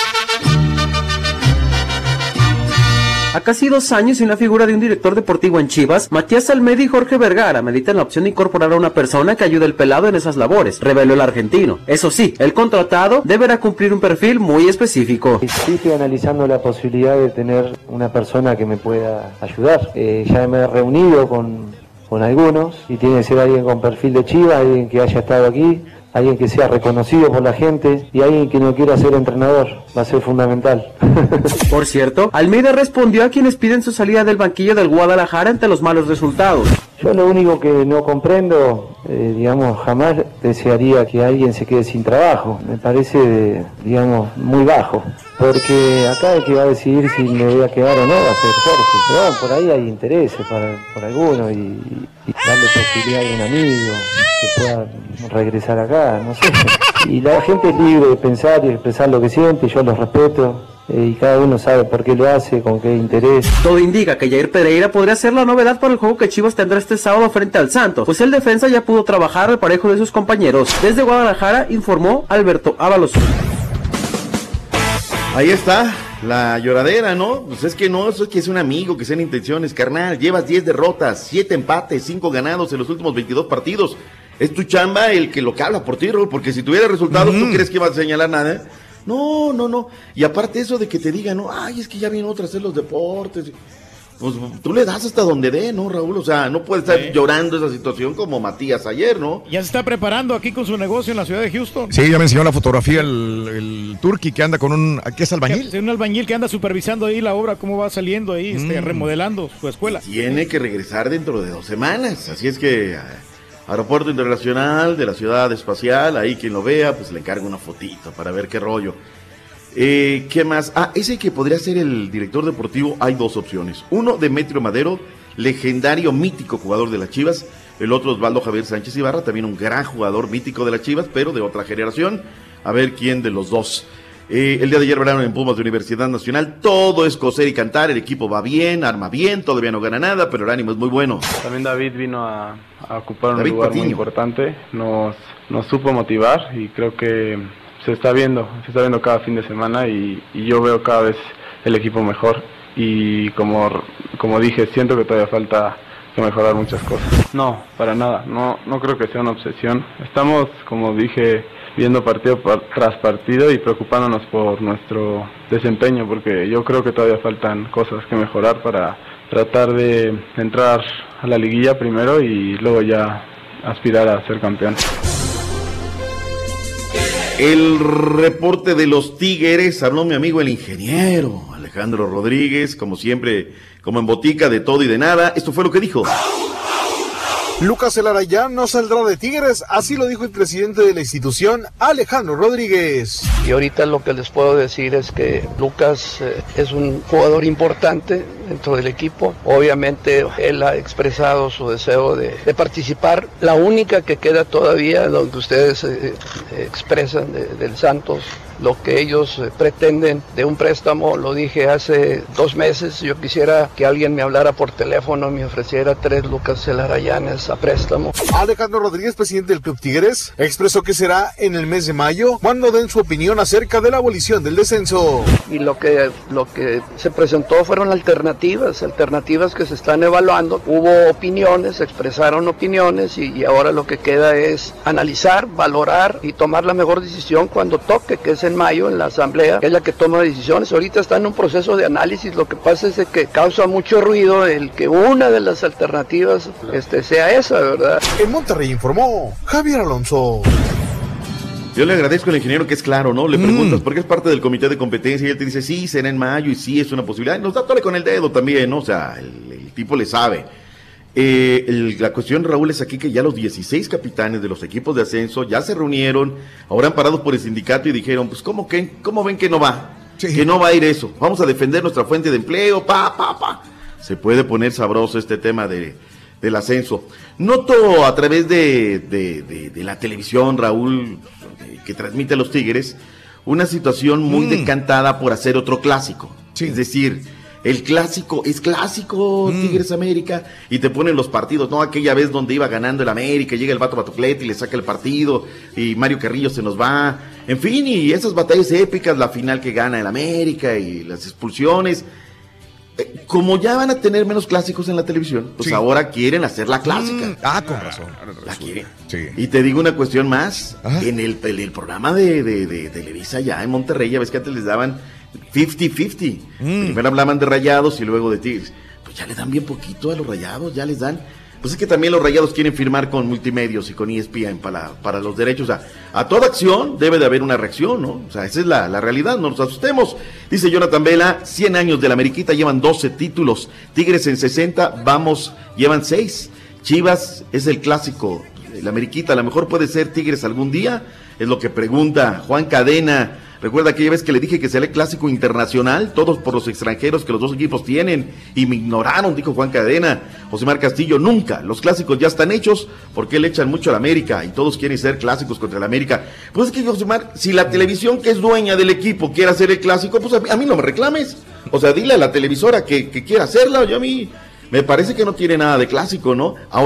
A casi dos años y una figura de un director deportivo en Chivas, Matías Almeida y Jorge Vergara meditan la opción de incorporar a una persona que ayude al pelado en esas labores, reveló el argentino. Eso sí, el contratado deberá cumplir un perfil muy específico. Sí, estoy analizando la posibilidad de tener una persona que me pueda ayudar. Eh, ya me he reunido con... con algunos, y tiene que ser alguien con perfil de Chivas, alguien que haya estado aquí, alguien que sea reconocido por la gente y alguien que no quiera ser entrenador, va a ser fundamental. Por cierto, Almeida respondió a quienes piden su salida del banquillo del Guadalajara ante los malos resultados. Yo lo único que no comprendo, eh, digamos, jamás desearía que alguien se quede sin trabajo. Me parece, digamos, muy bajo. Porque acá el que va a decidir si me voy a quedar o no va a ser Jorge. Pero por ahí hay intereses para, por algunos y, y darle posibilidad a un amigo que pueda regresar acá, no sé. Y la gente es libre de pensar y expresar lo que siente, yo los respeto. Y cada uno sabe por qué lo hace, con qué interés. Todo indica que Jair Pereira podría ser la novedad para el juego que Chivas tendrá este sábado frente al Santos, pues el defensa ya pudo trabajar al parejo de sus compañeros. Desde Guadalajara informó Alberto Ábalos. Ahí está, la lloradera, ¿no? Pues es que no, eso es que es un amigo, que sean intenciones, carnal. Llevas diez derrotas, siete empates, cinco ganados en los últimos veintidós partidos. Es tu chamba el que lo que habla por ti, Raúl, porque si tuviera resultados, mm. ¿tú crees que vas a señalar nada? No, no, no. Y aparte eso de que te digan, no, ay, es que ya viene otra a hacer los deportes. Pues tú le das hasta donde dé, ¿no, Raúl? O sea, no puedes estar sí. llorando esa situación como Matías ayer, ¿no? Ya se está preparando aquí con su negocio en la ciudad de Houston. Sí, ya me enseñó la fotografía el, el Turqui que anda con un... ¿Qué es albañil? Es un albañil que anda supervisando ahí la obra, cómo va saliendo ahí, mm. este, remodelando su escuela. Tiene que regresar dentro de dos semanas, así es que... Aeropuerto Internacional de la Ciudad Espacial, ahí quien lo vea, pues le encarga una fotito para ver qué rollo. Eh, ¿Qué más? Ah, ese que podría ser el director deportivo, hay dos opciones. Uno, Demetrio Madero, legendario, mítico jugador de las Chivas. El otro, Osvaldo Javier Sánchez Ibarra, también un gran jugador mítico de las Chivas, pero de otra generación. A ver quién de los dos. Eh, el día de ayer hablaron en Pumas de Universidad Nacional, todo es coser y cantar, el equipo va bien, arma bien, todavía no gana nada, pero el ánimo es muy bueno. También David vino a, a ocupar un David lugar Patiño. muy importante, nos, nos supo motivar y creo que se está viendo, se está viendo cada fin de semana y, y yo veo cada vez el equipo mejor y como, como dije, siento que todavía falta que mejorar muchas cosas. No, para nada, no, no creo que sea una obsesión, estamos, como dije, viendo partido tras partido y preocupándonos por nuestro desempeño, porque yo creo que todavía faltan cosas que mejorar para tratar de entrar a la liguilla primero y luego ya aspirar a ser campeón. El reporte de los Tigres, habló mi amigo el ingeniero Alejandro Rodríguez, como siempre, como en botica de todo y de nada. Esto fue lo que dijo. Lucas Elarayán no saldrá de Tigres, así lo dijo el presidente de la institución, Alejandro Rodríguez. Y ahorita lo que les puedo decir es que Lucas eh, es un jugador importante dentro del equipo. Obviamente él ha expresado su deseo de, de participar. La única que queda todavía, lo que ustedes eh, expresan de, del Santos, lo que ellos eh, pretenden de un préstamo, lo dije hace dos meses, yo quisiera que alguien me hablara por teléfono y me ofreciera tres Lucas Elarayanes a préstamo. Alejandro Rodríguez, presidente del Club Tigres, expresó que será en el mes de mayo cuando den su opinión acerca de la abolición del descenso. Y lo que, lo que se presentó fueron alternativas, alternativas que se están evaluando. Hubo opiniones, se expresaron opiniones y, y ahora lo que queda es analizar, valorar y tomar la mejor decisión cuando toque, que es en mayo en la asamblea, que es la que toma decisiones. Ahorita está en un proceso de análisis, lo que pasa es de que causa mucho ruido el que una de las alternativas este, sea esa, ¿verdad? En Monterrey informó Javier Alonso. Yo le agradezco al ingeniero que es claro, ¿no? Le preguntas mm. por qué es parte del comité de competencia y él te dice, sí, será en mayo y sí, es una posibilidad. Nos da tole con el dedo también, ¿no? O sea, el, el tipo le sabe. Eh, el, la cuestión, Raúl, es aquí que ya los dieciséis capitanes de los equipos de ascenso ya se reunieron, ahora han parado por el sindicato y dijeron, pues, ¿cómo, que, cómo ven que no va? Sí. Que no va a ir eso. Vamos a defender nuestra fuente de empleo, pa, pa, pa. Se puede poner sabroso este tema de... del ascenso. Noto a través de, de, de, de la televisión, Raúl, que transmite a los Tigres, una situación muy mm. decantada por hacer otro clásico. Sí. Es decir, el clásico es clásico, mm. Tigres América, y te ponen los partidos, ¿no? Aquella vez donde iba ganando el América, llega el Vato Batoclete y le saca el partido, y Mario Carrillo se nos va. En fin, y esas batallas épicas, la final que gana el América y las expulsiones. Como ya van a tener menos clásicos en la televisión, pues sí. ahora quieren hacer la clásica. Mm, ah, con razón. La quieren. Sí. Y te digo una cuestión más. Ajá. En el, el, el programa de, de, de Televisa ya en Monterrey, ya ves que antes les daban cincuenta cincuenta. Mm. Primero hablaban de Rayados y luego de Tigres. Pues ya le dan bien poquito a los Rayados, ya les dan. Pues es que también los Rayados quieren firmar con multimedios y con E S P N para, para los derechos. O sea, a toda acción debe de haber una reacción, ¿no? O sea, esa es la, la realidad, no nos asustemos. Dice Jonathan Vela, cien años de la Ameriquita, llevan doce títulos. Tigres en sesenta, vamos, llevan seis. Chivas es el clásico. La Ameriquita, a lo mejor puede ser Tigres algún día, es lo que pregunta Juan Cadena. Recuerda aquella vez que le dije que será el clásico internacional, todos por los extranjeros que los dos equipos tienen, y me ignoraron, dijo Juan Cadena. Josemar Castillo, nunca, los clásicos ya están hechos, porque le echan mucho a la América, y todos quieren ser clásicos contra la América. Pues es que, Josemar, si la televisión que es dueña del equipo quiere hacer el clásico, pues a mí, a mí no me reclames. O sea, dile a la televisora que, que quiera hacerla, yo a mí me parece que no tiene nada de clásico, ¿no? Ahora,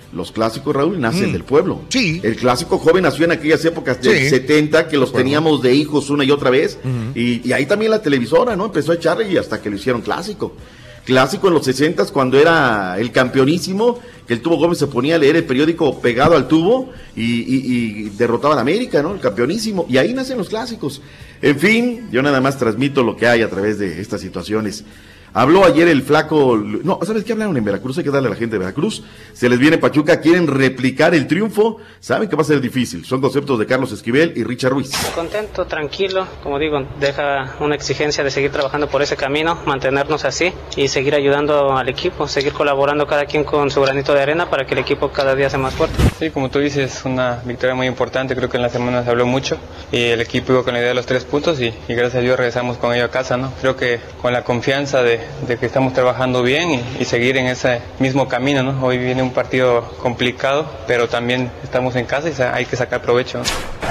los clásicos, Raúl, nacen Mm. del pueblo. Sí. El clásico joven nació en aquellas épocas del Sí. setenta, que los acuerdo. teníamos de hijos una y otra vez, Ujú. y, y ahí también la televisora, ¿no? Empezó a echarle y hasta que lo hicieron clásico. Clásico en los sesentas, cuando era el campeonísimo, que el Tubo Gómez se ponía a leer el periódico pegado al tubo y, y- y derrotaba a América, ¿no? El campeonísimo. Y ahí nacen los clásicos. En fin, yo nada más transmito lo que hay a través de estas situaciones. Habló ayer el flaco, no, ¿sabes qué hablaron en Veracruz? Hay que darle a la gente de Veracruz. Se les viene Pachuca, quieren replicar el triunfo, saben que va a ser difícil. Son conceptos de Carlos Esquivel y Richard Ruiz. Contento, tranquilo, como digo, deja una exigencia de seguir trabajando por ese camino, mantenernos así y seguir ayudando al equipo, seguir colaborando cada quien con su granito de arena para que el equipo cada día sea más fuerte. Sí, como tú dices, una victoria muy importante, creo que en la semana se habló mucho y el equipo iba con la idea de los tres puntos y, y gracias a Dios regresamos con ello a casa, ¿no? Creo que con la confianza de, de que estamos trabajando bien y, y seguir en ese mismo camino, ¿no? Hoy viene un partido complicado, pero también estamos en casa y sa- hay que sacar provecho, ¿no?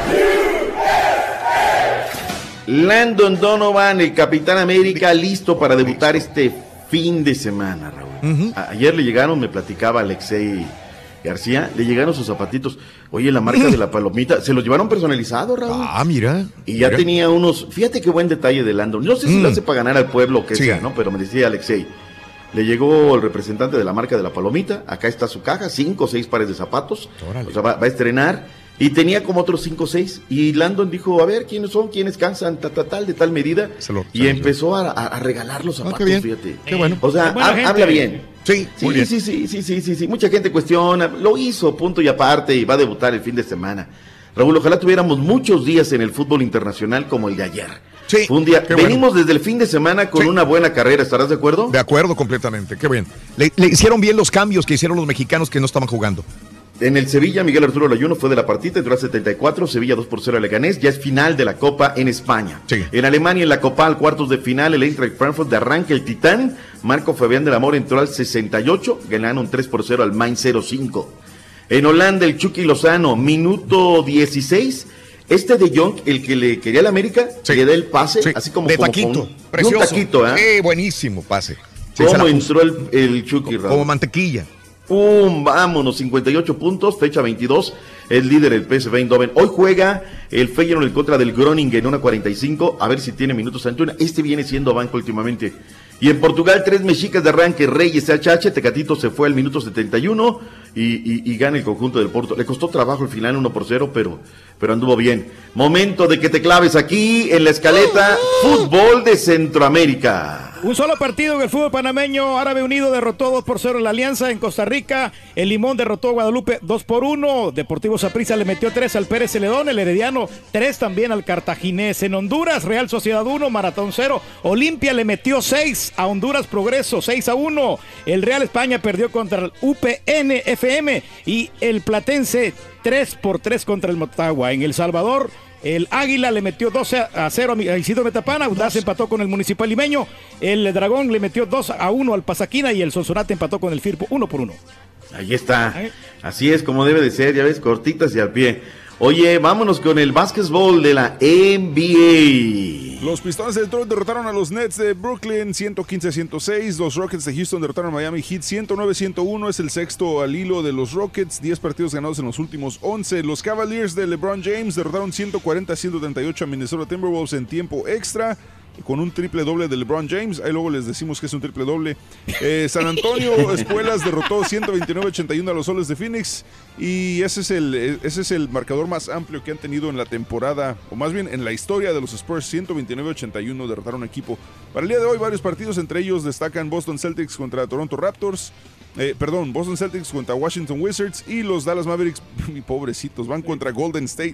Landon Donovan, el Capitán América, listo para debutar este fin de semana, Raúl. A- Ayer le llegaron, me platicaba Alexei García, le llegaron sus zapatitos. Oye, la marca de la palomita, se los llevaron personalizados, Raúl. Ah, mira. Y ya mira. tenía unos, fíjate qué buen detalle de Landon. No sé si Mm. lo hace para ganar al pueblo o qué Sí. sea, ¿no? Pero me decía Alexei, le llegó el representante de la marca de la palomita, acá está su caja, cinco o seis pares de zapatos, Órale. o sea, va, va a estrenar, y tenía como otros cinco o seis, y Landon dijo, a ver, ¿quiénes son? ¿Quiénes cansan? Ta, ta, tal, de tal medida, Se lo- y se lo- empezó a, a- a regalar los Ah, zapatos, qué bien. fíjate. Qué bueno. O sea, Qué buena ha- gente. habla bien. Sí, Sí, muy bien. sí, sí, sí, sí, sí, sí. Mucha gente cuestiona, lo hizo, punto y aparte, y va a debutar el fin de semana. Raúl, ojalá tuviéramos muchos días en el fútbol internacional como el de ayer. Sí, Fue un día, qué bueno. venimos desde el fin de semana con Sí. una buena carrera, ¿estarás de acuerdo? De acuerdo completamente, qué bien. Le, le hicieron bien los cambios que hicieron los mexicanos que no estaban jugando. En el Sevilla, Miguel Arturo Layuno fue de la partida, entró al setenta y cuatro, Sevilla dos por cero a Leganés, ya es final de la Copa en España. Sí. En Alemania, en la Copa, al cuartos de final, el Eintracht Frankfurt de arranque el Titán, Marco Fabián del Amor entró al sesenta y ocho, ganaron tres por cero al Mainz cero cinco. En Holanda, el Chucky Lozano, minuto dieciséis, este de Jong, el que le quería al América, le da el pase, Sí, así como de como taquito, con- precioso. Un taquito, ¿eh? Sí, buenísimo pase. Sí, se la ¿Cómo puso. entró el, el Chucky, Raúl? Como mantequilla. ¡Pum! Vámonos, cincuenta y ocho puntos, fecha veintidós, es líder el P S V Eindhoven. Hoy juega el Feyenoord en contra del Groningen, una cuarenta y cinco, a ver si tiene minutos Antuna. Este viene siendo banco últimamente. Y en Portugal, tres mexicas de arranque, Reyes, H H, Tecatito se fue al minuto setenta y uno y, y, y gana el conjunto del Porto. Le costó trabajo al final, uno por cero, pero, pero anduvo bien. Momento de que te claves aquí en la escaleta Fútbol de Centroamérica. Un solo partido en el fútbol panameño. Árabe Unido derrotó dos por cero en la Alianza en Costa Rica. El Limón derrotó a Guadalupe dos por uno. Deportivo Saprissa le metió tres al Pérez Celedón. El Herediano tres también al Cartaginés. En Honduras, Real Sociedad uno, Maratón cero. Olimpia le metió seis a Honduras Progreso, seis a uno. El Real España perdió contra el U P N F M y el Platense tres por tres contra el Motagua. En El Salvador, el Águila le metió doce a cero a Isidro Metapán. Audaz empató con el Municipal Limeño. El Dragón le metió dos a uno al Pasaquina y el Sonsonate empató con el Firpo uno por uno. Ahí está. Así es como debe de ser, ya ves, cortitas y al pie. Oye, vámonos con el básquetbol de la N B A. Los Pistones de Detroit derrotaron a los Nets de Brooklyn ciento quince a ciento seis. Los Rockets de Houston derrotaron a Miami Heat ciento nueve a ciento uno. Es el sexto al hilo de los Rockets. diez partidos ganados en los últimos once. Los Cavaliers de LeBron James derrotaron ciento cuarenta a ciento treinta y ocho a Minnesota Timberwolves en tiempo extra, con un triple doble de LeBron James. Ahí luego les decimos que es un triple doble. Eh, San Antonio Espuelas derrotó ciento veintinueve a ochenta y uno a los Soles de Phoenix. Y ese es, el, ese es el marcador más amplio que han tenido en la temporada, o más bien en la historia de los Spurs. ciento veintinueve a ochenta y uno derrotaron a un equipo. Para el día de hoy, varios partidos, entre ellos destacan Boston Celtics contra Toronto Raptors. Eh, perdón, Boston Celtics contra Washington Wizards. Y los Dallas Mavericks, mi pobrecitos, van contra Golden State.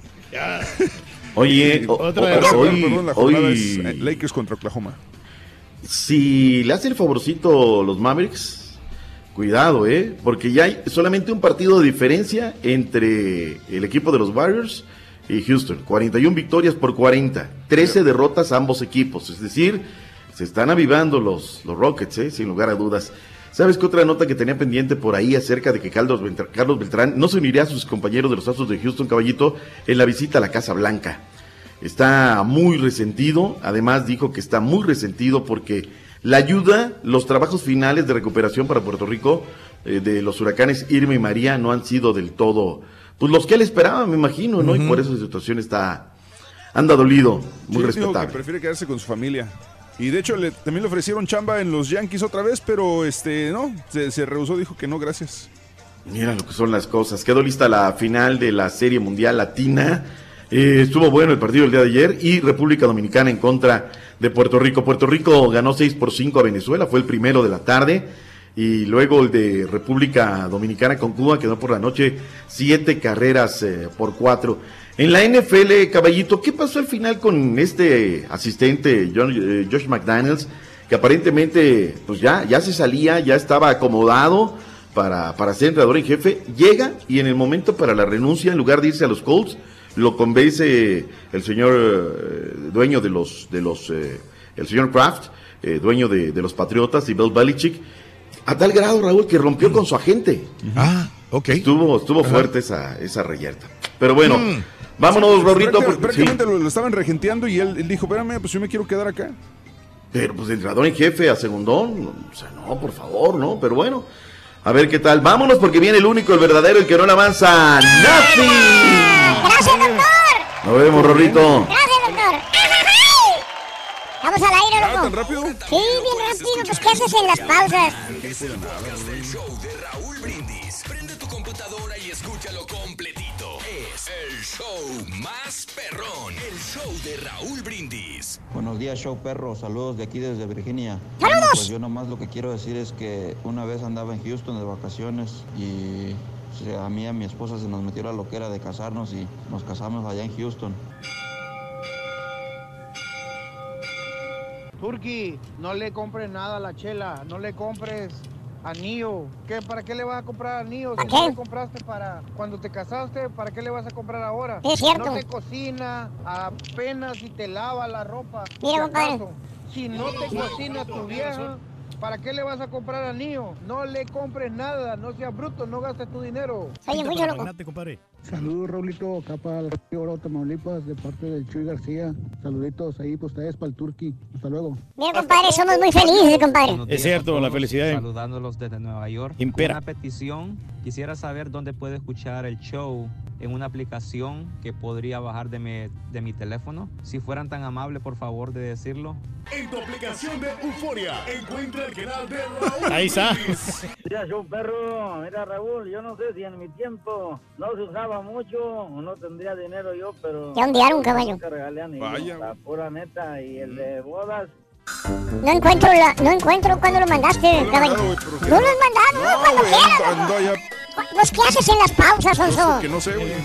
Oye, o- Otra o- hoy- perdón, la jornada hoy- es eh, Lakers contra Oklahoma. Si le hace el favorcito los Mavericks, cuidado, ¿eh? Porque ya hay solamente un partido de diferencia entre el equipo de los Warriors y Houston. cuarenta y una victorias por cuarenta. trece derrotas a ambos equipos. Es decir, se están avivando los, los Rockets, ¿eh? Sin lugar a dudas. ¿Sabes qué otra nota que tenía pendiente por ahí acerca de que Carlos Beltrán, Carlos Beltrán no se uniría a sus compañeros de los Astros de Houston, Caballito, en la visita a la Casa Blanca? Está muy resentido, además dijo que está muy resentido porque La ayuda, los trabajos finales de recuperación para Puerto Rico eh, de los huracanes Irma y María no han sido del todo, pues los que él esperaba, me imagino, ¿no? Uh-huh. Y por eso la situación está, anda dolido, muy sí, respetable. Digo que prefiere quedarse con su familia. Y de hecho le, también le ofrecieron chamba en los Yankees otra vez, pero este no, se, se rehusó, dijo que no, gracias. Mira lo que son las cosas. Quedó lista la final de la Serie Mundial Latina. Eh, estuvo bueno el partido el día de ayer. Y República Dominicana en contra de Puerto Rico. Puerto Rico ganó seis por cinco a Venezuela, fue el primero de la tarde. Y luego el de República Dominicana con Cuba quedó por la noche siete carreras eh, por cuatro. En la N F L, Caballito, ¿qué pasó al final con este asistente, John, eh, Josh McDaniels, que aparentemente pues ya, ya se salía, ya estaba acomodado para, para ser entrenador en jefe? Llega y en el momento para la renuncia, en lugar de irse a los Colts, lo convence el señor eh, dueño de los, de los eh, el señor Kraft, eh, dueño de, de los Patriotas, y Bill Belichick, a tal grado, Raúl, que rompió con su agente. Ah, ok. Estuvo, estuvo fuerte esa, esa reyerta. Pero bueno... Mm. Vámonos, sí, Rorrito. Prácticamente, prácticamente sí. lo, lo estaban regenteando y él, él dijo, espérame, pues yo me quiero quedar acá. Pero pues el entrenador en jefe a segundón, o sea, no, por favor, no, pero bueno, a ver qué tal. Vámonos porque viene el único, el verdadero, el que no le avanza, Nafi. Gracias, doctor. Nos vemos, Rorrito. Gracias, doctor. Vamos al aire, loco. ¿Tan rápido? Sí, bien rápido, pues ¿qué haces en las pausas? Es el podcast del show de Raúl Brindis. Prende tu computadora y escúchalo completito. Es el show más perrón, el show de Raúl Brindis. Buenos días, show perro. Saludos de aquí desde Virginia. ¡Saludos! Pues yo nomás lo que quiero decir es que una vez andaba en Houston de vacaciones y o sea, a mí y a mi esposa se nos metió la loquera de casarnos y nos casamos allá en Houston. Turki, no le compres nada a la Chela, no le compres anillo. ¿Qué, ¿Para qué le vas a comprar anillo? Si no le compraste para cuando te casaste, ¿para qué le vas a comprar ahora? Es cierto. No te cocina, apenas si te lava la ropa. Mira, compadre. Si no te cocina tu vieja, ¿para qué le vas a comprar anillo? No le compres nada, no seas bruto, no gastes tu dinero. Oye, mucho loco. Saludos, Raulito, acá para el Oro, Tamaulipas, de parte del Chuy García. Saluditos ahí para ustedes, para el Turqui. Hasta luego. Mira, compadre, somos muy felices, compadre. Es cierto, la felicidad. Saludándolos desde Nueva York. Impera. Una petición, quisiera saber dónde puedo escuchar el show en una aplicación que podría bajar de mi, de mi teléfono. Si fueran tan amables, por favor, de decirlo. En tu aplicación de Euforia, encuentra el canal de Raúl. Ahí está. Mira, yo, perro, mira, Raúl, yo no sé si en mi tiempo no se usaba mucho o no tendría dinero yo, pero... Ya ondearon un caballo. Vaya. La pura neta, y el de bodas... No encuentro la, no encuentro cuando lo mandaste, no caballo. No lo has mandado, no, cuando wey, quieras. ando allá. Pues, ¿qué haces en las pausas, Sonso? Que no sé, güey.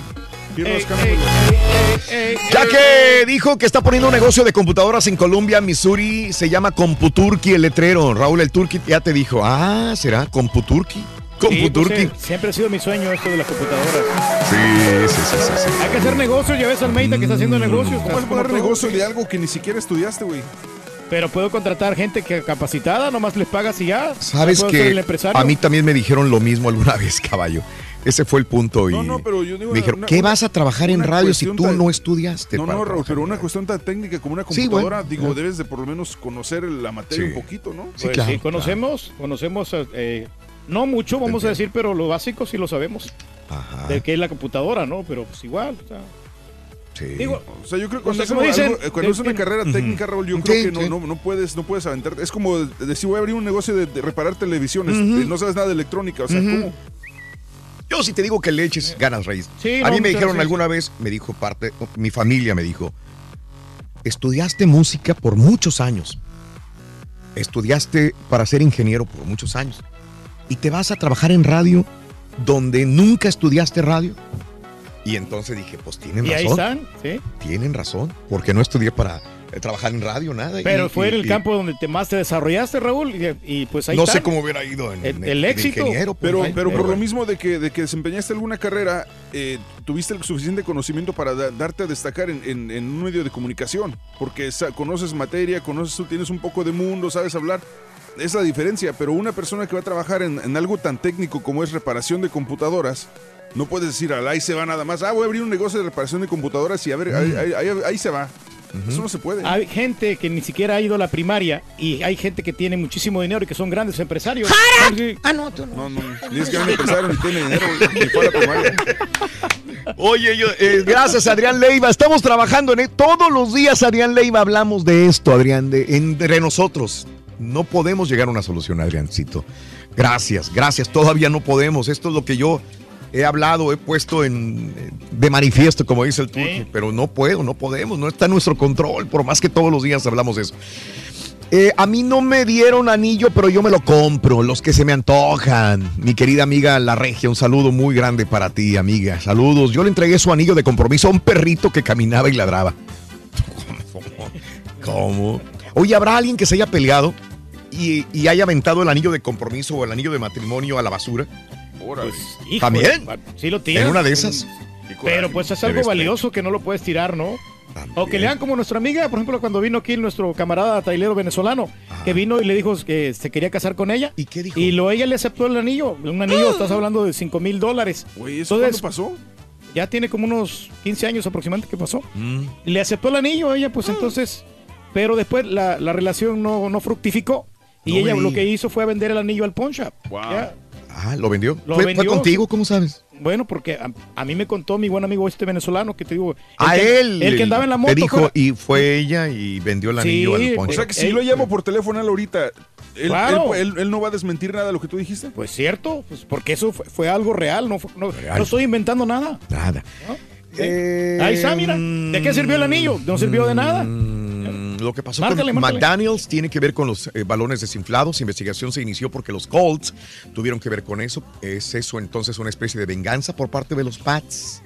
Ya que dijo que está poniendo un negocio de computadoras en Columbia, Missouri, se llama Computurki el letrero. Raúl, el Turki ya te dijo, ah, ¿será Computurki? Computurki. Sí, pues, siempre ha sido mi sueño esto de las computadoras. Sí, sí, sí, sí, sí. Hay que hacer negocios, ya ves al Almeida que está haciendo negocios. ¿Cómo vas a poner negocio de algo que ni siquiera estudiaste, güey? Pero puedo contratar gente que capacitada, nomás les pagas y ya. ¿Sabes que a mí también me dijeron lo mismo alguna vez, caballo? Ese fue el punto. Y no, no, pero yo digo me dijeron, una, ¿qué una, vas a trabajar en radio si tú tan, no estudiaste? No, no, Raúl, pero una cuestión tan técnica como una computadora, sí, bueno, digo, debes de por lo menos conocer la materia sí. un poquito, ¿no? Sí, pues, claro, sí conocemos, claro. conocemos, eh, no mucho, vamos a decir, pero lo básico sí lo sabemos. Ajá. De qué es la computadora, ¿no? Pero pues igual, o sea. Sí. Digo, o sea, yo creo que cuando, o sea, dicen, algo, cuando es una carrera uh-huh. técnica, Raúl, yo creo sí, que no, sí. no, no puedes no puedes aventar. Es como decir, voy a abrir un negocio de, de reparar televisiones, uh-huh. no sabes nada de electrónica, o sea, uh-huh. ¿cómo? Yo si te digo que le eches ganas, Reyes. Sí, a no, mí me dijeron sí, alguna sí. vez, me dijo parte, mi familia me dijo, estudiaste música por muchos años, estudiaste para ser ingeniero por muchos años, y te vas a trabajar en radio donde nunca estudiaste radio. Y entonces dije, pues tienen y razón. Y ahí están, ¿sí? Tienen razón, porque no estudié para eh, trabajar en radio, nada. Pero y, fue y, en el y, campo donde te más te desarrollaste, Raúl, y, y pues ahí no está. sé cómo hubiera ido en el, en, el éxito. Ingeniero, pues, pero ahí, pero pero por lo mismo de que, de que desempeñaste alguna carrera, eh, tuviste el suficiente conocimiento para da, darte a destacar en, en, en un medio de comunicación, porque sa, conoces materia, conoces, tienes un poco de mundo, sabes hablar. Es la diferencia, pero una persona que va a trabajar en, en algo tan técnico como es reparación de computadoras, no puedes decir, ahí se va nada más. Ah, voy a abrir un negocio de reparación de computadoras y a ver, mm. ahí, ahí, ahí, ahí se va. Uh-huh. Eso no se puede. Hay gente que ni siquiera ha ido a la primaria y hay gente que tiene muchísimo dinero y que son grandes empresarios. Ah, no, tú no. No, no, ni es que un empresario ni tiene dinero, ni fue a la primaria. Oye, yo, eh, gracias Adrián Leiva, estamos trabajando en él. Todos los días, Adrián Leiva, hablamos de esto, Adrián, de, entre nosotros. No podemos llegar a una solución, Adriancito. Gracias, gracias, todavía no podemos. Esto es lo que yo he hablado, he puesto en de manifiesto, como dice el turco, ¿sí? Pero no puedo, no podemos, no está en nuestro control, por más que todos los días hablamos de eso. Eh, a mí no me dieron anillo, pero yo me lo compro, los que se me antojan. Mi querida amiga La Regia, un saludo muy grande para ti, amiga. Saludos. Yo le entregué su anillo de compromiso a un perrito que caminaba y ladraba. ¿Cómo? ¿Cómo? Oye, ¿habrá alguien que se haya peleado y, y haya aventado el anillo de compromiso o el anillo de matrimonio a la basura? Pues, hijo, ¿también? Sí lo tiene. ¿En una de esas? Pero pues es algo valioso que no lo puedes tirar, ¿no? También. O que le hagan como nuestra amiga, por ejemplo, cuando vino aquí nuestro camarada trailero venezolano, ah. que vino y le dijo que se quería casar con ella. ¿Y qué dijo? Y lo, ella le aceptó el anillo. Un anillo, ¡ah! Estás hablando de cinco mil dólares. Güey, ¿eso cuándo pasó? Ya tiene como unos quince años aproximadamente que pasó. Mm. Y le aceptó el anillo a ella, pues ah. entonces... Pero después la, la relación no, no fructificó. Y no ella lo que hizo fue vender el anillo al pawn shop. Wow. Ya. Ah, ¿lo vendió? Lo ¿Fue, vendió? ¿Fue contigo? ¿Cómo sabes? Bueno, porque a, a mí me contó mi buen amigo este venezolano que te digo. A que, él. El que andaba en la moto. Te dijo fuera. Y fue ella y vendió el anillo sí, al pawn shop. O sea que si él, lo llamo por teléfono a él ahorita, él, claro. él, él, él no va a desmentir nada de lo que tú dijiste. Pues cierto, pues porque eso fue, fue algo real, no, fue, no, real. no estoy inventando nada. Nada. ¿No? Eh, Ahí está, mira. ¿De qué sirvió el anillo? No sirvió de nada. Lo que pasó márcale, con márcale. McDaniels tiene que ver con los eh, balones desinflados. Investigación se inició porque los Colts tuvieron que ver con eso. ¿Es eso entonces una especie de venganza por parte de los Pats?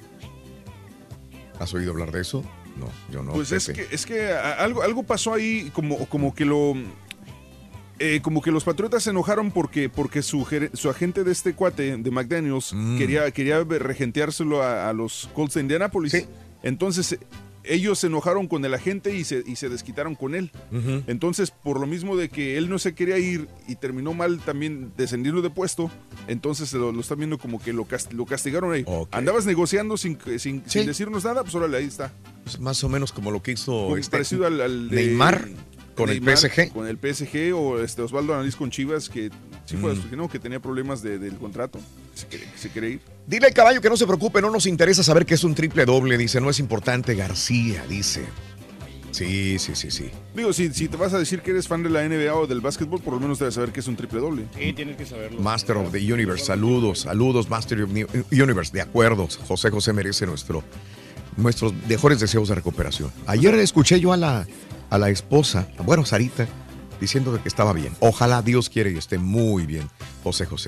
¿Has oído hablar de eso? No, yo no. Pues Pepe. es que, es que algo, algo pasó ahí como, como que lo... Eh, como que los Patriotas se enojaron porque, porque su, su agente de este cuate, de McDaniels, mm. quería, quería regenteárselo a, a los Colts de Indianapolis. Sí. Entonces... ellos se enojaron con el agente y se, y se desquitaron con él. Uh-huh. Entonces, por lo mismo de que él no se quería ir y terminó mal también descendiendo de puesto, entonces lo, lo están viendo como que lo, cast, lo castigaron ahí. Okay. Andabas negociando sin, sin, sí. sin decirnos nada, pues órale, ahí está. Pues más o menos como lo que hizo este, parecido al, al de, Neymar con Neymar, el P S G. Con el P S G o este Osvaldo Analiz con Chivas, que sí fue, mm. ¿no? que tenía problemas de, del contrato, se quiere, se quiere ir. Dile al caballo que no se preocupe, no nos interesa saber que es un triple doble, dice, no es importante, García, dice. Sí, sí, sí, sí. Digo, si, si te vas a decir que eres fan de la N B A o del básquetbol, por lo menos debes saber que es un triple doble. Sí, tienes que saberlo. Master of the Universe, saludos, saludos, Master of the Universe, de acuerdo, José José merece nuestro, nuestros mejores deseos de recuperación. Ayer escuché yo a la, a la esposa, bueno, Sarita, diciendo que estaba bien. Ojalá Dios quiere y esté muy bien, José José.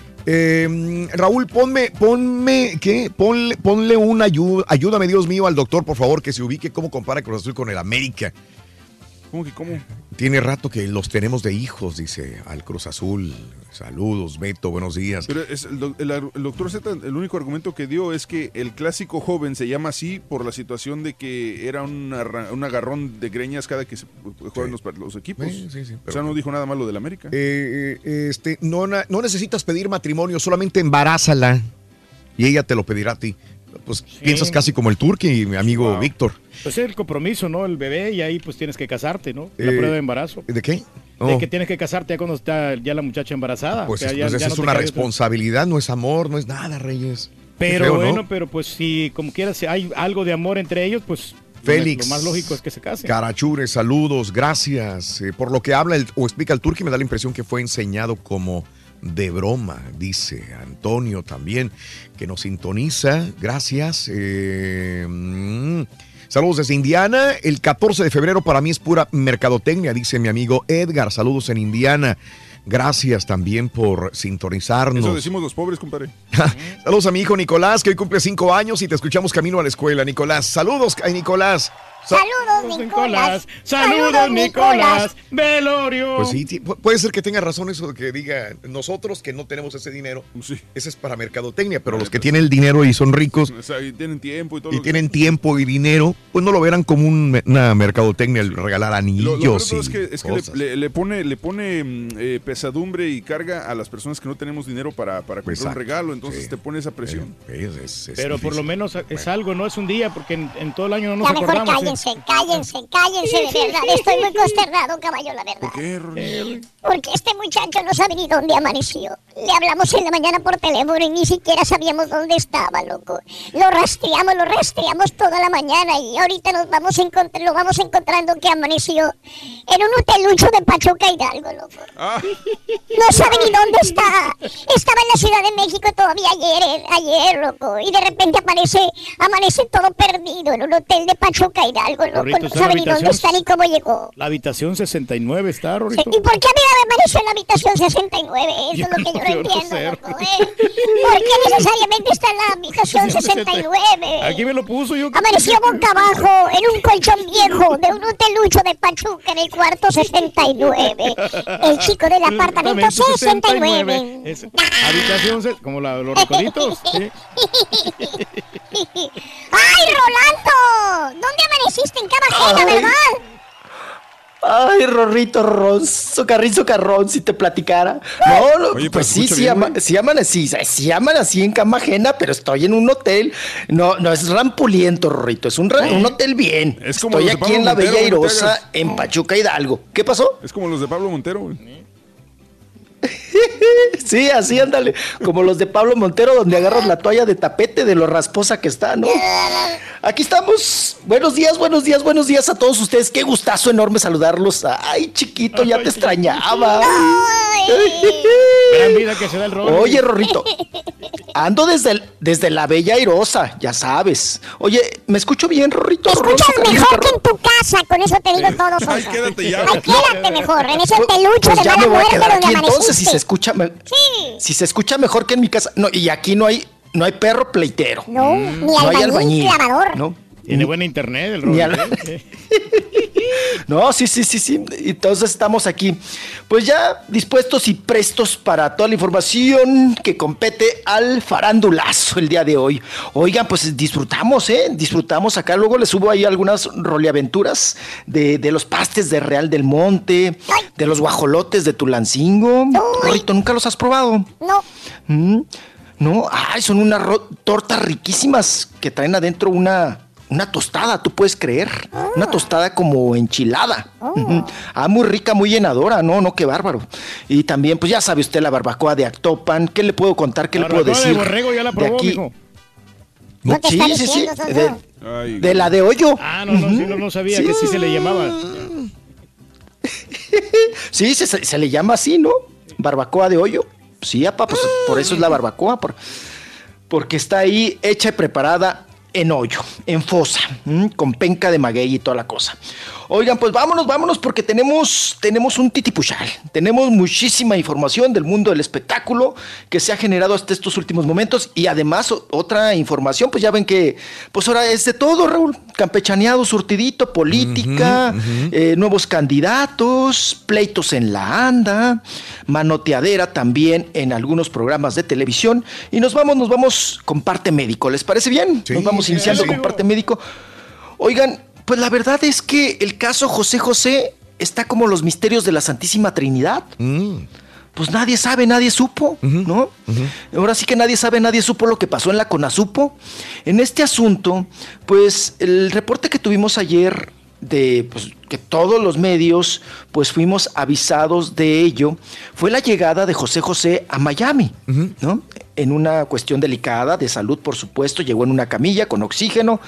Eh, Raúl, ponme, ponme, ¿qué? Ponle, ponle una ayuda, ayúdame Dios mío al doctor, por favor, que se ubique cómo compara Cruz Azul con el América. ¿Cómo que cómo? Tiene rato que los tenemos de hijos, dice, al Cruz Azul. Saludos, Beto, buenos días. Pero es, el, el, el doctor Z, el único argumento que dio es que el clásico joven se llama así por la situación de que era una, un agarrón de greñas cada que se juegan sí. los, los equipos. Sí, sí, sí, pero, o sea, no dijo nada malo del América. Eh, este, no, no necesitas pedir matrimonio, solamente embarázala y ella te lo pedirá a ti. Pues sí. Piensas casi como el Turqui, mi amigo wow. Víctor. Pues es el compromiso, ¿no? El bebé y ahí pues tienes que casarte, ¿no? La eh, prueba de embarazo. ¿De qué? Oh. De que tienes que casarte ya cuando está ya la muchacha embarazada. Pues, o sea, es, ya, pues ya esa no es una cargues, responsabilidad, no es amor, no es nada, Reyes. Pero feo, bueno, ¿no? pero pues si como quieras si hay algo de amor entre ellos, pues Félix, lo más lógico es que se casen. Carachure, saludos, gracias. Eh, por lo que habla el, o explica el Turqui, me da la impresión que fue enseñado como de broma, dice Antonio también, que nos sintoniza, gracias. Eh, mm, saludos desde Indiana, el catorce de febrero para mí es pura mercadotecnia, dice mi amigo Edgar, saludos en Indiana. Gracias también por sintonizarnos. Eso decimos los pobres, compadre. Saludos a mi hijo Nicolás, que hoy cumple cinco años y te escuchamos camino a la escuela, Nicolás. Saludos, Nicolás. Saludos, Nicolás. Saludos, Nicolás. Velorio. Pues sí, puede ser que tenga razón eso de que diga nosotros que no tenemos ese dinero. Sí. Ese es para mercadotecnia, pero los que tienen el dinero y son ricos. O sea, y tienen tiempo y todo. Y tienen que... tiempo y dinero, pues no lo verán como un, una mercadotecnia el regalar anillos. Lo, lo y es que, es que le, le pone, le pone eh, pesadumbre y carga a las personas que no tenemos dinero para, para comprar Exacto. un regalo. Entonces sí. te pone esa presión. Es, es, es pero difícil. por lo menos es bueno. algo, no es un día, porque en, en todo el año no nos ya acordamos. Mejor cállense, cállense, cállense, de verdad. Estoy muy consternado, caballo, la verdad. ¿Por qué, Ronnie? Porque este muchacho no sabe ni dónde amaneció. Le hablamos en la mañana por teléfono y ni siquiera sabíamos dónde estaba, loco. Lo rastreamos, lo rastreamos toda la mañana y ahorita nos vamos a encontrar, lo vamos encontrando que amaneció en un hotelucho de Pachuca Hidalgo, loco. Ah. No sabe ni dónde está. Estaba en la Ciudad de México todavía ayer, ayer, loco. Y de repente aparece, amanece todo perdido en un hotel de Pachuca Hidalgo, loco. Rorrito, No sabe ni dónde está ni cómo llegó. La habitación sesenta y nueve está, Rorrito. ¿Y por qué a mí me amaneció en la habitación sesenta y nueve? Eso es lo que yo no entiendo, sé, loco, ¿eh? ¿Por qué necesariamente está en la habitación sesenta y nueve? Aquí me lo puso yo. Amaneció boca abajo en un colchón viejo de un hotelucho de Pachuca en el cuarto sesenta y nueve. El chico del apartamento sesenta y nueve. Es habitación, se- como la, los recoditos. ¿Sí? ¡Ay, Rolando! ¿Dónde amaneciste? En cama ajena, Ay. ¿verdad? Ay, Rorrito, Ron, socarrín, socarrón, si te platicara. No, no, Oye, pero pues se sí, escucha sí, bien, ama, güey. sí amanecí, sí amanecí en cama ajena, pero estoy en un hotel. No, no es rampuliento, Rorrito, es un, ra- un hotel bien. Es como estoy los de aquí Pablo en la Montero, Bella güey, no te Airosa, hagas. en Pachuca Hidalgo. ¿Qué pasó? Es como los de Pablo Montero, güey. Sí, así ándale, como los de Pablo Montero, donde agarras la toalla de tapete de lo rasposa que está, ¿no? Aquí estamos. Buenos días, buenos días, buenos días a todos ustedes. Qué gustazo enorme saludarlos. Ay, chiquito, ya te extrañaba. Gran vida que se da el rol. Oye, Rorrito, ando desde, el- desde la Bella Airosa, ya sabes. Oye, ¿me escucho bien, Rorrito? Te escuchas mejor que en tu casa, con eso te digo todo, Sosa. Ay, quédate ya. Ay, quédate mejor, en ese hotelucho Pues de ya mala me voy a muerte quedar donde aquí entonces si amaneciste. se escucha me- Sí. si se escucha mejor que en mi casa. No, y aquí no hay no hay perro pleitero. No, ni No hay albañil, albañil. clavador. No. Tiene buena internet el Ni rol. al- No, sí, sí, sí, sí. Entonces estamos aquí, pues ya dispuestos y prestos para toda la información que compete al farandulazo el día de hoy. Oigan, pues disfrutamos, ¿eh? Disfrutamos acá. Luego les subo ahí algunas roleaventuras de, de los pastes de Real del Monte, de los guajolotes de Tulancingo. Rorrito, ¿nunca los has probado? No. Mm, no, ay, son unas ro- tortas riquísimas que traen adentro una, una tostada, ¿tú puedes creer? Una tostada como enchilada. Ujú. Ah, muy rica, muy llenadora, no, no, qué bárbaro. Y también, pues ya sabe usted la barbacoa de Actopan. ¿Qué le puedo contar? ¿Qué le puedo Barbacoa decir? de borrego ya la De probó, aquí- mijo. No te sí, está sí, sí, diciendo, Sosa. de, Ay, de la de hoyo. Ah, no, no, sí, no, no sabía Sí. que sí se le llamaba. Sí, se, se- se le llama así, ¿no? Barbacoa de hoyo. Sí, apa, pues por eso es la barbacoa, por- porque está ahí hecha y preparada en hoyo, en fosa, ¿m? Con penca de maguey y toda la cosa. Oigan, pues vámonos, vámonos, porque tenemos, tenemos un titipuchal. Tenemos muchísima información del mundo del espectáculo que se ha generado hasta estos últimos momentos. Y además, o- otra información, pues ya ven que, pues ahora es de todo, Raúl. Campechaneado, surtidito, política, eh, nuevos candidatos, pleitos en la anda, manoteadera también en algunos programas de televisión. Y nos vamos, nos vamos con parte médico. ¿Les parece bien? Sí, nos vamos sí, iniciando sí. con parte médico. Oigan, pues la verdad es que el caso José José está como los misterios de la Santísima Trinidad. Pues nadie sabe, nadie supo, ¿no? Ahora sí que nadie sabe, nadie supo lo que pasó en la CONASUPO. En este asunto, pues el reporte que tuvimos ayer de pues, que todos los medios pues fuimos avisados de ello, fue la llegada de José José a Miami, ¿no? En una cuestión delicada de salud, por supuesto, llegó en una camilla con oxígeno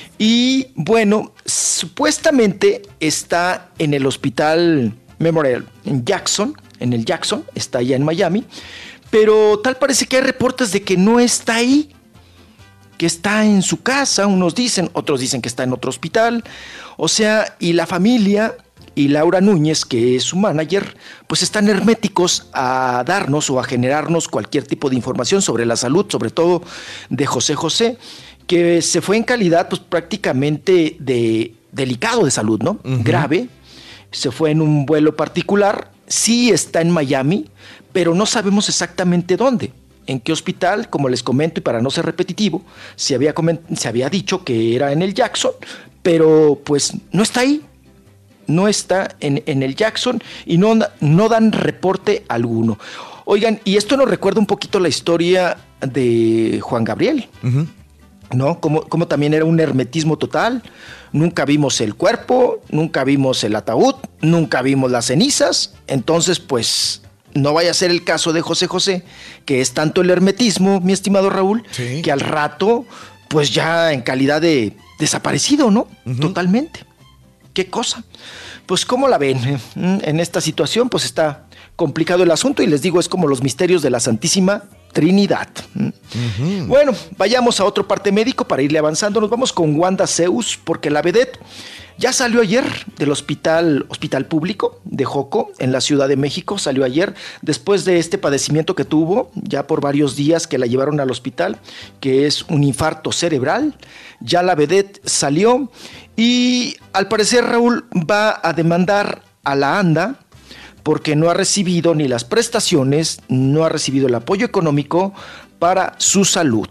y bueno, supuestamente está en el hospital Memorial en Jackson, en el Jackson, está allá en Miami, pero tal parece que hay reportes de que no está ahí, que está en su casa, unos dicen, otros dicen que está en otro hospital, o sea, y la familia y Laura Núñez, que es su manager, pues están herméticos a darnos o a generarnos cualquier tipo de información sobre la salud, sobre todo de José José, que se fue en calidad pues prácticamente de delicado de salud, ¿no? Grave, se fue en un vuelo particular, sí está en Miami, pero no sabemos exactamente dónde. ¿En qué hospital? Como les comento, y para no ser repetitivo, se había, coment- se había dicho que era en el Jackson, pero pues no está ahí, no está en, en el Jackson y no, no dan reporte alguno. Oigan, y esto nos recuerda un poquito la historia de Juan Gabriel. ¿no? Como, como también era un hermetismo total. Nunca vimos el cuerpo, nunca vimos el ataúd, nunca vimos las cenizas. Entonces, pues, no vaya a ser el caso de José José, que es tanto el hermetismo, mi estimado Raúl, sí, que al rato, pues ya en calidad de desaparecido, ¿no? Uh-huh. Totalmente. ¿Qué cosa? Pues, ¿cómo la ven? En esta situación, pues está complicado el asunto y les digo, es como los misterios de la Santísima Trinidad. Uh-huh. Bueno, vayamos a otro parte médico para irle avanzando. Nos vamos con Wanda Zeus, porque la vedette ya salió ayer del hospital, hospital público de Joco, en la Ciudad de México. Salió ayer después de este padecimiento que tuvo, ya por varios días que la llevaron al hospital, que es un infarto cerebral. Ya la vedette salió y al parecer, Raúl, va a demandar a la ANDA porque no ha recibido ni las prestaciones, no ha recibido el apoyo económico para su salud.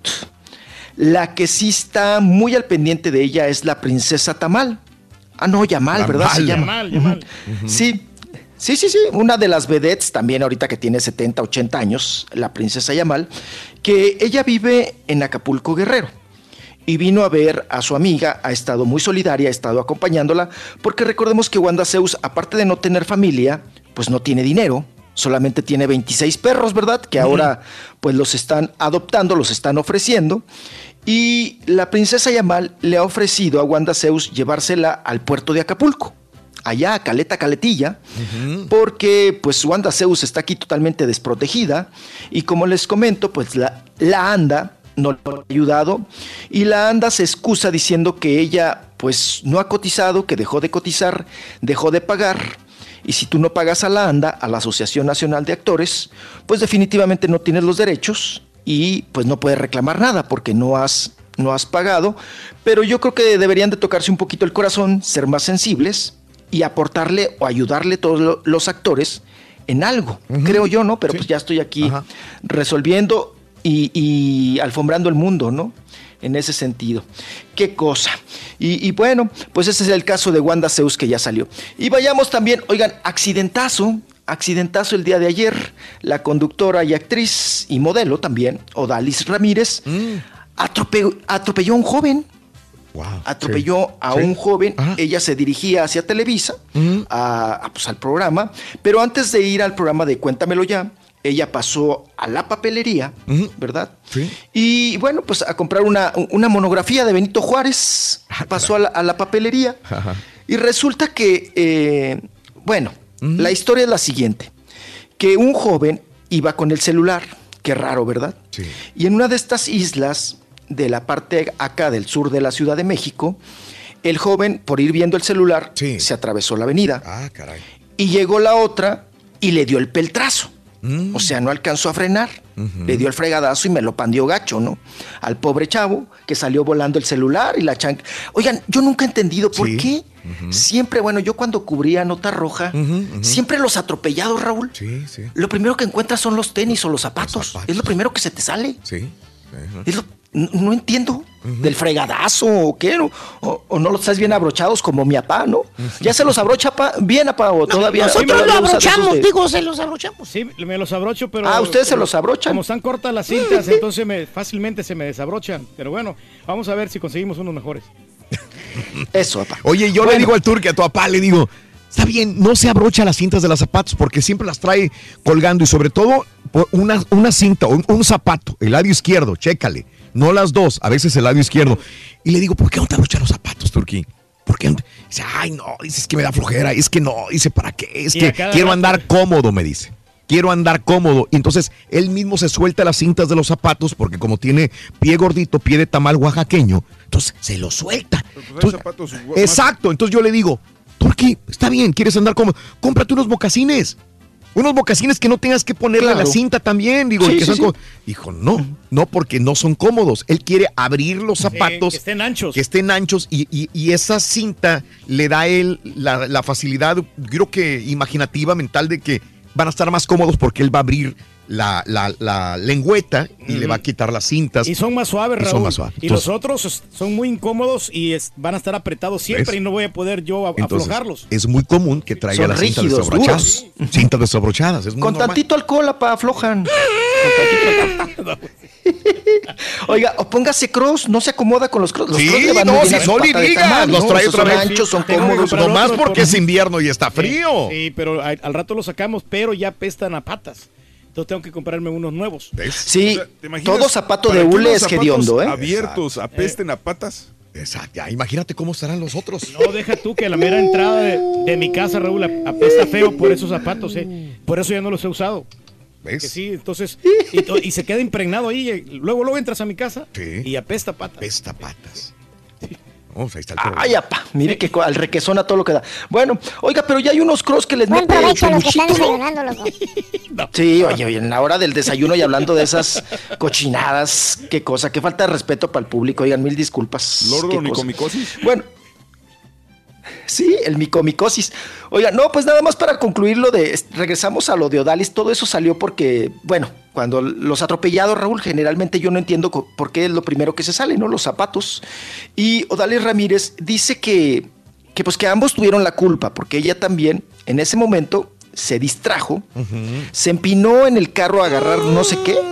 La que sí está muy al pendiente de ella es la princesa Tamal. Ah, no, Yamal, ¿verdad? Se llama. Yamal, Yamal. Uh-huh. Sí, sí, sí, sí. Una de las vedettes, también ahorita que tiene setenta, ochenta años, la princesa Yamal, que ella vive en Acapulco, Guerrero. Y vino a ver a su amiga, ha estado muy solidaria, ha estado acompañándola, porque recordemos que Wanda Zeus, aparte de no tener familia, pues no tiene dinero, solamente tiene veintiséis perros, ¿verdad? Que ahora pues los están adoptando, los están ofreciendo. Y la princesa Yamal le ha ofrecido a Wanda Zeus llevársela al puerto de Acapulco, allá a Caleta Caletilla, uh-huh. porque pues Wanda Zeus está aquí totalmente desprotegida y como les comento, pues la, la ANDA no lo ha ayudado y la ANDA se excusa diciendo que ella pues no ha cotizado, que dejó de cotizar, dejó de pagar. Y si tú no pagas a la ANDA, a la Asociación Nacional de Actores, pues definitivamente no tienes los derechos y pues no puedes reclamar nada porque no has, no has pagado. Pero yo creo que deberían de tocarse un poquito el corazón, ser más sensibles y aportarle o ayudarle a todos los actores en algo, uh-huh. creo yo, ¿no? Pero sí. pues ya estoy aquí Ajá. resolviendo y, y alfombrando el mundo, ¿no? En ese sentido. Qué cosa. Y, y bueno, pues ese es el caso de Wanda Zeus que ya salió. Y vayamos también, oigan, accidentazo, accidentazo el día de ayer. La conductora y actriz y modelo también, Odalis Ramírez, mm. atrope, atropelló a un joven. Wow, atropelló sí, a sí. un joven. Ajá. Ella se dirigía hacia Televisa, uh-huh. a, a, pues, al programa, pero antes de ir al programa de Cuéntamelo Ya, ella pasó a la papelería, uh-huh. ¿verdad? Sí. Y bueno, pues a comprar una, una monografía de Benito Juárez. Ah, pasó a la, a la papelería. Ajá. Y resulta que, eh, bueno, uh-huh. la historia es la siguiente. Que un joven iba con el celular. Qué raro, ¿verdad? Sí. Y en una de estas islas de la parte acá del sur de la Ciudad de México, el joven, por ir viendo el celular, sí. se atravesó la avenida. Ah, caray. Y llegó la otra y le dio el peltrazo. Mm. O sea, no alcanzó a frenar, uh-huh. le dio el fregadazo y me lo pandió gacho, ¿no? Al pobre chavo que salió volando el celular y la chancla. Oigan, yo nunca he entendido por sí. qué uh-huh. siempre, bueno, yo cuando cubría Nota Roja, uh-huh, uh-huh. siempre los atropellados, Raúl, sí, sí. lo primero que encuentras son los tenis o los zapatos. Los zapatos. Es lo primero que se te sale. Sí. Uh-huh. Es lo, no, no entiendo. Uh-huh. Del fregadazo o qué, o, o, o no los estás bien abrochados como mi papá, ¿no? Uh-huh. Ya se los abrocha pa, bien, papá, o todavía. Nosotros lo abrochamos, de... digo, se los abrochamos. Sí, me los abrocho, pero. Ah, ustedes se los abrochan. Como están cortas las cintas, entonces me, fácilmente se me desabrochan. Pero bueno, vamos a ver si conseguimos unos mejores. Eso, papá. Oye, yo bueno. le digo al turque, a tu papá, le digo, está bien, no se abrocha las cintas de los zapatos porque siempre las trae colgando y sobre todo una, una cinta, un, un zapato, el lado izquierdo, chécale. No las dos, a veces el lado izquierdo. Y le digo, ¿por qué no te abrochas los zapatos, Turquí? ¿Por qué no? Dice, ay, no, dice, es que me da flojera, es que no, dice, ¿para qué? Es que quiero rato. andar cómodo, me dice. Quiero andar cómodo. Y entonces él mismo se suelta las cintas de los zapatos porque como tiene pie gordito, pie de tamal oaxaqueño, entonces se lo suelta. Entonces, zapatos, exacto, entonces yo le digo, Turquí, está bien, ¿quieres andar cómodo? Cómprate unos mocasines. Unos mocasines que no tengas que ponerle claro. la cinta también, digo, sí, y que sí, son sí. Dijo, no, no, porque no son cómodos. Él quiere abrir los zapatos. Sí, que estén anchos. Que estén anchos y, y, y esa cinta le da a él la, la facilidad, creo que imaginativa, mental, de que van a estar más cómodos porque él va a abrir la, la, la lengüeta y uh-huh. le va a quitar las cintas. Y son más suaves, Raúl. Y, son más suaves. y Entonces, los otros son muy incómodos y es, van a estar apretados siempre ¿ves? Y no voy a poder yo a, Entonces, aflojarlos. Es muy común que traiga son las cintas desabrochadas. Sí. Cintas desabrochadas. Es muy Con normal. tantito alcohol, pa, aflojan. Con tantito alcohol. Oiga, o póngase cross, no se acomoda con los cross. Los sí, cross le van no, muy si bien a son su pata de ligas, tamal, los ¿no? trae Esos otra son vez. anchos, son Tengo que cómodos. comprar Nomás otro porque por- es invierno y está frío. Sí, sí, pero a- al rato los sacamos, pero ya apestan a patas. Entonces tengo que comprarme unos nuevos. Sí, ¿Te imaginas todo zapato para de que hule unos es zapatos hediondo, ¿eh? abiertos apesten a patas? Exacto. Ya, imagínate cómo estarán los otros. No, deja tú que a la mera entrada de, de mi casa, Raúl, apesta feo por esos zapatos, ¿eh? Por eso ya no los he usado. ¿Ves? Que sí, entonces, y, to- y se queda impregnado ahí. eh, Luego, luego entras a mi casa Sí. y apesta patas. Apesta patas. Oh, ahí está el problema. Ay, apa, mire que co- al requesón a todo lo que da. Bueno, oiga, pero ya hay unos cross que les Buen mete provecho a los que están peluchito, ¿no? desayunando, loco. Sí, oye, oye, en la hora del desayuno y hablando de esas cochinadas, qué cosa, qué falta de respeto para el público, oigan, mil disculpas. ¿Lordo qué cosa. Nicomicosis? Bueno, sí, el micomicosis. Oiga, no, pues nada más para concluir lo de, regresamos a lo de Odalis, todo eso salió porque, bueno, cuando los atropellados, Raúl, generalmente yo no entiendo co- por qué es lo primero que se sale, ¿no? Los zapatos. Y Odalis Ramírez dice que, que pues que ambos tuvieron la culpa, porque ella también, en ese momento, se distrajo, se empinó en el carro a agarrar no sé qué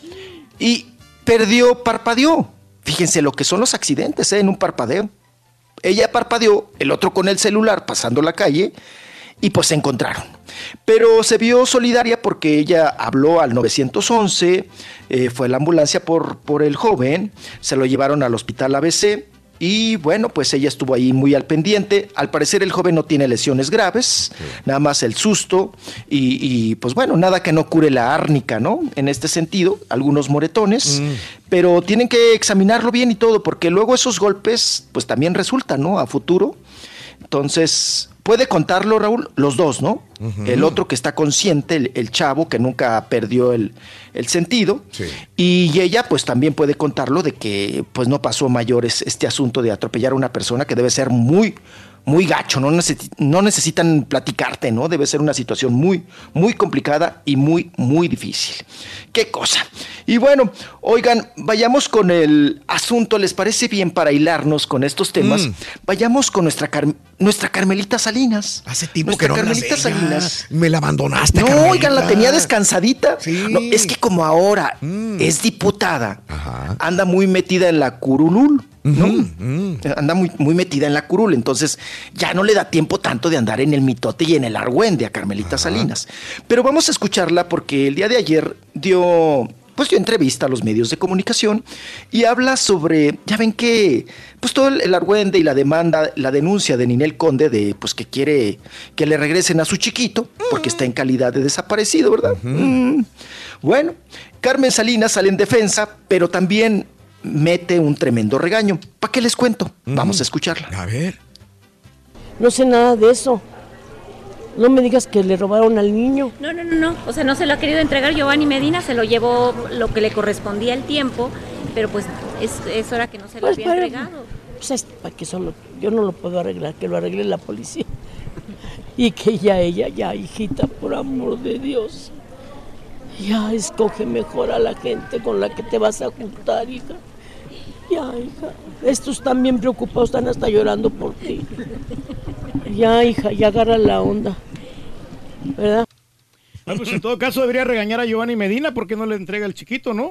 y perdió, parpadeó. Fíjense lo que son los accidentes, ¿eh? En un parpadeo. Ella parpadeó, el otro con el celular pasando la calle y pues se encontraron. Pero se vio solidaria porque ella habló al nueve once, eh, fue la ambulancia por, por el joven, se lo llevaron al hospital A B C y bueno, pues ella estuvo ahí muy al pendiente. Al parecer el joven no tiene lesiones graves, sí. Nada más el susto y, y pues bueno, nada que no cure la árnica, ¿no? En este sentido, algunos moretones, mm. pero tienen que examinarlo bien y todo porque luego esos golpes pues también resultan, ¿no? A futuro. Entonces, puede contarlo, Raúl, los dos, ¿no? Uh-huh. El otro que está consciente, el, el chavo que nunca perdió el, el sentido. Sí. Y ella, pues también puede contarlo de que pues no pasó mayores este asunto de atropellar a una persona que debe ser muy, muy gacho, no, necesi- no necesitan platicarte, ¿no? Debe ser una situación muy, muy complicada y muy, muy difícil. ¿Qué cosa? Y bueno, oigan, vayamos con el asunto, ¿les parece bien para hilarnos con estos temas? Mm. Vayamos con nuestra, Car- nuestra Carmelita Salinas. Hace tiempo nuestra que no Carmelita hablas de ella. Salinas. Me la abandonaste, No, Carmelita. oigan, la tenía descansadita. Sí. No, es que como ahora mm. es diputada, Ajá. anda muy metida en la curulul. ¿No? Uh-huh. Anda muy, muy metida en la curul, entonces ya no le da tiempo tanto de andar en el mitote y en el argüende a Carmelita Ajá. Salinas. Pero vamos a escucharla porque el día de ayer dio, pues dio entrevista a los medios de comunicación y habla sobre, ya ven que pues todo el, el argüende y la demanda, la denuncia de Ninel Conde de pues que quiere que le regresen a su chiquito porque está en calidad de desaparecido, ¿verdad? Uh-huh. Mm. Bueno, Carmen Salinas sale en defensa, pero también mete un tremendo regaño. ¿Para qué les cuento? Mm. Vamos a escucharla. A ver. No sé nada de eso. No me digas que le robaron al niño. No, no, no, no. O sea, no se lo ha querido entregar Giovanni Medina, se lo llevó lo que le correspondía al tiempo, pero pues es, es hora que no se lo pues había para, entregado. Pues para que solo, yo no lo puedo arreglar, que lo arregle la policía. Y que ya ella, ya hijita, por amor de Dios. Ya escoge mejor a la gente con la que te vas a juntar, hija. Ya, hija. Estos están bien preocupados, están hasta llorando por ti. Ya, hija, ya agarra la onda. ¿Verdad? Ah, pues en todo caso debería regañar a Giovanni Medina porque no le entrega el chiquito, ¿no?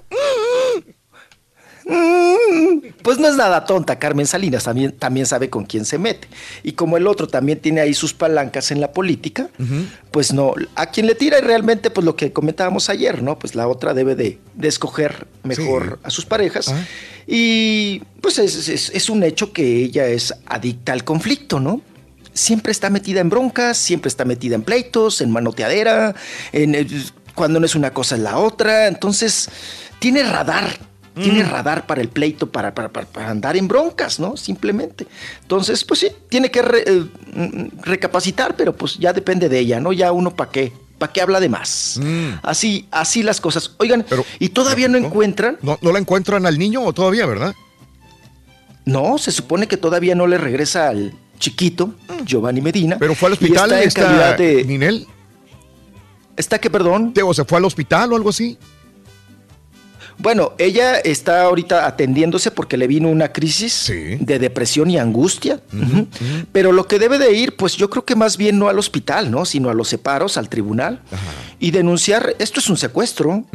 Pues no es nada tonta, Carmen Salinas también, también sabe con quién se mete. Y como el otro también tiene ahí sus palancas en la política, uh-huh. pues no, a quien le tira y realmente pues lo que comentábamos ayer, ¿no? Pues la otra debe de, de escoger mejor sí. a sus parejas. Uh-huh. Y pues es, es, es un hecho que ella es adicta al conflicto, ¿no? Siempre está metida en broncas, siempre está metida en pleitos, en manoteadera, en, en, cuando no es una cosa es la otra. Entonces, tiene radar. Tiene mm. radar para el pleito, para, para, para, para andar en broncas, ¿no? Simplemente. Entonces, pues sí, tiene que re, eh, recapacitar, pero pues ya depende de ella, ¿no? Ya uno para qué, para qué habla de más. Mm. Así, así las cosas. Oigan, pero, ¿y todavía no, no encuentran? No, ¿No la encuentran al niño o todavía, verdad? No, se supone que todavía no le regresa al chiquito, Giovanni Medina. ¿Pero fue al hospital y está en calidad de Ninel? ¿Está qué, perdón? ¿O se fue al hospital o algo así? Bueno, ella está ahorita atendiéndose porque le vino una crisis sí. de depresión y angustia, uh-huh, uh-huh. Uh-huh. pero lo que debe de ir, pues yo creo que más bien no al hospital, ¿no? Sino a los separos, al tribunal, Ajá. y denunciar, esto es un secuestro, uh-huh.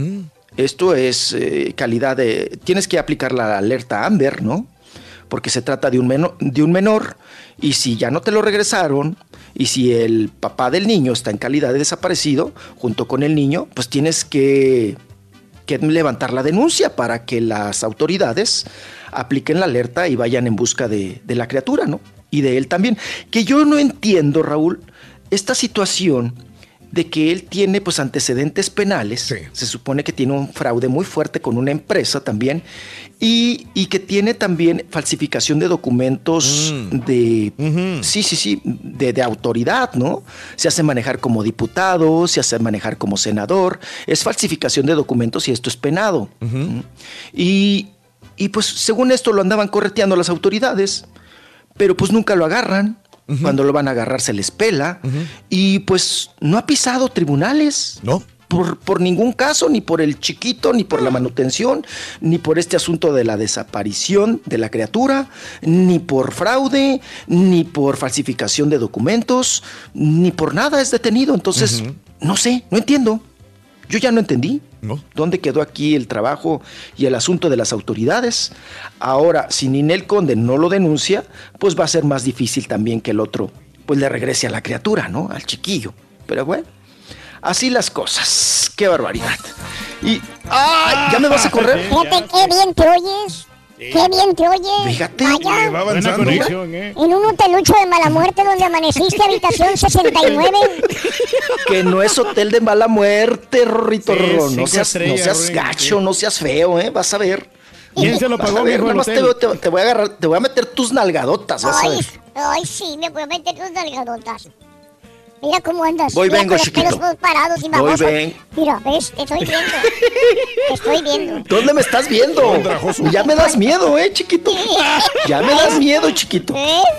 Esto es eh, calidad de... Tienes que aplicar la alerta Amber, ¿no? Porque se trata de un, menor, de un menor y si ya no te lo regresaron y si el papá del niño está en calidad de desaparecido junto con el niño, pues tienes que, que levantar la denuncia para que las autoridades apliquen la alerta y vayan en busca de, de la criatura, ¿no? Y de él también. Que yo no entiendo, Raúl, esta situación de que él tiene pues antecedentes penales, sí. Se supone que tiene un fraude muy fuerte con una empresa también, y, y que tiene también falsificación de documentos mm. de, uh-huh. sí, sí, sí, de, de autoridad, ¿no? Se hace manejar como diputado, se hace manejar como senador, es falsificación de documentos y esto es penado. Uh-huh. Y, y pues según esto lo andaban correteando las autoridades, pero pues nunca lo agarran. Uh-huh. Cuando lo van a agarrar se les pela. Uh-huh. Y pues no ha pisado tribunales. No. Por, por ningún caso, ni por el chiquito, ni por la manutención, ni por este asunto de la desaparición de la criatura, ni por fraude, ni por falsificación de documentos, ni por nada es detenido. Entonces, uh-huh. no sé, no entiendo. Yo ya no entendí. ¿No? ¿Dónde quedó aquí el trabajo y el asunto de las autoridades? Ahora, si Ninel Conde no lo denuncia, pues va a ser más difícil también que el otro pues le regrese a la criatura, ¿no? Al chiquillo. Pero bueno, así las cosas. ¡Qué barbaridad! Y... ¡ay! ¿Ya me vas a correr? Fíjate qué bien te oyes. ¡Qué bien te oyes! Fíjate. Vaya. Va buena conexión, ¿eh? En un hotelucho de mala muerte donde amaneciste, habitación sesenta y nueve. Que no es hotel de mala muerte, Rorrito. Sí, no, no seas, no seas gacho, sí. No seas feo, ¿eh? Vas a ver. ¿Quién se lo pagó, mijo? Nada más te, te, te voy a agarrar, te voy a meter tus nalgadotas, vas ay, a ver. Ay, sí, me voy a meter tus nalgadotas. Mira cómo andas. Voy, mira, vengo, chiquito. Los parados y Voy, ven. Mira, ves, te estoy viendo. Te estoy viendo. ¿Dónde me estás viendo? Ya me das miedo, eh, chiquito. Ya me das miedo, chiquito.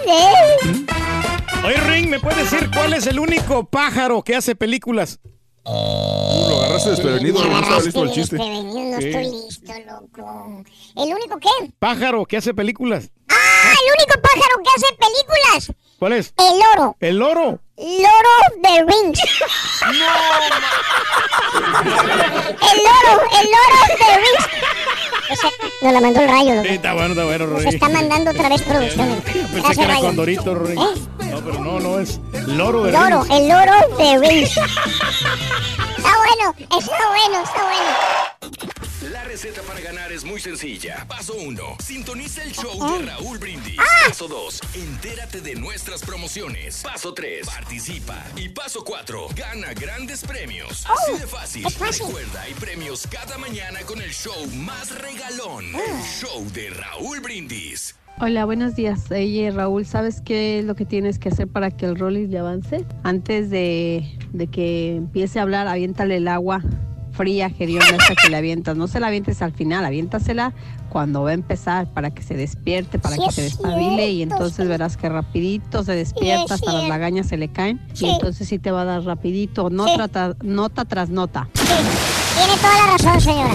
Oye, Ring, ¿me puedes decir cuál es el único pájaro que hace películas? Uh, lo agarraste desprevenido, no estaba listo el chiste. No sí. Estoy listo, loco. ¿El único qué? Pájaro que hace películas. ¡Ah! El único pájaro que hace películas. ¿Cuál es? El loro. ¿El loro? Loro de Rings. No. El loro, el loro de Rings. O sea, nos la mandó el rayo, loco. Sí, está bueno, está bueno, Rory. Nos está mandando otra vez producciones. Pensé que era Condorito, Rory. ¿Eh? No, pero no, no es loro de loro, Rings. El loro de Rings. Está bueno, está bueno, está bueno. La receta para ganar es muy sencilla. Paso uno, sintoniza el show de Raúl Brindis. ¡Ah! Paso dos, entérate de nuestras promociones. Paso tres, participa. Y paso cuatro, gana grandes premios. Oh, Así de fácil. es fácil. Recuerda, hay premios cada mañana con el show más regalón. Ah. El show de Raúl Brindis. Hola, buenos días. Oye, Raúl, ¿sabes qué es lo que tienes que hacer para que el Rollis le avance? Antes de, de que empiece a hablar, aviéntale el agua fría, gerionda, esa que le avientas. No se la avientes al final, aviéntasela cuando va a empezar para que se despierte, para sí, que se despabile y entonces sí. Verás que rapidito se despierta, sí, hasta las lagañas se le caen sí. Y entonces sí te va a dar rapidito, nota, sí. tra, nota tras nota. Sí. Tiene toda la razón, señora.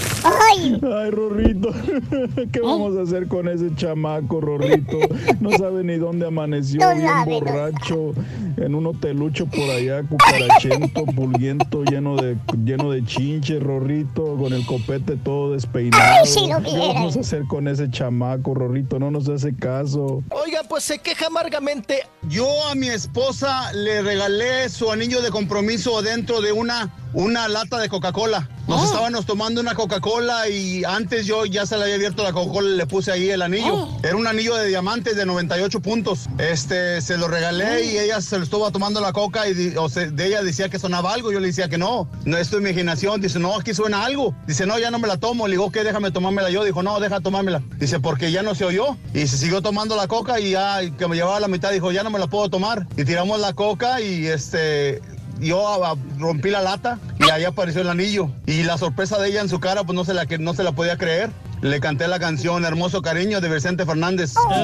¡Ay! Ay, Rorrito, ¿qué vamos a hacer con ese chamaco, Rorrito? No sabe ni dónde amaneció, no bien sabe, borracho, no. En un hotelucho por allá, cucarachento, pulguiento, lleno de lleno de chinche, Rorrito, con el copete todo despeinado. Ay, si lo viera. ¿Qué vamos a hacer con ese chamaco, Rorrito? No nos hace caso. Oiga, pues se queja amargamente. Yo a mi esposa le regalé su anillo de compromiso dentro de una, una lata de Coca-Cola. Nos oh. estábamos tomando una Coca-Cola y antes yo ya se le había abierto la Coca-Cola y le puse ahí el anillo. Oh. Era un anillo de diamantes de noventa y ocho puntos. Este, se lo regalé oh. y ella se lo estuvo tomando la coca y o sea, de ella decía que sonaba algo. Yo le decía que no, no es tu imaginación. Dice, no, aquí suena algo. Dice, no, ya no me la tomo. Le digo, ¿qué? Déjame tomármela yo. Dijo, no, deja tomármela. Dice, porque ya no se oyó. Y se siguió tomando la coca y ya que me llevaba a la mitad dijo, ya no me la puedo tomar. Y tiramos la coca y este... yo a, a, rompí la lata y ahí apareció el anillo. Y la sorpresa de ella en su cara, pues no se la, no se la podía creer. Le canté la canción Hermoso Cariño de Vicente Fernández. Oh.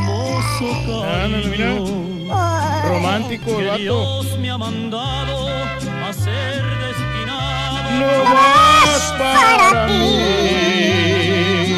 Hermoso cariño, oh. Romántico, que Dios me ha mandado a ser destinado. No más para mí.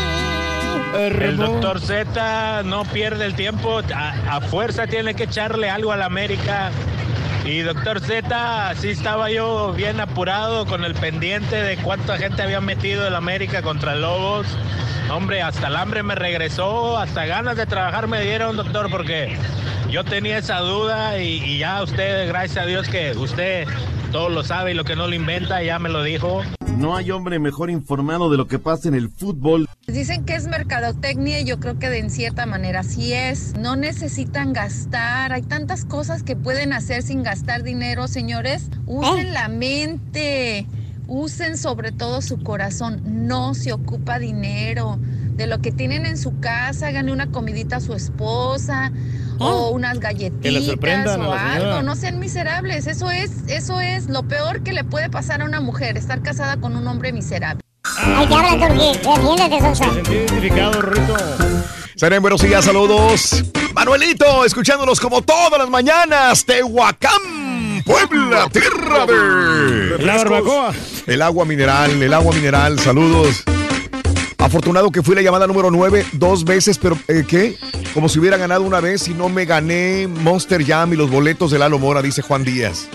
El doctor Z no pierde el tiempo. A, a fuerza tiene que echarle algo a la América. Y doctor Z, sí estaba yo bien apurado con el pendiente de cuánta gente había metido el América contra Lobos. Hombre, hasta el hambre me regresó, hasta ganas de trabajar me dieron, doctor, porque yo tenía esa duda y, y ya usted, gracias a Dios que usted todo lo sabe y lo que no lo inventa, ya me lo dijo. No hay hombre mejor informado de lo que pasa en el fútbol. Dicen que es mercadotecnia y yo creo que de en cierta manera sí es. No necesitan gastar, hay tantas cosas que pueden hacer sin gastar dinero, señores. Usen la mente, usen sobre todo su corazón, no se ocupa dinero. De lo que tienen en su casa, háganle una comidita a su esposa, o unas galletitas o algo, no sean miserables. Eso es, eso es lo peor que le puede pasar a una mujer, estar casada con un hombre miserable. Ay, te hablan, Turquí, defiéndete, Sonsa. Me sentí identificado, Rorrito. Serán buenos días, saludos. Manuelito, escuchándonos como todas las mañanas. Tehuacán, Puebla, tierra de... La barbacoa. El agua mineral, el agua mineral, saludos. Afortunado que fui la llamada número nueve dos veces, pero eh, ¿qué? Como si hubiera ganado una vez y no me gané Monster Jam y los boletos de Lalo Mora, dice Juan Díaz.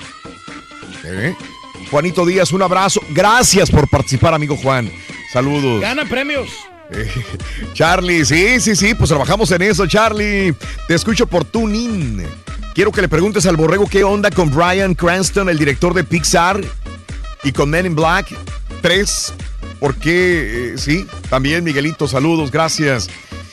¿Eh? Juanito Díaz, un abrazo. Gracias por participar, amigo Juan. Saludos. Ganan premios. Eh, Charlie, sí, sí, sí, pues trabajamos en eso, Charlie. Te escucho por TuneIn. Quiero que le preguntes al borrego qué onda con Bryan Cranston, el director de Pixar, y con Men in Black tres. Porque, eh, sí, también Miguelito, saludos, gracias.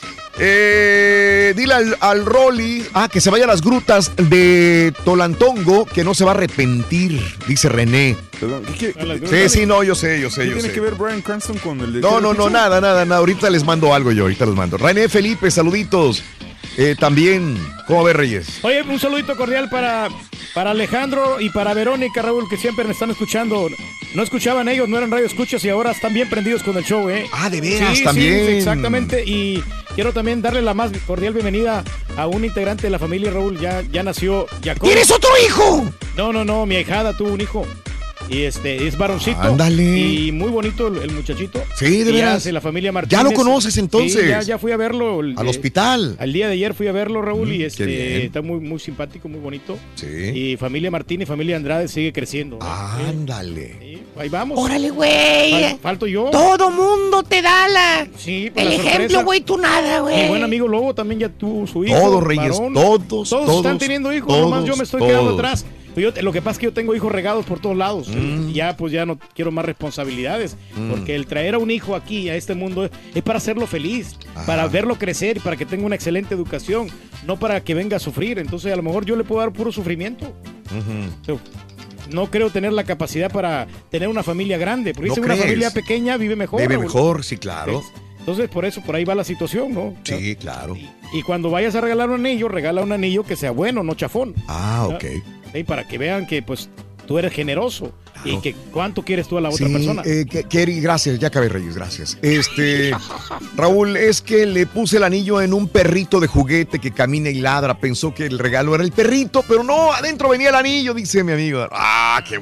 Eh, dile al, al Rolly, ah, que se vaya a las grutas de Tolantongo, que no se va a arrepentir, dice René. Perdón, ¿qué, qué, qué, sí, sí, no, yo sé, yo sé, ¿qué yo tiene sé. que ver Bryan Cranston con el de... No, no, no, nada, nada, nada, ahorita les mando algo yo, ahorita les mando. René Felipe, saluditos. Eh, también, ¿cómo ves, Reyes? Oye, un saludito cordial para, para Alejandro y para Verónica, Raúl, que siempre me están escuchando. No escuchaban ellos, no eran radio escuchas y ahora están bien prendidos con el show, ¿eh? Ah, de veras, sí, también. Sí, exactamente. Y quiero también darle la más cordial bienvenida a un integrante de la familia, Raúl. Ya, ya nació Jacob. ¿Tienes otro hijo? No, no, no, mi ahijada tuvo un hijo. Y este, es varoncito. Ándale. Y muy bonito el, el muchachito. Sí, de y veras. Ya, la familia Martínez. ¿Ya lo conoces entonces? Sí, ya, ya fui a verlo. El, Al hospital. Al día de ayer fui a verlo, Raúl, Mm, y qué este bien. está muy, muy simpático, muy bonito. Sí. Y familia Martínez, familia Andrade sigue creciendo. ¿no? Ándale. Sí, ahí vamos. Órale, güey. Fal- falto yo. Todo mundo te da la... Sí, pues el la ejemplo, sorpresa. güey, tú nada, güey. Mi buen amigo Lobo también ya tuvo su hijo. Todos, Reyes, varón. todos, Todos están todos, teniendo hijos, todos, nomás yo me estoy quedando todos. atrás. Yo, lo que pasa es que yo tengo hijos regados por todos lados. Mm. Ya, pues ya no quiero más responsabilidades. Mm. Porque el traer a un hijo aquí, a este mundo, es para hacerlo feliz, Ajá. para verlo crecer y para que tenga una excelente educación, no para que venga a sufrir. Entonces, a lo mejor yo le puedo dar puro sufrimiento. Ujú. No creo tener la capacidad para tener una familia grande. Porque ¿No dice, una crees? familia pequeña vive mejor. Vive Raúl. mejor, sí, claro. Entonces, por eso, por ahí va la situación, ¿no? Sí, claro. Y cuando vayas a regalar un anillo, regala un anillo que sea bueno, no chafón. Ah, ok. Sí, para que vean que pues tú eres generoso y Claro. que cuánto quieres tú a la otra Sí, persona. eh, que- Kerry, gracias, ya acabé, Reyes, gracias. Este, Raúl, es que le puse el anillo en un perrito de juguete que camina y ladra. Pensó que el regalo era el perrito, pero no, adentro venía el anillo, dice mi amigo. Ah, qué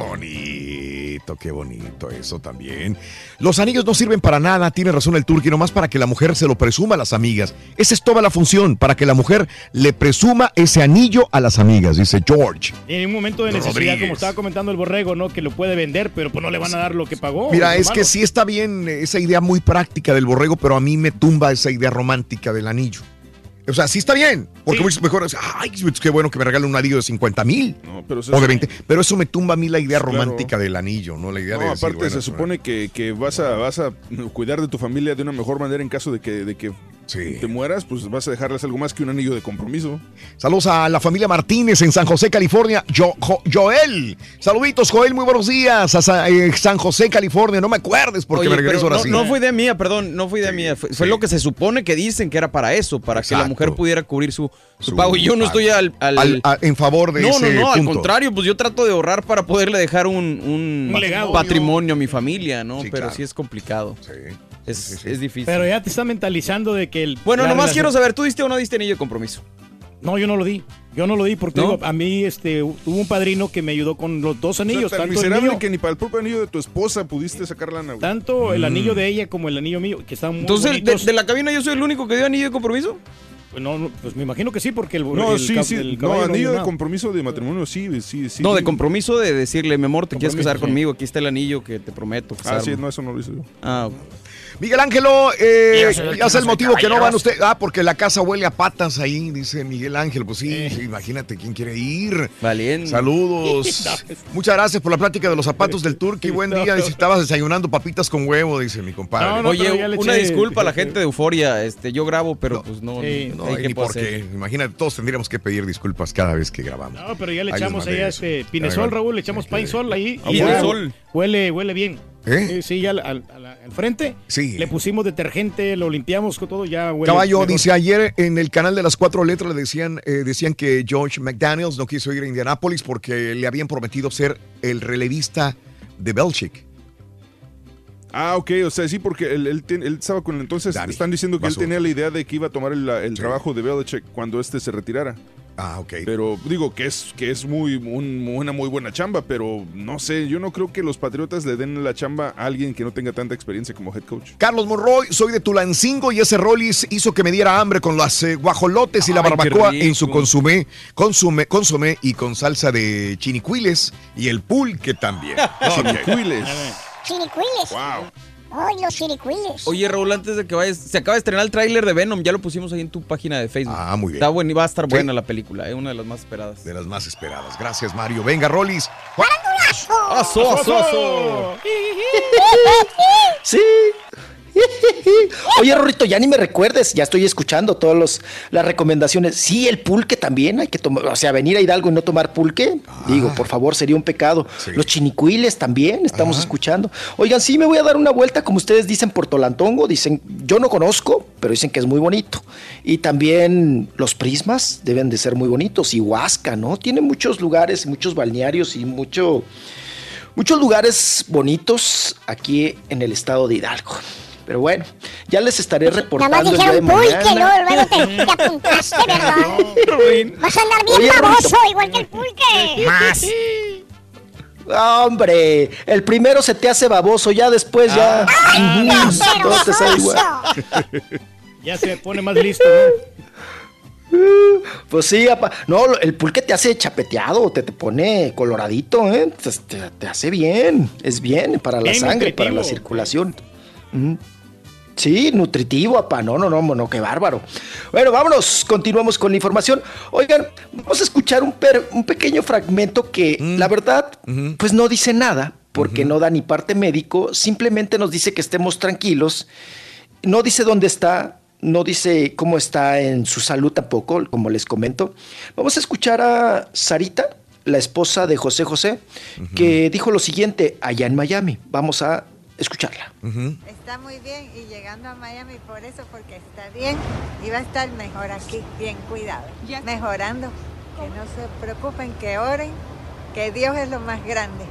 bonito, qué bonito eso también. Los anillos no sirven para nada, tiene razón el turqui, nomás para que la mujer se lo presuma a las amigas. Esa es toda la función, para que la mujer le presuma ese anillo a las amigas, dice George. Y en un momento de necesidad, Rodríguez. como estaba comentando el borrego, ¿no? Que lo puede vender, pero pues no le van a dar lo que pagó. Mira, lo es malo. que sí está bien esa idea muy práctica del borrego, pero a mí me tumba esa idea romántica del anillo. O sea, sí está bien, porque muchos mejor, ay, qué bueno que me regalen un anillo de cincuenta mil No, pero eso o de es- veinte, pero eso me tumba a mí la idea Claro. romántica del anillo, ¿no? La idea de No, decir, aparte bueno, se supone que, que vas a vas a cuidar de tu familia de una mejor manera en caso de que, de que te mueras, pues vas a dejarles algo más que un anillo de compromiso. Saludos a la familia Martínez en San José, California. Jo- Jo- Joel, saluditos, Joel, muy buenos días a Sa- eh, San José, California. No me acuerdes porque Oye, me regreso pero ahora no, sí. no fue idea mía, perdón, no fue idea mía. Fue, fue lo que se supone que dicen que era para eso, para que la Exacto. mujer pudiera cubrir su, su Su pago. Y yo no pago. estoy al, al- Al- a- en favor de no, ese No, no, al punto. contrario, pues yo trato de ahorrar para poderle dejar un, un, Un legado. patrimonio a mi familia, ¿no? Sí, Pero claro. sí es complicado. Es, es difícil. Pero ya te está mentalizando de que el. bueno, la nomás relación- quiero saber, ¿tú diste o no diste anillo de compromiso? No, yo no lo di. Yo no lo di porque ¿No? digo, a mí este, hubo un padrino que me ayudó con los dos O sea, anillos. tan tanto el miserable mío, que ni para el propio anillo de tu esposa pudiste sacar lana, güey. tanto el Mm. anillo de ella como el anillo mío, que están muy Entonces, de, bonitos. de la cabina yo soy el único que dio anillo de compromiso. No, no, pues me imagino que sí, porque el No, el, sí, el, sí. el no, caballo anillo dijo de nada. compromiso de matrimonio, sí, sí, sí. No, de compromiso de decirle, mi amor, te quieres casar sí. conmigo, aquí está el anillo que te prometo. Ah, sí, no, eso no lo hice yo. Ah, ok. Miguel Ángelo, eh, Ya sé, ya sé el no motivo soy que no van caballeros. usted. Ah, porque la casa huele a patas ahí, dice Miguel Ángel. Pues sí, sí, imagínate quién quiere ir. Valiente. Saludos. Muchas gracias por la plática de los zapatos del Turqui. Buen día. Dice, estabas desayunando papitas con huevo, dice mi compadre. No, no, Oye, pero ya le una eché- disculpa a la gente de Euforia. Este, yo grabo, pero pues no. Sí. No, hay que ni por qué. Imagínate, todos tendríamos que pedir disculpas cada vez que grabamos. No, pero ya le Ahí les echamos mandé ahí a eso. este Pinesol, Raúl, le echamos Pine Sol ahí. Ah, y Pine ya Sol. Huele, huele bien. ¿Eh? Sí, sí, ya al, al- al- al frente. Sí. Le pusimos detergente, lo limpiamos con todo, ya huele. Caballo mejor. dice, ayer en el canal de las cuatro letras le decían, eh, decían que George McDaniels no quiso ir a Indianápolis porque le habían prometido ser el relevista de Belichick. Ah, ok, o sea, sí, porque él, él, ten- él estaba con... Entonces Dani, están diciendo que basura. él tenía la idea de que iba a tomar el, el trabajo de Belichick cuando este se retirara. Ah, ok. Pero digo que es que es muy un- una muy buena chamba, pero no sé, yo no creo que los Patriotas le den la chamba a alguien que no tenga tanta experiencia como head coach. Carlos Monroy, soy de Tulancingo y ese Rollis hizo que me diera hambre con las eh, guajolotes y la Ay, qué barbacoa rico. en su consumé, consumé, consumé y con salsa de chinicuiles y el pulque también. Chinicuiles. Chinicuiles. Wow. Ay, los chinicuiles. Oye, Raúl, antes de que vayas, se acaba de estrenar el tráiler de Venom, ya lo pusimos ahí en tu página de Facebook. Ah, muy bien. Está bueno y va a estar Sí. buena la película, es una de las más esperadas. De las más esperadas. Gracias, Mario. Venga, Rollis. ¡Aso, aso, aso! Sí. Oye, Rorrito, ya ni me recuerdes, ya estoy escuchando todas las recomendaciones. Sí, el pulque también, hay que tomar, o sea, venir a Hidalgo y no tomar pulque, digo, por favor, sería un pecado. Sí. Los chinicuiles también, estamos escuchando. Oigan, sí, me voy a dar una vuelta, como ustedes dicen, por Tolantongo, dicen, yo no conozco, pero dicen que es muy bonito. Y también los Prismas deben de ser muy bonitos, y Huasca, ¿no? Tiene muchos lugares, muchos balnearios y mucho, muchos lugares bonitos aquí en el estado de Hidalgo. Pero bueno, ya les estaré Nada más reportando el día de dijeron pulque, mañana. ¿no? Luego te, te apuntaste, ¿verdad? Vas a andar bien Oye, baboso, Rorrito. igual que el pulque. Más. Hombre, el primero se te hace baboso, ya después ya. ¡Ay, Ujú, todo te sale igual. grosero! Ya se pone más listo, ¿no? Pues sí, apa. No, el pulque te hace chapeteado, te, te pone coloradito, ¿eh? Te, te- te hace bien, es bien para la Bien sangre, para la nutritivo. circulación. Ujú. Sí, nutritivo, apa. No, no, no, no, qué bárbaro. Bueno, vámonos, continuamos con la información. Oigan, vamos a escuchar un, per- un pequeño fragmento que, la verdad, pues no dice nada, porque no da ni parte médico, simplemente nos dice que estemos tranquilos. No dice dónde está, no dice cómo está en su salud tampoco, como les comento. Vamos a escuchar a Sarita, la esposa de José José, que dijo lo siguiente allá en Miami. Vamos a escucharla. Está muy bien y llegando a Miami por eso, porque está bien y va a estar mejor aquí, bien cuidado, mejorando. Que no se preocupen, que oren, que Dios es lo más grande.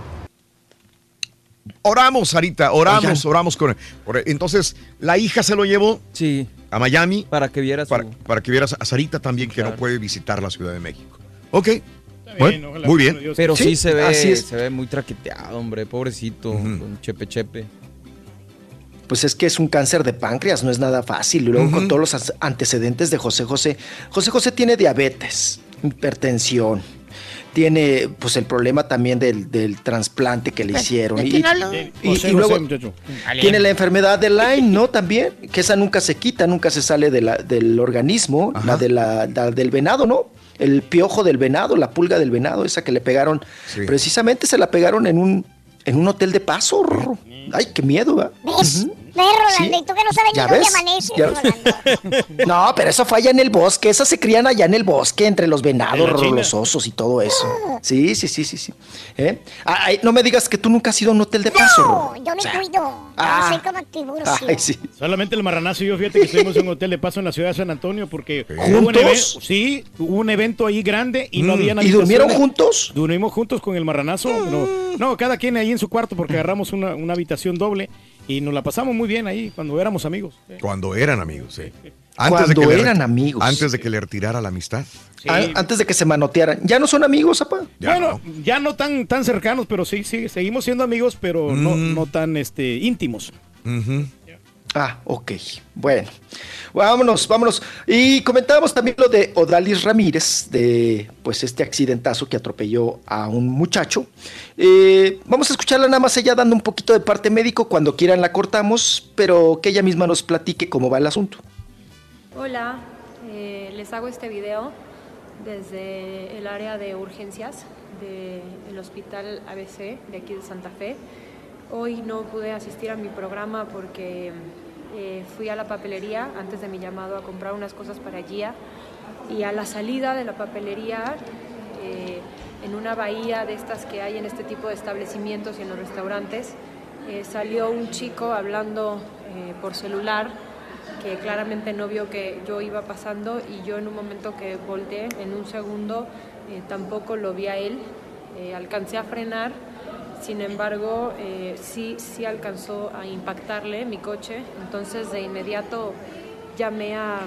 Oramos, Sarita, oramos, Oigan. oramos con por- Entonces, la hija se lo llevó Sí, a Miami para que vieras. para, su- para que vieras a Sarita también, que no Claro. puede visitar la Ciudad de México. Ok, bien, bueno, ojalá, muy bueno, bien. Dios. Pero sí, Sí, se ve, así es. se ve muy traqueteado, hombre, pobrecito, con chepe chepe. Pues es que es un cáncer de páncreas, no es nada fácil. Y luego con todos los as- antecedentes de José José. José José tiene diabetes, hipertensión, tiene pues el problema también del, del trasplante que le hicieron. ¿de Y, quién hablo? Sí, y- José, y luego José, muchacho. tiene la enfermedad de Lyme, ¿no? También, que esa nunca se quita, nunca se sale de la- del organismo, Ajá. la, de la, la del venado, ¿no? El piojo del venado, la pulga del venado, esa que le pegaron, Sí. precisamente se la pegaron en un, en un hotel de paso, Rorro. Ay, qué miedo, ¿verdad? ¿Ves? Ujú. ¿Ves, Rolando? Sí. Y tú que no sabes ni ¿Ya dónde ves? amaneces, Ya- Rolando. No, pero eso fue allá en el bosque, esas se crían allá en el bosque, entre los venados, ¿En la Rorro, China? los osos y todo eso. Sí, sí, sí, sí, sí. ¿Eh? Ah, ay, no me digas que tú nunca has ido a un hotel de paso, Rorro. No, yo me cuido. Ah. Yo soy como tiburcio. Ay, sí. Solamente el marranazo y yo, fíjate que estuvimos en un hotel de paso en la ciudad de San Antonio porque hubo un ¿Juntos? evento, sí, hubo un evento ahí grande y no Mm. habían ¿Y durmieron habitaciones. juntos? Dormimos juntos con el marranazo. No, no, cada quien ahí en su cuarto porque agarramos una, una habitación doble y nos la pasamos muy bien ahí cuando éramos amigos. Sí. Cuando eran amigos, sí. Cuando que le eran reti- amigos. Antes de que le retirara la amistad. Sí. A- antes de que se manotearan. ¿Ya no son amigos, apa? Ya bueno, ya no tan, tan cercanos, pero sí, sí, seguimos siendo amigos, pero no, Mm. no tan este, íntimos. Ujú. Ah, ok. Bueno, vámonos, vámonos. Y comentábamos también lo de Odalis Ramírez, de pues este accidentazo que atropelló a un muchacho. Eh, vamos a escucharla nada más ella dando un poquito de parte médico. Cuando quieran la cortamos, pero que ella misma nos platique cómo va el asunto. Hola, eh, les hago este video desde el área de urgencias del Hospital A B C de aquí de Santa Fe. Hoy no pude asistir a mi programa porque eh, fui a la papelería antes de mi llamado a comprar unas cosas para Gia, y a la salida de la papelería, eh, en una bahía de estas que hay en este tipo de establecimientos y en los restaurantes, eh, salió un chico hablando eh, por celular que claramente no vio que yo iba pasando, y yo en un momento que volteé, en un segundo, eh, tampoco lo vi a él. Eh, alcancé a frenar. Sin embargo, eh, sí, sí alcanzó a impactarle mi coche, entonces de inmediato llamé a,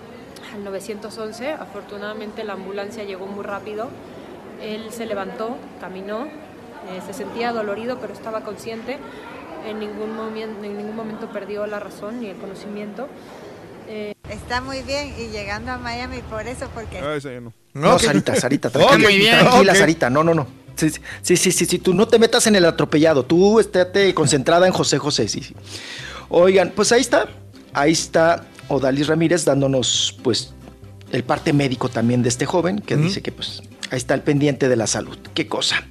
al nueve once, afortunadamente la ambulancia llegó muy rápido, él se levantó, caminó, eh, se sentía dolorido pero estaba consciente, en ningún, momento, en ningún momento perdió la razón ni el conocimiento. Eh, Está muy bien y llegando a Miami por eso, porque... Ah, esa ya no. No, okay. Sarita, Sarita, tranquila, okay, bien, tranquila, okay. Sarita, no, no, no. Sí, sí, sí, sí, sí, tú no te metas en el atropellado, tú estate concentrada en José José, sí, sí. Oigan, pues ahí está, ahí está Odalis Ramírez dándonos, pues, el parte médico también de este joven, que uh-huh. dice que, pues, ahí está el pendiente de la salud, qué cosa.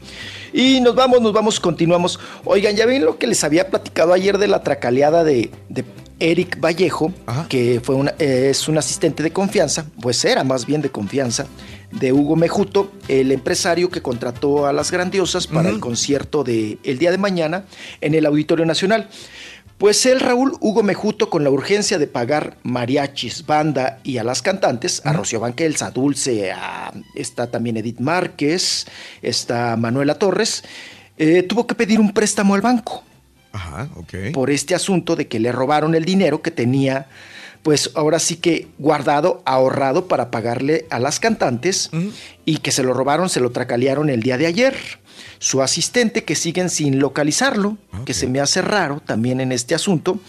Y nos vamos, nos vamos, continuamos. Oigan, ya ven lo que les había platicado ayer de la tracaleada de, de Eric Vallejo, Ajá. que fue una, eh, es un asistente de confianza, pues era más bien de confianza, de Hugo Mejuto, el empresario que contrató a las Grandiosas para uh-huh. el concierto de el día de mañana en el Auditorio Nacional. Pues el Raúl Hugo Mejuto, con la urgencia de pagar mariachis, banda y a las cantantes, uh-huh. a Rocío Banquels, a Dulce, a, está también Edith Márquez, está Manuela Torres, eh, tuvo que pedir un préstamo al banco. Ajá, ok. Por este asunto de que le robaron el dinero que tenía, pues ahora sí que guardado, ahorrado para pagarle a las cantantes, uh-huh. y que se lo robaron, se lo tracalearon el día de ayer. Su asistente, que siguen sin localizarlo, okay. que se me hace raro también en este asunto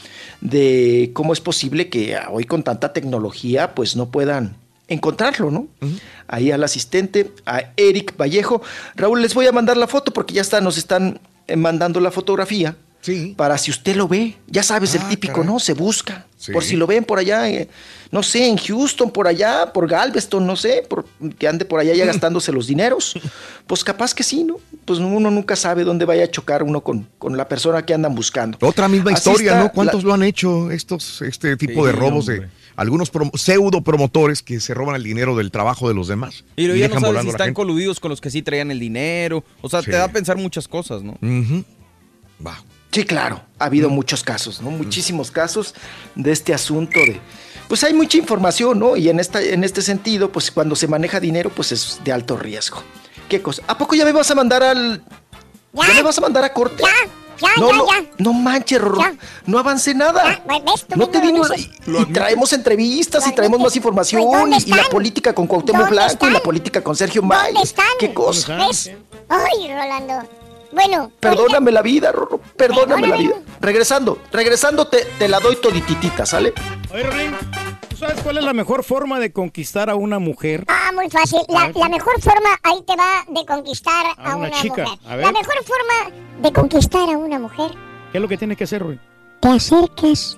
de cómo es posible que hoy con tanta tecnología pues no puedan encontrarlo, ¿no? Uh-huh. Ahí al asistente, a Eric Vallejo. Raúl, les voy a mandar la foto porque ya está, nos están mandando la fotografía. Sí. Para si usted lo ve, ya sabes, ah, el típico, caray. ¿no? Se busca. Sí. Por si lo ven por allá, eh, no sé, en Houston, por allá, por Galveston, no sé, por, que ande por allá ya gastándose los dineros. Pues capaz que sí, ¿no? Pues uno nunca sabe dónde vaya a chocar uno con, con la persona que andan buscando. Otra misma Así historia, ¿no? ¿Cuántos la... lo han hecho estos, este tipo sí, de robos hombre. de algunos prom- pseudo promotores que se roban el dinero del trabajo de los demás? Y luego ya no sabes si están coludidos con los que sí traían el dinero. O sea, sí. te da a pensar muchas cosas, ¿no? Uh-huh. Va. Sí, claro, ha habido mm. muchos casos, ¿no? Muchísimos casos de este asunto de... Pues hay mucha información, ¿no? Y en, esta, en este sentido, pues cuando se maneja dinero, pues es de alto riesgo. ¿Qué cosa? ¿A poco ya me vas a mandar al... ¿Ya, ¿Ya me vas a mandar a corte? Ya, ya, no, ya, no, ya. No manches, Rorro, no avancé nada. Ya, ¿ves? No te di ni una... Y, y traemos entrevistas y traemos más información. Y, y la política con Cuauhtémoc Blanco están? y la política con Sergio May. ¿Dónde están? ¿Qué cosa? ¿Ves? Ay, Rolando. Bueno, perdóname la vida, Rorro, perdóname, perdóname la vida. Regresando, regresando te, te la doy todititita, ¿sale? Oye, Rolín, ¿tú sabes cuál es la mejor forma de conquistar a una mujer? Ah, muy fácil. La, la mejor forma, ahí te va, de conquistar a, a una, una chica. mujer. A ver. La mejor forma de conquistar a una mujer. ¿Qué es lo que tienes que hacer, Rolín? Te acercas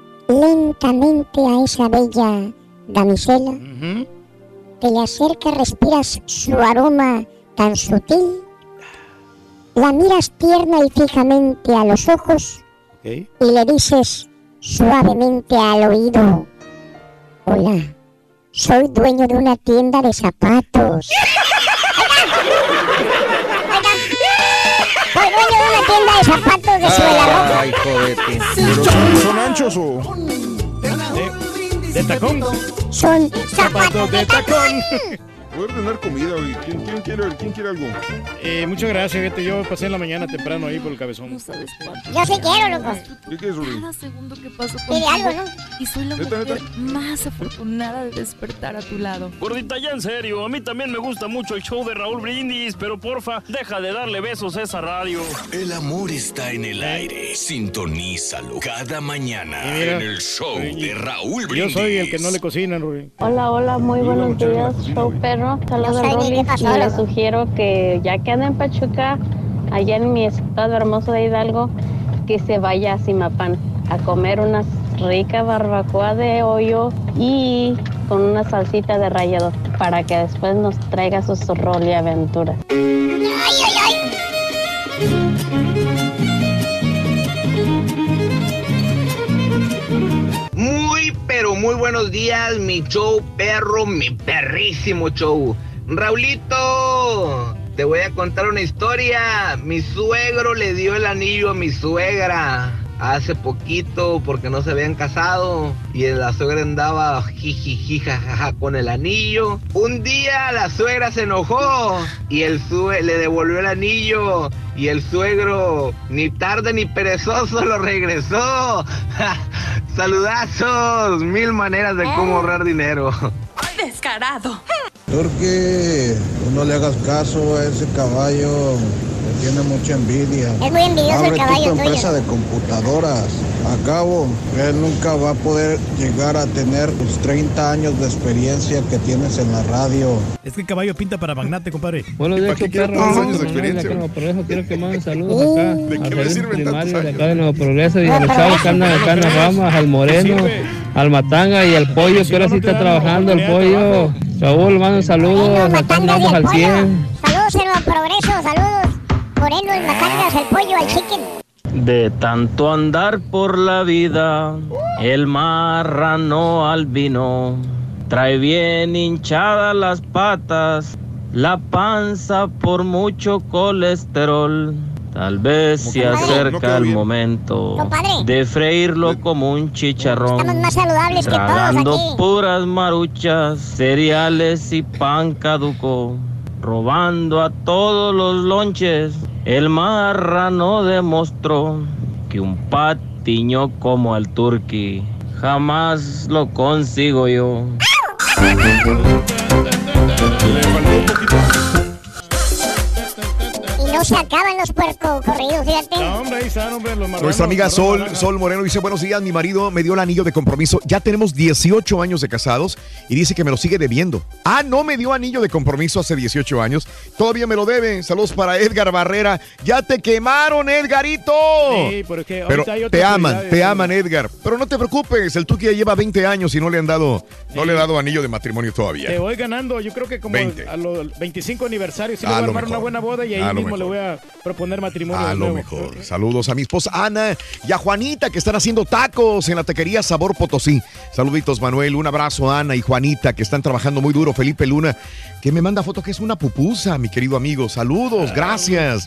lentamente a esa bella damisela. Uh-huh. Te le acercas, respiras su aroma tan sutil. La miras tierna y fijamente a los ojos, okay. y le dices suavemente al oído: hola, soy dueño de una tienda de zapatos. Soy dueño de una tienda de zapatos de suela roja. Ay, joder. ¿Pero son anchos o...? De, de tacón. Son zapatos de tacón. Voy a ordenar comida, güey. ¿Quién, quién, quiere, ¿Quién quiere algo? Eh, muchas gracias, fíjate. Yo pasé en la mañana temprano ahí por el cabezón. No sabes cuánto. Yo sí quiero, loco. ¿Qué quieres, Rubí? Cada segundo que paso Pide contigo. algo, ¿no? Y soy la ¿Neta, mujer neta? más afortunada de despertar a tu lado. Gordita, ya en serio, a mí también me gusta mucho el show de Raúl Brindis, pero porfa, deja de darle besos a esa radio. El amor está en el aire. Sintonízalo cada mañana mira, en el show de Raúl Yo Brindis. soy el que no le cocinan, Rubí. Hola, hola, muy buenos días, show perro. Saludos al Rollis y les sugiero que ya que anda en Pachuca, allá en mi estado hermoso de Hidalgo, que se vaya a Zimapán a comer una rica barbacoa de hoyo y con una salsita de rallado para que después nos traiga sus rol y aventuras. ¡Ay, ay, ay! Muy, pero muy buenos días, mi show perro, mi perrísimo show. Raulito, te voy a contar una historia. Mi suegro le dio el anillo a mi suegra hace poquito porque no se habían casado y la suegra andaba jijiji jajaja con el anillo. Un día la suegra se enojó y el sue le devolvió el anillo y el suegro ni tarde ni perezoso lo regresó. Saludazos, mil maneras de cómo ahorrar dinero. Descarado. Turki, no le hagas caso a ese caballo, le tiene mucha envidia. Es muy envidioso Abre el caballo tu tuyo. empresa de computadoras. A cabo, él nunca va a poder llegar a tener los treinta años de experiencia que tienes en la radio. Es que el caballo pinta para magnate, compadre. Buenos días, ¿Para qué perro. quiere tantos años de Manuel, de experiencia? acá en Nuevo Progreso. Quiero que manden saludos acá. ¿De qué al me jardín sirven primario tantos de años? acá de Nuevo Progreso y al chavo que anda acá en la rama, al Moreno, sirve? al Matanga y al Pollo, que ahora sí está trabajando el Pollo. Raúl, manden saludos. Acá andamos al cien. Saludos en Nuevo Progreso, saludos. Moreno, el Matangas, el Pollo, el Chicken. De tanto andar por la vida, el marrano albino trae bien hinchadas las patas, la panza por mucho colesterol. Tal vez se acerca el momento de freírlo como un chicharrón, Estamos más saludables que todos tragando aquí. puras maruchas, cereales y pan caduco, robando a todos los lonches. El marrano demostró que un patiño como el Turqui jamás lo consigo yo. Y no se acaban los puercos corridos, fíjate. No, hombre, ahí están, hombre, los marranos. Nuestra amiga marranos, Sol, marranos. Sol Moreno dice, buenos días, mi marido me dio el anillo de compromiso. Ya tenemos dieciocho años de casados y dice que me lo sigue debiendo. Ah, no me dio anillo de compromiso hace dieciocho años. Todavía me lo debe. Saludos para Edgar Barrera. Ya te quemaron, Edgarito. Sí, pero es que Pero ahorita hay otras te aman, prioridades, te ¿no? aman, Edgar. Pero no te preocupes, el Tuki ya lleva veinte años y no le han dado, no le ha dado anillo de matrimonio todavía. Te voy ganando, yo creo que como veinte. a los veinticinco aniversarios sí A le voy a lo armar mejor. una buena boda y A ahí lo mismo le mejor. voy a proponer matrimonio. A de lo nuevo. mejor. Saludos a mi esposa Ana y a Juanita que están haciendo tacos en la taquería Sabor Potosí. Saluditos, Manuel. Un abrazo a Ana y Juanita que están trabajando muy duro. Felipe Luna que me manda foto que es una pupusa, mi querido amigo. Saludos, gracias.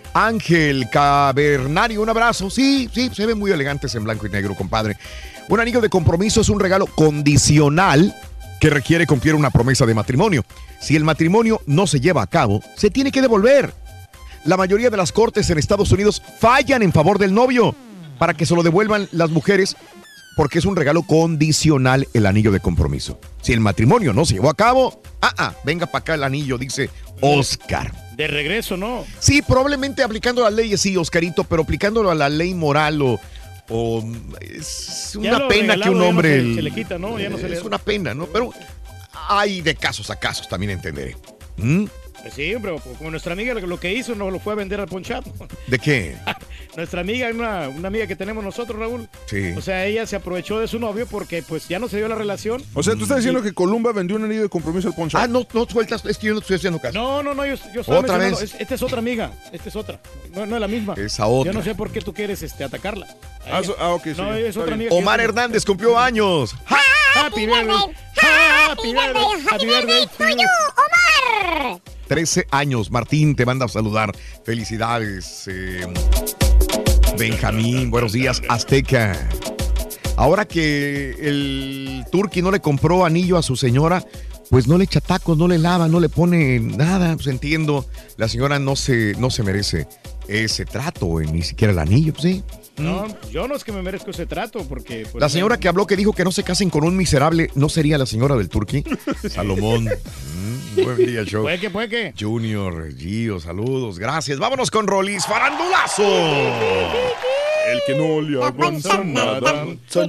Ángel Cavernario, un abrazo. Sí, sí, se ven muy elegantes en blanco y negro, compadre. Un anillo de compromiso es un regalo condicional que requiere cumplir una promesa de matrimonio. Si el matrimonio no se lleva a cabo, se tiene que devolver. La mayoría de las cortes en Estados Unidos fallan en favor del novio para que se lo devuelvan las mujeres porque es un regalo condicional el anillo de compromiso. Si el matrimonio no se llevó a cabo, ah, ah, venga para acá el anillo, dice Oscar. De regreso, ¿no? Sí, probablemente aplicando las leyes, sí, Oscarito, pero aplicándolo a la ley moral o... o es Ya una lo pena que regalado un ya no hombre... se- se le quita, ¿no? Ya no se le- Es una pena, ¿no? Pero hay de casos a casos, también entenderé. ¿Mm? Pues sí, hombre, como nuestra amiga lo lo que hizo nos lo fue a vender al ponchap. ¿De qué? Nuestra amiga, una, una amiga que tenemos nosotros, Raúl. Sí. O sea, ella se aprovechó de su novio porque pues ya no se dio la relación. O sea, tú estás diciendo que Columba vendió un anillo de compromiso al Poncho. Ah, no, no sueltas, es que yo no te estoy haciendo caso. No, no, no, yo, yo estaba ¿Otra mencionando, vez? es- esta es otra amiga, esta es otra, no, no es la misma. Esa otra. Yo no sé por qué tú quieres este, atacarla. A Ah, ella. so- ah, ok, sí, No, es está otra bien. amiga. que Omar yo tengo. Hernández cumplió años. Happy birthday. Happy birthday. Happy birthday to you. ¡Omar! trece años. Martín te manda a saludar. Felicidades. eh, Benjamín, buenos días. Azteca. Ahora que el Turqui no le compró anillo a su señora, pues no le echa tacos, no le lava, no le pone nada. Pues entiendo, la señora no se, no se merece ese trato, ni siquiera el anillo, pues sí. No, yo no es que me merezco ese trato, porque... Pues, la señora que habló, que dijo que no se casen con un miserable, ¿no sería la señora del Turqui? Salomón. Mm, buen día, show. ¿Puede que, puede que? Junior, Gio, saludos, gracias. Vámonos con Rolis Farandulazo. El que no le aguanta nada.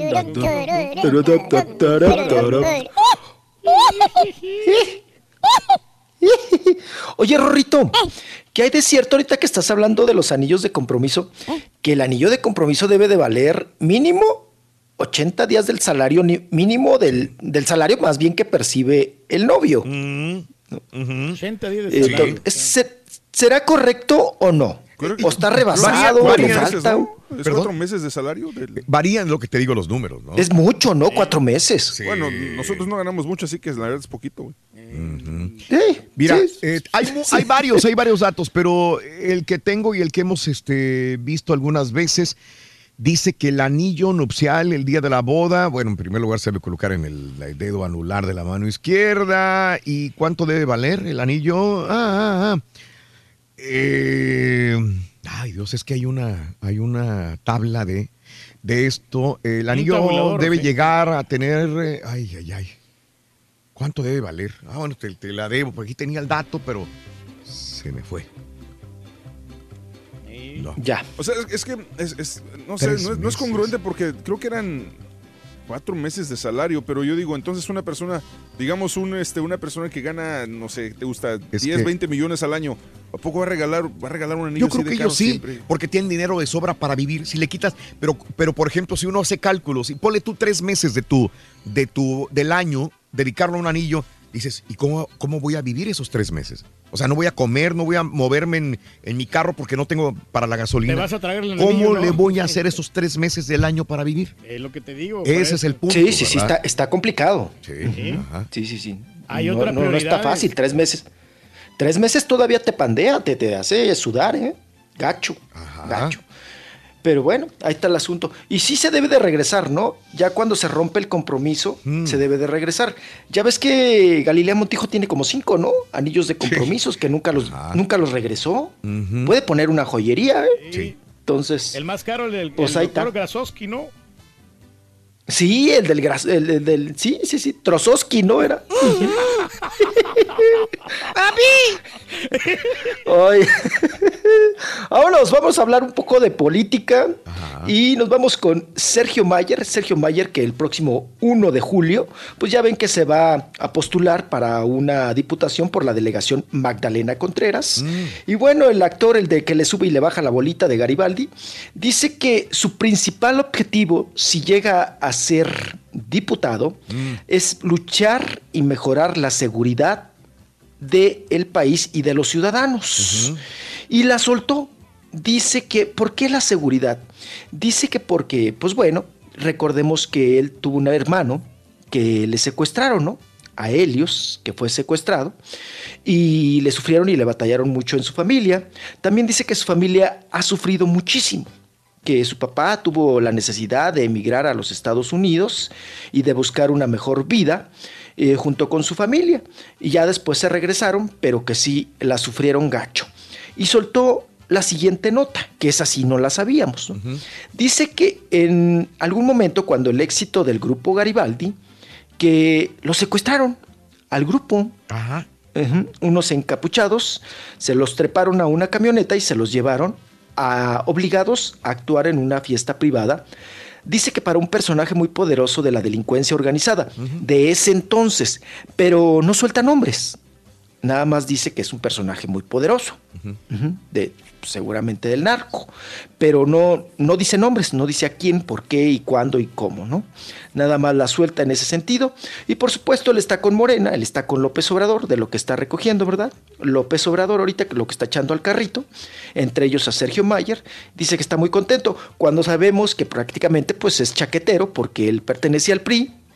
Oye, Rorrito, ¿qué hay de cierto ahorita que estás hablando de los anillos de compromiso? Que el anillo de compromiso debe de valer mínimo ochenta días del salario mínimo del, del salario más bien que percibe el novio. Mm. Uh-huh. ochenta días de salario. Eh, ¿se, ¿Será correcto o no? ¿O está rebasado? Varía, varía, meses, ¿no? ¿Es cuatro meses de salario? Del... Varían lo que te digo los números, ¿no? Es mucho, ¿no? Cuatro meses. Sí. Bueno, nosotros no ganamos mucho, así que la verdad es poquito, güey. Uh-huh. Sí, Mira, sí. Eh, hay, sí. hay varios, hay varios datos, pero el que tengo y el que hemos este, visto algunas veces dice que el anillo nupcial el día de la boda, bueno, en primer lugar se debe colocar en el, el dedo anular de la mano izquierda. ¿Y cuánto debe valer el anillo? Ah, ah, ah. Eh, ay, Dios, es que hay una, hay una tabla de, de esto. El anillo debe ¿sí? llegar a tener, eh, ay, ay, ay. ¿Cuánto debe valer? Ah, bueno, te, te la debo, porque aquí tenía el dato, pero se me fue. No. Ya. O sea, es, es que, es, es, no sé, no es, no es congruente porque creo que eran cuatro meses de salario, pero yo digo, entonces una persona, digamos, un, este, una persona que gana, no sé, te gusta es diez, que... veinte millones al año, ¿a poco va a regalar, va a regalar un anillo? Yo creo así de que caro ellos sí, siempre? Porque tienen dinero de sobra para vivir. Si le quitas, pero, pero por ejemplo, si uno hace cálculos y ponle tú tres meses de tu, de tu, del año, dedicarlo a un anillo, dices, ¿y cómo, cómo voy a vivir esos tres meses? O sea, no voy a comer, no voy a moverme en, en mi carro porque no tengo para la gasolina. ¿Te vas a traer el ¿Cómo anillo, le no? voy a hacer esos tres meses del año para vivir? Es lo que te digo. Ese es el punto. Sí, sí, sí, está, está complicado. Sí, ¿Sí? Ajá. sí, sí, sí. Hay no, otra no, no está fácil, tres meses. Tres meses todavía te pandea, te, te hace sudar, ¿eh? Gacho, Ajá. gacho. Pero bueno, ahí está el asunto. Y sí se debe de regresar, ¿no? Ya cuando se rompe el compromiso, mm. se debe de regresar. Ya ves que Galilea Montijo tiene como cinco, ¿no? Anillos de compromisos sí. que nunca los, nunca los regresó. Uh-huh. Puede poner una joyería, ¿eh? Sí. Entonces... El más caro, el del pues el doctor Grasowski, ¿no? Sí, el del, gras, el, el del... Sí, sí, sí. Trozowski, ¿no? Era... ¡Papi! Oye. Vámonos, vamos a hablar un poco de política. Ajá. Y nos vamos con Sergio Mayer. Sergio Mayer, que el próximo primero de julio, pues ya ven que se va a postular para una diputación por la delegación Magdalena Contreras. Mm. Y bueno, el actor, el de que le sube y le baja la bolita de Garibaldi, dice que su principal objetivo, si llega a ser diputado, mm. es luchar y mejorar la seguridad del país y de los ciudadanos. Uh-huh. Y la soltó. Dice que, ¿por qué la seguridad? Dice que porque, pues bueno, recordemos que él tuvo un hermano que le secuestraron, ¿no? A Helios, que fue secuestrado, y le sufrieron y le batallaron mucho en su familia. También dice que su familia ha sufrido muchísimo, que su papá tuvo la necesidad de emigrar a los Estados Unidos y de buscar una mejor vida eh, junto con su familia, y ya después se regresaron, pero que sí la sufrieron gacho. Y soltó la siguiente nota, que esa sí no la sabíamos, ¿no? Uh-huh. Dice que en algún momento, cuando el éxito del grupo Garibaldi, que lo secuestraron al grupo. Ajá. Uh-huh. Unos encapuchados se los treparon a una camioneta y se los llevaron a, obligados a actuar en una fiesta privada. Dice que para un personaje muy poderoso de la delincuencia organizada, uh-huh, de ese entonces, pero no suelta nombres. Nada más dice que es un personaje muy poderoso, uh-huh, uh-huh, de, seguramente del narco, pero no, no dice nombres, no dice a quién, por qué y cuándo y cómo, ¿no? Nada más la suelta en ese sentido. Y por supuesto él está con Morena, él está con López Obrador, de lo que está recogiendo, ¿verdad? López Obrador ahorita, que lo que está echando al carrito, entre ellos a Sergio Mayer, dice que está muy contento, cuando sabemos que prácticamente pues es chaquetero, porque él pertenece al P R I,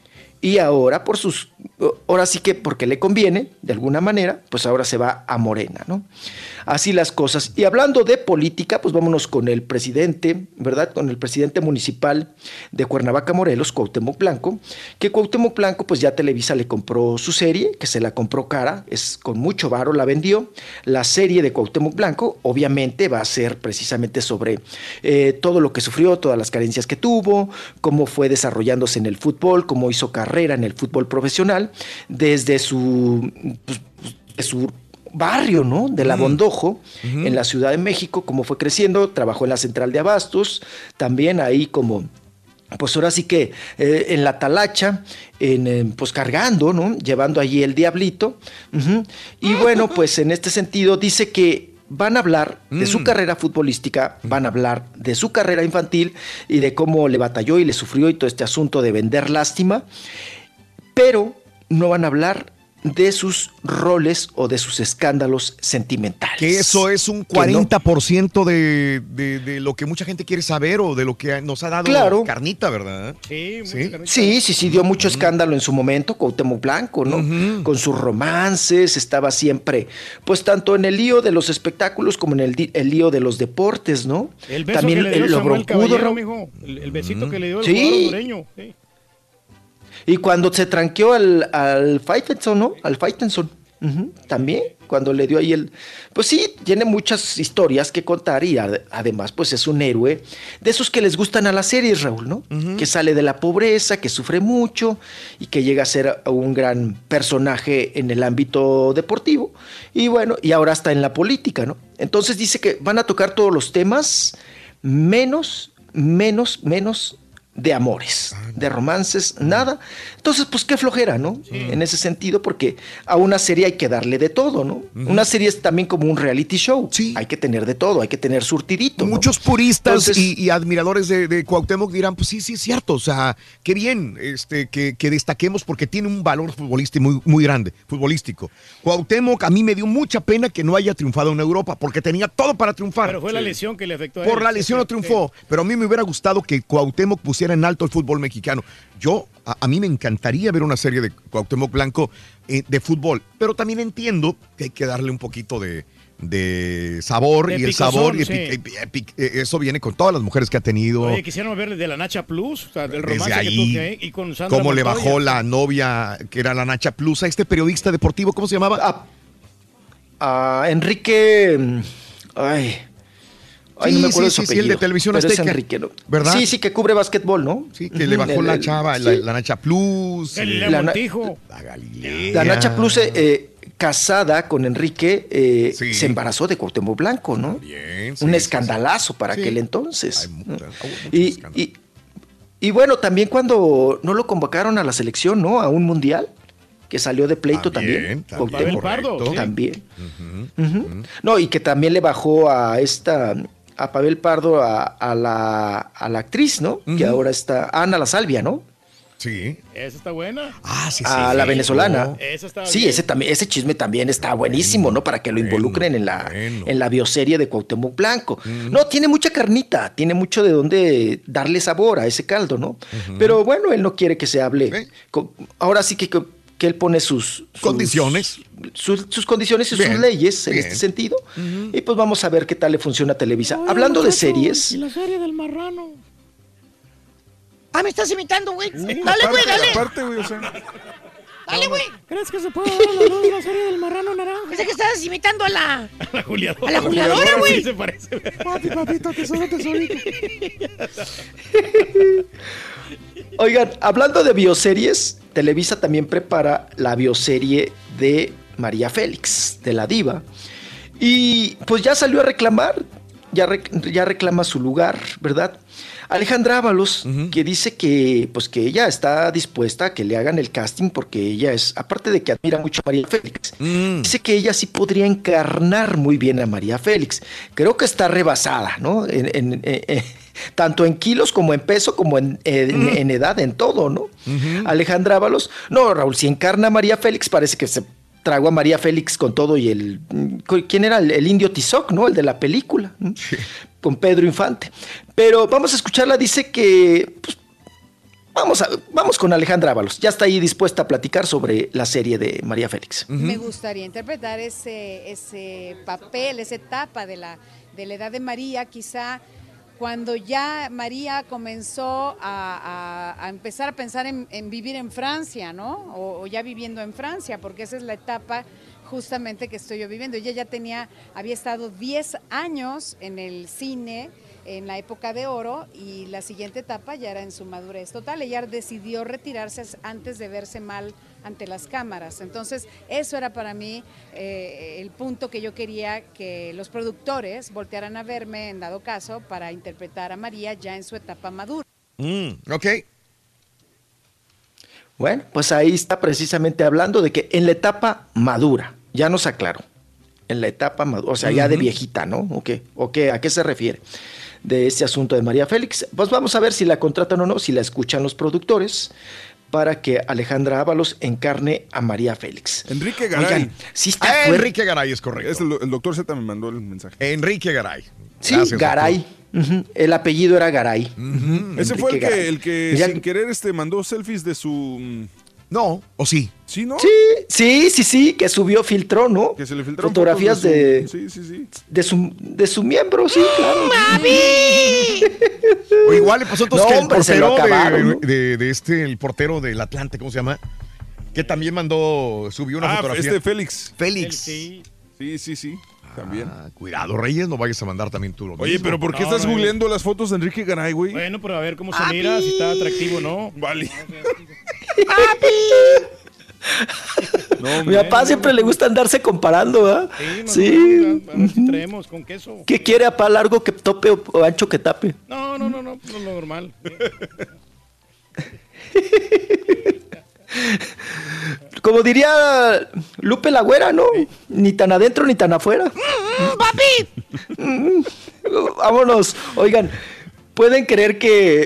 y ahora por sus, ahora sí que porque le conviene, de alguna manera, pues ahora se va a Morena, ¿no? Así las cosas. Y hablando de política, pues vámonos con el presidente, ¿verdad? Con el presidente municipal de Cuernavaca, Morelos, Cuauhtémoc Blanco, que Cuauhtémoc Blanco, pues ya Televisa le compró su serie, que se la compró cara, es con mucho varo, la vendió. La serie de Cuauhtémoc Blanco, obviamente, va a ser precisamente sobre eh, todo lo que sufrió, todas las carencias que tuvo, cómo fue desarrollándose en el fútbol, cómo hizo carrera en el fútbol profesional, desde su, pues, de su barrio, ¿no? De La Bondojo, uh-huh. en la Ciudad de México, cómo fue creciendo, trabajó en la Central de Abastos, también ahí como, pues ahora sí que eh, en la talacha, en, eh, pues cargando, ¿no? Llevando allí el diablito, uh-huh. y bueno, pues en este sentido dice que van a hablar de su carrera futbolística, van a hablar de su carrera infantil y de cómo le batalló y le sufrió y todo este asunto de vender lástima, pero no van a hablar de sus roles o de sus escándalos sentimentales. Que eso es un cuarenta por ciento de, de, de lo que mucha gente quiere saber o de lo que nos ha dado claro. carnita, ¿verdad? Sí, ¿Sí? Carnita. sí, sí, sí, dio mucho escándalo en su momento, Cuauhtémoc Blanco, ¿no? Uh-huh. Con sus romances, estaba siempre, pues tanto en el lío de los espectáculos como en el, el lío de los deportes, ¿no? El beso También que le dio el, lo Samuel broncudo, Caballero, mijo. El, el besito uh-huh. que le dio el sí. jugador hondureño. Sí. Y cuando se tranqueó al, al Faitelson, ¿no? Al Faitelson, uh-huh, también, cuando le dio ahí el... Pues sí, tiene muchas historias que contar y ad- además pues es un héroe de esos que les gustan a las series, Raúl, ¿no? Uh-huh. Que sale de la pobreza, que sufre mucho y que llega a ser un gran personaje en el ámbito deportivo. Y bueno, y ahora está en la política, ¿no? Entonces dice que van a tocar todos los temas menos, menos, menos... de amores, de romances, nada. Entonces, pues qué flojera, ¿no? Sí. En ese sentido, porque a una serie hay que darle de todo, ¿no? Uh-huh. Una serie es también como un reality show. Sí. Hay que tener de todo, hay que tener surtidito, ¿no? Muchos puristas Entonces, y, y admiradores de, de Cuauhtémoc dirán, pues sí, sí es cierto, o sea, qué bien este, que, que destaquemos porque tiene un valor futbolístico muy, muy grande, futbolístico. Cuauhtémoc a mí me dio mucha pena que no haya triunfado en Europa, porque tenía todo para triunfar. Pero fue sí. la lesión que le afectó a él. Por la lesión no triunfó, sí. pero a mí me hubiera gustado que Cuauhtémoc pusiera en alto el fútbol mexicano. Yo, a, a mí me encantaría ver una serie de Cuauhtémoc Blanco eh, de fútbol, pero también entiendo que hay que darle un poquito de, de sabor de y el picosón, sabor y sí. el pic, el pic, eh, eso viene con todas las mujeres que ha tenido. Oye, quisieron verle de la Nacha Plus, o sea, del romance desde ahí, que tuvo ahí, y con Sandra cómo Montoya. le bajó la novia que era la Nacha Plus a este periodista deportivo, ¿cómo se llamaba? A, a Enrique, ay... Ay, sí, no me acuerdo sí, su sí, apellido, sí, el de Televisión pero Azteca. es Enrique, ¿no? ¿Verdad? Sí, sí, que cubre básquetbol, ¿no? Sí, que uh-huh. le bajó el, la chava, sí. la, la Nacha Plus. Galilea la, Montijo. La Galilea. La Nacha Plus, eh, eh, casada con Enrique, eh, sí. se embarazó de Cuauhtémoc Blanco, ¿no? Bien, sí, Un sí, escandalazo sí. para sí. aquel entonces. Hay mucha, y, y, y bueno, también cuando no lo convocaron a la selección, ¿no? A un mundial. Que salió de pleito también. También, también Pardo, sí. También. Uh-huh. Uh-huh. No, y que también le bajó a esta, a Pavel Pardo, a, a, la, a la actriz, ¿no? Uh-huh. Que ahora está, Ana La Salvia, ¿no? Sí. Esa está buena. Ah, sí, sí. A sí, la sí. venezolana. Oh. Esa está sí, bien. ese también, ese chisme también está buenísimo, bueno, ¿no? Para que lo involucren bueno, en la, bueno. en la bioserie de Cuauhtémoc Blanco. Uh-huh. No, tiene mucha carnita, tiene mucho de dónde darle sabor a ese caldo, ¿no? Uh-huh. Pero bueno, él no quiere que se hable. ¿Eh? Ahora sí que, que que él pone sus, sus condiciones sus, sus condiciones y bien, sus leyes en bien. este sentido uh-huh. y pues vamos a ver qué tal le funciona a Televisa. Oye, hablando de muchacho, series y la serie del marrano. Ah, me estás imitando, güey. Uh, dale, güey, dale. Aparte, güey, o sea. Dale, güey. ¿Crees que se puede dar a la luz la serie del marrano naranja? Pensé que estabas imitando a la... A la juliadora. A la juliadora, güey. Sí se parece. Papi, papito, tesoro, tesorito. Oigan, hablando de bioseries, Televisa también prepara la bioserie de María Félix, de la diva. Y pues ya salió a reclamar, ya, rec- ya reclama su lugar, ¿verdad? Alejandra Ábalos, uh-huh. que dice que, pues, que ella está dispuesta a que le hagan el casting porque ella es, aparte de que admira mucho a María Félix, mm. dice que ella sí podría encarnar muy bien a María Félix. Creo que está rebasada, ¿no? En, en, en, en, tanto en kilos como en peso, como en, en, mm. en edad, en todo, ¿no? Uh-huh. Alejandra Ábalos, no, Raúl, si encarna a María Félix parece que se tragó a María Félix con todo y el... ¿Quién era? El, el indio Tizoc, ¿no? El de la película, ¿no? Sí. Con Pedro Infante. Pero vamos a escucharla, dice que... Pues, Vamos, a, vamos con Alejandra Ábalos. Ya está ahí dispuesta a platicar sobre la serie de María Félix. Uh-huh. Me gustaría interpretar ese, ese papel, esa etapa de la, de la edad de María, quizá cuando ya María comenzó a, a, a empezar a pensar en, en vivir en Francia, ¿no? O, o ya viviendo en Francia, porque esa es la etapa justamente que estoy yo viviendo. Ella ya tenía, había estado diez años en el cine, en la época de oro, y la siguiente etapa ya era en su madurez total. Ella decidió retirarse antes de verse mal ante las cámaras. Entonces, eso era para mí eh, el punto que yo quería que los productores voltearan a verme, en dado caso, para interpretar a María ya en su etapa madura. Mm, ok. Bueno, pues ahí está precisamente hablando de que en la etapa madura, ya nos aclaró, en la etapa madura, o sea, ya uh-huh. de viejita, ¿no? ¿O qué? ¿O qué? ¿A qué se refiere? De este asunto de María Félix. Pues vamos a ver si la contratan o no, si la escuchan los productores, para que Alejandra Ábalos encarne a María Félix. Enrique Garay. Oigan, sí está ah, fuerte. Enrique Garay es correcto. Es el, el doctor Z me mandó el mensaje. Enrique Garay. Sí, Gracias, Garay. Uh-huh. El apellido era Garay. Uh-huh. Ese fue el que, el que Mira, sin querer este, mandó selfies de su... No, ¿o sí? ¿Sí, no? Sí, sí, sí, sí, que subió, filtró, ¿no? Que se le filtraron fotografías de, su, de, sí, sí, sí. de su de su miembro, sí, claro. ¡Mami! O igual le pasó entonces no, que el hombre, portero acabaron, de, ¿no? de, de este, el portero del Atlante, ¿cómo se llama? Que también mandó, subió una ah, fotografía. este Félix. Félix. Sí, sí, sí, sí. También. Ah, cuidado, Reyes, no vayas a mandar también tú lo Oye, mismo. pero ¿por qué No, estás no, googleando las fotos de Enrique Garay, güey? Bueno, pero a ver cómo se mira, si está atractivo o no. Vale. No, mi papá siempre le gusta andarse comparando, ¿ah? ¿eh? Sí, sí. A ver si traemos con queso. ¿Qué quiere, apá, largo que tope o, o ancho que tape? No, no, no, no, no es lo normal. Como diría Lupe la Güera, ¿no? Ni tan adentro ni tan afuera. Mm, ¡Papi! Mm, vámonos. Oigan, ¿pueden creer que...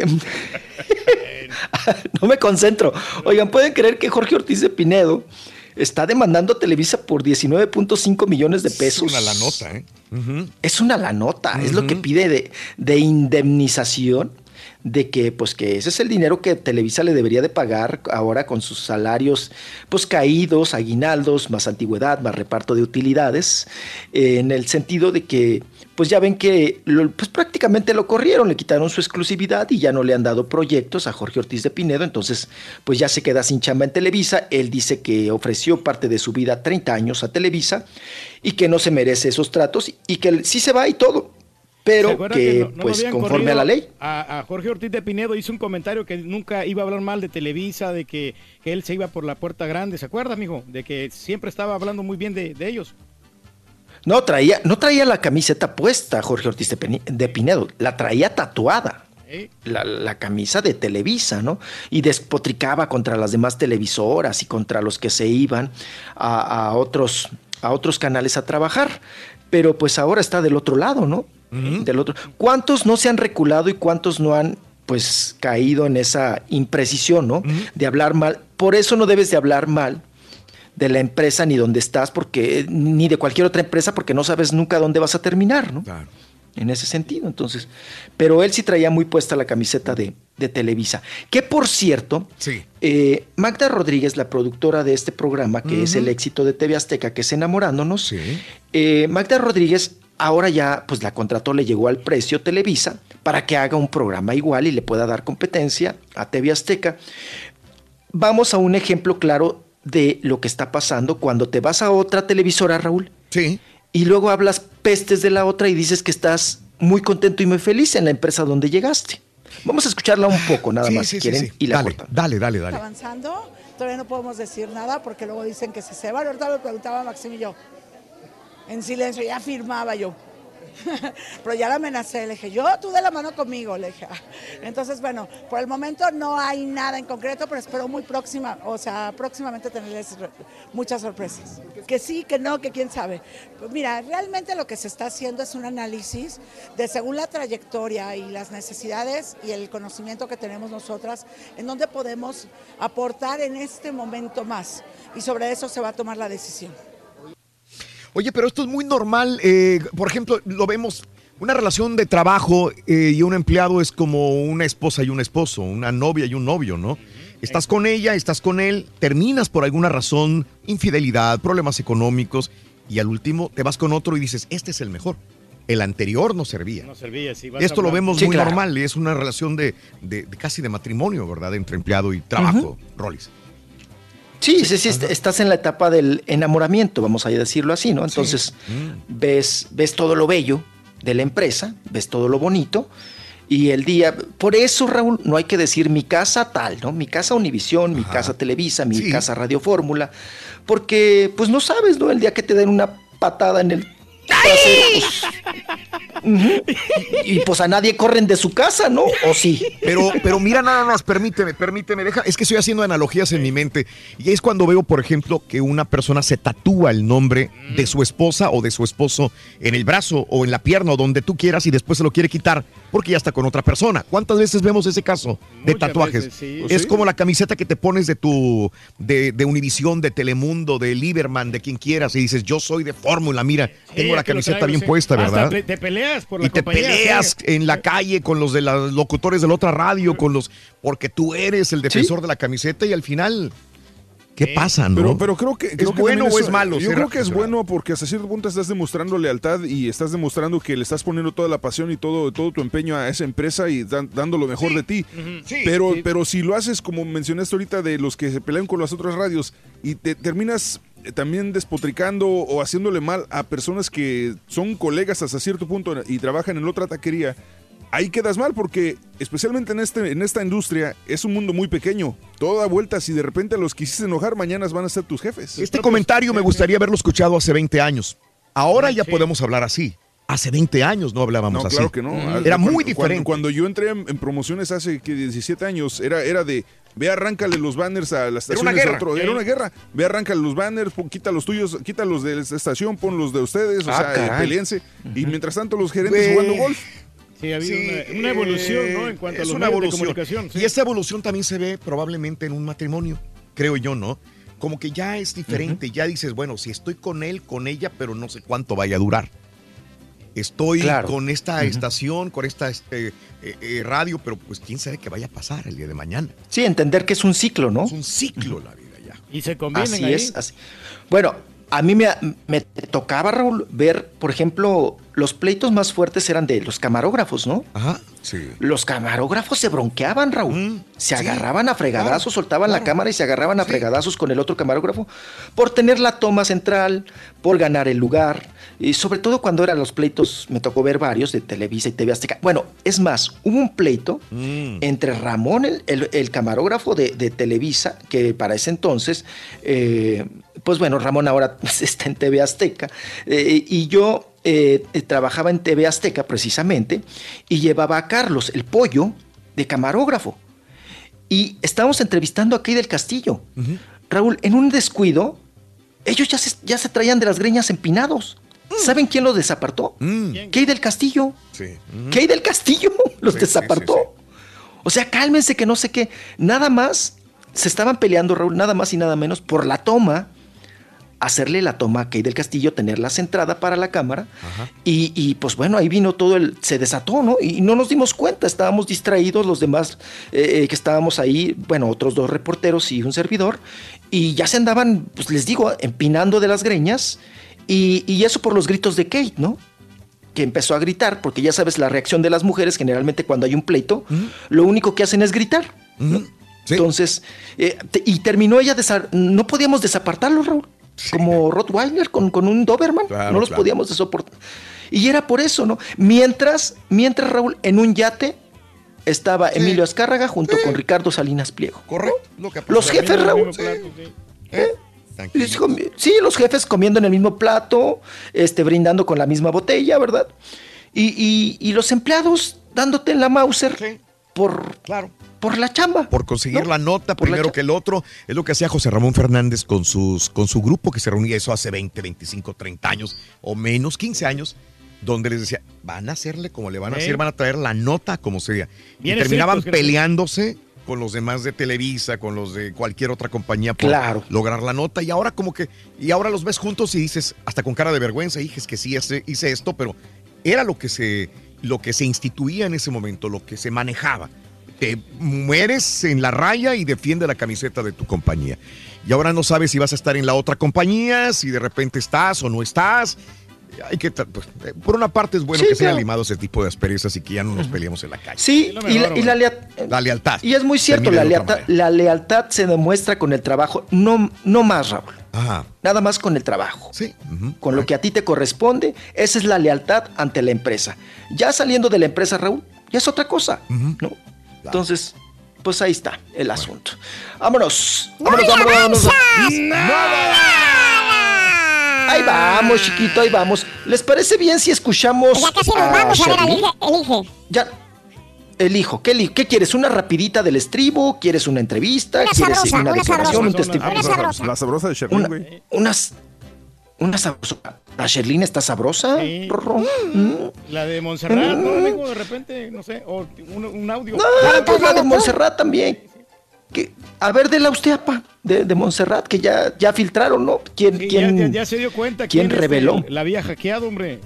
no me concentro. Oigan, ¿pueden creer que Jorge Ortiz de Pinedo está demandando a Televisa por diecinueve punto cinco millones de pesos? Es una lanota, ¿eh? Uh-huh. Es una lanota. Uh-huh. Es lo que pide de, de indemnización, de que pues que ese es el dinero que Televisa le debería de pagar ahora con sus salarios pues caídos, aguinaldos, más antigüedad, más reparto de utilidades, eh, en el sentido de que pues ya ven que lo, pues prácticamente lo corrieron, le quitaron su exclusividad y ya no le han dado proyectos a Jorge Ortiz de Pinedo, entonces pues ya se queda sin chamba en Televisa. Él dice que ofreció parte de su vida, treinta años, a Televisa y que no se merece esos tratos y que sí se va y todo. Pero que, que no, no pues conforme a la ley. A, a Jorge Ortiz de Pinedo hizo un comentario que nunca iba a hablar mal de Televisa, de que, que él se iba por la puerta grande. ¿Se acuerda, mijo? De que siempre estaba hablando muy bien de, de ellos. No traía, no traía la camiseta puesta Jorge Ortiz de, de Pinedo, la traía tatuada. ¿Eh? La, la camisa de Televisa, ¿no? Y despotricaba contra las demás televisoras y contra los que se iban a, a, otros, a otros canales a trabajar. Pero pues ahora está del otro lado, ¿no? Uh-huh. Del otro. ¿Cuántos no se han reculado y cuántos no han pues caído en esa imprecisión, ¿no? Uh-huh. De hablar mal. Por eso no debes de hablar mal de la empresa ni dónde estás, porque ni de cualquier otra empresa, porque no sabes nunca dónde vas a terminar, ¿no? Claro. En ese sentido, entonces. Pero él sí traía muy puesta la camiseta de, de Televisa. Que por cierto, sí. eh, Magda Rodríguez, la productora de este programa, que uh-huh. es el éxito de T V Azteca, que es Enamorándonos, sí. eh, Magda Rodríguez ahora ya pues la contrató, le llegó al precio Televisa para que haga un programa igual y le pueda dar competencia a T V Azteca. Vamos a un ejemplo claro de lo que está pasando cuando te vas a otra televisora, Raúl. Sí. Y luego hablas pestes de la otra y dices que estás muy contento y muy feliz en la empresa donde llegaste. Vamos a escucharla un poco, nada sí, más, sí, si sí, quieren, sí. y la dale, cortan. Dale, dale, dale. Avanzando, todavía no podemos decir nada porque luego dicen que si se va. Ahorita me preguntaba Maxim y yo. En silencio, ya firmaba yo. Pero ya la amenacé, le dije, yo, tú de la mano conmigo, le dije. Entonces, bueno, por el momento no hay nada en concreto, pero espero muy próxima, o sea, próximamente tenerles muchas sorpresas. Que sí, que no, que quién sabe. Pues mira, realmente lo que se está haciendo es un análisis de según la trayectoria y las necesidades y el conocimiento que tenemos nosotras, en donde podemos aportar en este momento más. Y sobre eso se va a tomar la decisión. Oye, pero esto es muy normal. Eh, por ejemplo, lo vemos Una relación de trabajo eh, y un empleado es como una esposa y un esposo, una novia y un novio, ¿no? Estás con ella, estás con él, terminas por alguna razón, infidelidad, problemas económicos, y al último te vas con otro y dices, este es el mejor. El anterior no servía. No servía, sí, vas Esto a lo hablar. vemos Sí, muy claro. normal, es una relación de, de- de casi de matrimonio, ¿verdad? Entre empleado y trabajo, Ujú. Rolis. Sí, sí, sí, est- estás en la etapa del enamoramiento, vamos a decirlo así, ¿no? Entonces, Mm. ves, ves todo lo bello de la empresa, ves todo lo bonito, y el día, por eso, Raúl, no hay que decir mi casa tal, ¿no? Mi casa Univisión, mi casa Televisa, mi Sí. casa Radio Fórmula, porque pues no sabes, ¿no? El día que te den una patada en el trasero, pues, ujú, y, y, pues a nadie corren de su casa, ¿no? ¿O sí? Pero, pero mira nada más, permíteme, permíteme, deja, es que estoy haciendo analogías en mi mente y es cuando veo, por ejemplo, que una persona se tatúa el nombre de su esposa o de su esposo en el brazo o en la pierna o donde tú quieras y después se lo quiere quitar porque ya está con otra persona. ¿Cuántas veces vemos ese caso de Muchas tatuajes? veces, sí. Es ¿Sí? como la camiseta que te pones de tu, de, de Univisión, de Telemundo, de Lieberman, de quien quieras y dices, yo soy de Fórmula, mira, tengo la que lo camiseta traigo, bien sí. puesta, Hasta ¿verdad? pe- te peleas por la Y te compañía, peleas sí. en la calle con los de los locutores de la otra radio, con los porque tú eres el defensor de la camiseta y al final, ¿qué pasa, no? Pero, pero creo que. creo ¿Es que bueno también o es malo? Yo ser creo que es aficionado? bueno porque hasta cierto punto estás demostrando lealtad y estás demostrando que le estás poniendo toda la pasión y todo, todo tu empeño a esa empresa y dan- dando lo mejor de ti. Sí, pero, sí. pero si lo haces como mencionaste ahorita de los que se pelean con las otras radios y te terminas eh, también despotricando o haciéndole mal a personas que son colegas hasta cierto punto y trabajan en otra taquería, ahí quedas mal porque especialmente en este en esta industria es un mundo muy pequeño. Todo da vueltas y de repente a los que hiciste enojar mañana van a ser tus jefes. Este comentario me gustaría haberlo escuchado hace veinte años. Ahora ya Sí. podemos hablar así. Hace veinte años no hablábamos No, así. claro que no. Mm. Ah, Era cuando- muy cuando- diferente. Cuando, yo entré en, en promociones hace que diecisiete años, era, era de, ve, arráncale los banners a las Era una estaciones de guerra. otro. Era una guerra. Ve, arráncale los banners, pon- quita los tuyos, quita los de esta estación, pon los de ustedes, o Ah, sea, caray. peleense. Y mientras tanto los gerentes Güey. jugando golf. Sí, ha habido Sí, una, una evolución, ¿no? En eh, cuanto es a los una medios evolución. de comunicación. sí. Y esa evolución también se ve probablemente en un matrimonio, creo yo, ¿no? Como que ya es diferente, ya dices, bueno, si estoy con él, con ella, pero no sé cuánto vaya a durar. Estoy Claro. con esta Ujú. estación, con esta este, eh, eh, radio, pero pues quién sabe qué vaya a pasar el día de mañana. Sí, entender que es un ciclo, ¿no? Es un ciclo la vida ya. Y se convienen Así ahí. es, así. Bueno, a mí me, me tocaba, Raúl, ver, por ejemplo, los pleitos más fuertes eran de los camarógrafos, ¿no? Ajá, sí. Los camarógrafos se bronqueaban, Raúl. Mm, se sí, agarraban a fregadazos, claro, soltaban la claro. cámara y se agarraban a Sí. fregadazos con el otro camarógrafo por tener la toma central, por ganar el lugar. Y sobre todo cuando eran los pleitos, me tocó ver varios de Televisa y T V Azteca. Bueno, es más, hubo un pleito Mm. entre Ramón, el, el- el camarógrafo de, de Televisa, que para ese entonces, eh, pues bueno, Ramón ahora pues, está en T V Azteca, eh, y yo eh, eh, trabajaba en T V Azteca precisamente, y llevaba a Carlos, el pollo, de camarógrafo. Y estábamos entrevistando a Key del Castillo. Ujú. Raúl, en un descuido, ellos ya se, ya se traían de las greñas empinados. ¿Saben quién los desapartó? Mm, Key del Castillo. sí. Mm. Key del Castillo los Sí, sí, desapartó. sí, O sea, cálmense que no sé qué. Nada más se estaban peleando, Raúl, nada más y nada menos por la toma. Hacerle la toma a Key del Castillo, tenerla centrada para la cámara. Ajá. Y, y, pues bueno, ahí vino todo el. Se desató, ¿no? Y no nos dimos cuenta, estábamos distraídos los demás eh, eh, que estábamos ahí, bueno, otros dos reporteros y un servidor. Y ya se andaban, pues les digo, empinando de las greñas. Y, y eso por los gritos de Kate, ¿no? Que empezó a gritar, porque ya sabes, la reacción de las mujeres, generalmente cuando hay un pleito, Ujú. lo único que hacen es gritar. Ujú. Sí. Entonces, eh, te- y terminó ella, desa- no podíamos desapartarlo, Raúl. Como Rottweiler con, con un Doberman, Claro, no los claro. podíamos soportar. Y era por eso, ¿no? Mientras, mientras Raúl, en un yate estaba Sí. Emilio Azcárraga junto con Ricardo Salinas Pliego. Correcto. Lo que Los pasa. jefes, Comiendo el Raúl. mismo plato, sí. ¿Eh? Les Tranquilo. comi- Sí, los jefes comiendo en el mismo plato, este, brindando con la misma botella, ¿verdad? Y, y- y los empleados dándote en la Mauser Sí. por, Claro. por la chamba. Por conseguir ¿no? la nota Por la primero cha- que el otro. Es lo que hacía José Ramón Fernández con, sus, con su grupo que se reunía eso hace veinte, veinticinco, treinta años o menos, quince años, donde les decía, van a hacerle como le van a Sí. hacer, van a traer la nota como sea. Y Bien terminaban estrictos, creo. peleándose con los demás de Televisa, con los de cualquier otra compañía por Claro. lograr la nota. Y ahora como que, y ahora los ves juntos y dices, hasta con cara de vergüenza, hijes que sí hice, hice esto, pero era lo que se, lo que se instituía en ese momento, lo que se manejaba. Te mueres en la raya y defiende la camiseta de tu compañía. Y ahora no sabes si vas a estar en la otra compañía, si de repente estás o no estás. Hay que, pues, por una parte es bueno sí, que se haya limado ese tipo de asperezas y que ya no nos peleemos en la calle. Sí, mejor, y, la, y la, lea- la lealtad. Y es muy cierto, la lealtad, la lealtad se demuestra con el trabajo, no, no más, Raúl. Ajá. Nada más con el trabajo. Sí. Uh-huh. Con lo que a ti te corresponde, esa es la lealtad ante la empresa. Ya saliendo de la empresa, Raúl, ya es otra cosa, uh-huh. ¿no? Claro. Entonces, pues ahí está el bueno. asunto. Vámonos. ¡No vámonos, vámonos, vámonos. ¡Nada! Ahí vamos, chiquito, ahí vamos. ¿Les parece bien si escuchamos ya casi nos a vamos, a ver, elige, elige. Ya, elijo. ¿Qué, li- ¿Qué quieres? ¿Una rapidita del estribo? ¿Quieres una entrevista? Una ¿Quieres sabrosa, una una declaración? sabrosa. Un testimonio. Una sabrosa. La sabrosa de Sherlyn, Una, güey. unas, una sabrosa. ¿La Sherlyn está sabrosa? Sí. Mm. La de Montserrat, ¿no, amigo? De repente, no sé, o un, un audio. No, pues la de Montserrat también. Que, a ver, de la usted, apa, de, de Montserrat, que ya, ya filtraron, ¿no? ¿Quién, Sí, quién, ya, ya, ya se dio cuenta ¿quién quién reveló? Este, la había hackeado, hombre.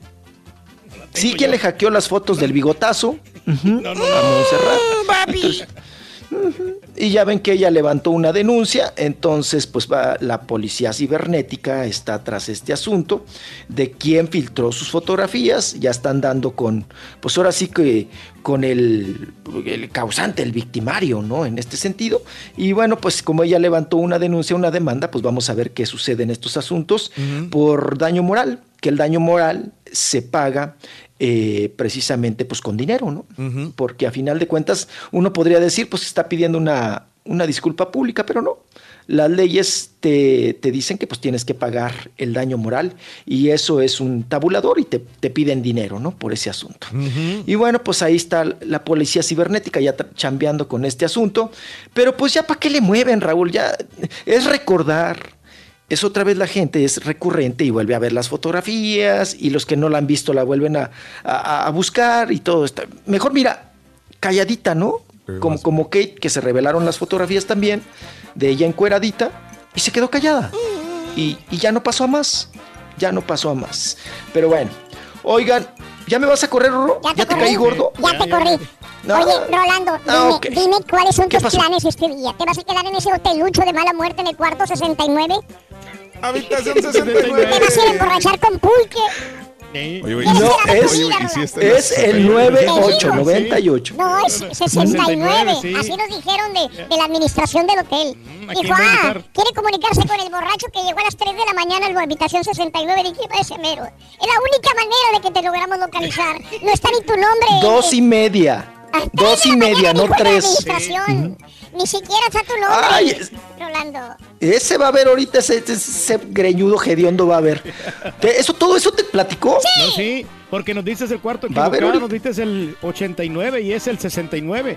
Sí, ¿quién le hackeó las fotos del bigotazo? Uh-huh, no, no, a Montserrat. ¡Papi! Entonces, uh-huh, y ya ven que ella levantó una denuncia, entonces pues va la policía cibernética, está tras este asunto de quién filtró sus fotografías, ya están dando con, pues ahora sí que con el, el causante, el victimario, ¿no? En este sentido. Y bueno, pues como ella levantó una denuncia, una demanda, pues vamos a ver qué sucede en estos asuntos uh-huh. por daño moral, que el daño moral se paga eh, precisamente pues con dinero, ¿no? Uh-huh. Porque a final de cuentas uno podría decir, pues está pidiendo una, una disculpa pública, pero no. Las leyes te, te dicen que pues tienes que pagar el daño moral y eso es un tabulador y te, te piden dinero, ¿no? Por ese asunto. Uh-huh. Y bueno, pues ahí está la policía cibernética ya tra- chambeando con este asunto, pero pues ya para qué le mueven, Raúl, ya es recordar. Es otra vez la gente, es recurrente y vuelve a ver las fotografías y los que no la han visto la vuelven a, a, a buscar y todo esto. Mejor mira, calladita, ¿no? Como, como Kate, que se revelaron las fotografías también de ella encueradita y se quedó callada. Y, y ya no pasó a más, ya no pasó a más. Pero bueno, oigan, ¿ya me vas a correr, Rorro? ¿Ya te, ¿Ya te caí gordo? Ya te corrí. No. Oye, Rolando, dime, Ah, okay. dime cuáles son ¿Qué tus pasó? planes este día. ¿Te vas a quedar en ese hotelucho de mala muerte en el cuarto sesenta y nueve? Habitación sesenta y nueve. ¿Te vas a ir a emborrachar con pulque? Oye, güey, No, ¿y es, si- oye, güey, ¿y si está en es la- el noventa y ocho, noventa y ocho. No, es sesenta y nueve. sí. Así nos dijeron de, de la administración del hotel. ¿a Dijo, quién va a ah, invitar? quiere comunicarse con el borracho que llegó a las tres de la mañana en la habitación sesenta y nueve. Dije, va ese mero. Es la única manera de que te logramos localizar. No está ni tu nombre. Dos y media. A Dos tres de y la media, mañana no dijo la tres. administración. Ni siquiera está tu nombre, Ay, es- Rolando. Ese va a ver ahorita, ese, ese, ese greñudo hediondo va a ver. ¿Te- eso, ¿Todo eso te platicó? No, sí, porque nos dices el cuarto Va a haber equivocado, ahorita. nos dices el ochenta y nueve y es el sesenta y nueve.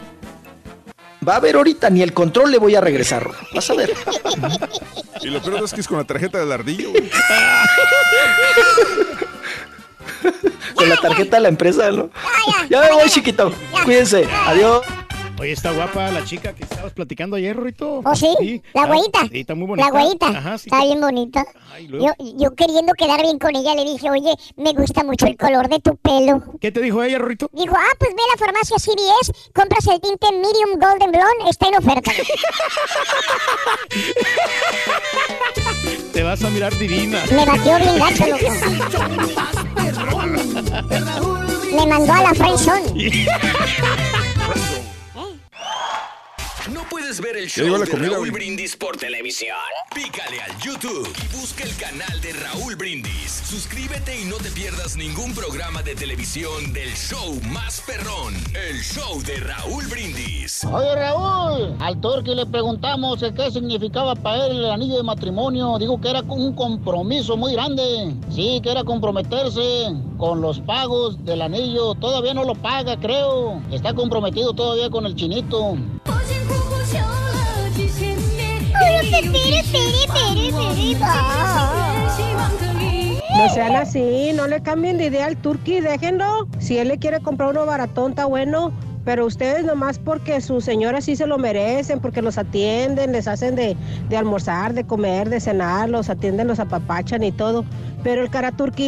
Va a ver ahorita, ni el control le voy a regresar, Rorro. Vas a ver. Y lo peor es que es con la tarjeta del ardillo, güey. Con la tarjeta de la empresa, ¿no? Ya me voy, chiquito. Cuídense. Adiós. Oye, está guapa la chica que estabas platicando ayer, Rito. ¿Oh, sí? ¿La está- güerita? Sí, está muy bonita. La güerita. Ajá, sí. Está bien bonita. Ay, luego- Yo, yo queriendo quedar bien con ella le dije, oye, me gusta mucho el color de tu pelo. ¿Qué te dijo ella, Rito? Dijo, ah, pues ve a la farmacia C V S, compras el tinte Medium Golden Blonde, está en oferta. Te vas a mirar divina. Me batió bien gacho, loco. Me mandó a la friendzone. ¿No puedes ver el Ya show llegó la de comida, Raúl güey. Brindis por televisión? Pícale al YouTube y busca el canal de Raúl Brindis. Suscríbete y no te pierdas ningún programa de televisión del show más perrón, el show de Raúl Brindis. Oye, Raúl, al Torque le preguntamos que qué significaba para él el anillo de matrimonio. Dijo que era un compromiso muy grande. Sí, que era comprometerse con los pagos del anillo. Todavía no lo paga, creo. Está comprometido todavía con el chinito. No sean así, no le cambien de idea al Turqui, déjenlo. Si él le quiere comprar uno baratón, está bueno. Pero ustedes nomás porque su señora sí se lo merecen, porque los atienden, les hacen de, de almorzar, de comer, de cenar, los atienden, los apapachan y todo. Pero el cara Turqui,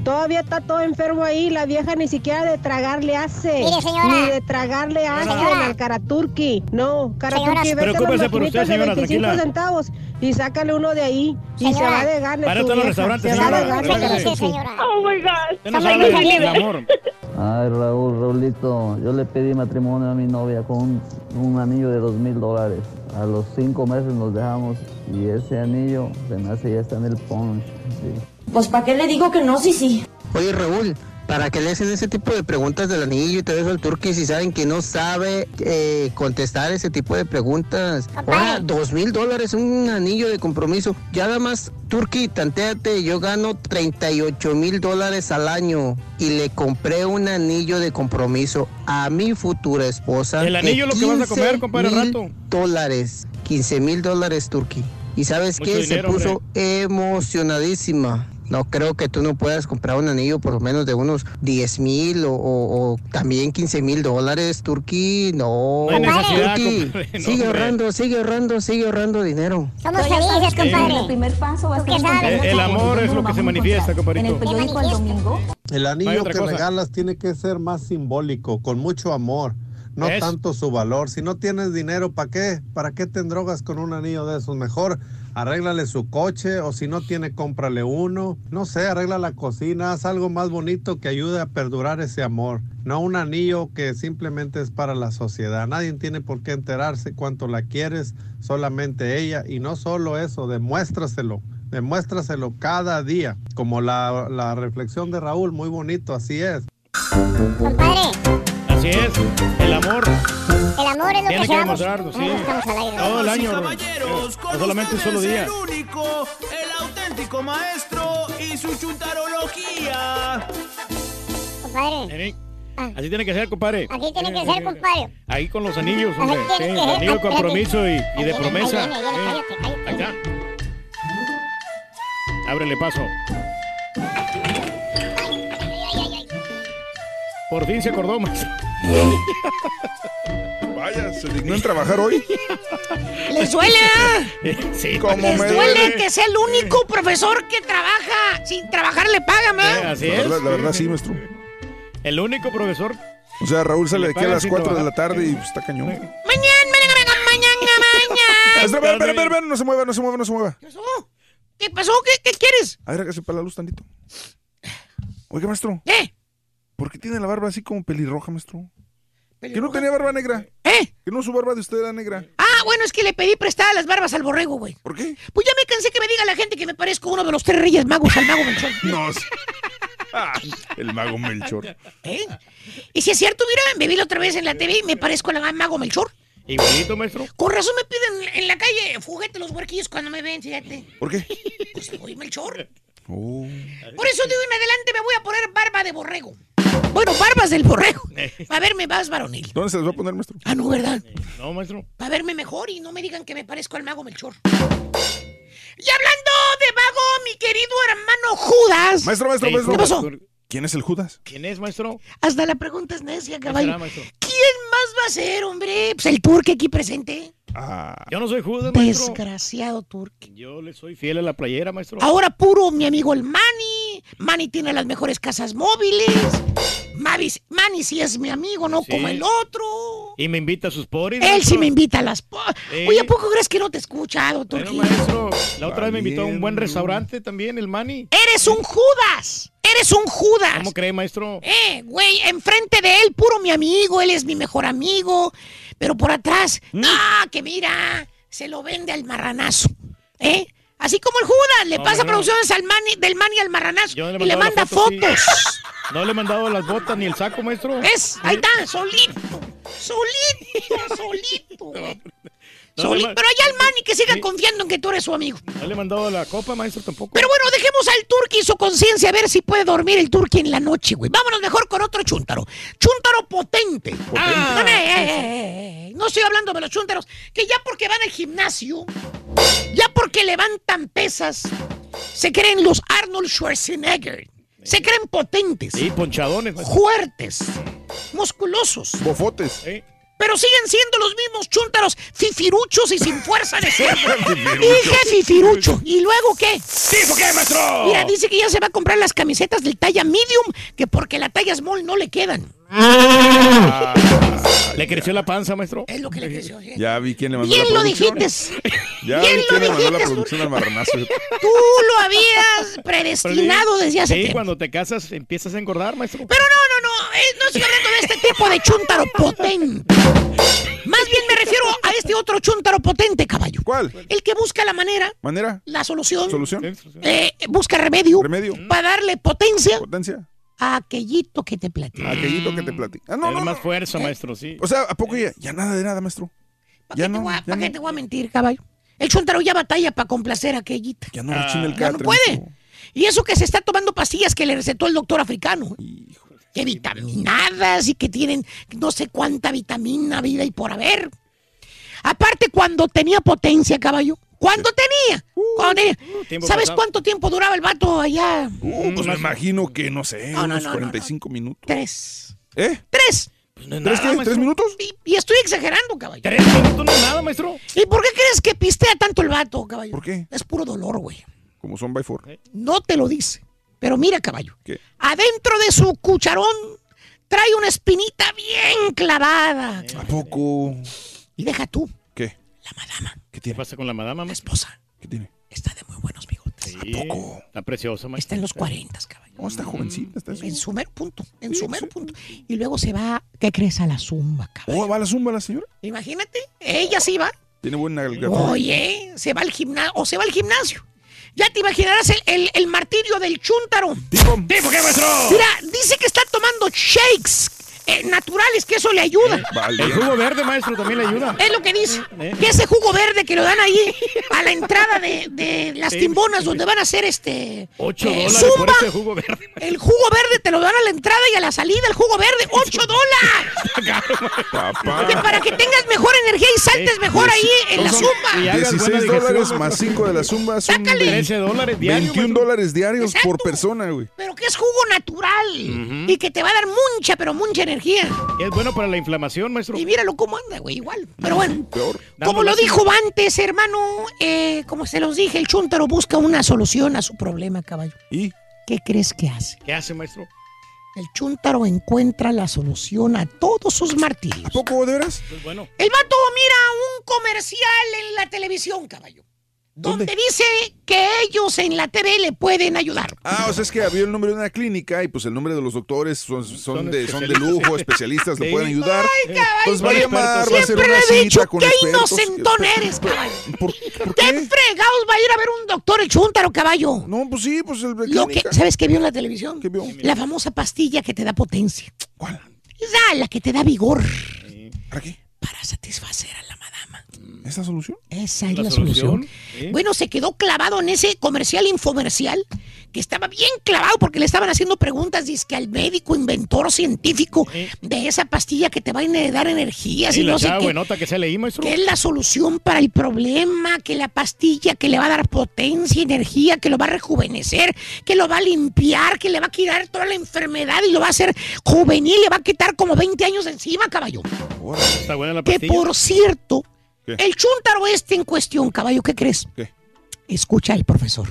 Todavía está todo enfermo ahí, la vieja ni siquiera de tragar le hace. Mire, señora. Ni de tragar le hace al Caraturki. No, Caraturki, vete a las Preocúpese por usted, maquinitas de señora, veinticinco tranquila. centavos y sácale uno de ahí. Y se Señora. va de gane Para tu todos los vieja. restaurantes, Se va de señora, gane, relájese. Caraturki. Oh my God. Usted no sabe el amor. Ay, Raúl, Raulito, yo le pedí matrimonio a mi novia con un, un anillo de dos mil dólares. A los cinco meses nos dejamos y ese anillo se me hace ya está en el punch. Sí. Pues ¿para qué le digo que no? Sí, sí. Oye, Raúl, ¿para qué le hacen ese tipo de preguntas del anillo y todo eso al Turqui si saben que no sabe eh, contestar ese tipo de preguntas? Ahora, dos mil dólares, un anillo de compromiso. Ya nada más, Turqui, tantéate, yo gano treinta y ocho mil dólares al año y le compré un anillo de compromiso a mi futura esposa. El anillo es lo que vas a comer, compadre, al rato. Dólares, quince mil dólares, Turqui. ¿Y sabes Mucho qué? dinero, Se puso emocionadísima. No creo que tú no puedas comprar un anillo por lo menos de unos diez mil o, o, o también quince mil dólares, Turqui. No, No hay necesidad, Turqui, compadre, no, sigue hombre. ahorrando, sigue ahorrando, sigue ahorrando dinero. Somos felices, compadre. El primer paso va a ¿Tú ser qué sabes? El, el amor es lo que se manifiesta, en el compadrito. periódico el domingo. El No hay anillo otra que cosa. regalas tiene que ser más simbólico, con mucho amor, no ¿Ves? tanto su valor. Si no tienes dinero, ¿para qué? ¿Para qué te endrogas con un anillo de esos? Mejor arréglale su coche o si no tiene, cómprale uno. No sé, arregla la cocina, haz algo más bonito que ayude a perdurar ese amor. No un anillo que simplemente es para la sociedad. Nadie tiene por qué enterarse cuánto la quieres, solamente ella. Y no solo eso, demuéstraselo. Demuéstraselo cada día, como la, la reflexión de Raúl, muy bonito, así es. Compadre, Así es, el amor el amor es lo tiene que que seamos. demostrarlo, sí. Ay, estamos al aire. Todo el año, Caballeros, no solamente un solo día. el único, el auténtico maestro y su chuntarología. Compadre, Vení. Así tiene que ser, compadre. así tiene que ser, compadre. Ahí con los anillos, Así hombre. Sí, tiene que ser. anillo de Espérate. compromiso y, y Ahí de viene, promesa. ahí viene, ahí viene, Sí. cállate, cállate. Ahí está. Ábrele paso. Por fin se acordó, maestro. Vaya, se dignó en trabajar hoy. ¿Les duele, eh? Sí, Como ¿Les me duele duele. que sea el único profesor que trabaja sin trabajar le pagan, Eh, eh? así La es. verdad, la verdad sí, maestro. El único profesor. O sea, Raúl sale Le de aquí a pagan las sin cuatro de la trabajar. tarde y pues, está cañón. Mañana, mañana, mañana, mañana. Maestro, ven, ven, ven, ven, no se mueva, no se mueva, no se mueva. ¿Qué pasó? ¿Qué pasó? ¿Qué, qué quieres? A ver, hágase para la luz tantito. Oiga, maestro. ¿Eh? ¿Por qué tiene la barba así como pelirroja, maestro? ¿Que no tenía barba negra? ¿Eh? ¿Que no su barba de usted era negra? Ah, bueno, es que le pedí prestada las barbas al borrego, güey. ¿Por qué? Pues ya me cansé que me diga la gente que me parezco uno de los tres reyes magos al mago Melchor. No. Ah, el mago Melchor. ¿Eh? Y si es cierto, mira, me vi la otra vez en la T V y me parezco al mago Melchor. Igualito, maestro. Con razón me piden en la calle juguete los huerquillos cuando me ven, fíjate. ¿Por qué? Pues soy Melchor. Oh. Por eso de hoy en adelante me voy a poner barba de borrego. Bueno, barbas del borrego. Para verme más varonil. ¿Dónde se las va a poner, maestro? Ah, no, ¿verdad? No, maestro. Para verme mejor y no me digan que me parezco al mago Melchor. Y hablando de mago, mi querido hermano Judas. Maestro, maestro, Ey, maestro. ¿Qué pasó? ¿Quién es el Judas? ¿Quién es, maestro? Hasta la pregunta es necia, ¿Quién caballo. será, maestro? ¿Quién más va a ser, hombre? Pues el turque aquí presente. Ah. Yo no soy Judas, maestro. Desgraciado turque. Yo le soy fiel a la playera, maestro. Ahora puro mi amigo el Manny. Manny tiene las mejores casas móviles. Mavis, Manny sí es mi amigo, no Sí. como el otro. Y me invita a sus poris. Él maestro. sí me invita a las... po- Sí. Oye, ¿a poco crees que no te he escuchado, Bueno, Turquía? maestro, la otra vez me invitó a un buen Valiendo. restaurante también, el Manny. ¡Eres un Judas! ¡Eres un Judas! ¿Cómo cree, maestro? Eh, güey, enfrente de él, puro mi amigo, él es mi mejor amigo. Pero por atrás, ¿Mm? ah, que mira, se lo vende al marranazo. ¿Eh? Así como el Judas, le No, pasa no, no. producciones al mani, del Manny al marranazo Yo y le he le mandado manda la foto, sí. fotos. No le he mandado las botas ni el saco, maestro. ¿Ves? Ahí está, solito. Solito, solito, güey. No, Soli- no, no. Pero allá el Manny que siga Sí. confiando en que tú eres su amigo. No le he mandado la copa, maestro, tampoco. Pero bueno, dejemos al Turqui y su conciencia a ver si puede dormir el Turqui en la noche, güey. Vámonos mejor con otro chúntaro. Chúntaro potente. Ah. No, eh, eh, eh, eh. No estoy hablando de los chúntaros que ya porque van al gimnasio, ya porque levantan pesas, se creen los Arnold Schwarzenegger. Se creen potentes, Sí, ponchadones, maestro. fuertes, musculosos. Bofotes. Sí. pero siguen siendo los mismos chúntaros fifiruchos y sin fuerza de ser. Dije fifirucho. ¿Y luego qué? ¿Tipo qué, maestro? Mira, dice que ya se va a comprar las camisetas del talla medium, que porque la talla small no le quedan. Ah, ¿le creció la panza, maestro? Es lo que le creció. Ya vi quién le mandó Bien la lo producción. dijiste. Ya Bien vi lo quién le mandó la dijiste. producción al marranazo. Tú lo habías predestinado desde hace Sí, tiempo. cuando te casas empiezas a engordar, maestro. Pero no, no, no, eh, no estoy hablando de este tipo de chúntaro potente. Más bien me refiero a este otro chúntaro potente, caballo. ¿Cuál? El que busca la manera, ¿Manera? la solución, ¿Solución? eh, busca remedio, ¿Remedio? para darle potencia, ¿Potencia? a aquellito que te platica. Aquellito que te platica. Ah, no, Tiene no, más no. fuerza, maestro, sí. O sea, ¿a poco ya, ya nada de nada, maestro? ¿Para Ya qué, te no, voy a- ya pa' qué no. te voy a mentir, caballo? El chúntaro ya batalla para complacer a aquellita. Ya no rechina el Ya no catre, puede. maestro. Y eso que se está tomando pastillas que le recetó el doctor africano. Que vitaminadas y que tienen no sé cuánta vitamina, vida y por haber. Aparte, cuando tenía potencia, caballo. ¿Cuándo tenía? Cuando tenía. tiempo ¿Sabes pasado. cuánto tiempo duraba el vato allá? Uh, pues me imagino que, no sé, No, no, unos no, no, cuarenta y cinco minutos. Tres. ¿Eh? Tres. ¿Tres qué? ¿Tres minutos? Y, y estoy exagerando, caballo. Tres minutos no es nada, maestro. ¿Y por qué crees que pistea tanto el vato, caballo? ¿Por qué? Es puro dolor, güey. Como son by four. No te lo dice. Pero mira, caballo. ¿Qué? Adentro de su cucharón trae una espinita bien clavada. ¿A poco? Y deja tú. ¿Qué? La madama. ¿Qué tiene? ¿Qué pasa con la madama? La esposa. ¿Qué tiene? Está de muy buenos bigotes. Sí, está preciosa, maestro. Está en los cuarentas, caballo. No, está jovencita. Está En su mero punto. En su mero punto. Y luego se va, ¿qué crees? A la zumba, caballo. ¿Oh, va a la zumba la señora? Imagínate. Ella sí va. Tiene buena alga. Oye, se va al gimnasio. O se va al gimnasio. Ya te imaginarás el, el, el martirio del chúntaro. ¿Tipo? ¿Tipo qué, maestro? Mira, dice que está tomando shakes eh, naturales, que eso le ayuda. Vale. El jugo verde, maestro, también le ayuda. Es lo que dice. ¿Eh? Que ese jugo verde que lo dan ahí a la entrada de, de las Sí. timbonas donde van a hacer este. Ocho eh, dólares por zumba. ese jugo verde. El jugo verde te lo dan a la entrada y a la salida. El jugo verde, ocho dólares. Papá. Que para que tengas mejor energía y saltes mejor ahí en la Son zumba. Y hagas buena dieciséis digestión, dólares maestro. más cinco de la zumba son Sácale. trece dólares diarios. veintiún maestro. dólares diarios Exacto. por persona, güey. Pero que es jugo natural. Y que te va a dar mucha, pero mucha energía. Es bueno para la inflamación, maestro. Y míralo cómo anda, güey, igual. Pero bueno. Peor. Como lo dijo antes, hermano, eh, como se los dije, el chúntaro busca una solución a su problema, caballo. ¿Y? ¿Qué crees que hace? ¿Qué hace, maestro? El chúntaro encuentra la solución a todos sus martirios. ¿A poco, de veras? Pues bueno. El vato mira un comercial en la televisión, caballo. ¿Dónde? Donde dice que ellos en la T V le pueden ayudar. Ah, o sea, es que había el nombre de una clínica y pues el nombre de los doctores son, son, Son de, son de especialistas. lujo, especialistas, Sí. lo pueden ayudar. Ay, caballo. Pues va a Son llamar, expertos. va a hacer Siempre una le he cita dicho con qué expertos. inocentón eres, caballo. ¿Por, por ¿Qué qué? fregados va a ir a ver un doctor el chúntaro, caballo? No, pues sí, pues el de Lo que, clínica. ¿Sabes qué vio en la televisión? ¿Qué vio? La famosa pastilla que te da potencia. ¿Cuál? Esa, la que te da vigor. ¿Para qué? Para satisfacer a la madama. ¿Esa solución? Esa es ¿La la, solución. solución? ¿Sí? Bueno, se quedó clavado en ese comercial infomercial que estaba bien clavado porque le estaban haciendo preguntas, dizque al médico, inventor científico Sí. de esa pastilla que te va a dar energías Y y la no sé echaba qué. buenota que se leí, maestro. Que es la solución para el problema, que la pastilla que le va a dar potencia, energía, que lo va a rejuvenecer, que lo va a limpiar, que le va a quitar toda la enfermedad y lo va a hacer juvenil, le va a quitar como veinte años de encima, caballo. Órale. Está buena la Que pastilla. por cierto, ¿Qué? el chúntaro este en cuestión, caballo, ¿qué crees? ¿Qué? Escucha al profesor.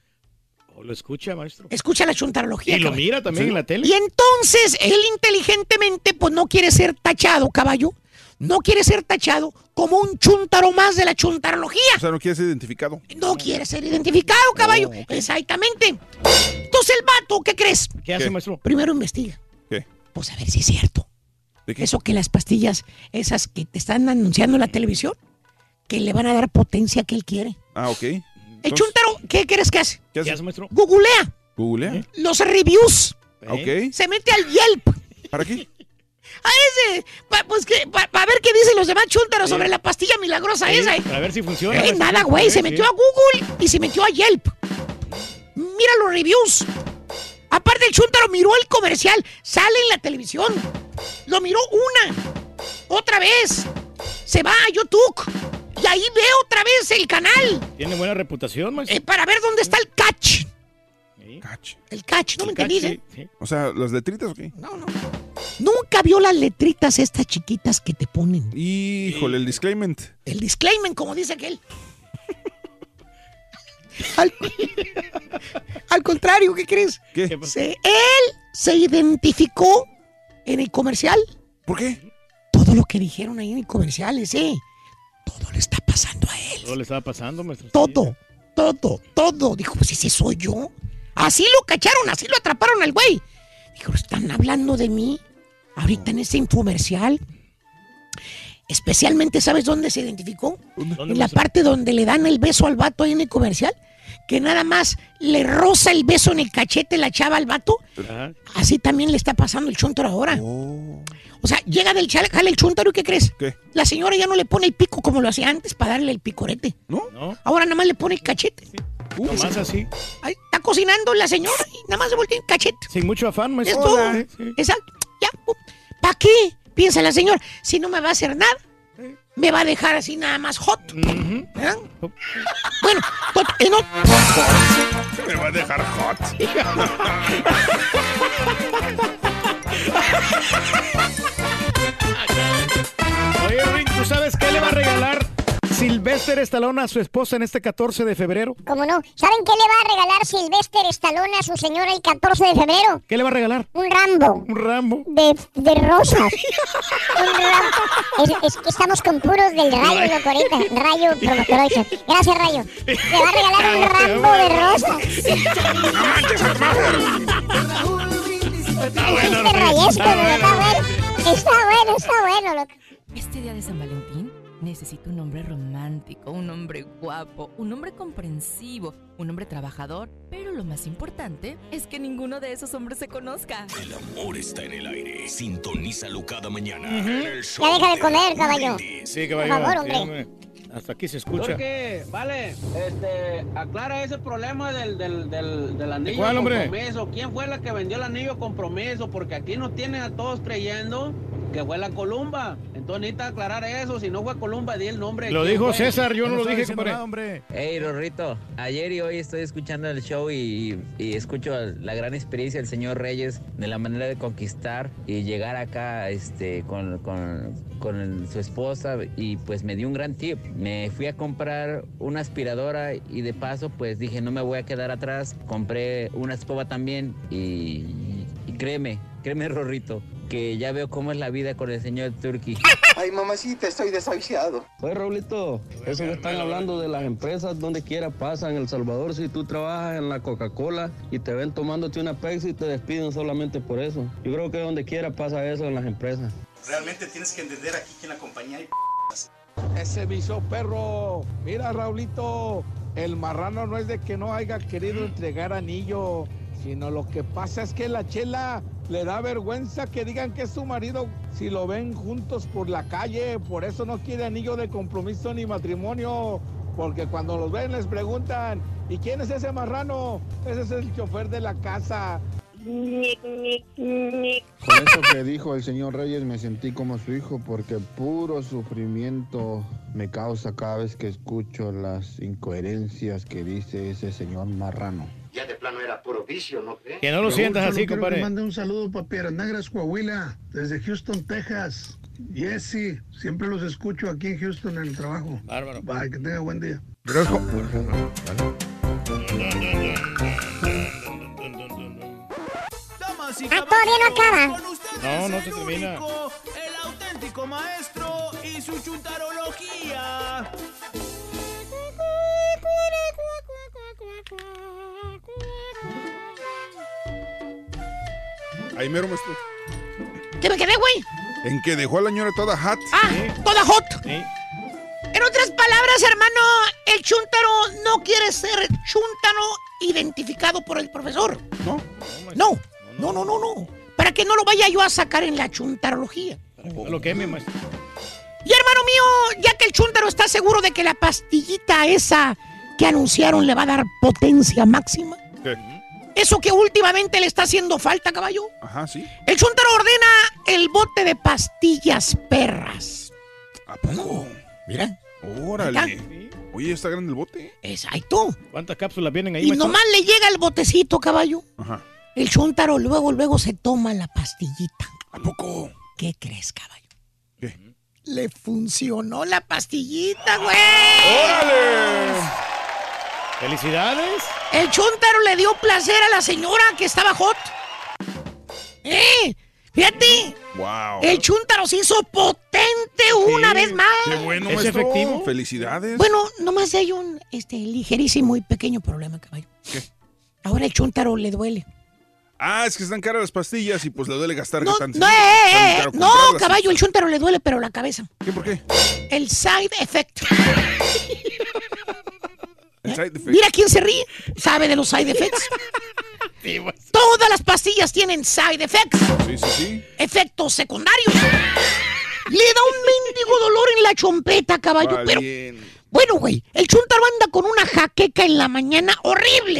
Oh, lo escucha, maestro. Escucha la chuntarología. Y lo caballo. mira también ¿Sí? en la tele. Y entonces él inteligentemente pues no quiere ser tachado, caballo. No quiere ser tachado como un chúntaro más de la chuntarología. O sea, no quiere ser identificado. No quiere ser identificado, caballo. Oh, ok. Exactamente. Entonces el vato, ¿qué crees? ¿Qué hace, ¿Qué? maestro? Primero investiga. ¿Qué? Pues a ver si es cierto. ¿De qué? Eso que las pastillas, esas que te están anunciando en la televisión, que le van a dar potencia que él quiere. Ah, ok. El Entonces, chúntaro, ¿qué crees que hace? ¿Qué ¿Qué hace? hace, maestro? Googlea Googlea. los reviews. ¿Eh? Ok. Se mete al Yelp. ¿Para qué? A ese, pa, pues que, para ver qué dicen los demás chúntaros sobre la pastilla milagrosa Sí, esa. ¿eh? A ver si funciona. Eh, maestro. nada, güey. Se Sí, metió sí. a Google y se metió a Yelp. Mira los reviews. Aparte, el chúntaro miró el comercial. Sale en la televisión. Lo miró una. Otra vez. Se va a YouTube. Y ahí ve otra vez el canal. Tiene buena reputación, maestro. eh, para ver dónde está el catch. Sí. Catch. El catch, ¿no me El catch, entendiste? sí, sí. O sea, ¿las letritas o qué? No, no. Nunca vio las letritas estas chiquitas que te ponen. Híjole, el disclaimer. El disclaimer, como dice aquel. Al, al contrario, ¿qué crees? ¿Qué? Se, él se identificó en el comercial. ¿Por qué? Todo lo que dijeron ahí en el comercial, ese. Todo le está pasando a él. Todo le estaba pasando, maestro. Todo, todo, todo. Dijo, pues ese soy yo. Así lo cacharon, así lo atraparon al güey. Dijo, ¿están hablando de mí? Ahorita en ese infomercial. Especialmente, ¿sabes dónde se identificó? ¿Dónde? En la parte donde le dan el beso al vato ahí en el comercial. Que nada más le roza el beso en el cachete la chava al vato. Ajá. Así también le está pasando el chúntaro ahora. Oh. O sea, llega del chale, jale el chúntaro y ¿qué crees? ¿Qué? La señora ya no le pone el pico como lo hacía antes para darle el picorete. ¿No? No. Ahora nada más le pone el cachete. Uh, Nomás así. Ahí está cocinando la señora y nada más le voltea el cachete. Sin mucho afán, Es maestro. todo. Sí, sí. Exacto. Ya. ¿Para qué? Piensa la señora. Si no me va a hacer nada, me va a dejar así nada más hot. Ujú. ¿Verdad? Bueno, tot- en ot- Me va a dejar hot. Oye, Ring, ¿tú sabes qué le va a regalar Sylvester Stallone a su esposa en este catorce de febrero? ¿Cómo no? ¿Saben qué le va a regalar Sylvester Stallone a su señora el catorce de febrero? ¿Qué le va a regalar? Un Rambo. Un Rambo. De, de rosas. Un Rambo. Es, es que estamos con puros del Rayo, loco, ahorita. Rayo Promotor. Gracias, Rayo. Le va a regalar un Rambo de rosas. ¡No manches, por favor! Está bueno, este Rayesco, está bueno. Está bueno, está bueno, está bueno, loco. Este día de San Valentín necesito un hombre romántico, un hombre guapo, un hombre comprensivo, un hombre trabajador, pero lo más importante es que ninguno de esos hombres se conozca. El amor está en el aire. Sintonízalo cada mañana. Uh-huh. En el show Ya deja de comer, Raúl caballo. Brindis. Sí, caballo. Por favor, hombre. Sí, hombre. Hasta aquí se escucha. Porque, vale, este, aclara ese problema del, del, del, del anillo ¿Cuál, de hombre? compromiso. ¿Quién fue la que vendió el anillo de compromiso? Porque aquí nos tienen a todos creyendo que fue la Columba. Entonces necesita aclarar eso. Si no fue Columba, di el nombre. de Lo quién dijo fue. César, yo no lo estaba dije, diciendo compadre. nada, hombre. Hey, Rorrito, ayer y hoy estoy escuchando el show y, y escucho la gran experiencia del señor Reyes de la manera de conquistar y llegar acá este, con, con, con su esposa y pues me dio un gran tip. Me fui a comprar una aspiradora y de paso pues dije no me voy a quedar atrás. Compré una escoba también y, y créeme, créeme Rorrito, que ya veo cómo es la vida con el señor Turkey. Ay, mamacita, estoy desahuciado. Oye, Raulito, eso que están hablando de las empresas, donde quiera pasa. En El Salvador, si tú trabajas en la Coca-Cola y te ven tomándote una Pepsi, te despiden solamente por eso. Yo creo que donde quiera pasa eso en las empresas. Realmente tienes que entender aquí que en la compañía hay Ese bicho perro. Mira, Raulito, el marrano no es de que no haya querido entregar anillo, sino lo que pasa es que la Chela le da vergüenza que digan que es su marido si lo ven juntos por la calle. Por eso no quiere anillo de compromiso ni matrimonio, porque cuando los ven les preguntan, ¿y quién es ese marrano? Ese es el chofer de la casa. Con eso que dijo el señor Reyes me sentí como su hijo porque puro sufrimiento me causa cada vez que escucho las incoherencias que dice ese señor marrano. Ya de plano era puro vicio, ¿no crees? Que no lo sientas así, compadre. Mande un saludo para Piedras Negras, Coahuila, desde Houston, Texas. Jesse, siempre los escucho aquí en Houston en el trabajo. Bárbaro. Bye, que tenga buen día. Damas y Ah, todavía no acaba. con ustedes No, no el se termina. único, el auténtico maestro y su chuntarología. Ahí mero, maestro. ¿Qué me quedé, güey? En que dejó a la señora toda hot. Ah, toda hot. Sí. En otras palabras, hermano, el chúntaro no quiere ser chúntaro identificado por el profesor. ¿No? No, no, no, no, no. Para que no lo vaya yo a sacar en la chuntarología. No lo queme, maestro. Y hermano mío, ya que el chúntaro está seguro de que la pastillita esa que anunciaron le va a dar potencia máxima, ¿Qué? eso que últimamente le está haciendo falta, caballo, Ajá, sí. el chúntaro ordena el bote de pastillas perras. ¿A poco? Mira. Órale. Oye, está grande el bote. Exacto. ¿Cuántas cápsulas vienen ahí, Y maestro? nomás le llega el botecito, caballo. Ajá. El chúntaro luego, luego se toma la pastillita. ¿A poco? ¿Qué crees, caballo? ¿Qué? Le funcionó la pastillita, güey. ¡Órale! ¡Felicidades! El chúntaro le dio placer a la señora que estaba hot. ¡Eh! Fíjate. Wow. El chúntaro se hizo potente una ¿Qué? vez más. Qué bueno, ¿Es maestro. efectivo? Felicidades. Bueno, nomás hay un este, ligerísimo y pequeño problema, caballo. ¿Qué? Ahora el chúntaro le duele. Ah, es que están caras las pastillas y pues le duele gastar No, tan no, eh, eh, eh, no, caballo, el chúntaro le duele, pero la cabeza. ¿Qué? ¿Por qué? El side effect. El side effect. Mira quién se ríe. ¿Sabe de los side effects? Todas las pastillas tienen side effects. Sí, sí, sí. Efectos secundarios. Le da un mendigo dolor en la chompeta, caballo, Va pero... bien. Bueno, güey, el chúntaro anda con una jaqueca en la mañana horrible.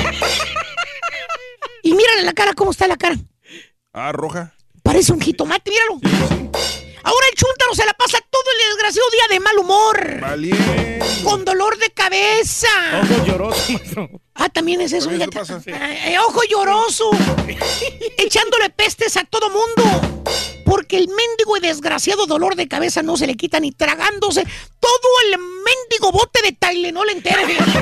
Y mírale la cara, ¿cómo está la cara? Ah, roja. Parece un jitomate, míralo. Sí, sí. Ahora el chúntaro se la pasa todo el desgraciado día de mal humor. Valiente. Con dolor de cabeza. Ojo lloroso, maestro. Ah, también es eso. ¿También fíjate. eso pasa? Eh, ojo lloroso. Echándole pestes a todo mundo. Porque el mendigo y desgraciado dolor de cabeza no se le quita ni tragándose todo el mendigo bote de Tylenol entero.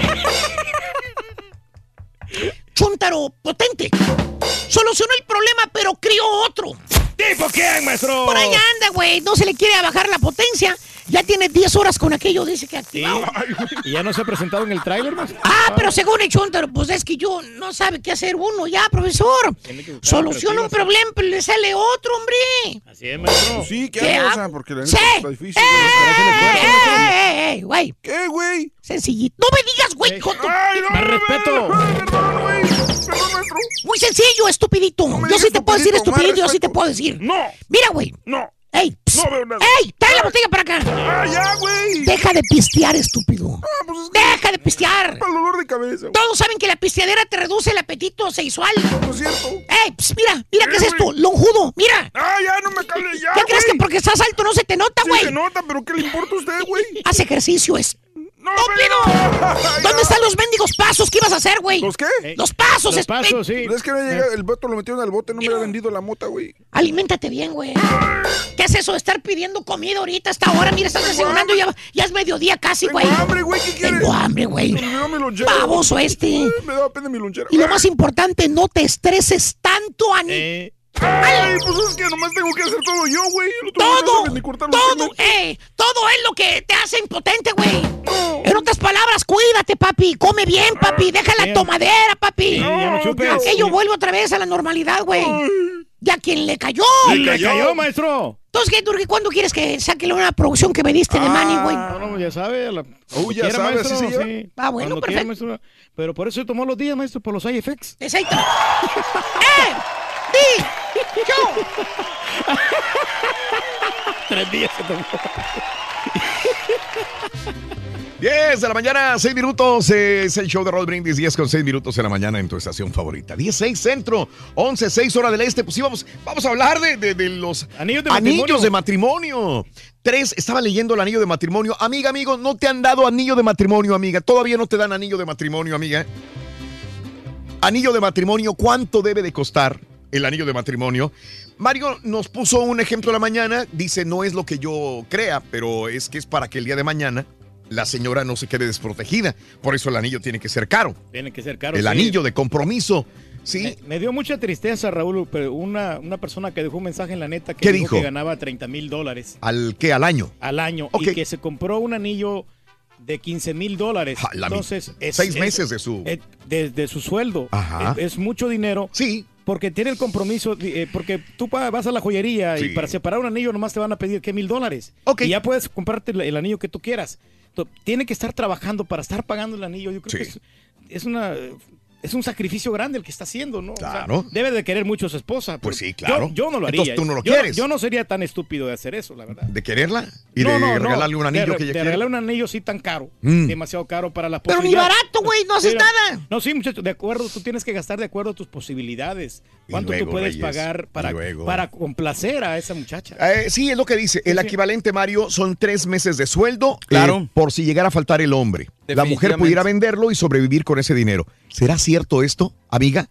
Chúntaro potente. Solucionó el problema, pero crió otro. ¿Tipo quién, maestro? Por ahí anda, güey. No se le quiere bajar la potencia. Ya tiene diez horas con aquello, dice que Sí. activado. ¿Y ya no se ha presentado en el tráiler, maestro? Ah, pero según el chúntaro, pues es que yo no sabe qué hacer uno ya, profesor. Tiene que buscar Soluciona un alternativas. problema, pero le sale otro, hombre. Así es, maestro. Sí, ¿qué ¿Qué hago? ha- O sea, porque la Sí. neta está difícil. ¡Eh, eh, eh, eh, güey! ¿Qué, güey? Sencillito. No me digas, güey, joto. Ay, no, Más no, no, respeto. no, no, Perdón, güey. Perdón, maestro. Muy sencillo, estupidito. me Yo digas sí te puedo decir estupidito, más estupidito, yo sí te respeto. puedo decir. No. Mira, güey. No. ¡Ey! pss, No veo nada. ¡Ey! ¡Trae la botella para acá! Ah, ya, güey. Deja de pistear, estúpido. Ah, pues es que Deja de pistear. para el dolor de cabeza. güey. Todos saben que la pisteadera te reduce el apetito sexual. No es cierto. ¡Ey! pss, mira, mira qué es Eh, esto, güey. lonjudo, mira. Ah, ya, no me cale ya, ¿Qué crees que güey. porque estás alto no se te nota, Sí güey? se nota, pero ¿qué le importa a usted, güey? Haz ejercicio, es. No, ¡Estúpido! pero- ¿Dónde están los mendigos pasos que ibas a hacer, güey? ¿Los qué? Los pasos, Los es- pasos, sí. Es que no llega, el voto lo metieron al bote, no me había vendido la mota, güey. Aliméntate bien, güey. ¿Qué es eso de estar pidiendo comida ahorita a esta hora? Mira, estás desayunando y ya, ya es mediodía casi, Tengo güey. hambre, güey, ¿qué quieres? Tengo hambre, güey. Me olvidó mi lonchera. Baboso este. Ay, me daba pena mi lonchera. Y lo más importante, no te estreses tanto, Ani. Eh, Ay, pues es que nomás tengo que hacer todo yo, güey. No tengo Todo, que hacer ni cortar los todo, pelos. eh, todo es lo que te hace impotente, güey. En otras palabras, cuídate, papi. Come bien, papi. Deja la Bien. tomadera, papi. sí, ya no chupes. Aquello vuelve otra vez a la normalidad, güey. Ya quien le cayó. ¡Le cayó, maestro! Entonces, ¿qué, Turki? ¿Cuándo quieres que saque una producción que me diste de Manny, güey? No, no, ya sabe. a La, Oh, ya quiera, sabe, maestro, así se lleva. sí. Ah, bueno, Cuando quiera, perfecto. maestro. Pero por eso tomó los días, maestro, por los side effects. Exacto. ¡Eh! ¡Di! ¡Yo! Tres días se tomó. diez de la mañana, seis minutos, eh, es el show de Raúl Brindis, diez con seis minutos en la mañana en tu estación favorita. diez seis centro, once seis hora del este. Pues sí, vamos, vamos a hablar de, de, de los Anillos de anillos matrimonio. de matrimonio. Tres, estaba leyendo el anillo de matrimonio. Amiga, amigo, no te han dado anillo de matrimonio, amiga. Todavía no te dan anillo de matrimonio, amiga. Anillo de matrimonio, ¿cuánto debe de costar el anillo de matrimonio? Mario nos puso un ejemplo a la mañana. Dice, no es lo que yo crea, pero es que es para que el día de mañana la señora no se quede desprotegida. Por eso el anillo tiene que ser caro. Tiene que ser caro. El sí. anillo de compromiso. Sí. Me, me dio mucha tristeza, Raúl, pero una, una persona que dejó un mensaje en la neta que ¿Qué dijo, dijo? que ganaba treinta mil dólares ¿Al qué? ¿Al año? al año Ok. y que se compró un anillo de quince mil dólares. Ja, la mi- Entonces, es, seis es- meses de su- es- de, de su sueldo. Ajá. Es, es mucho dinero. Sí. Porque tiene el compromiso, eh, porque tú pa- vas a la joyería Sí. y para separar un anillo nomás te van a pedir que mil dólares. Ok. Y ya puedes comprarte el, el anillo que tú quieras. To- Tiene que estar trabajando para estar pagando el anillo. Yo creo Sí. que es, es una... Es un sacrificio grande el que está haciendo, ¿no? O sea, Claro. debe de querer mucho a su esposa. Pues pero sí, claro. Yo, yo no lo haría. Entonces tú no lo Yo- quieres. Yo no sería tan estúpido de hacer eso, la verdad. ¿De quererla? ¿Y No, de no, no. regalarle un anillo de, que ella de quiere? regalar un anillo sí tan caro. Mm. Demasiado caro para la Pero ni posibilidad. barato, güey, no haces Mira, nada. No, sí, muchachos, de acuerdo, tú tienes que gastar de acuerdo a tus posibilidades. Y ¿Cuánto luego, tú puedes Reyes, pagar y para, luego. para complacer a esa muchacha? Eh, sí, es lo que dice. El Sí, sí. equivalente, Mario, son tres meses de sueldo Claro. eh, por si llegara a faltar el hombre. La mujer Definitivamente. pudiera venderlo y sobrevivir con ese dinero. ¿Será cierto esto, amiga?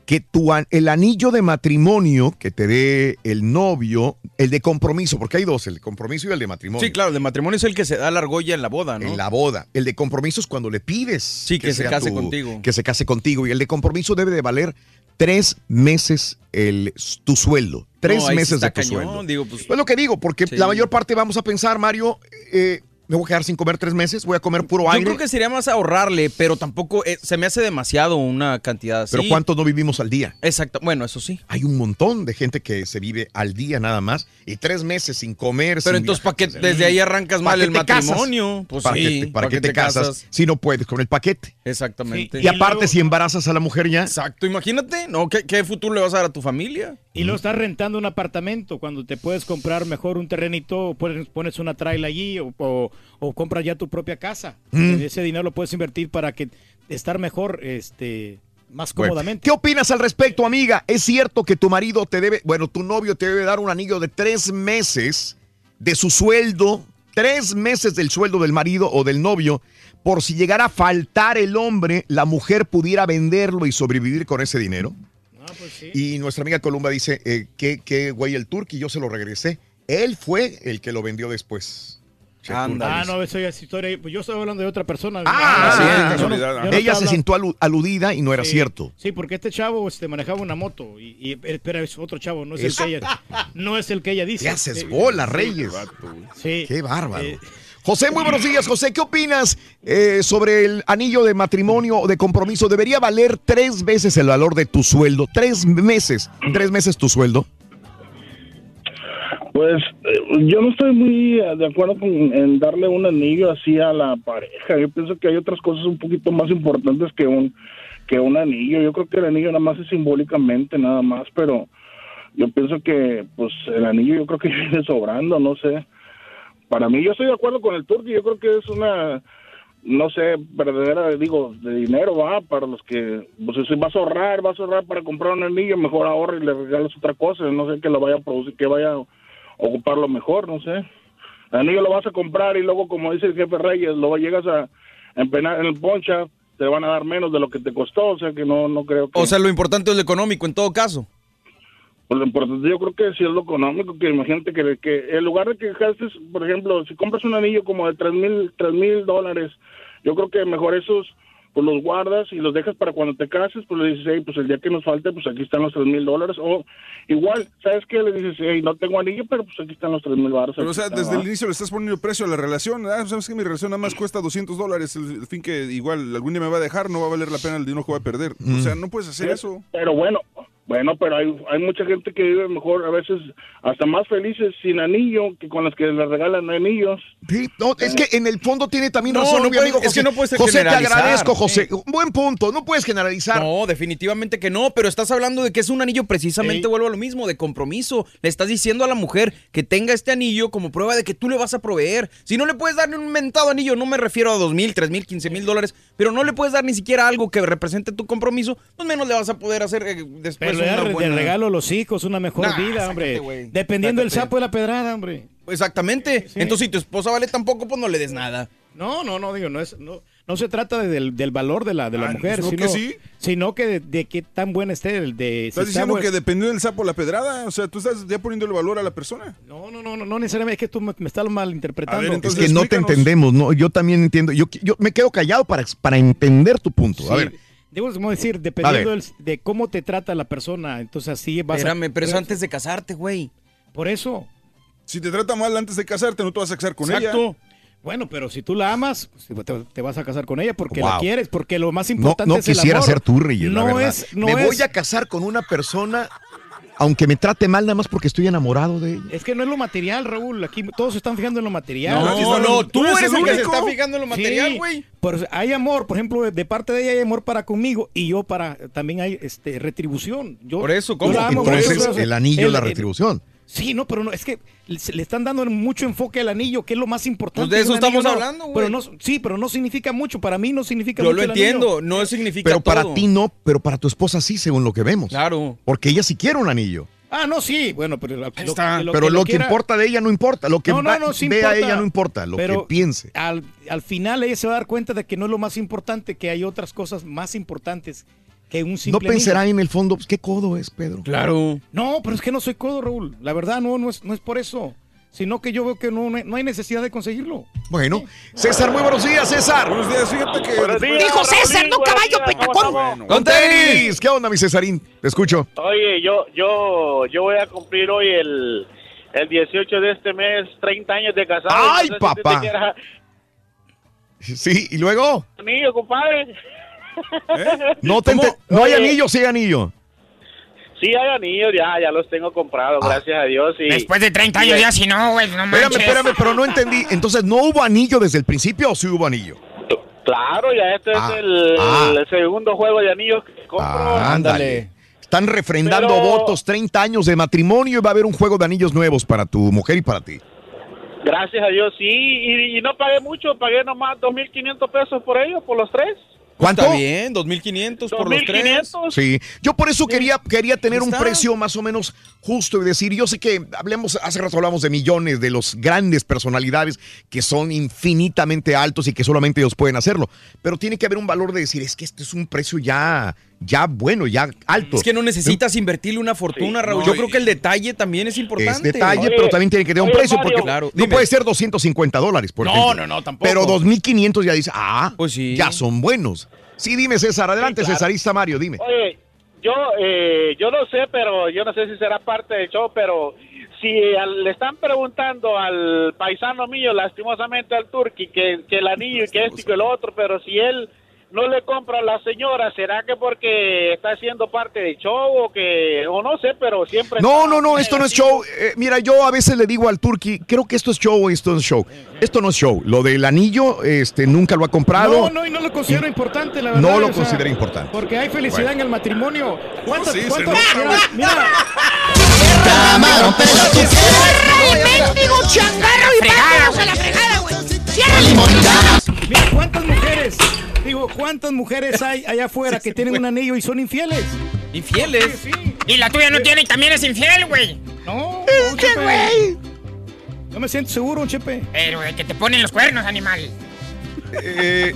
que tu, el anillo de matrimonio que te dé el novio, el de compromiso, porque hay dos, el de compromiso y el de matrimonio. Sí, claro, el de matrimonio es el que se da la argolla en la boda, ¿no? En la boda. El de compromiso es cuando le pides sí, que, que se case tu, contigo. Que se case contigo. Y el de compromiso debe de valer tres meses el, tu sueldo. Tres no, meses de tu cañón, sueldo. Digo, pues, es lo que digo, porque sí. la mayor parte vamos a pensar, Mario, eh, me voy a quedar sin comer tres meses, voy a comer puro aire. Yo creo que sería más ahorrarle, pero tampoco eh, se me hace demasiado una cantidad así. Pero ¿cuántos no vivimos al día? Exacto, bueno, eso sí. Hay un montón de gente que se vive al día nada más y tres meses sin comer. Pero sin entonces, ¿para qué desde ahí arrancas mal el matrimonio? Pues ¿Para sí, qué te, ¿para qué te, te casas? casas si no puedes con el paquete? Exactamente. Sí. Y, y aparte, luego, si embarazas a la mujer ya. Exacto, imagínate, ¿no? ¿Qué, qué futuro le vas a dar a tu familia? Y luego estás rentando un apartamento cuando te puedes comprar mejor un terrenito, pones, pones una traila allí o, o, o compras ya tu propia casa. Mm. Ese dinero lo puedes invertir para que estar mejor, este, más cómodamente. Bueno, ¿qué opinas al respecto, amiga? ¿Es cierto que tu marido te debe, bueno, tu novio te debe dar un anillo de tres meses de su sueldo, tres meses del sueldo del marido o del novio, por si llegara a faltar el hombre, la mujer pudiera venderlo y sobrevivir con ese dinero? Ah, pues sí. Y nuestra amiga Columba dice, eh, que, que güey el turqui, yo se lo regresé. Él fue el que lo vendió después. Ah, no, esa es historia. Pues yo estoy hablando de otra persona. Ah, ah sí, no, no, no ella se sintió aludida y no era sí, cierto. Sí, porque este chavo este, manejaba una moto y, y espera, es otro chavo, no es Eso. el que ella, no es el que ella dice. ¿Qué haces bola, Reyes? Sí. Qué bárbaro. Eh, José, muy buenos días, José. ¿Qué opinas eh, sobre el anillo de matrimonio o de compromiso? ¿Debería valer tres veces el valor de tu sueldo? ¿Tres meses? ¿Tres meses tu sueldo? Pues eh, yo no estoy muy de acuerdo con en darle un anillo así a la pareja. Yo pienso que hay otras cosas un poquito más importantes que un que un anillo. Yo creo que el anillo nada más es simbólicamente nada más, pero yo pienso que pues el anillo yo creo que viene sobrando, no sé. Para mí yo estoy de acuerdo con el turqui, yo creo que es una, no sé, verdadera, digo, de dinero, va, para los que, pues si vas a ahorrar, vas a ahorrar para comprar un anillo, mejor ahorra y le regalas otra cosa, no sé, que lo vaya a producir, que vaya a ocuparlo mejor, no sé. El anillo lo vas a comprar y luego, como dice el jefe Reyes, lo llegas a empeñar en el poncha, te van a dar menos de lo que te costó, o sea que no, no creo que... O sea, lo importante es lo económico en todo caso. Pues lo importante yo creo que sí es lo económico, que imagínate que, que en lugar de que gastes, por ejemplo, si compras un anillo como de tres mil, tres mil dólares, yo creo que mejor esos pues los guardas y los dejas para cuando te cases, pues le dices, hey, pues el día que nos falte, pues aquí están los tres mil dólares, o igual, ¿sabes qué? Le dices, hey, no tengo anillo, pero pues aquí están los tres mil baros. Pero o sea, desde el inicio le estás poniendo precio a la relación, ah, ¿sabes que mi relación nada más cuesta doscientos dólares, el, el fin que igual algún día me va a dejar, no va a valer la pena el dinero que voy a perder, mm. o sea, no puedes hacer pero, eso. Pero bueno... Bueno, pero hay, hay mucha gente que vive mejor, a veces hasta más felices sin anillo que con las que le regalan anillos. Sí, no, es que en el fondo tiene también no, razón, no mi puede, amigo José. Es que no puedes José, generalizar. te agradezco, José. Sí. Un buen punto, no puedes generalizar. No, definitivamente que no, pero estás hablando de que es un anillo precisamente, sí. vuelvo a lo mismo, de compromiso. Le estás diciendo a la mujer que tenga este anillo como prueba de que tú le vas a proveer. Si no le puedes dar ni un mentado anillo, no me refiero a dos mil, tres mil, quince mil dólares, pero no le puedes dar ni siquiera algo que represente tu compromiso, pues menos le vas a poder hacer eh, después pero una buena... de regalo a los hijos, una mejor nah, vida, hombre. Sácate, dependiendo del sapo de la pedrada, hombre. Exactamente. Sí. Entonces, si tu esposa vale tan poco, pues no le des nada. No, no, no, digo, no es, no, no se trata de, del, del valor de la, de la ah, mujer, sino que, sí? sino que de, de qué tan buena esté. El de, ¿Estás si diciendo está que dependiendo del sapo la pedrada? O sea, tú estás ya poniendo el valor a la persona. No, no, no, no, no necesariamente, es que tú me, me estás malinterpretando. Ver, entonces, es que no te entendemos, no, yo también entiendo, yo, yo me quedo callado para, para entender tu punto, sí. A ver. Debo decir, dependiendo del, de cómo te trata la persona, entonces así vas Espérame, a... pero eso antes de casarte, güey. Por eso. Si te trata mal antes de casarte, no te vas a casar con Exacto. ella. Bueno, pero si tú la amas, te, te vas a casar con ella porque wow. la quieres, porque lo más importante no, no es el amor. No quisiera ser tú, Reyes, no la verdad. Es, no Me es... voy a casar con una persona... Aunque me trate mal nada más porque estoy enamorado de ella. Es que no es lo material, Raúl. Aquí todos se están fijando en lo material. No, no, no. Tú eres el que se está fijando en lo material, güey. Sí, pero hay amor, por ejemplo, de parte de ella hay amor para conmigo y yo para, también hay este retribución. Yo, por eso, ¿cómo? Amo, Entonces, por eso, el anillo es la retribución. Sí, no, pero no, es que le están dando mucho enfoque al anillo, que es lo más importante. Pues de eso estamos anillo, hablando, güey. Pero no, sí, pero no significa mucho. Para mí no significa Yo mucho. Yo lo entiendo, no significa Pero todo. para ti no, pero para tu esposa sí, según lo que vemos. Claro. Porque ella sí quiere un anillo. Ah, no, sí, bueno, pero lo, Está, lo, pero que, lo, lo que quiera... importa de ella no importa, lo que no, no, no, sí vea importa, ella no importa, lo que piense. Al, al final ella se va a dar cuenta de que no es lo más importante, que hay otras cosas más importantes que un simple No pensará anillo. en el fondo, pues, ¿qué codo es, Pedro? Claro. No, pero es que no soy codo, Raúl. La verdad, no, no es, no es por eso. Sino que yo veo que no, no hay necesidad de conseguirlo. Bueno, César, muy buenos días, César. Buenos días, fíjate que... Buenos días, Dijo César, no caballo, petacón. Con tenis. ¿Qué onda, mi Cesarín? Te escucho. Oye, yo, yo, yo voy a cumplir hoy el, el dieciocho de este mes, treinta años de casado. ¡Ay, No sé si papá! usted quiera- Sí, ¿y luego? Anillo, compadre. No, te ente- no hay Oye. anillo, sí hay anillo. Sí, hay anillos, ya, ya los tengo comprados, gracias a Dios. Y, Después de treinta años ya, si no, güey, no Espérame, manches. espérame, pero no entendí. Entonces, ¿no hubo anillo desde el principio o sí hubo anillo? Claro, ya este Ah, es el, ah. el segundo juego de anillos que compro. Ah, ándale. Están refrendando Pero- votos, treinta años de matrimonio y va a haber un juego de anillos nuevos para tu mujer y para ti. Gracias a Dios, sí, y, y no pagué mucho, pagué nomás dos mil quinientos pesos por ellos, por los tres. ¿Cuánto? Está bien, dos mil quinientos por los tres. Sí, yo por eso quería, quería tener Ahí un está. precio más o menos justo y decir, yo sé que hablemos, hace rato hablamos de millones, de los grandes personalidades que son infinitamente altos y que solamente ellos pueden hacerlo, pero tiene que haber un valor de decir, es que este es un precio ya, ya bueno, ya alto. Es que no necesitas invertirle una fortuna, Sí, Raúl. no, Yo y- creo que el detalle también es importante. Es detalle, pero también tiene que tener un oye, precio, Mario. porque Claro, no dime. puede ser doscientos cincuenta dólares, por No, ejemplo. no, no, tampoco. Pero dos mil quinientos ya dice, ah, pues sí. ya son buenos. Sí, dime, César, adelante, Sí, claro. Cesarista Mario, dime. Oye, yo, eh, yo no sé, pero yo no sé si será parte del show, pero si al- le están preguntando al paisano mío, lastimosamente al Turqui, que, que el anillo y que esto y que lo otro, pero si él no le compra a la señora, ¿será que porque está siendo parte del show o que, o no sé, pero siempre... No, está no, no, esto no es show. Eh, mira, yo a veces le digo al Turqui, creo que esto es show o esto no es show. Esto no es show. Lo del anillo, este, nunca lo ha comprado. No, no, y no lo considero importante, la verdad. No lo o sea, considera importante. Porque hay felicidad Bueno. en el matrimonio. ¿Cuántas, sí, se cuántas- nota, mira, mira, ¡Ay, mendigo changarro y pájaros a la fregada, güey! ¡Cierra! mira, ¿cuántas mujeres, digo, cuántas mujeres hay allá afuera que tienen un anillo y son infieles? ¿Infieles? Sí, sí. Y la tuya no tiene y también es infiel, güey. No, Es no, que, Chepe. güey. No me siento seguro, Chepe. Pero el que te ponen los cuernos, animal. Eh,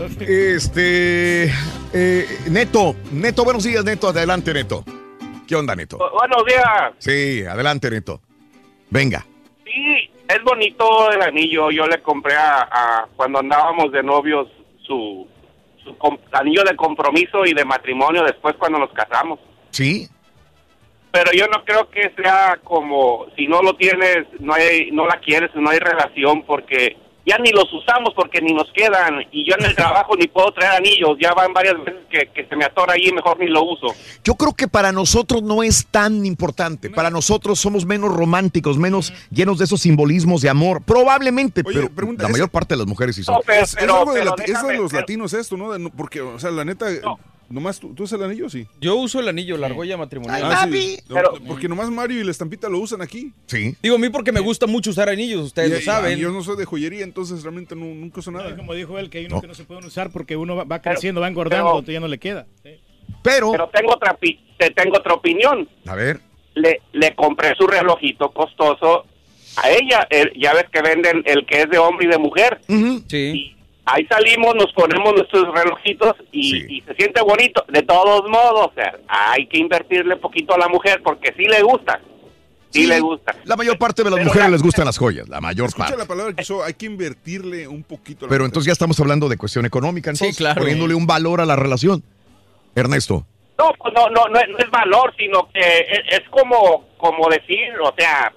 este. eh, Neto, Neto, buenos días, Neto. Adelante, Neto. ¿Qué onda, Neto? Buenos días. Sí, adelante, Neto. Venga. Sí, es bonito el anillo. Yo le compré a, a- cuando andábamos de novios su, su com- anillo de compromiso y de matrimonio después cuando nos casamos. Sí. Pero yo no creo que sea como si no lo tienes, no hay, no la quieres, no hay relación porque ya ni los usamos porque ni nos quedan y yo en el trabajo ni puedo traer anillos. Ya van varias veces que, que se me atora ahí y mejor ni lo uso. Yo creo que para nosotros no es tan importante. Para nosotros somos menos románticos, menos llenos de esos simbolismos de amor. Probablemente, Oye, pero pregunta, la ¿es- mayor parte de las mujeres sí son. No, pero- Es, es pero- algo de, pero lati- es de déjame, los pero- latinos esto, ¿no? De- no- Porque, o sea, la neta, nomás tú, tú usas el anillo, sí. Yo uso el anillo, la argolla matrimonial. Ah, sí. No, Pero- porque nomás Mario y la estampita lo usan aquí. Sí. Digo, a mí porque me gusta mucho usar anillos, ustedes Y- lo y- saben. y yo no soy de joyería, entonces realmente no, nunca uso nada. Como dijo él, que hay unos No. que no se pueden usar porque uno va, va creciendo, va engordando, pero- entonces ya no le queda. Sí. Pero, Pero tengo otra, pi- te tengo otra opinión. a ver. Le, le compré su relojito costoso a ella. El- ya ves que venden el que es de hombre y de mujer. Ujú. Sí. Ahí salimos, nos ponemos nuestros relojitos y, Sí. y se siente bonito. De todos modos, o sea, hay que invertirle poquito a la mujer porque sí le gusta. Sí, Sí, le gusta. La mayor parte de las Pero mujeres la- les gustan las joyas, la mayor Escucha parte. la palabra que usó, hay que invertirle un poquito. a la Pero mujer. entonces ya estamos hablando de cuestión económica, entonces, Sí, claro. poniéndole un valor a la relación. Ernesto. No, pues no, no, no, es, no es valor, sino que es, es como, como decir, o sea,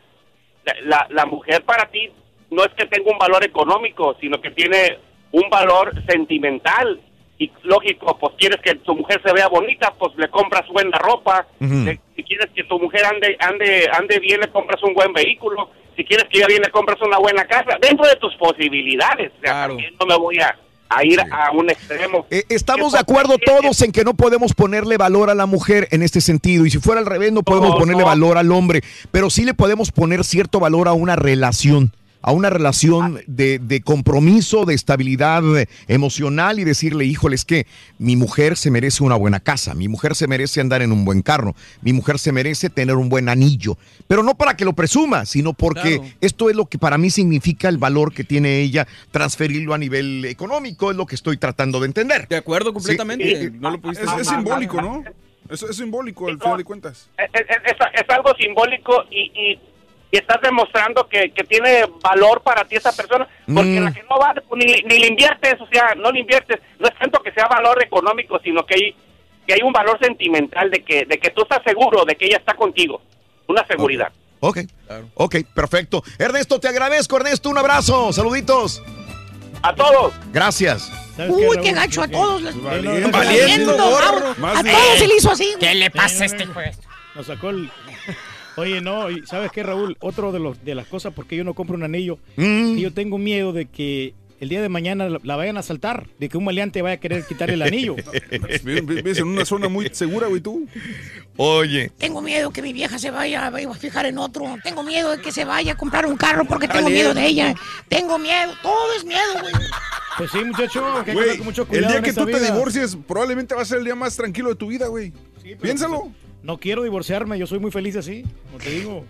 la, la, la mujer para ti no es que tenga un valor económico, sino que tiene un valor sentimental. Y lógico, pues quieres que tu mujer se vea bonita, pues le compras buena ropa. Ujú. Le- si quieres que tu mujer ande, ande, ande bien, le compras un buen vehículo. Si quieres que ella bien, le compras una buena casa. Dentro de tus posibilidades. O sea, Claro. también no me voy a, a ir a un extremo. Eh, estamos Que de acuerdo porque- todos en que no podemos ponerle valor a la mujer en este sentido. Y si fuera al revés, no podemos No, ponerle no. valor al hombre. Pero sí le podemos poner cierto valor a una relación. a una relación de, de compromiso, de estabilidad emocional y decirle, híjole, es que mi mujer se merece una buena casa, mi mujer se merece andar en un buen carro, mi mujer se merece tener un buen anillo, pero no para que lo presuma, sino porque claro. esto es lo que para mí significa el valor que tiene ella, transferirlo a nivel económico, es lo que estoy tratando de entender. De acuerdo, completamente. Sí. No lo pudiste es, es simbólico, ¿no? Es, es simbólico, al final de cuentas. Es, es, es, es algo simbólico y, y, y estás demostrando que, que tiene valor para ti esa persona, porque mm. la que no vale, pues, ni, ni le inviertes, o sea, no le inviertes, no es tanto que sea valor económico, sino que hay, que hay un valor sentimental de que, de que tú estás seguro de que ella está contigo, una seguridad. Ok, claro. Ok, perfecto. Ernesto, te agradezco, Ernesto, un abrazo, saluditos. A todos. Gracias. Uy, qué gacho a todos. Les... Valiendo, valiendo, gorro. A todos se le hizo así. ¿Qué le pasa a este juez? Nos sacó el... Oye, no, ¿sabes qué, Raúl? Otro de los de las cosas por qué yo no compro un anillo, mm. que yo tengo miedo de que el día de mañana la, la vayan a asaltar, de que un maleante vaya a querer quitar el anillo. Ves en una zona muy segura, güey, tú. Oye. Tengo miedo que mi vieja se vaya, vaya a fijar en otro. Tengo miedo de que se vaya a comprar un carro porque tengo Dale. miedo de ella. Tengo miedo, todo es miedo, güey. Pues sí, muchacho, que güey, con mucho cuidado el día que tú vida. te divorcies, probablemente va a ser el día más tranquilo de tu vida, güey. Sí, piénsalo. Pues, no quiero divorciarme, yo soy muy feliz así, como te digo.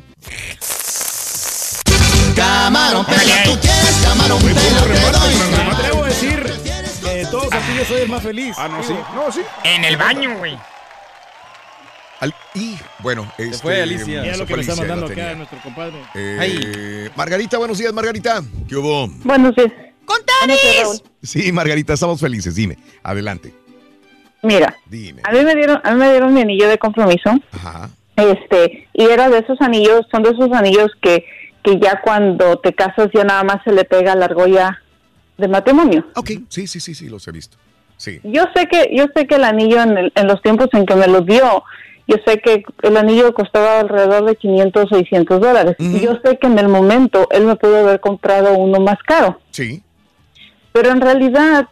Camarón, pero tú quieres camarón, pero te doy. Me atrevo a decir que de todos aquí yo soy el más feliz. Ah, no, sí. No, sí. En el baño, güey. Al, y bueno, se este, fue Alicia. Mira lo que me está mandando acá nuestro compadre. Eh, Margarita, buenos días, Margarita. ¿Qué hubo? Buenos días. ¡Con Tanis! Sí, Margarita, estamos felices. Dime, adelante. Mira, Dime. a mí me dieron, a mí me dieron mi anillo de compromiso. Ajá. Este, y era de esos anillos, son de esos anillos que, que ya cuando te casas ya nada más se le pega la argolla de matrimonio. Ok, sí, sí, sí, sí, los he visto. Sí. Yo sé que, yo sé que el anillo en, el, en los tiempos en que me lo dio, yo sé que el anillo costaba alrededor de quinientos, seiscientos dólares. Uh-huh. Y yo sé que en el momento él me pudo haber comprado uno más caro. Sí. Pero en realidad,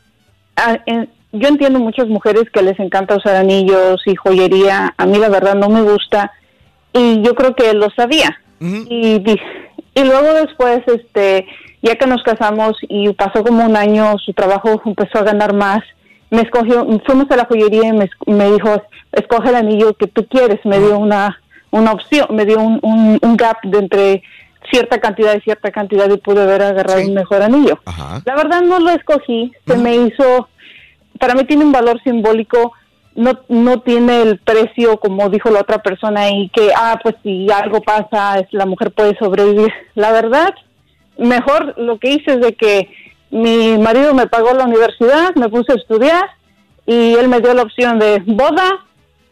a, en, yo entiendo muchas mujeres que les encanta usar anillos y joyería. A mí la verdad no me gusta. Y yo creo que él lo sabía. Uh-huh. Y, y, y luego después, este, ya que nos casamos y pasó como un año, su trabajo empezó a ganar más. Me escogió, fuimos a la joyería y me, me dijo, escoge el anillo que tú quieres. Me dio una, una opción, me dio un, un, un gap de entre cierta cantidad y cierta cantidad y pude haber agarrado sí. un mejor anillo. Ajá. La verdad no lo escogí, se uh-huh. me hizo, para mí tiene un valor simbólico, no no tiene el precio como dijo la otra persona y que, ah, pues si algo pasa, la mujer puede sobrevivir. La verdad, mejor lo que hice es de que mi marido me pagó la universidad, me puse a estudiar y él me dio la opción de boda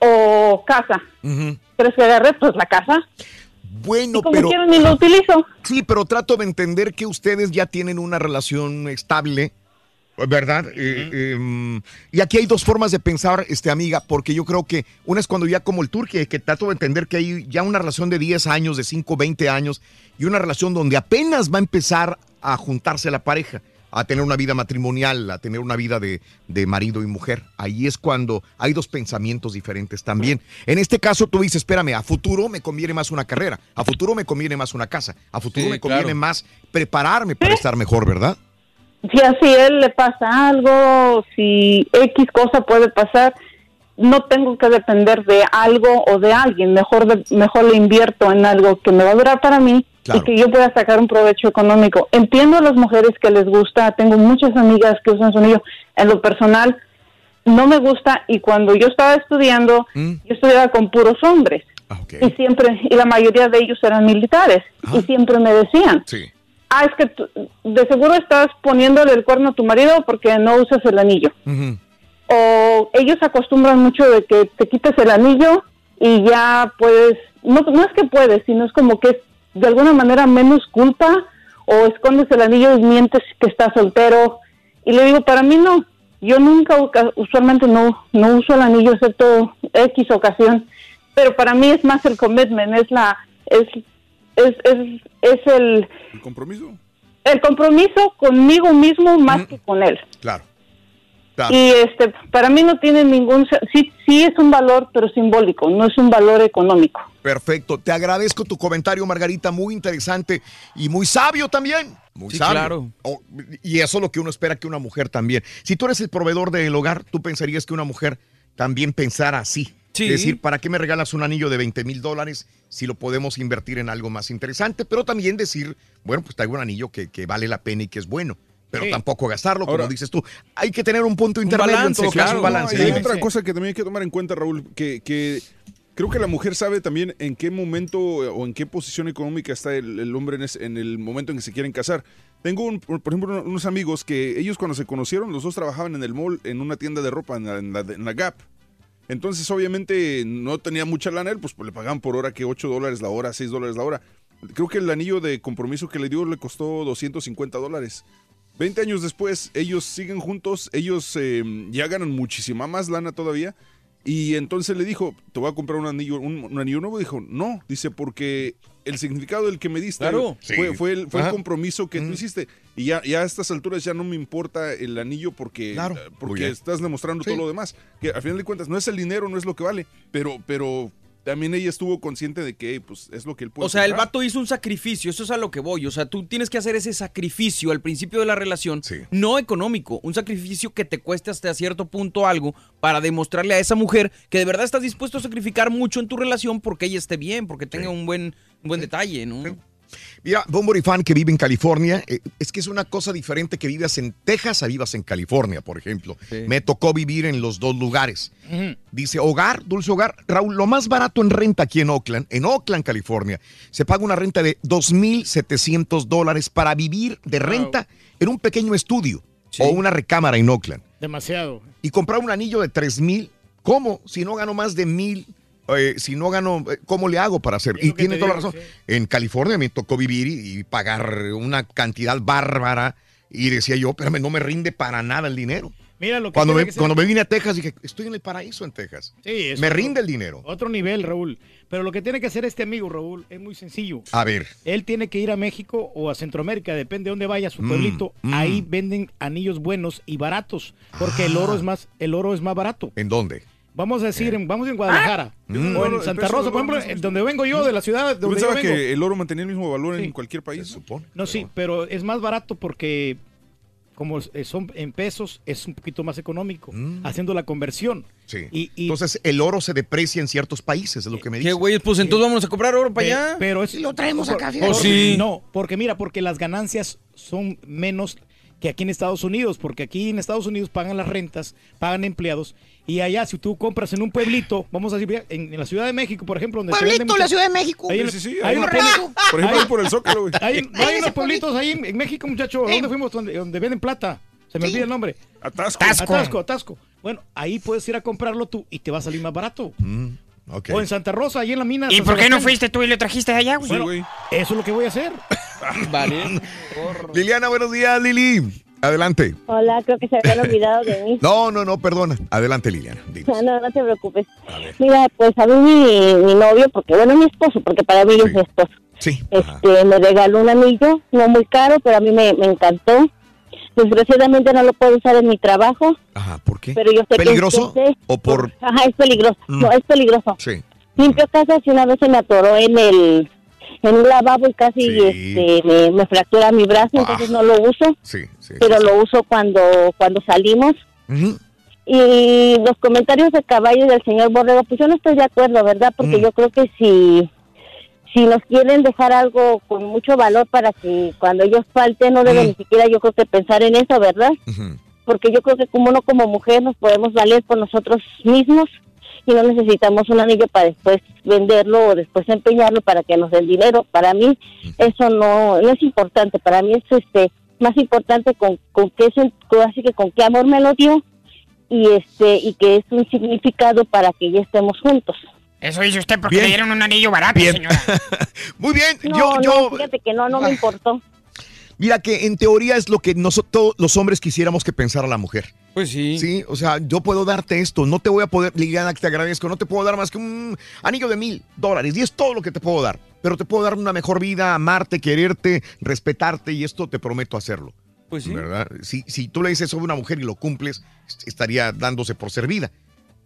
o casa. Uh-huh. ¿Crees que agarré? Pues la casa. Bueno, como pero... quiero ni lo utilizo. Sí, pero trato de entender que ustedes ya tienen una relación estable, ¿verdad? Uh-huh. eh, eh, y aquí hay dos formas de pensar, este, amiga, porque yo creo que una es cuando ya como el Turqui, que trato de entender que hay ya una relación de diez años, de cinco, veinte años, y una relación donde apenas va a empezar a juntarse la pareja, a tener una vida matrimonial, a tener una vida de, de marido y mujer. Ahí es cuando hay dos pensamientos diferentes también. En este caso tú dices, espérame, a futuro me conviene más una carrera, a futuro me conviene más una casa, a futuro sí, me conviene claro. más prepararme para ¿Eh? estar mejor, ¿verdad? Si así a él le pasa algo, si X cosa puede pasar, no tengo que depender de algo o de alguien, mejor de, mejor le invierto en algo que me va a durar para mí. Claro. Y que yo pueda sacar un provecho económico. Entiendo a las mujeres que les gusta, tengo muchas amigas que usan su anillo. En lo personal, no me gusta, y cuando yo estaba estudiando, mm. yo estudiaba con puros hombres. Okay. Y siempre, y la mayoría de ellos eran militares, ah. y siempre me decían, sí. ah, es que tú, de seguro estás poniéndole el cuerno a tu marido porque no usas el anillo. Uh-huh. O ellos acostumbran mucho de que te quites el anillo y ya puedes, no, no es que puedes, sino es como que es de alguna manera menos culpa, o escondes el anillo y mientes que estás soltero. Y le digo, para mí no, yo nunca, usualmente no, no uso el anillo excepto X ocasión, pero para mí es más el commitment, es la, es, es, es, es el... ¿El compromiso? El compromiso conmigo mismo más mm. que con él. Claro. claro. Y este, para mí no tiene ningún, sí, sí es un valor, pero simbólico, no es un valor económico. Perfecto. Te agradezco tu comentario, Margarita, muy interesante y muy sabio también. Muy Sí, sabio. claro. Oh, y eso es lo que uno espera que una mujer también. Si tú eres el proveedor del hogar, tú pensarías que una mujer también pensara así. Sí. Es decir, ¿para qué me regalas un anillo de veinte mil dólares si lo podemos invertir en algo más interesante? Pero también decir, bueno, pues traigo un anillo que, que vale la pena y que es bueno. Pero Sí. tampoco gastarlo, Ahora- como dices tú. Hay que tener un punto intermedio, balance, en todo caso, claro. un balance. No, y hay Dime. otra cosa que también hay que tomar en cuenta, Raúl, que, que creo que la mujer sabe también en qué momento o en qué posición económica está el, el hombre en, ese- en el momento en que se quieren casar. Tengo, un- por ejemplo, unos amigos que ellos cuando se conocieron, los dos trabajaban en el mall, en una tienda de ropa, en la, en la- en la Gap. Entonces, obviamente, no tenía mucha lana él, pues, pues le pagaban por hora que ocho dólares la hora, seis dólares la hora. Creo que el anillo de compromiso que le dio le costó doscientos cincuenta dólares. veinte años después, ellos siguen juntos, ellos eh, ya ganan muchísima más lana todavía. Y entonces le dijo, te voy a comprar un anillo, un, un anillo nuevo. Dijo, no, dice, porque el significado del que me diste Claro. fue, Sí. fue, el, fue el Ajá. compromiso que tú hiciste. Y ya, ya a estas alturas ya no me importa el anillo porque, Claro. eh, Muy porque bien. estás demostrando Sí. todo lo demás. Que al final de cuentas no es el dinero, no es lo que vale, pero, pero también ella estuvo consciente de que pues, es lo que él puede O sea, el comprar. vato hizo un sacrificio, eso es a lo que voy. O sea, tú tienes que hacer ese sacrificio al principio de la relación, Sí. no económico, un sacrificio que te cueste hasta cierto punto algo para demostrarle a esa mujer que de verdad estás dispuesto a sacrificar mucho en tu relación porque ella esté bien, porque tenga un buen, un buen detalle, ¿no? Mira, Bombori fan que vive en California, eh, es que es una cosa diferente que vivas en Texas a vivas en California, por ejemplo. Sí. Me tocó vivir en los dos lugares. Dice, hogar, dulce hogar. Raúl, lo más barato en renta aquí en Oakland, en Oakland, California, se paga una renta de dos mil setecientos dólares para vivir de renta en un pequeño estudio Sí. o una recámara en Oakland. Demasiado. Y comprar un anillo de tres mil, ¿cómo? Si no gano más de mil, eh, si no gano, eh, ¿cómo le hago para hacer? Es Y lo que tiene te toda la digo, razón. sí. En California me tocó vivir y, y pagar una cantidad bárbara y decía yo, espérame, no me rinde para nada el dinero. Mira lo que Cuando tiene me, que ser- cuando me vine a Texas dije, estoy en el paraíso en Texas. Sí, es me otro- rinde el dinero. Otro nivel, Raúl. Pero lo que tiene que hacer este amigo, Raúl, es muy sencillo. A ver, Él tiene que ir a México o a Centroamérica, depende de dónde vaya, a su Mm, pueblito. mm. Ahí venden anillos buenos y baratos, porque el oro es más, el oro es más barato. ¿en dónde? Vamos a decir, en, vamos en Guadalajara Mm. o El en Santa precio Rosa, del por oro no ejemplo, es en el donde vengo yo, de la ciudad Yo donde yo pensaba vengo. que el oro mantenía el mismo valor Sí. en cualquier país. Se supone. No, sí, pero es más barato porque como eh, son en pesos, es un poquito más económico, Mm. haciendo la conversión. Sí. Y, y- Entonces el oro se deprecia en ciertos países, es lo que me ¿Qué dice. güey? Pues entonces vamos a comprar oro para Pe- allá. Pero es, lo traemos acá, por- fíjate. por- Oh, sí. No, porque mira, porque las ganancias son menos que aquí en Estados Unidos, porque aquí en Estados Unidos pagan las rentas, pagan empleados, y allá si tú compras en un pueblito, vamos a decir, en, en la Ciudad de México, por ejemplo, donde se vende Pueblito, mucho- la Ciudad de México. Ahí en- Sí, sí, sí, hay ahí unos por- pueblitos- Por ejemplo, hay- ahí por el Zócalo, güey. hay, no hay ese unos pueblitos ahí en, en México, muchachos, Sí. ¿dónde fuimos? Donde, donde venden plata. Se me Sí. olvida el nombre. Atasco. Atasco. Atasco, Atasco. Bueno, ahí puedes ir a comprarlo tú y te va a salir más barato. Mm, ok. O en Santa Rosa, ahí en la mina. ¿Y San por qué no Sebastián. fuiste tú y lo trajiste de allá, güey? Sí, güey. Eso es lo que voy a hacer. Vale. Liliana, buenos días, Lili. Adelante. Hola, creo que se habían olvidado de mí. No, no, no, perdona. Adelante, Liliana. Dinos. No, no, no te preocupes. A ver. Mira, pues a mí mi, mi novio, porque bueno, mi esposo, porque para mí Sí. es mi esposo, Sí. Ajá. este, me regaló un anillo, no muy caro, pero a mí me, me encantó. Desgraciadamente no lo puedo usar en mi trabajo, Ajá, ¿por qué? pero yo sé ¿Peligroso? que... sé- ¿O por...? Ajá, es peligroso. Mm. No, es peligroso. Sí. Limpio casas y una vez se me atoró en el en un lavabo y casi Sí. este, me, me fractura mi brazo, Ah. entonces no lo uso, Sí, sí. pero lo uso cuando cuando salimos. Ujú. Y los comentarios de caballo y del señor Borrego, pues yo no estoy de acuerdo, ¿verdad? Porque Mm. yo creo que si si nos quieren dejar algo con mucho valor para que cuando ellos falten no deben Mm. ni siquiera yo creo que pensar en eso, ¿verdad? Ujú. Porque yo creo que como uno como mujer nos podemos valer por nosotros mismos y no necesitamos un anillo para después venderlo o después empeñarlo para que nos den dinero. Para mí eso no, no es importante, para mí es este más importante con, con qué sen- con- así que con qué amor me lo dio y este y que es un significado para que ya estemos juntos. Eso dice usted porque Bien. le dieron un anillo barato, Bien. señora. Muy bien. No, yo, no, yo, fíjate que no, no me importó. mira que en teoría es lo que nosotros los hombres quisiéramos que pensara la mujer. Pues sí. Sí, o sea, yo puedo darte esto, no te voy a poder, Liliana, que te agradezco, no te puedo dar más que un anillo de mil dólares y es todo lo que te puedo dar, pero te puedo dar una mejor vida, amarte, quererte, respetarte y esto te prometo hacerlo. Pues sí. ¿Verdad? Si, si tú le dices eso a una mujer y lo cumples, est- estaría dándose por servida.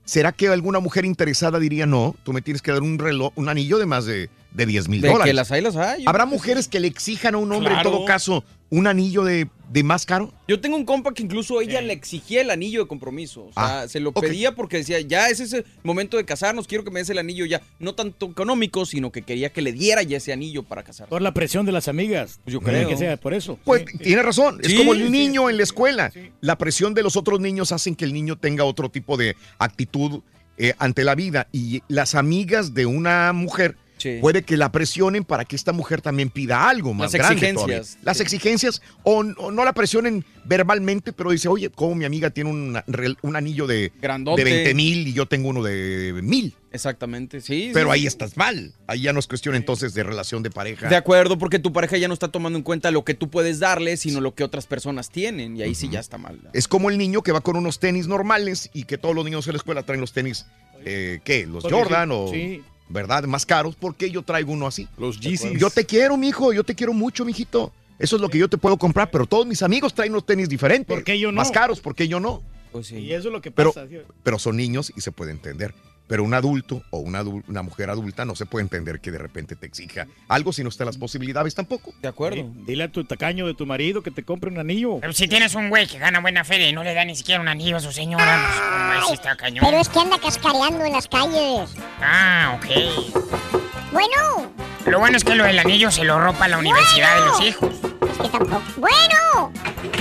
¿será que alguna mujer interesada diría, no, tú me tienes que dar un reloj, un anillo de más de, de diez mil De dólares? que las hay, las hay. ¿Habrá mujeres que le exijan a un hombre, Claro. en todo caso, un anillo de, de más caro? Yo tengo un compa que incluso ella le exigía el anillo de compromiso. O sea, Ah, se lo ok. pedía porque decía, ya es ese momento de casarnos, quiero que me des el anillo ya. No tanto económico, sino que quería que le diera ya ese anillo para casarse. Por la presión de las amigas. Pues yo Puede creo. que sea por eso. Pues tiene razón, es Sí, como el sí. niño en la escuela. La presión de los otros niños hacen que el niño tenga otro tipo de actitud eh, ante la vida. Y las amigas de una mujer Sí. puede que la presionen para que esta mujer también pida algo más Las grande exigencias. todavía. Las exigencias, o, o no la presionen verbalmente, pero dice, oye, como mi amiga tiene un, un anillo de, Grandote. de veinte mil y yo tengo uno de mil. Exactamente, sí. Pero sí, ahí sí. estás mal. Ahí ya no es cuestión entonces de relación de pareja. De acuerdo, porque tu pareja ya no está tomando en cuenta lo que tú puedes darle, sino lo que otras personas tienen. Y ahí sí ya está mal. Es como el niño que va con unos tenis normales y que todos los niños en la escuela traen los tenis, eh, ¿qué? Los Porque Jordan sí, o, sí. ¿verdad? Más caros. ¿Por qué yo traigo uno así? Los Yeezys. Yo te quiero, mijo. Yo te quiero mucho, mijito. Eso es lo que yo te puedo comprar, pero todos mis amigos traen unos tenis diferentes. ¿Por qué yo no? Más caros, ¿por qué yo no? Pues sí. Y eso es lo que Pero, pasa. tío. pero son niños y se puede entender. Pero un adulto o una, adu- una mujer adulta no se puede entender que de repente te exija algo si no está las posibilidades tampoco. De acuerdo. Sí, Dile a tu tacaño de tu marido que te compre un anillo. Pero si tienes un güey que gana buena feria y no le da ni siquiera un anillo a su señora, pues como ese está cañón. Pero es que anda cascareando en las calles. Ah, ok. Bueno, Lo bueno es que lo del anillo se lo ropa la universidad de los hijos. es que tampoco. Bueno.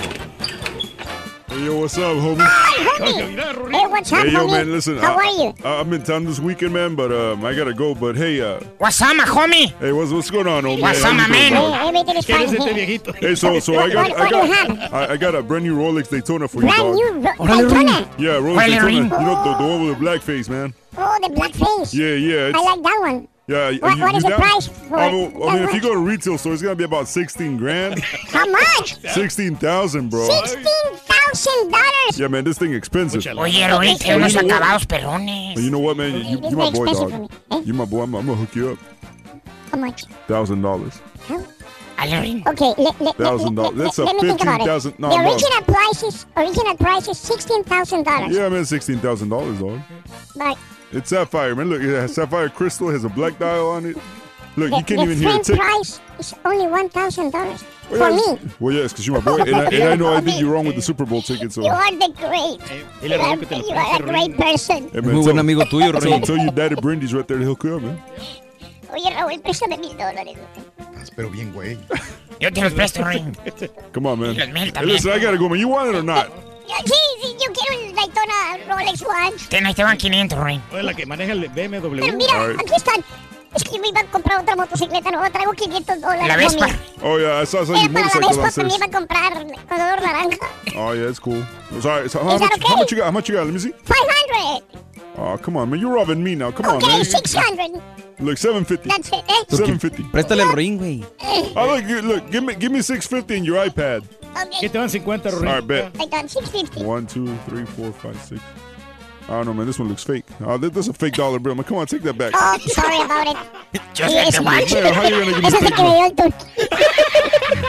Hey, yo, what's up, homie? Hi, homie. Hey, what's up, Hey, yo, homie? man, listen. How I, are you? I, I'm in town this weekend, man, but um, I gotta go. But hey, uh, What's up, my homie? hey, what's what's going on, old man? What's How up, you my doing, man? dog? Hey, everything is ¿Quién fine es este here. viejito? Hey, so so I What- got what I do you got I, I got a brand new Rolex Daytona for you, Brand dog. new Ro- Órale, Daytona. Yeah, Rolex Órale, Daytona. Ring. You know the, the one with the black face, man. Oh, the black face. Yeah, yeah. It's, I like that one. yeah. What- you, what you is the down? price for I it? mean, I mean, if you go to retail store, it's gonna be about sixteen grand, How much? sixteen thousand, bro. Sixteen thousand dollars. Yeah, man, this thing expensive. Oye, Rory, tiene unos acabados perrones. But you know what, man? You, you, It's you my very boy, expensive dog. for me, eh? You my boy. I'm, I'm gonna hook you up. How much? Thousand dollars. Ale, Ring. Okay, let, let, Thousand let, dollars. let, That's a let me think about it. fifteen thousand- no, the no. original price is original price is sixteen thousand dollars. Yeah, man, sixteen thousand dollars, dog. But It's sapphire, man. Look, it has sapphire crystal. Has a black dial on it. Look, the, you can't the even hear frame it tick. price is only one thousand dollars for Well, me. yeah, well, yeah, it's because you're my boy, and I, and I know I did you wrong with the Super Bowl ticket. So, You are the great. Dile a You Raúl are, que te lo you are a preste, great person. hey, Muy man, buen tell, amigo tuyo, tell, Ring. tell your daddy Brandy's right there to hook you up, man. Oye, Raúl, préstame mil dólares. Estás pero bien, güey. Yo te los presto, Ring. Come on, man. Y los mil Hey, también. listen, I gotta go, man. You want it or not? Sí, sí, yo quiero el Daytona Rolex One. Ten, ahí te van quinientos, Ring. Oye, la que maneja el B M W. Pero mira, Alright. aquí están. Es que me iba a comprar otra motocicleta nueva. Traigo quinientos dólares. La Vespa. homie. Oh yeah, I saw, I saw Era your para la motorcycle Vespa, downstairs. me iba a comprar color naranja. Oh yeah, it's cool. Sorry, so how Is that much? How okay? much you got? How much you got? Let me see. five hundred. Oh, come on, man. You're robbing me now. Come on, Okay, man. six hundred. Look, seven fifty. That's it, eh? Seven fifty. Préstale el Ring, güey. Oh look, you- look. Give me, give me six fifty in your iPad. Okay. ¿Qué te van cincuenta, All Rorín? right, bet. I done six fifty. One, two, three, four, five, six. I don't know, man. This one looks fake. Oh, that, that's a fake dollar bill, man. Come on, take that back. Oh, sorry about it. Just Sí, like ese- the watch. Man, how you gonna give me Ese es el fake que me money? dio el turqui.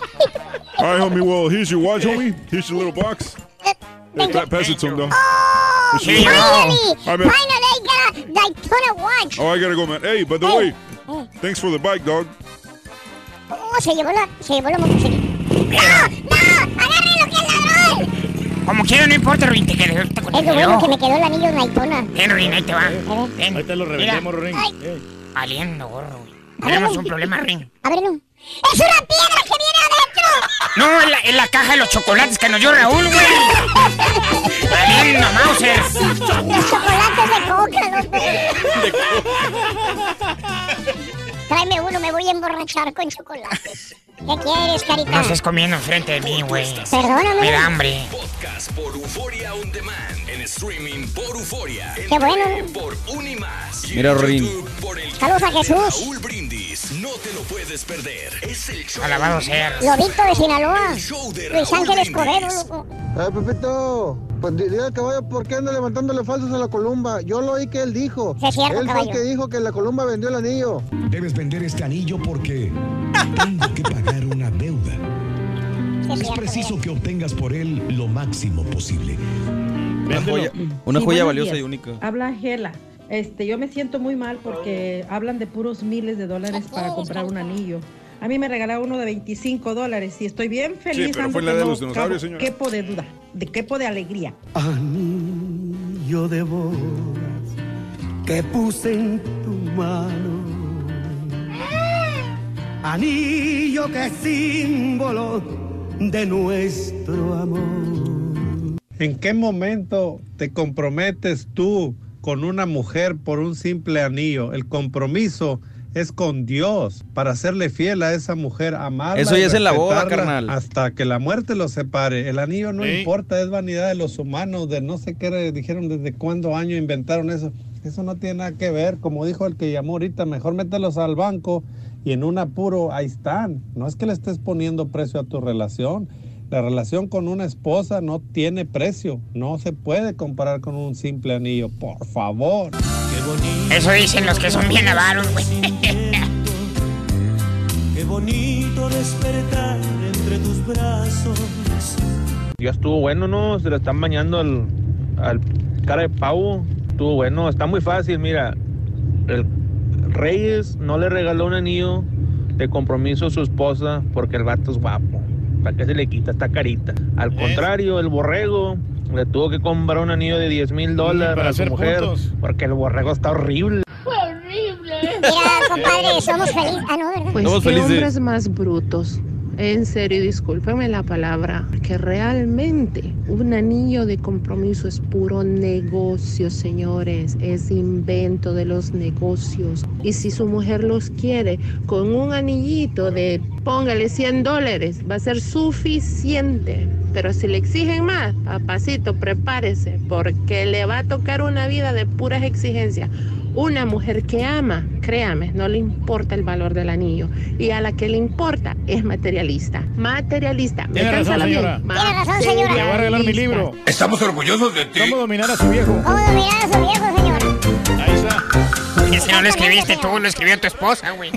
All right, homie. Well, here's your watch, homie. Here's your little box. Hey, pa- pass it to him, though. Oh, Here you go. finally! All right, man. Finally, I got a Daytona watch. Oh, I gotta go, man. Hey, by the Hey. way, Eh, thanks for the bike, dog. Oh, se llevó la, se llevó la motocicleta. ¡No! ¡No! ¡Agarren lo que es ladrón! Como quiera, no importa, Ring. Te quedo ahorita con Es el lo bueno reloj. que me quedó el anillo de Daytona. Ten, Ring, ahí te va. Ten. Ahí te lo Mira, reventemos, Rorín. Ay. Eh. valiendo, gorro, güey. Tenemos un problema, Ring. Ábrelo. ¡Es una piedra que viene adentro! No, en la, en la caja de los chocolates que nos dio Raúl, güey. Valiendo, Mauser. Los chocolates de coca, loco. Tráeme uno, me voy a emborrachar con chocolates. ¿Qué quieres, carita? No estés comiendo enfrente de mí, güey. Perdóname. Me da hambre. Podcast por Euforia On Demand. En streaming por Euforia. En Qué bueno. tele por Unimás. Y Mira, en Rorín. YouTube por el Saludos a canal de Jesús. Raúl Brindis. No te lo puedes perder. Es el show. Alabado sea. Lobito de Sinaloa. El show de Luis Raúl Ángeles Brindis. Cordero, loco. Eh, Pepito, pues di- dile al caballo por qué anda levantándole falsos a la Columba. Yo lo oí que él dijo. Sí, es cierto, él fue el caballo. que dijo que la Columba vendió el anillo. Debes vender este anillo porque tengo que pagar una deuda. Sí, es Es cierto, preciso que obtengas por él lo máximo posible. Una joya, una Sí, joya buenos valiosa días. y única. Habla Gela. Este, yo me siento muy mal porque hablan de puros miles de dólares para comprar un anillo. A mí me regalaron uno de veinticinco dólares y estoy bien feliz. Sí, pero ando fue la que de no los dinosaurios, cabo señora. quepo de duda, de quepo de alegría. Anillo de bodas que puse en tu mano, anillo que es símbolo de nuestro amor. ¿En qué momento te comprometes tú con una mujer por un simple anillo? El compromiso es con Dios, para serle fiel a esa mujer, amarla. Eso ya y es en la boda, respetarla carnal. hasta que la muerte los separe. El anillo no Sí. importa, es vanidad de los humanos, de no sé qué dijeron, desde cuándo año inventaron eso. Eso no tiene nada que ver, como dijo el que llamó ahorita, mejor mételos al banco y en un apuro ahí están. No es que le estés poniendo precio a tu relación. La relación con una esposa no tiene precio, no se puede comparar con un simple anillo, por favor. Eso dicen los que son bien avaros, güey. Qué bonito despertar entre tus brazos. Ya estuvo bueno, ¿no? Se le están bañando al, al cara de pavo. Estuvo bueno, está muy fácil, mira. El Reyes no le regaló un anillo de compromiso a su esposa porque el vato es guapo. ¿Para qué se le quita esta carita? Al contrario, el borrego le tuvo que comprar un anillo de diez mil dólares para a su hacer mujer puntos. porque el borrego está horrible. Mira, compadre, somos felices. Ah, no, ¿verdad? Pues Somos qué felices. hombres más brutos. En serio, discúlpeme la palabra, que realmente un anillo de compromiso es puro negocio, señores. Es invento de los negocios. Y si su mujer los quiere con un anillito de, póngale cien dólares, va a ser suficiente. Pero si le exigen más, papacito, prepárese, porque le va a tocar una vida de puras exigencias. Una mujer que ama, créame, no le importa el valor del anillo. Y a la que le importa es materialista. Materialista. Tiene razón, Métansela bien. señora. Tiene razón, señora. Le voy a regalar mi libro. Estamos orgullosos de ti. ¿Cómo dominar a su viejo? ¿Cómo dominar a su viejo, señora? Ahí está. Ese no lo escribiste tú, lo escribió tu esposa, güey.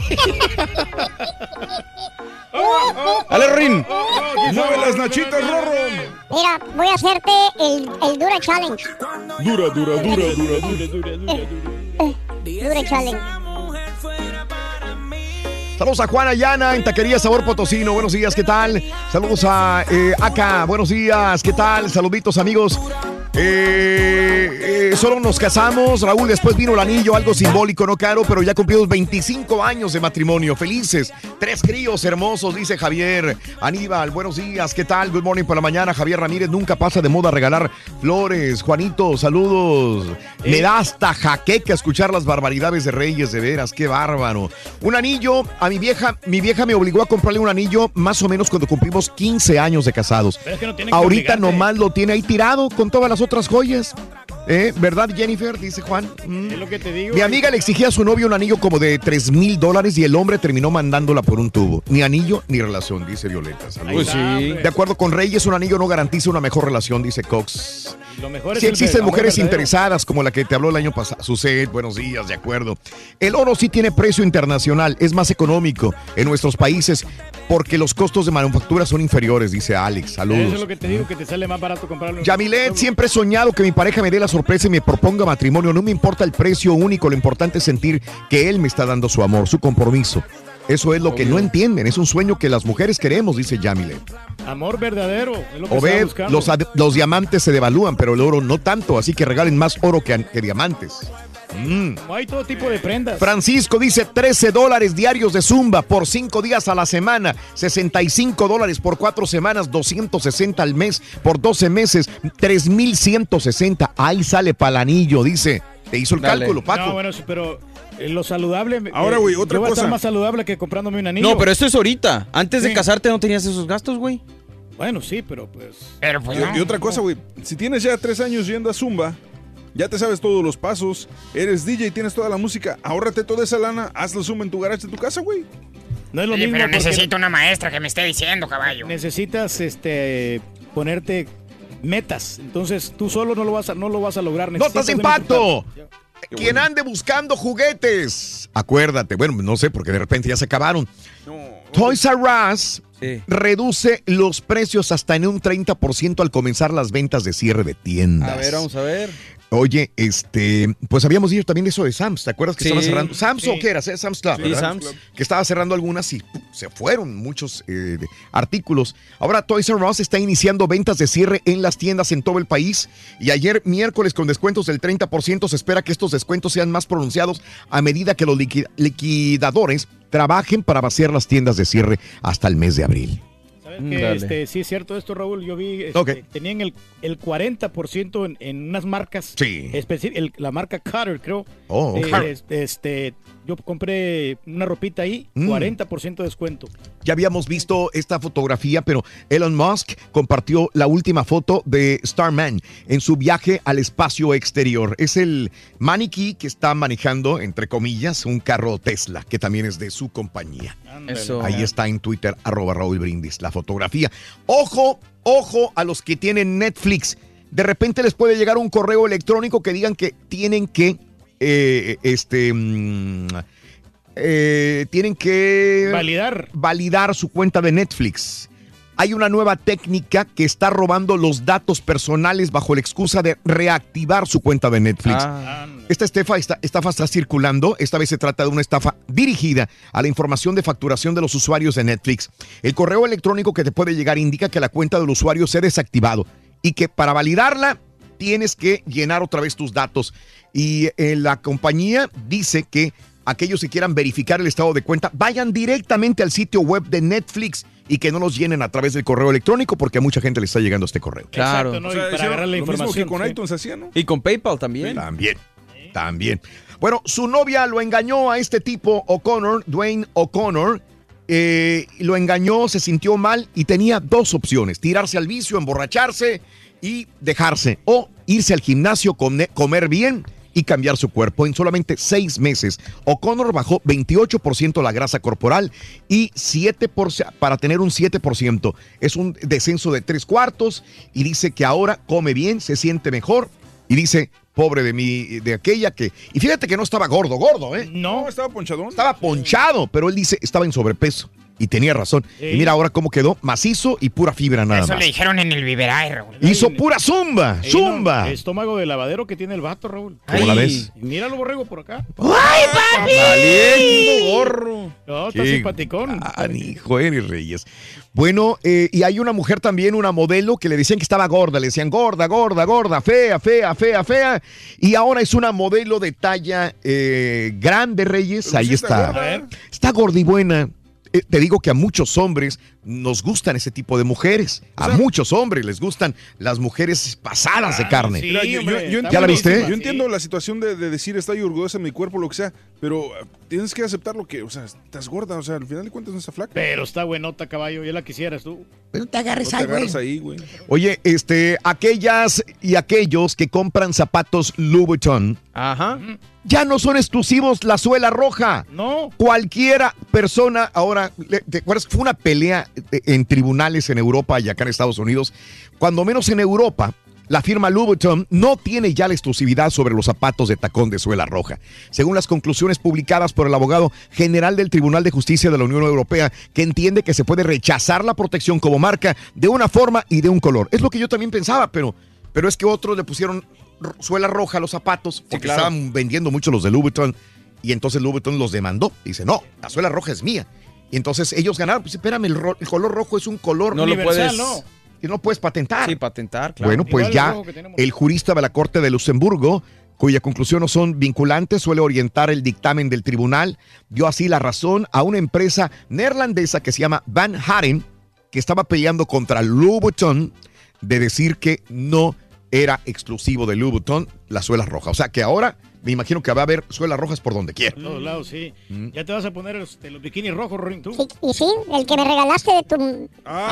¡Ale, Rin! ¡Mueve las nachitas, Rorro! Mira, voy a hacerte el, el Dura Challenge. Dura, dura, dura, dura, dura, dura, dura. Dura Challenge. Saludos a Juana Llana en Taquería Sabor Potosino. Buenos días, ¿qué tal? Saludos a eh, Aka. Buenos días, ¿qué tal? Saluditos, amigos. Eh, eh, solo nos casamos, Raúl, después vino el anillo, algo simbólico, no caro, pero ya cumplidos veinticinco años de matrimonio, felices, tres críos hermosos, dice Javier. Aníbal, buenos días, ¿qué tal? Good morning por la mañana. Javier Ramírez, nunca pasa de moda regalar flores. Juanito, saludos. Me da hasta jaqueca escuchar las barbaridades de Reyes, de veras, qué bárbaro. Un anillo, a mi vieja, mi vieja me obligó a comprarle un anillo más o menos cuando cumplimos quince años de casados. Pero es que no tienen que Ahorita obligarte. nomás lo tiene ahí tirado con todas las otras joyas. ¿Eh? ¿Verdad, Jennifer? Dice Juan. Mm. Es lo que te digo. Mi amiga le exigía a su novio un anillo como de tres mil dólares y el hombre terminó mandándola por un tubo. Ni anillo ni relación, dice Violeta. Saludos. Pues sí. De acuerdo con Reyes, un anillo no garantiza una mejor relación, dice Cox. Lo mejor es Si el existen amor mujeres verdadero. interesadas como la que te habló el año pasado. Suced, buenos días, de acuerdo. El oro sí tiene precio internacional, es más económico en nuestros países porque los costos de manufactura son inferiores, dice Alex. Saludos. Eso es lo que te digo, que te sale más barato comprarlo. en- Yamilet, siempre he soñado que mi pareja me dé la sorpresa y me proponga matrimonio. No me importa el precio único, lo importante es sentir que él me está dando su amor, su compromiso. Eso es lo que no entienden, es un sueño que las mujeres queremos, dice Yamilet. Amor verdadero. Es lo que O estaba ve, buscando. los, ad- los diamantes se devalúan, pero el oro no tanto, así que regalen más oro que, an- que diamantes. Mm. Como hay todo tipo de prendas. Francisco dice trece dólares diarios de Zumba por cinco días a la semana, sesenta y cinco dólares por cuatro semanas, doscientos sesenta al mes por doce meses, tres mil ciento sesenta. Ahí sale palanillo, dice. Te hizo el Dale. cálculo, Paco. No, bueno, sí, pero eh, lo saludable. Ahora, güey, otra yo voy a cosa. estar más saludable que comprándome un anillo. No, pero esto es ahorita. Antes de Sí. casarte no tenías esos gastos, güey. Bueno, sí, pero pues. Pero pues Y, no. y otra cosa, güey, si tienes ya tres años yendo a Zumba, ya te sabes todos los pasos, eres D J y tienes toda la música, ahórrate toda esa lana, haz la Zumba en tu garage de tu casa, güey. No es lo Oye, mismo. pero porque necesito una maestra que me esté diciendo, caballo. Necesitas este ponerte metas. Entonces tú solo no lo vas a, no lo vas a lograr. ¡Notas Necesitas de un impacto! impacto. Quien ande buscando juguetes, acuérdate, bueno, no sé, porque de repente ya se acabaron. Toys R Us Sí. reduce los precios hasta en un treinta por ciento al comenzar las ventas de cierre de tiendas. A ver, vamos a ver. Oye, este, pues habíamos dicho también eso de Sam's, ¿te acuerdas que Sí, estaba cerrando? ¿Sam's sí. o qué era? Sam's Club, Sí, ¿verdad? Sam's. Que estaba cerrando algunas y ¡pum! Se fueron muchos eh, de- artículos. Ahora Toys R Us está iniciando ventas de cierre en las tiendas en todo el país y ayer miércoles con descuentos del treinta por ciento se espera que estos descuentos sean más pronunciados a medida que los liqui- liquidadores trabajen para vaciar las tiendas de cierre hasta el mes de abril. ¿Sabes qué? Dale. Este, sí es cierto esto, Raúl. Yo vi, este, Ok. tenían el, el cuarenta por ciento en, en unas marcas. Sí. especi- el- la marca Cutter, creo. Oh, ok. Eh, este, este, yo compré una ropita ahí, Mm. cuarenta por ciento de descuento. Ya habíamos visto esta fotografía, pero Elon Musk compartió la última foto de Starman en su viaje al espacio exterior. Es el maniquí que está manejando, entre comillas, un carro Tesla, que también es de su compañía. Eso. Ahí está en Twitter, arroba Raúl Brindis, la fotografía. Ojo, ojo a los que tienen Netflix. De repente les puede llegar un correo electrónico que digan que tienen que, eh, este... mm, eh, tienen que validar. validar su cuenta de Netflix. Hay una nueva técnica que está robando los datos personales bajo la excusa de reactivar su cuenta de Netflix. Ah. Esta estafa, esta estafa está circulando. Esta vez se trata de una estafa dirigida a la información de facturación de los usuarios de Netflix. El correo electrónico que te puede llegar indica que la cuenta del usuario se ha desactivado y que para validarla tienes que llenar otra vez tus datos. Y eh, la compañía dice que aquellos que quieran verificar el estado de cuenta vayan directamente al sitio web de Netflix y que no los llenen a través del correo electrónico porque a mucha gente le está llegando este correo. Claro. Exacto, ¿no? O Y sea, para hicieron agarrar la lo mismo información. que con sí. iTunes hacían, ¿no? Y con PayPal también. También, también. Bueno, su novia lo engañó a este tipo, O'Connor, Dwayne O'Connor. Eh, lo engañó, se sintió mal y tenía dos opciones: tirarse al vicio, emborracharse y dejarse, o irse al gimnasio, come- comer bien y cambiar su cuerpo. En solamente seis meses, O'Connor bajó veintiocho por ciento la grasa corporal y siete por ciento, para tener un siete por ciento. Es un descenso de tres cuartos y dice que ahora come bien, se siente mejor y dice, pobre de mí, de aquella que... Y fíjate que no estaba gordo, gordo, ¿eh? No. No, estaba ponchadón. Estaba ponchado, pero él dice, estaba en sobrepeso. Y tenía razón. Sí. Y mira ahora cómo quedó, macizo y pura fibra nada Eso más. le dijeron en el Viverae, Raúl. Hizo pura zumba, Ey, no, zumba. estómago de lavadero que tiene el vato, Raúl. ¿Cómo la ves? Y míralo, borrego, por acá. ¡Ay, papi! Valiendo gorro. No, está Qué simpaticón. Hijo, eres Reyes. Bueno, eh, y hay una mujer también, una modelo, que le decían que estaba gorda. Le decían gorda, gorda, gorda, fea, fea, fea, fea. Y ahora es una modelo de talla eh, grande, Reyes. Pero Ahí sí está está. gorda, ¿eh? Está gorda y buena. Eh, te digo que a muchos hombres nos gustan ese tipo de mujeres. A muchos hombres les gustan las mujeres pasadas de carne. sí. Mira, yo, yo- hombre, yo está entiendo, ¿Ya la viste? Yo entiendo la situación de, de decir estoy orgullosa de mi cuerpo, lo que sea, pero uh, tienes que aceptar lo que, o sea, estás gorda, o sea, al final de cuentas no está flaca. Pero está buenota, caballo. Ya la quisieras tú. No te agarres No te ahí, güey. agarras ahí, güey. Oye, este, aquellas y aquellos que compran zapatos Louboutin Ajá. ya no son exclusivos la suela roja. No. Cualquiera persona, ahora, le- ¿te acuerdas? Fue una pelea eh, en tribunales en Europa y acá en Estados Unidos. Cuando menos en Europa, la firma Louboutin no tiene ya la exclusividad sobre los zapatos de tacón de suela roja. Según las conclusiones publicadas por el abogado general del Tribunal de Justicia de la Unión Europea, que entiende que se puede rechazar la protección como marca de una forma y de un color. Es lo que yo también pensaba, pero, pero es que otros le pusieron r- suela roja a los zapatos porque claro. estaban vendiendo mucho los de Louboutin y entonces Louboutin los demandó. Dice, no, la suela roja es mía. Y entonces ellos ganaron. Pues espérame, el, ro- el color rojo es un color No lo Universal, puedes. ¿no? que no puedes patentar. Sí, patentar, claro. Bueno, pues Igual el ya rojo que tenemos. el jurista de la Corte de Luxemburgo, cuya conclusión no son vinculantes, suele orientar el dictamen del tribunal, dio así la razón a una empresa neerlandesa que se llama Van Haren, que estaba peleando contra Louboutin de decir que no era exclusivo de Louboutin la suela roja. O sea que ahora me imagino que va a haber suelas rojas por donde quiera. Por todos lados, sí. Mm. Ya te vas a poner los, los bikinis rojos, Rorín, tú. Sí, y sí, el que me regalaste de tu...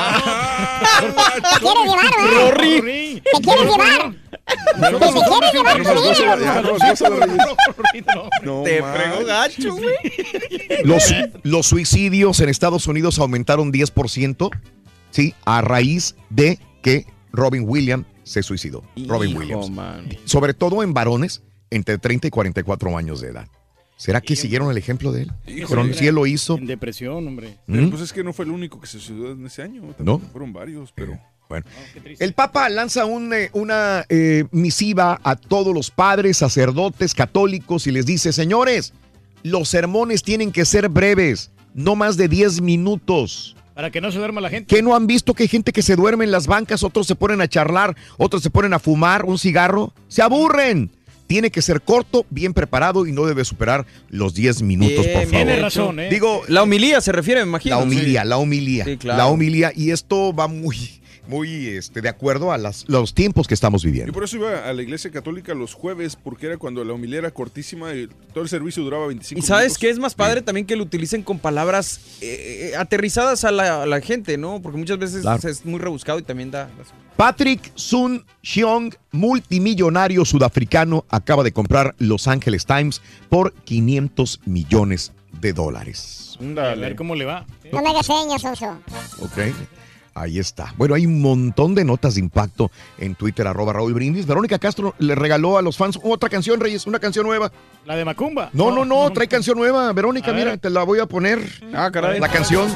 Ah, ¿Te quieres llevar, verdad? Rorín. ¿Te quieres llevar? Que se quiere llevar Los dos se la- conmigo. los dos se la- Rorín, no. No, Te man. fregó gacho, güey. Los, los suicidios en Estados Unidos aumentaron diez por ciento, ¿sí? A raíz de que Robin Williams se suicidó. Robin Hijo, Williams. man. Sobre todo en varones entre treinta y cuarenta y cuatro años de edad. ¿Será que siguieron el ejemplo de él? Híjole. Pero si él lo hizo. En depresión, hombre. Pero ¿Mm? pues es que no fue el único que se suicidó en ese año. ¿No? Fueron varios, pero... Bueno, el Papa lanza un, eh, una eh, misiva a todos los padres, sacerdotes, católicos y les dice, señores, los sermones tienen que ser breves, no más de diez minutos. Para que no se duerma la gente. ¿Qué no han visto que hay gente que se duerme en las bancas, otros se ponen a charlar, otros se ponen a fumar un cigarro? ¡Se aburren! Tiene que ser corto, bien preparado y no debe superar los diez minutos, Bien, por favor. Tiene razón, ¿eh? Digo, La homilía se refiere, me imagino. la homilía, Sí. la homilía, Sí, claro. la homilía, y esto va muy, muy este, de acuerdo a las, los tiempos que estamos Yo viviendo. por eso iba a la iglesia católica los jueves, porque era cuando la homilía era cortísima y todo el servicio duraba veinticinco Y sabes minutos. que es más padre también que lo utilicen con palabras eh, aterrizadas a la, a la gente, ¿no? Porque muchas veces Claro. es muy rebuscado y también da... Patrick Soon-Shiong, multimillonario sudafricano, acaba de comprar Los Angeles Times por quinientos millones de dólares. A ver cómo le va. No me hagas señas, Oso. Ok, ahí está. Bueno, hay un montón de notas de impacto en Twitter, arroba Raúl Brindis. Verónica Castro le regaló a los fans otra canción, Reyes, una canción nueva. La de Macumba. No, no, no, trae canción nueva. Verónica, A ver. mira, te la voy a poner. Ah, caray. La canción.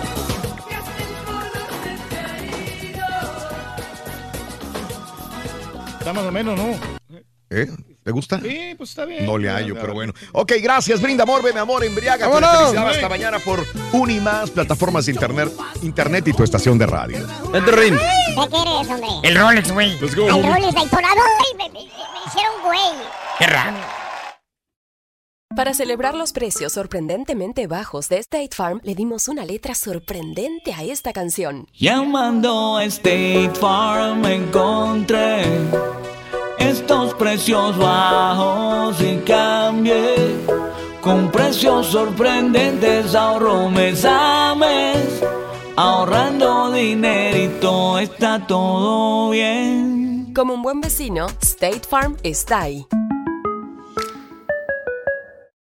Está más o menos, ¿no? ¿Eh? ¿Te gusta? Sí, pues está bien. No le hallo, pero bueno. Ok, gracias. Brinda amor, bebe amor, embriaga. ¡Vámonos! Felicidad hasta mañana por Unimás, plataformas de internet, internet y tu estación de radio. Vente, Rin. ¿Qué quieres, hombre? El Rolex, güey. Let's go. Al Rolex Daytona. ¡Ay, me, me- me hicieron güey! Qué raro. Para celebrar los precios sorprendentemente bajos de State Farm, le dimos una letra sorprendente a esta canción. Llamando a State Farm encontré estos precios bajos y cambié. Con precios sorprendentes ahorro mes a mes. Ahorrando dinerito está todo bien. Como un buen vecino, State Farm está ahí.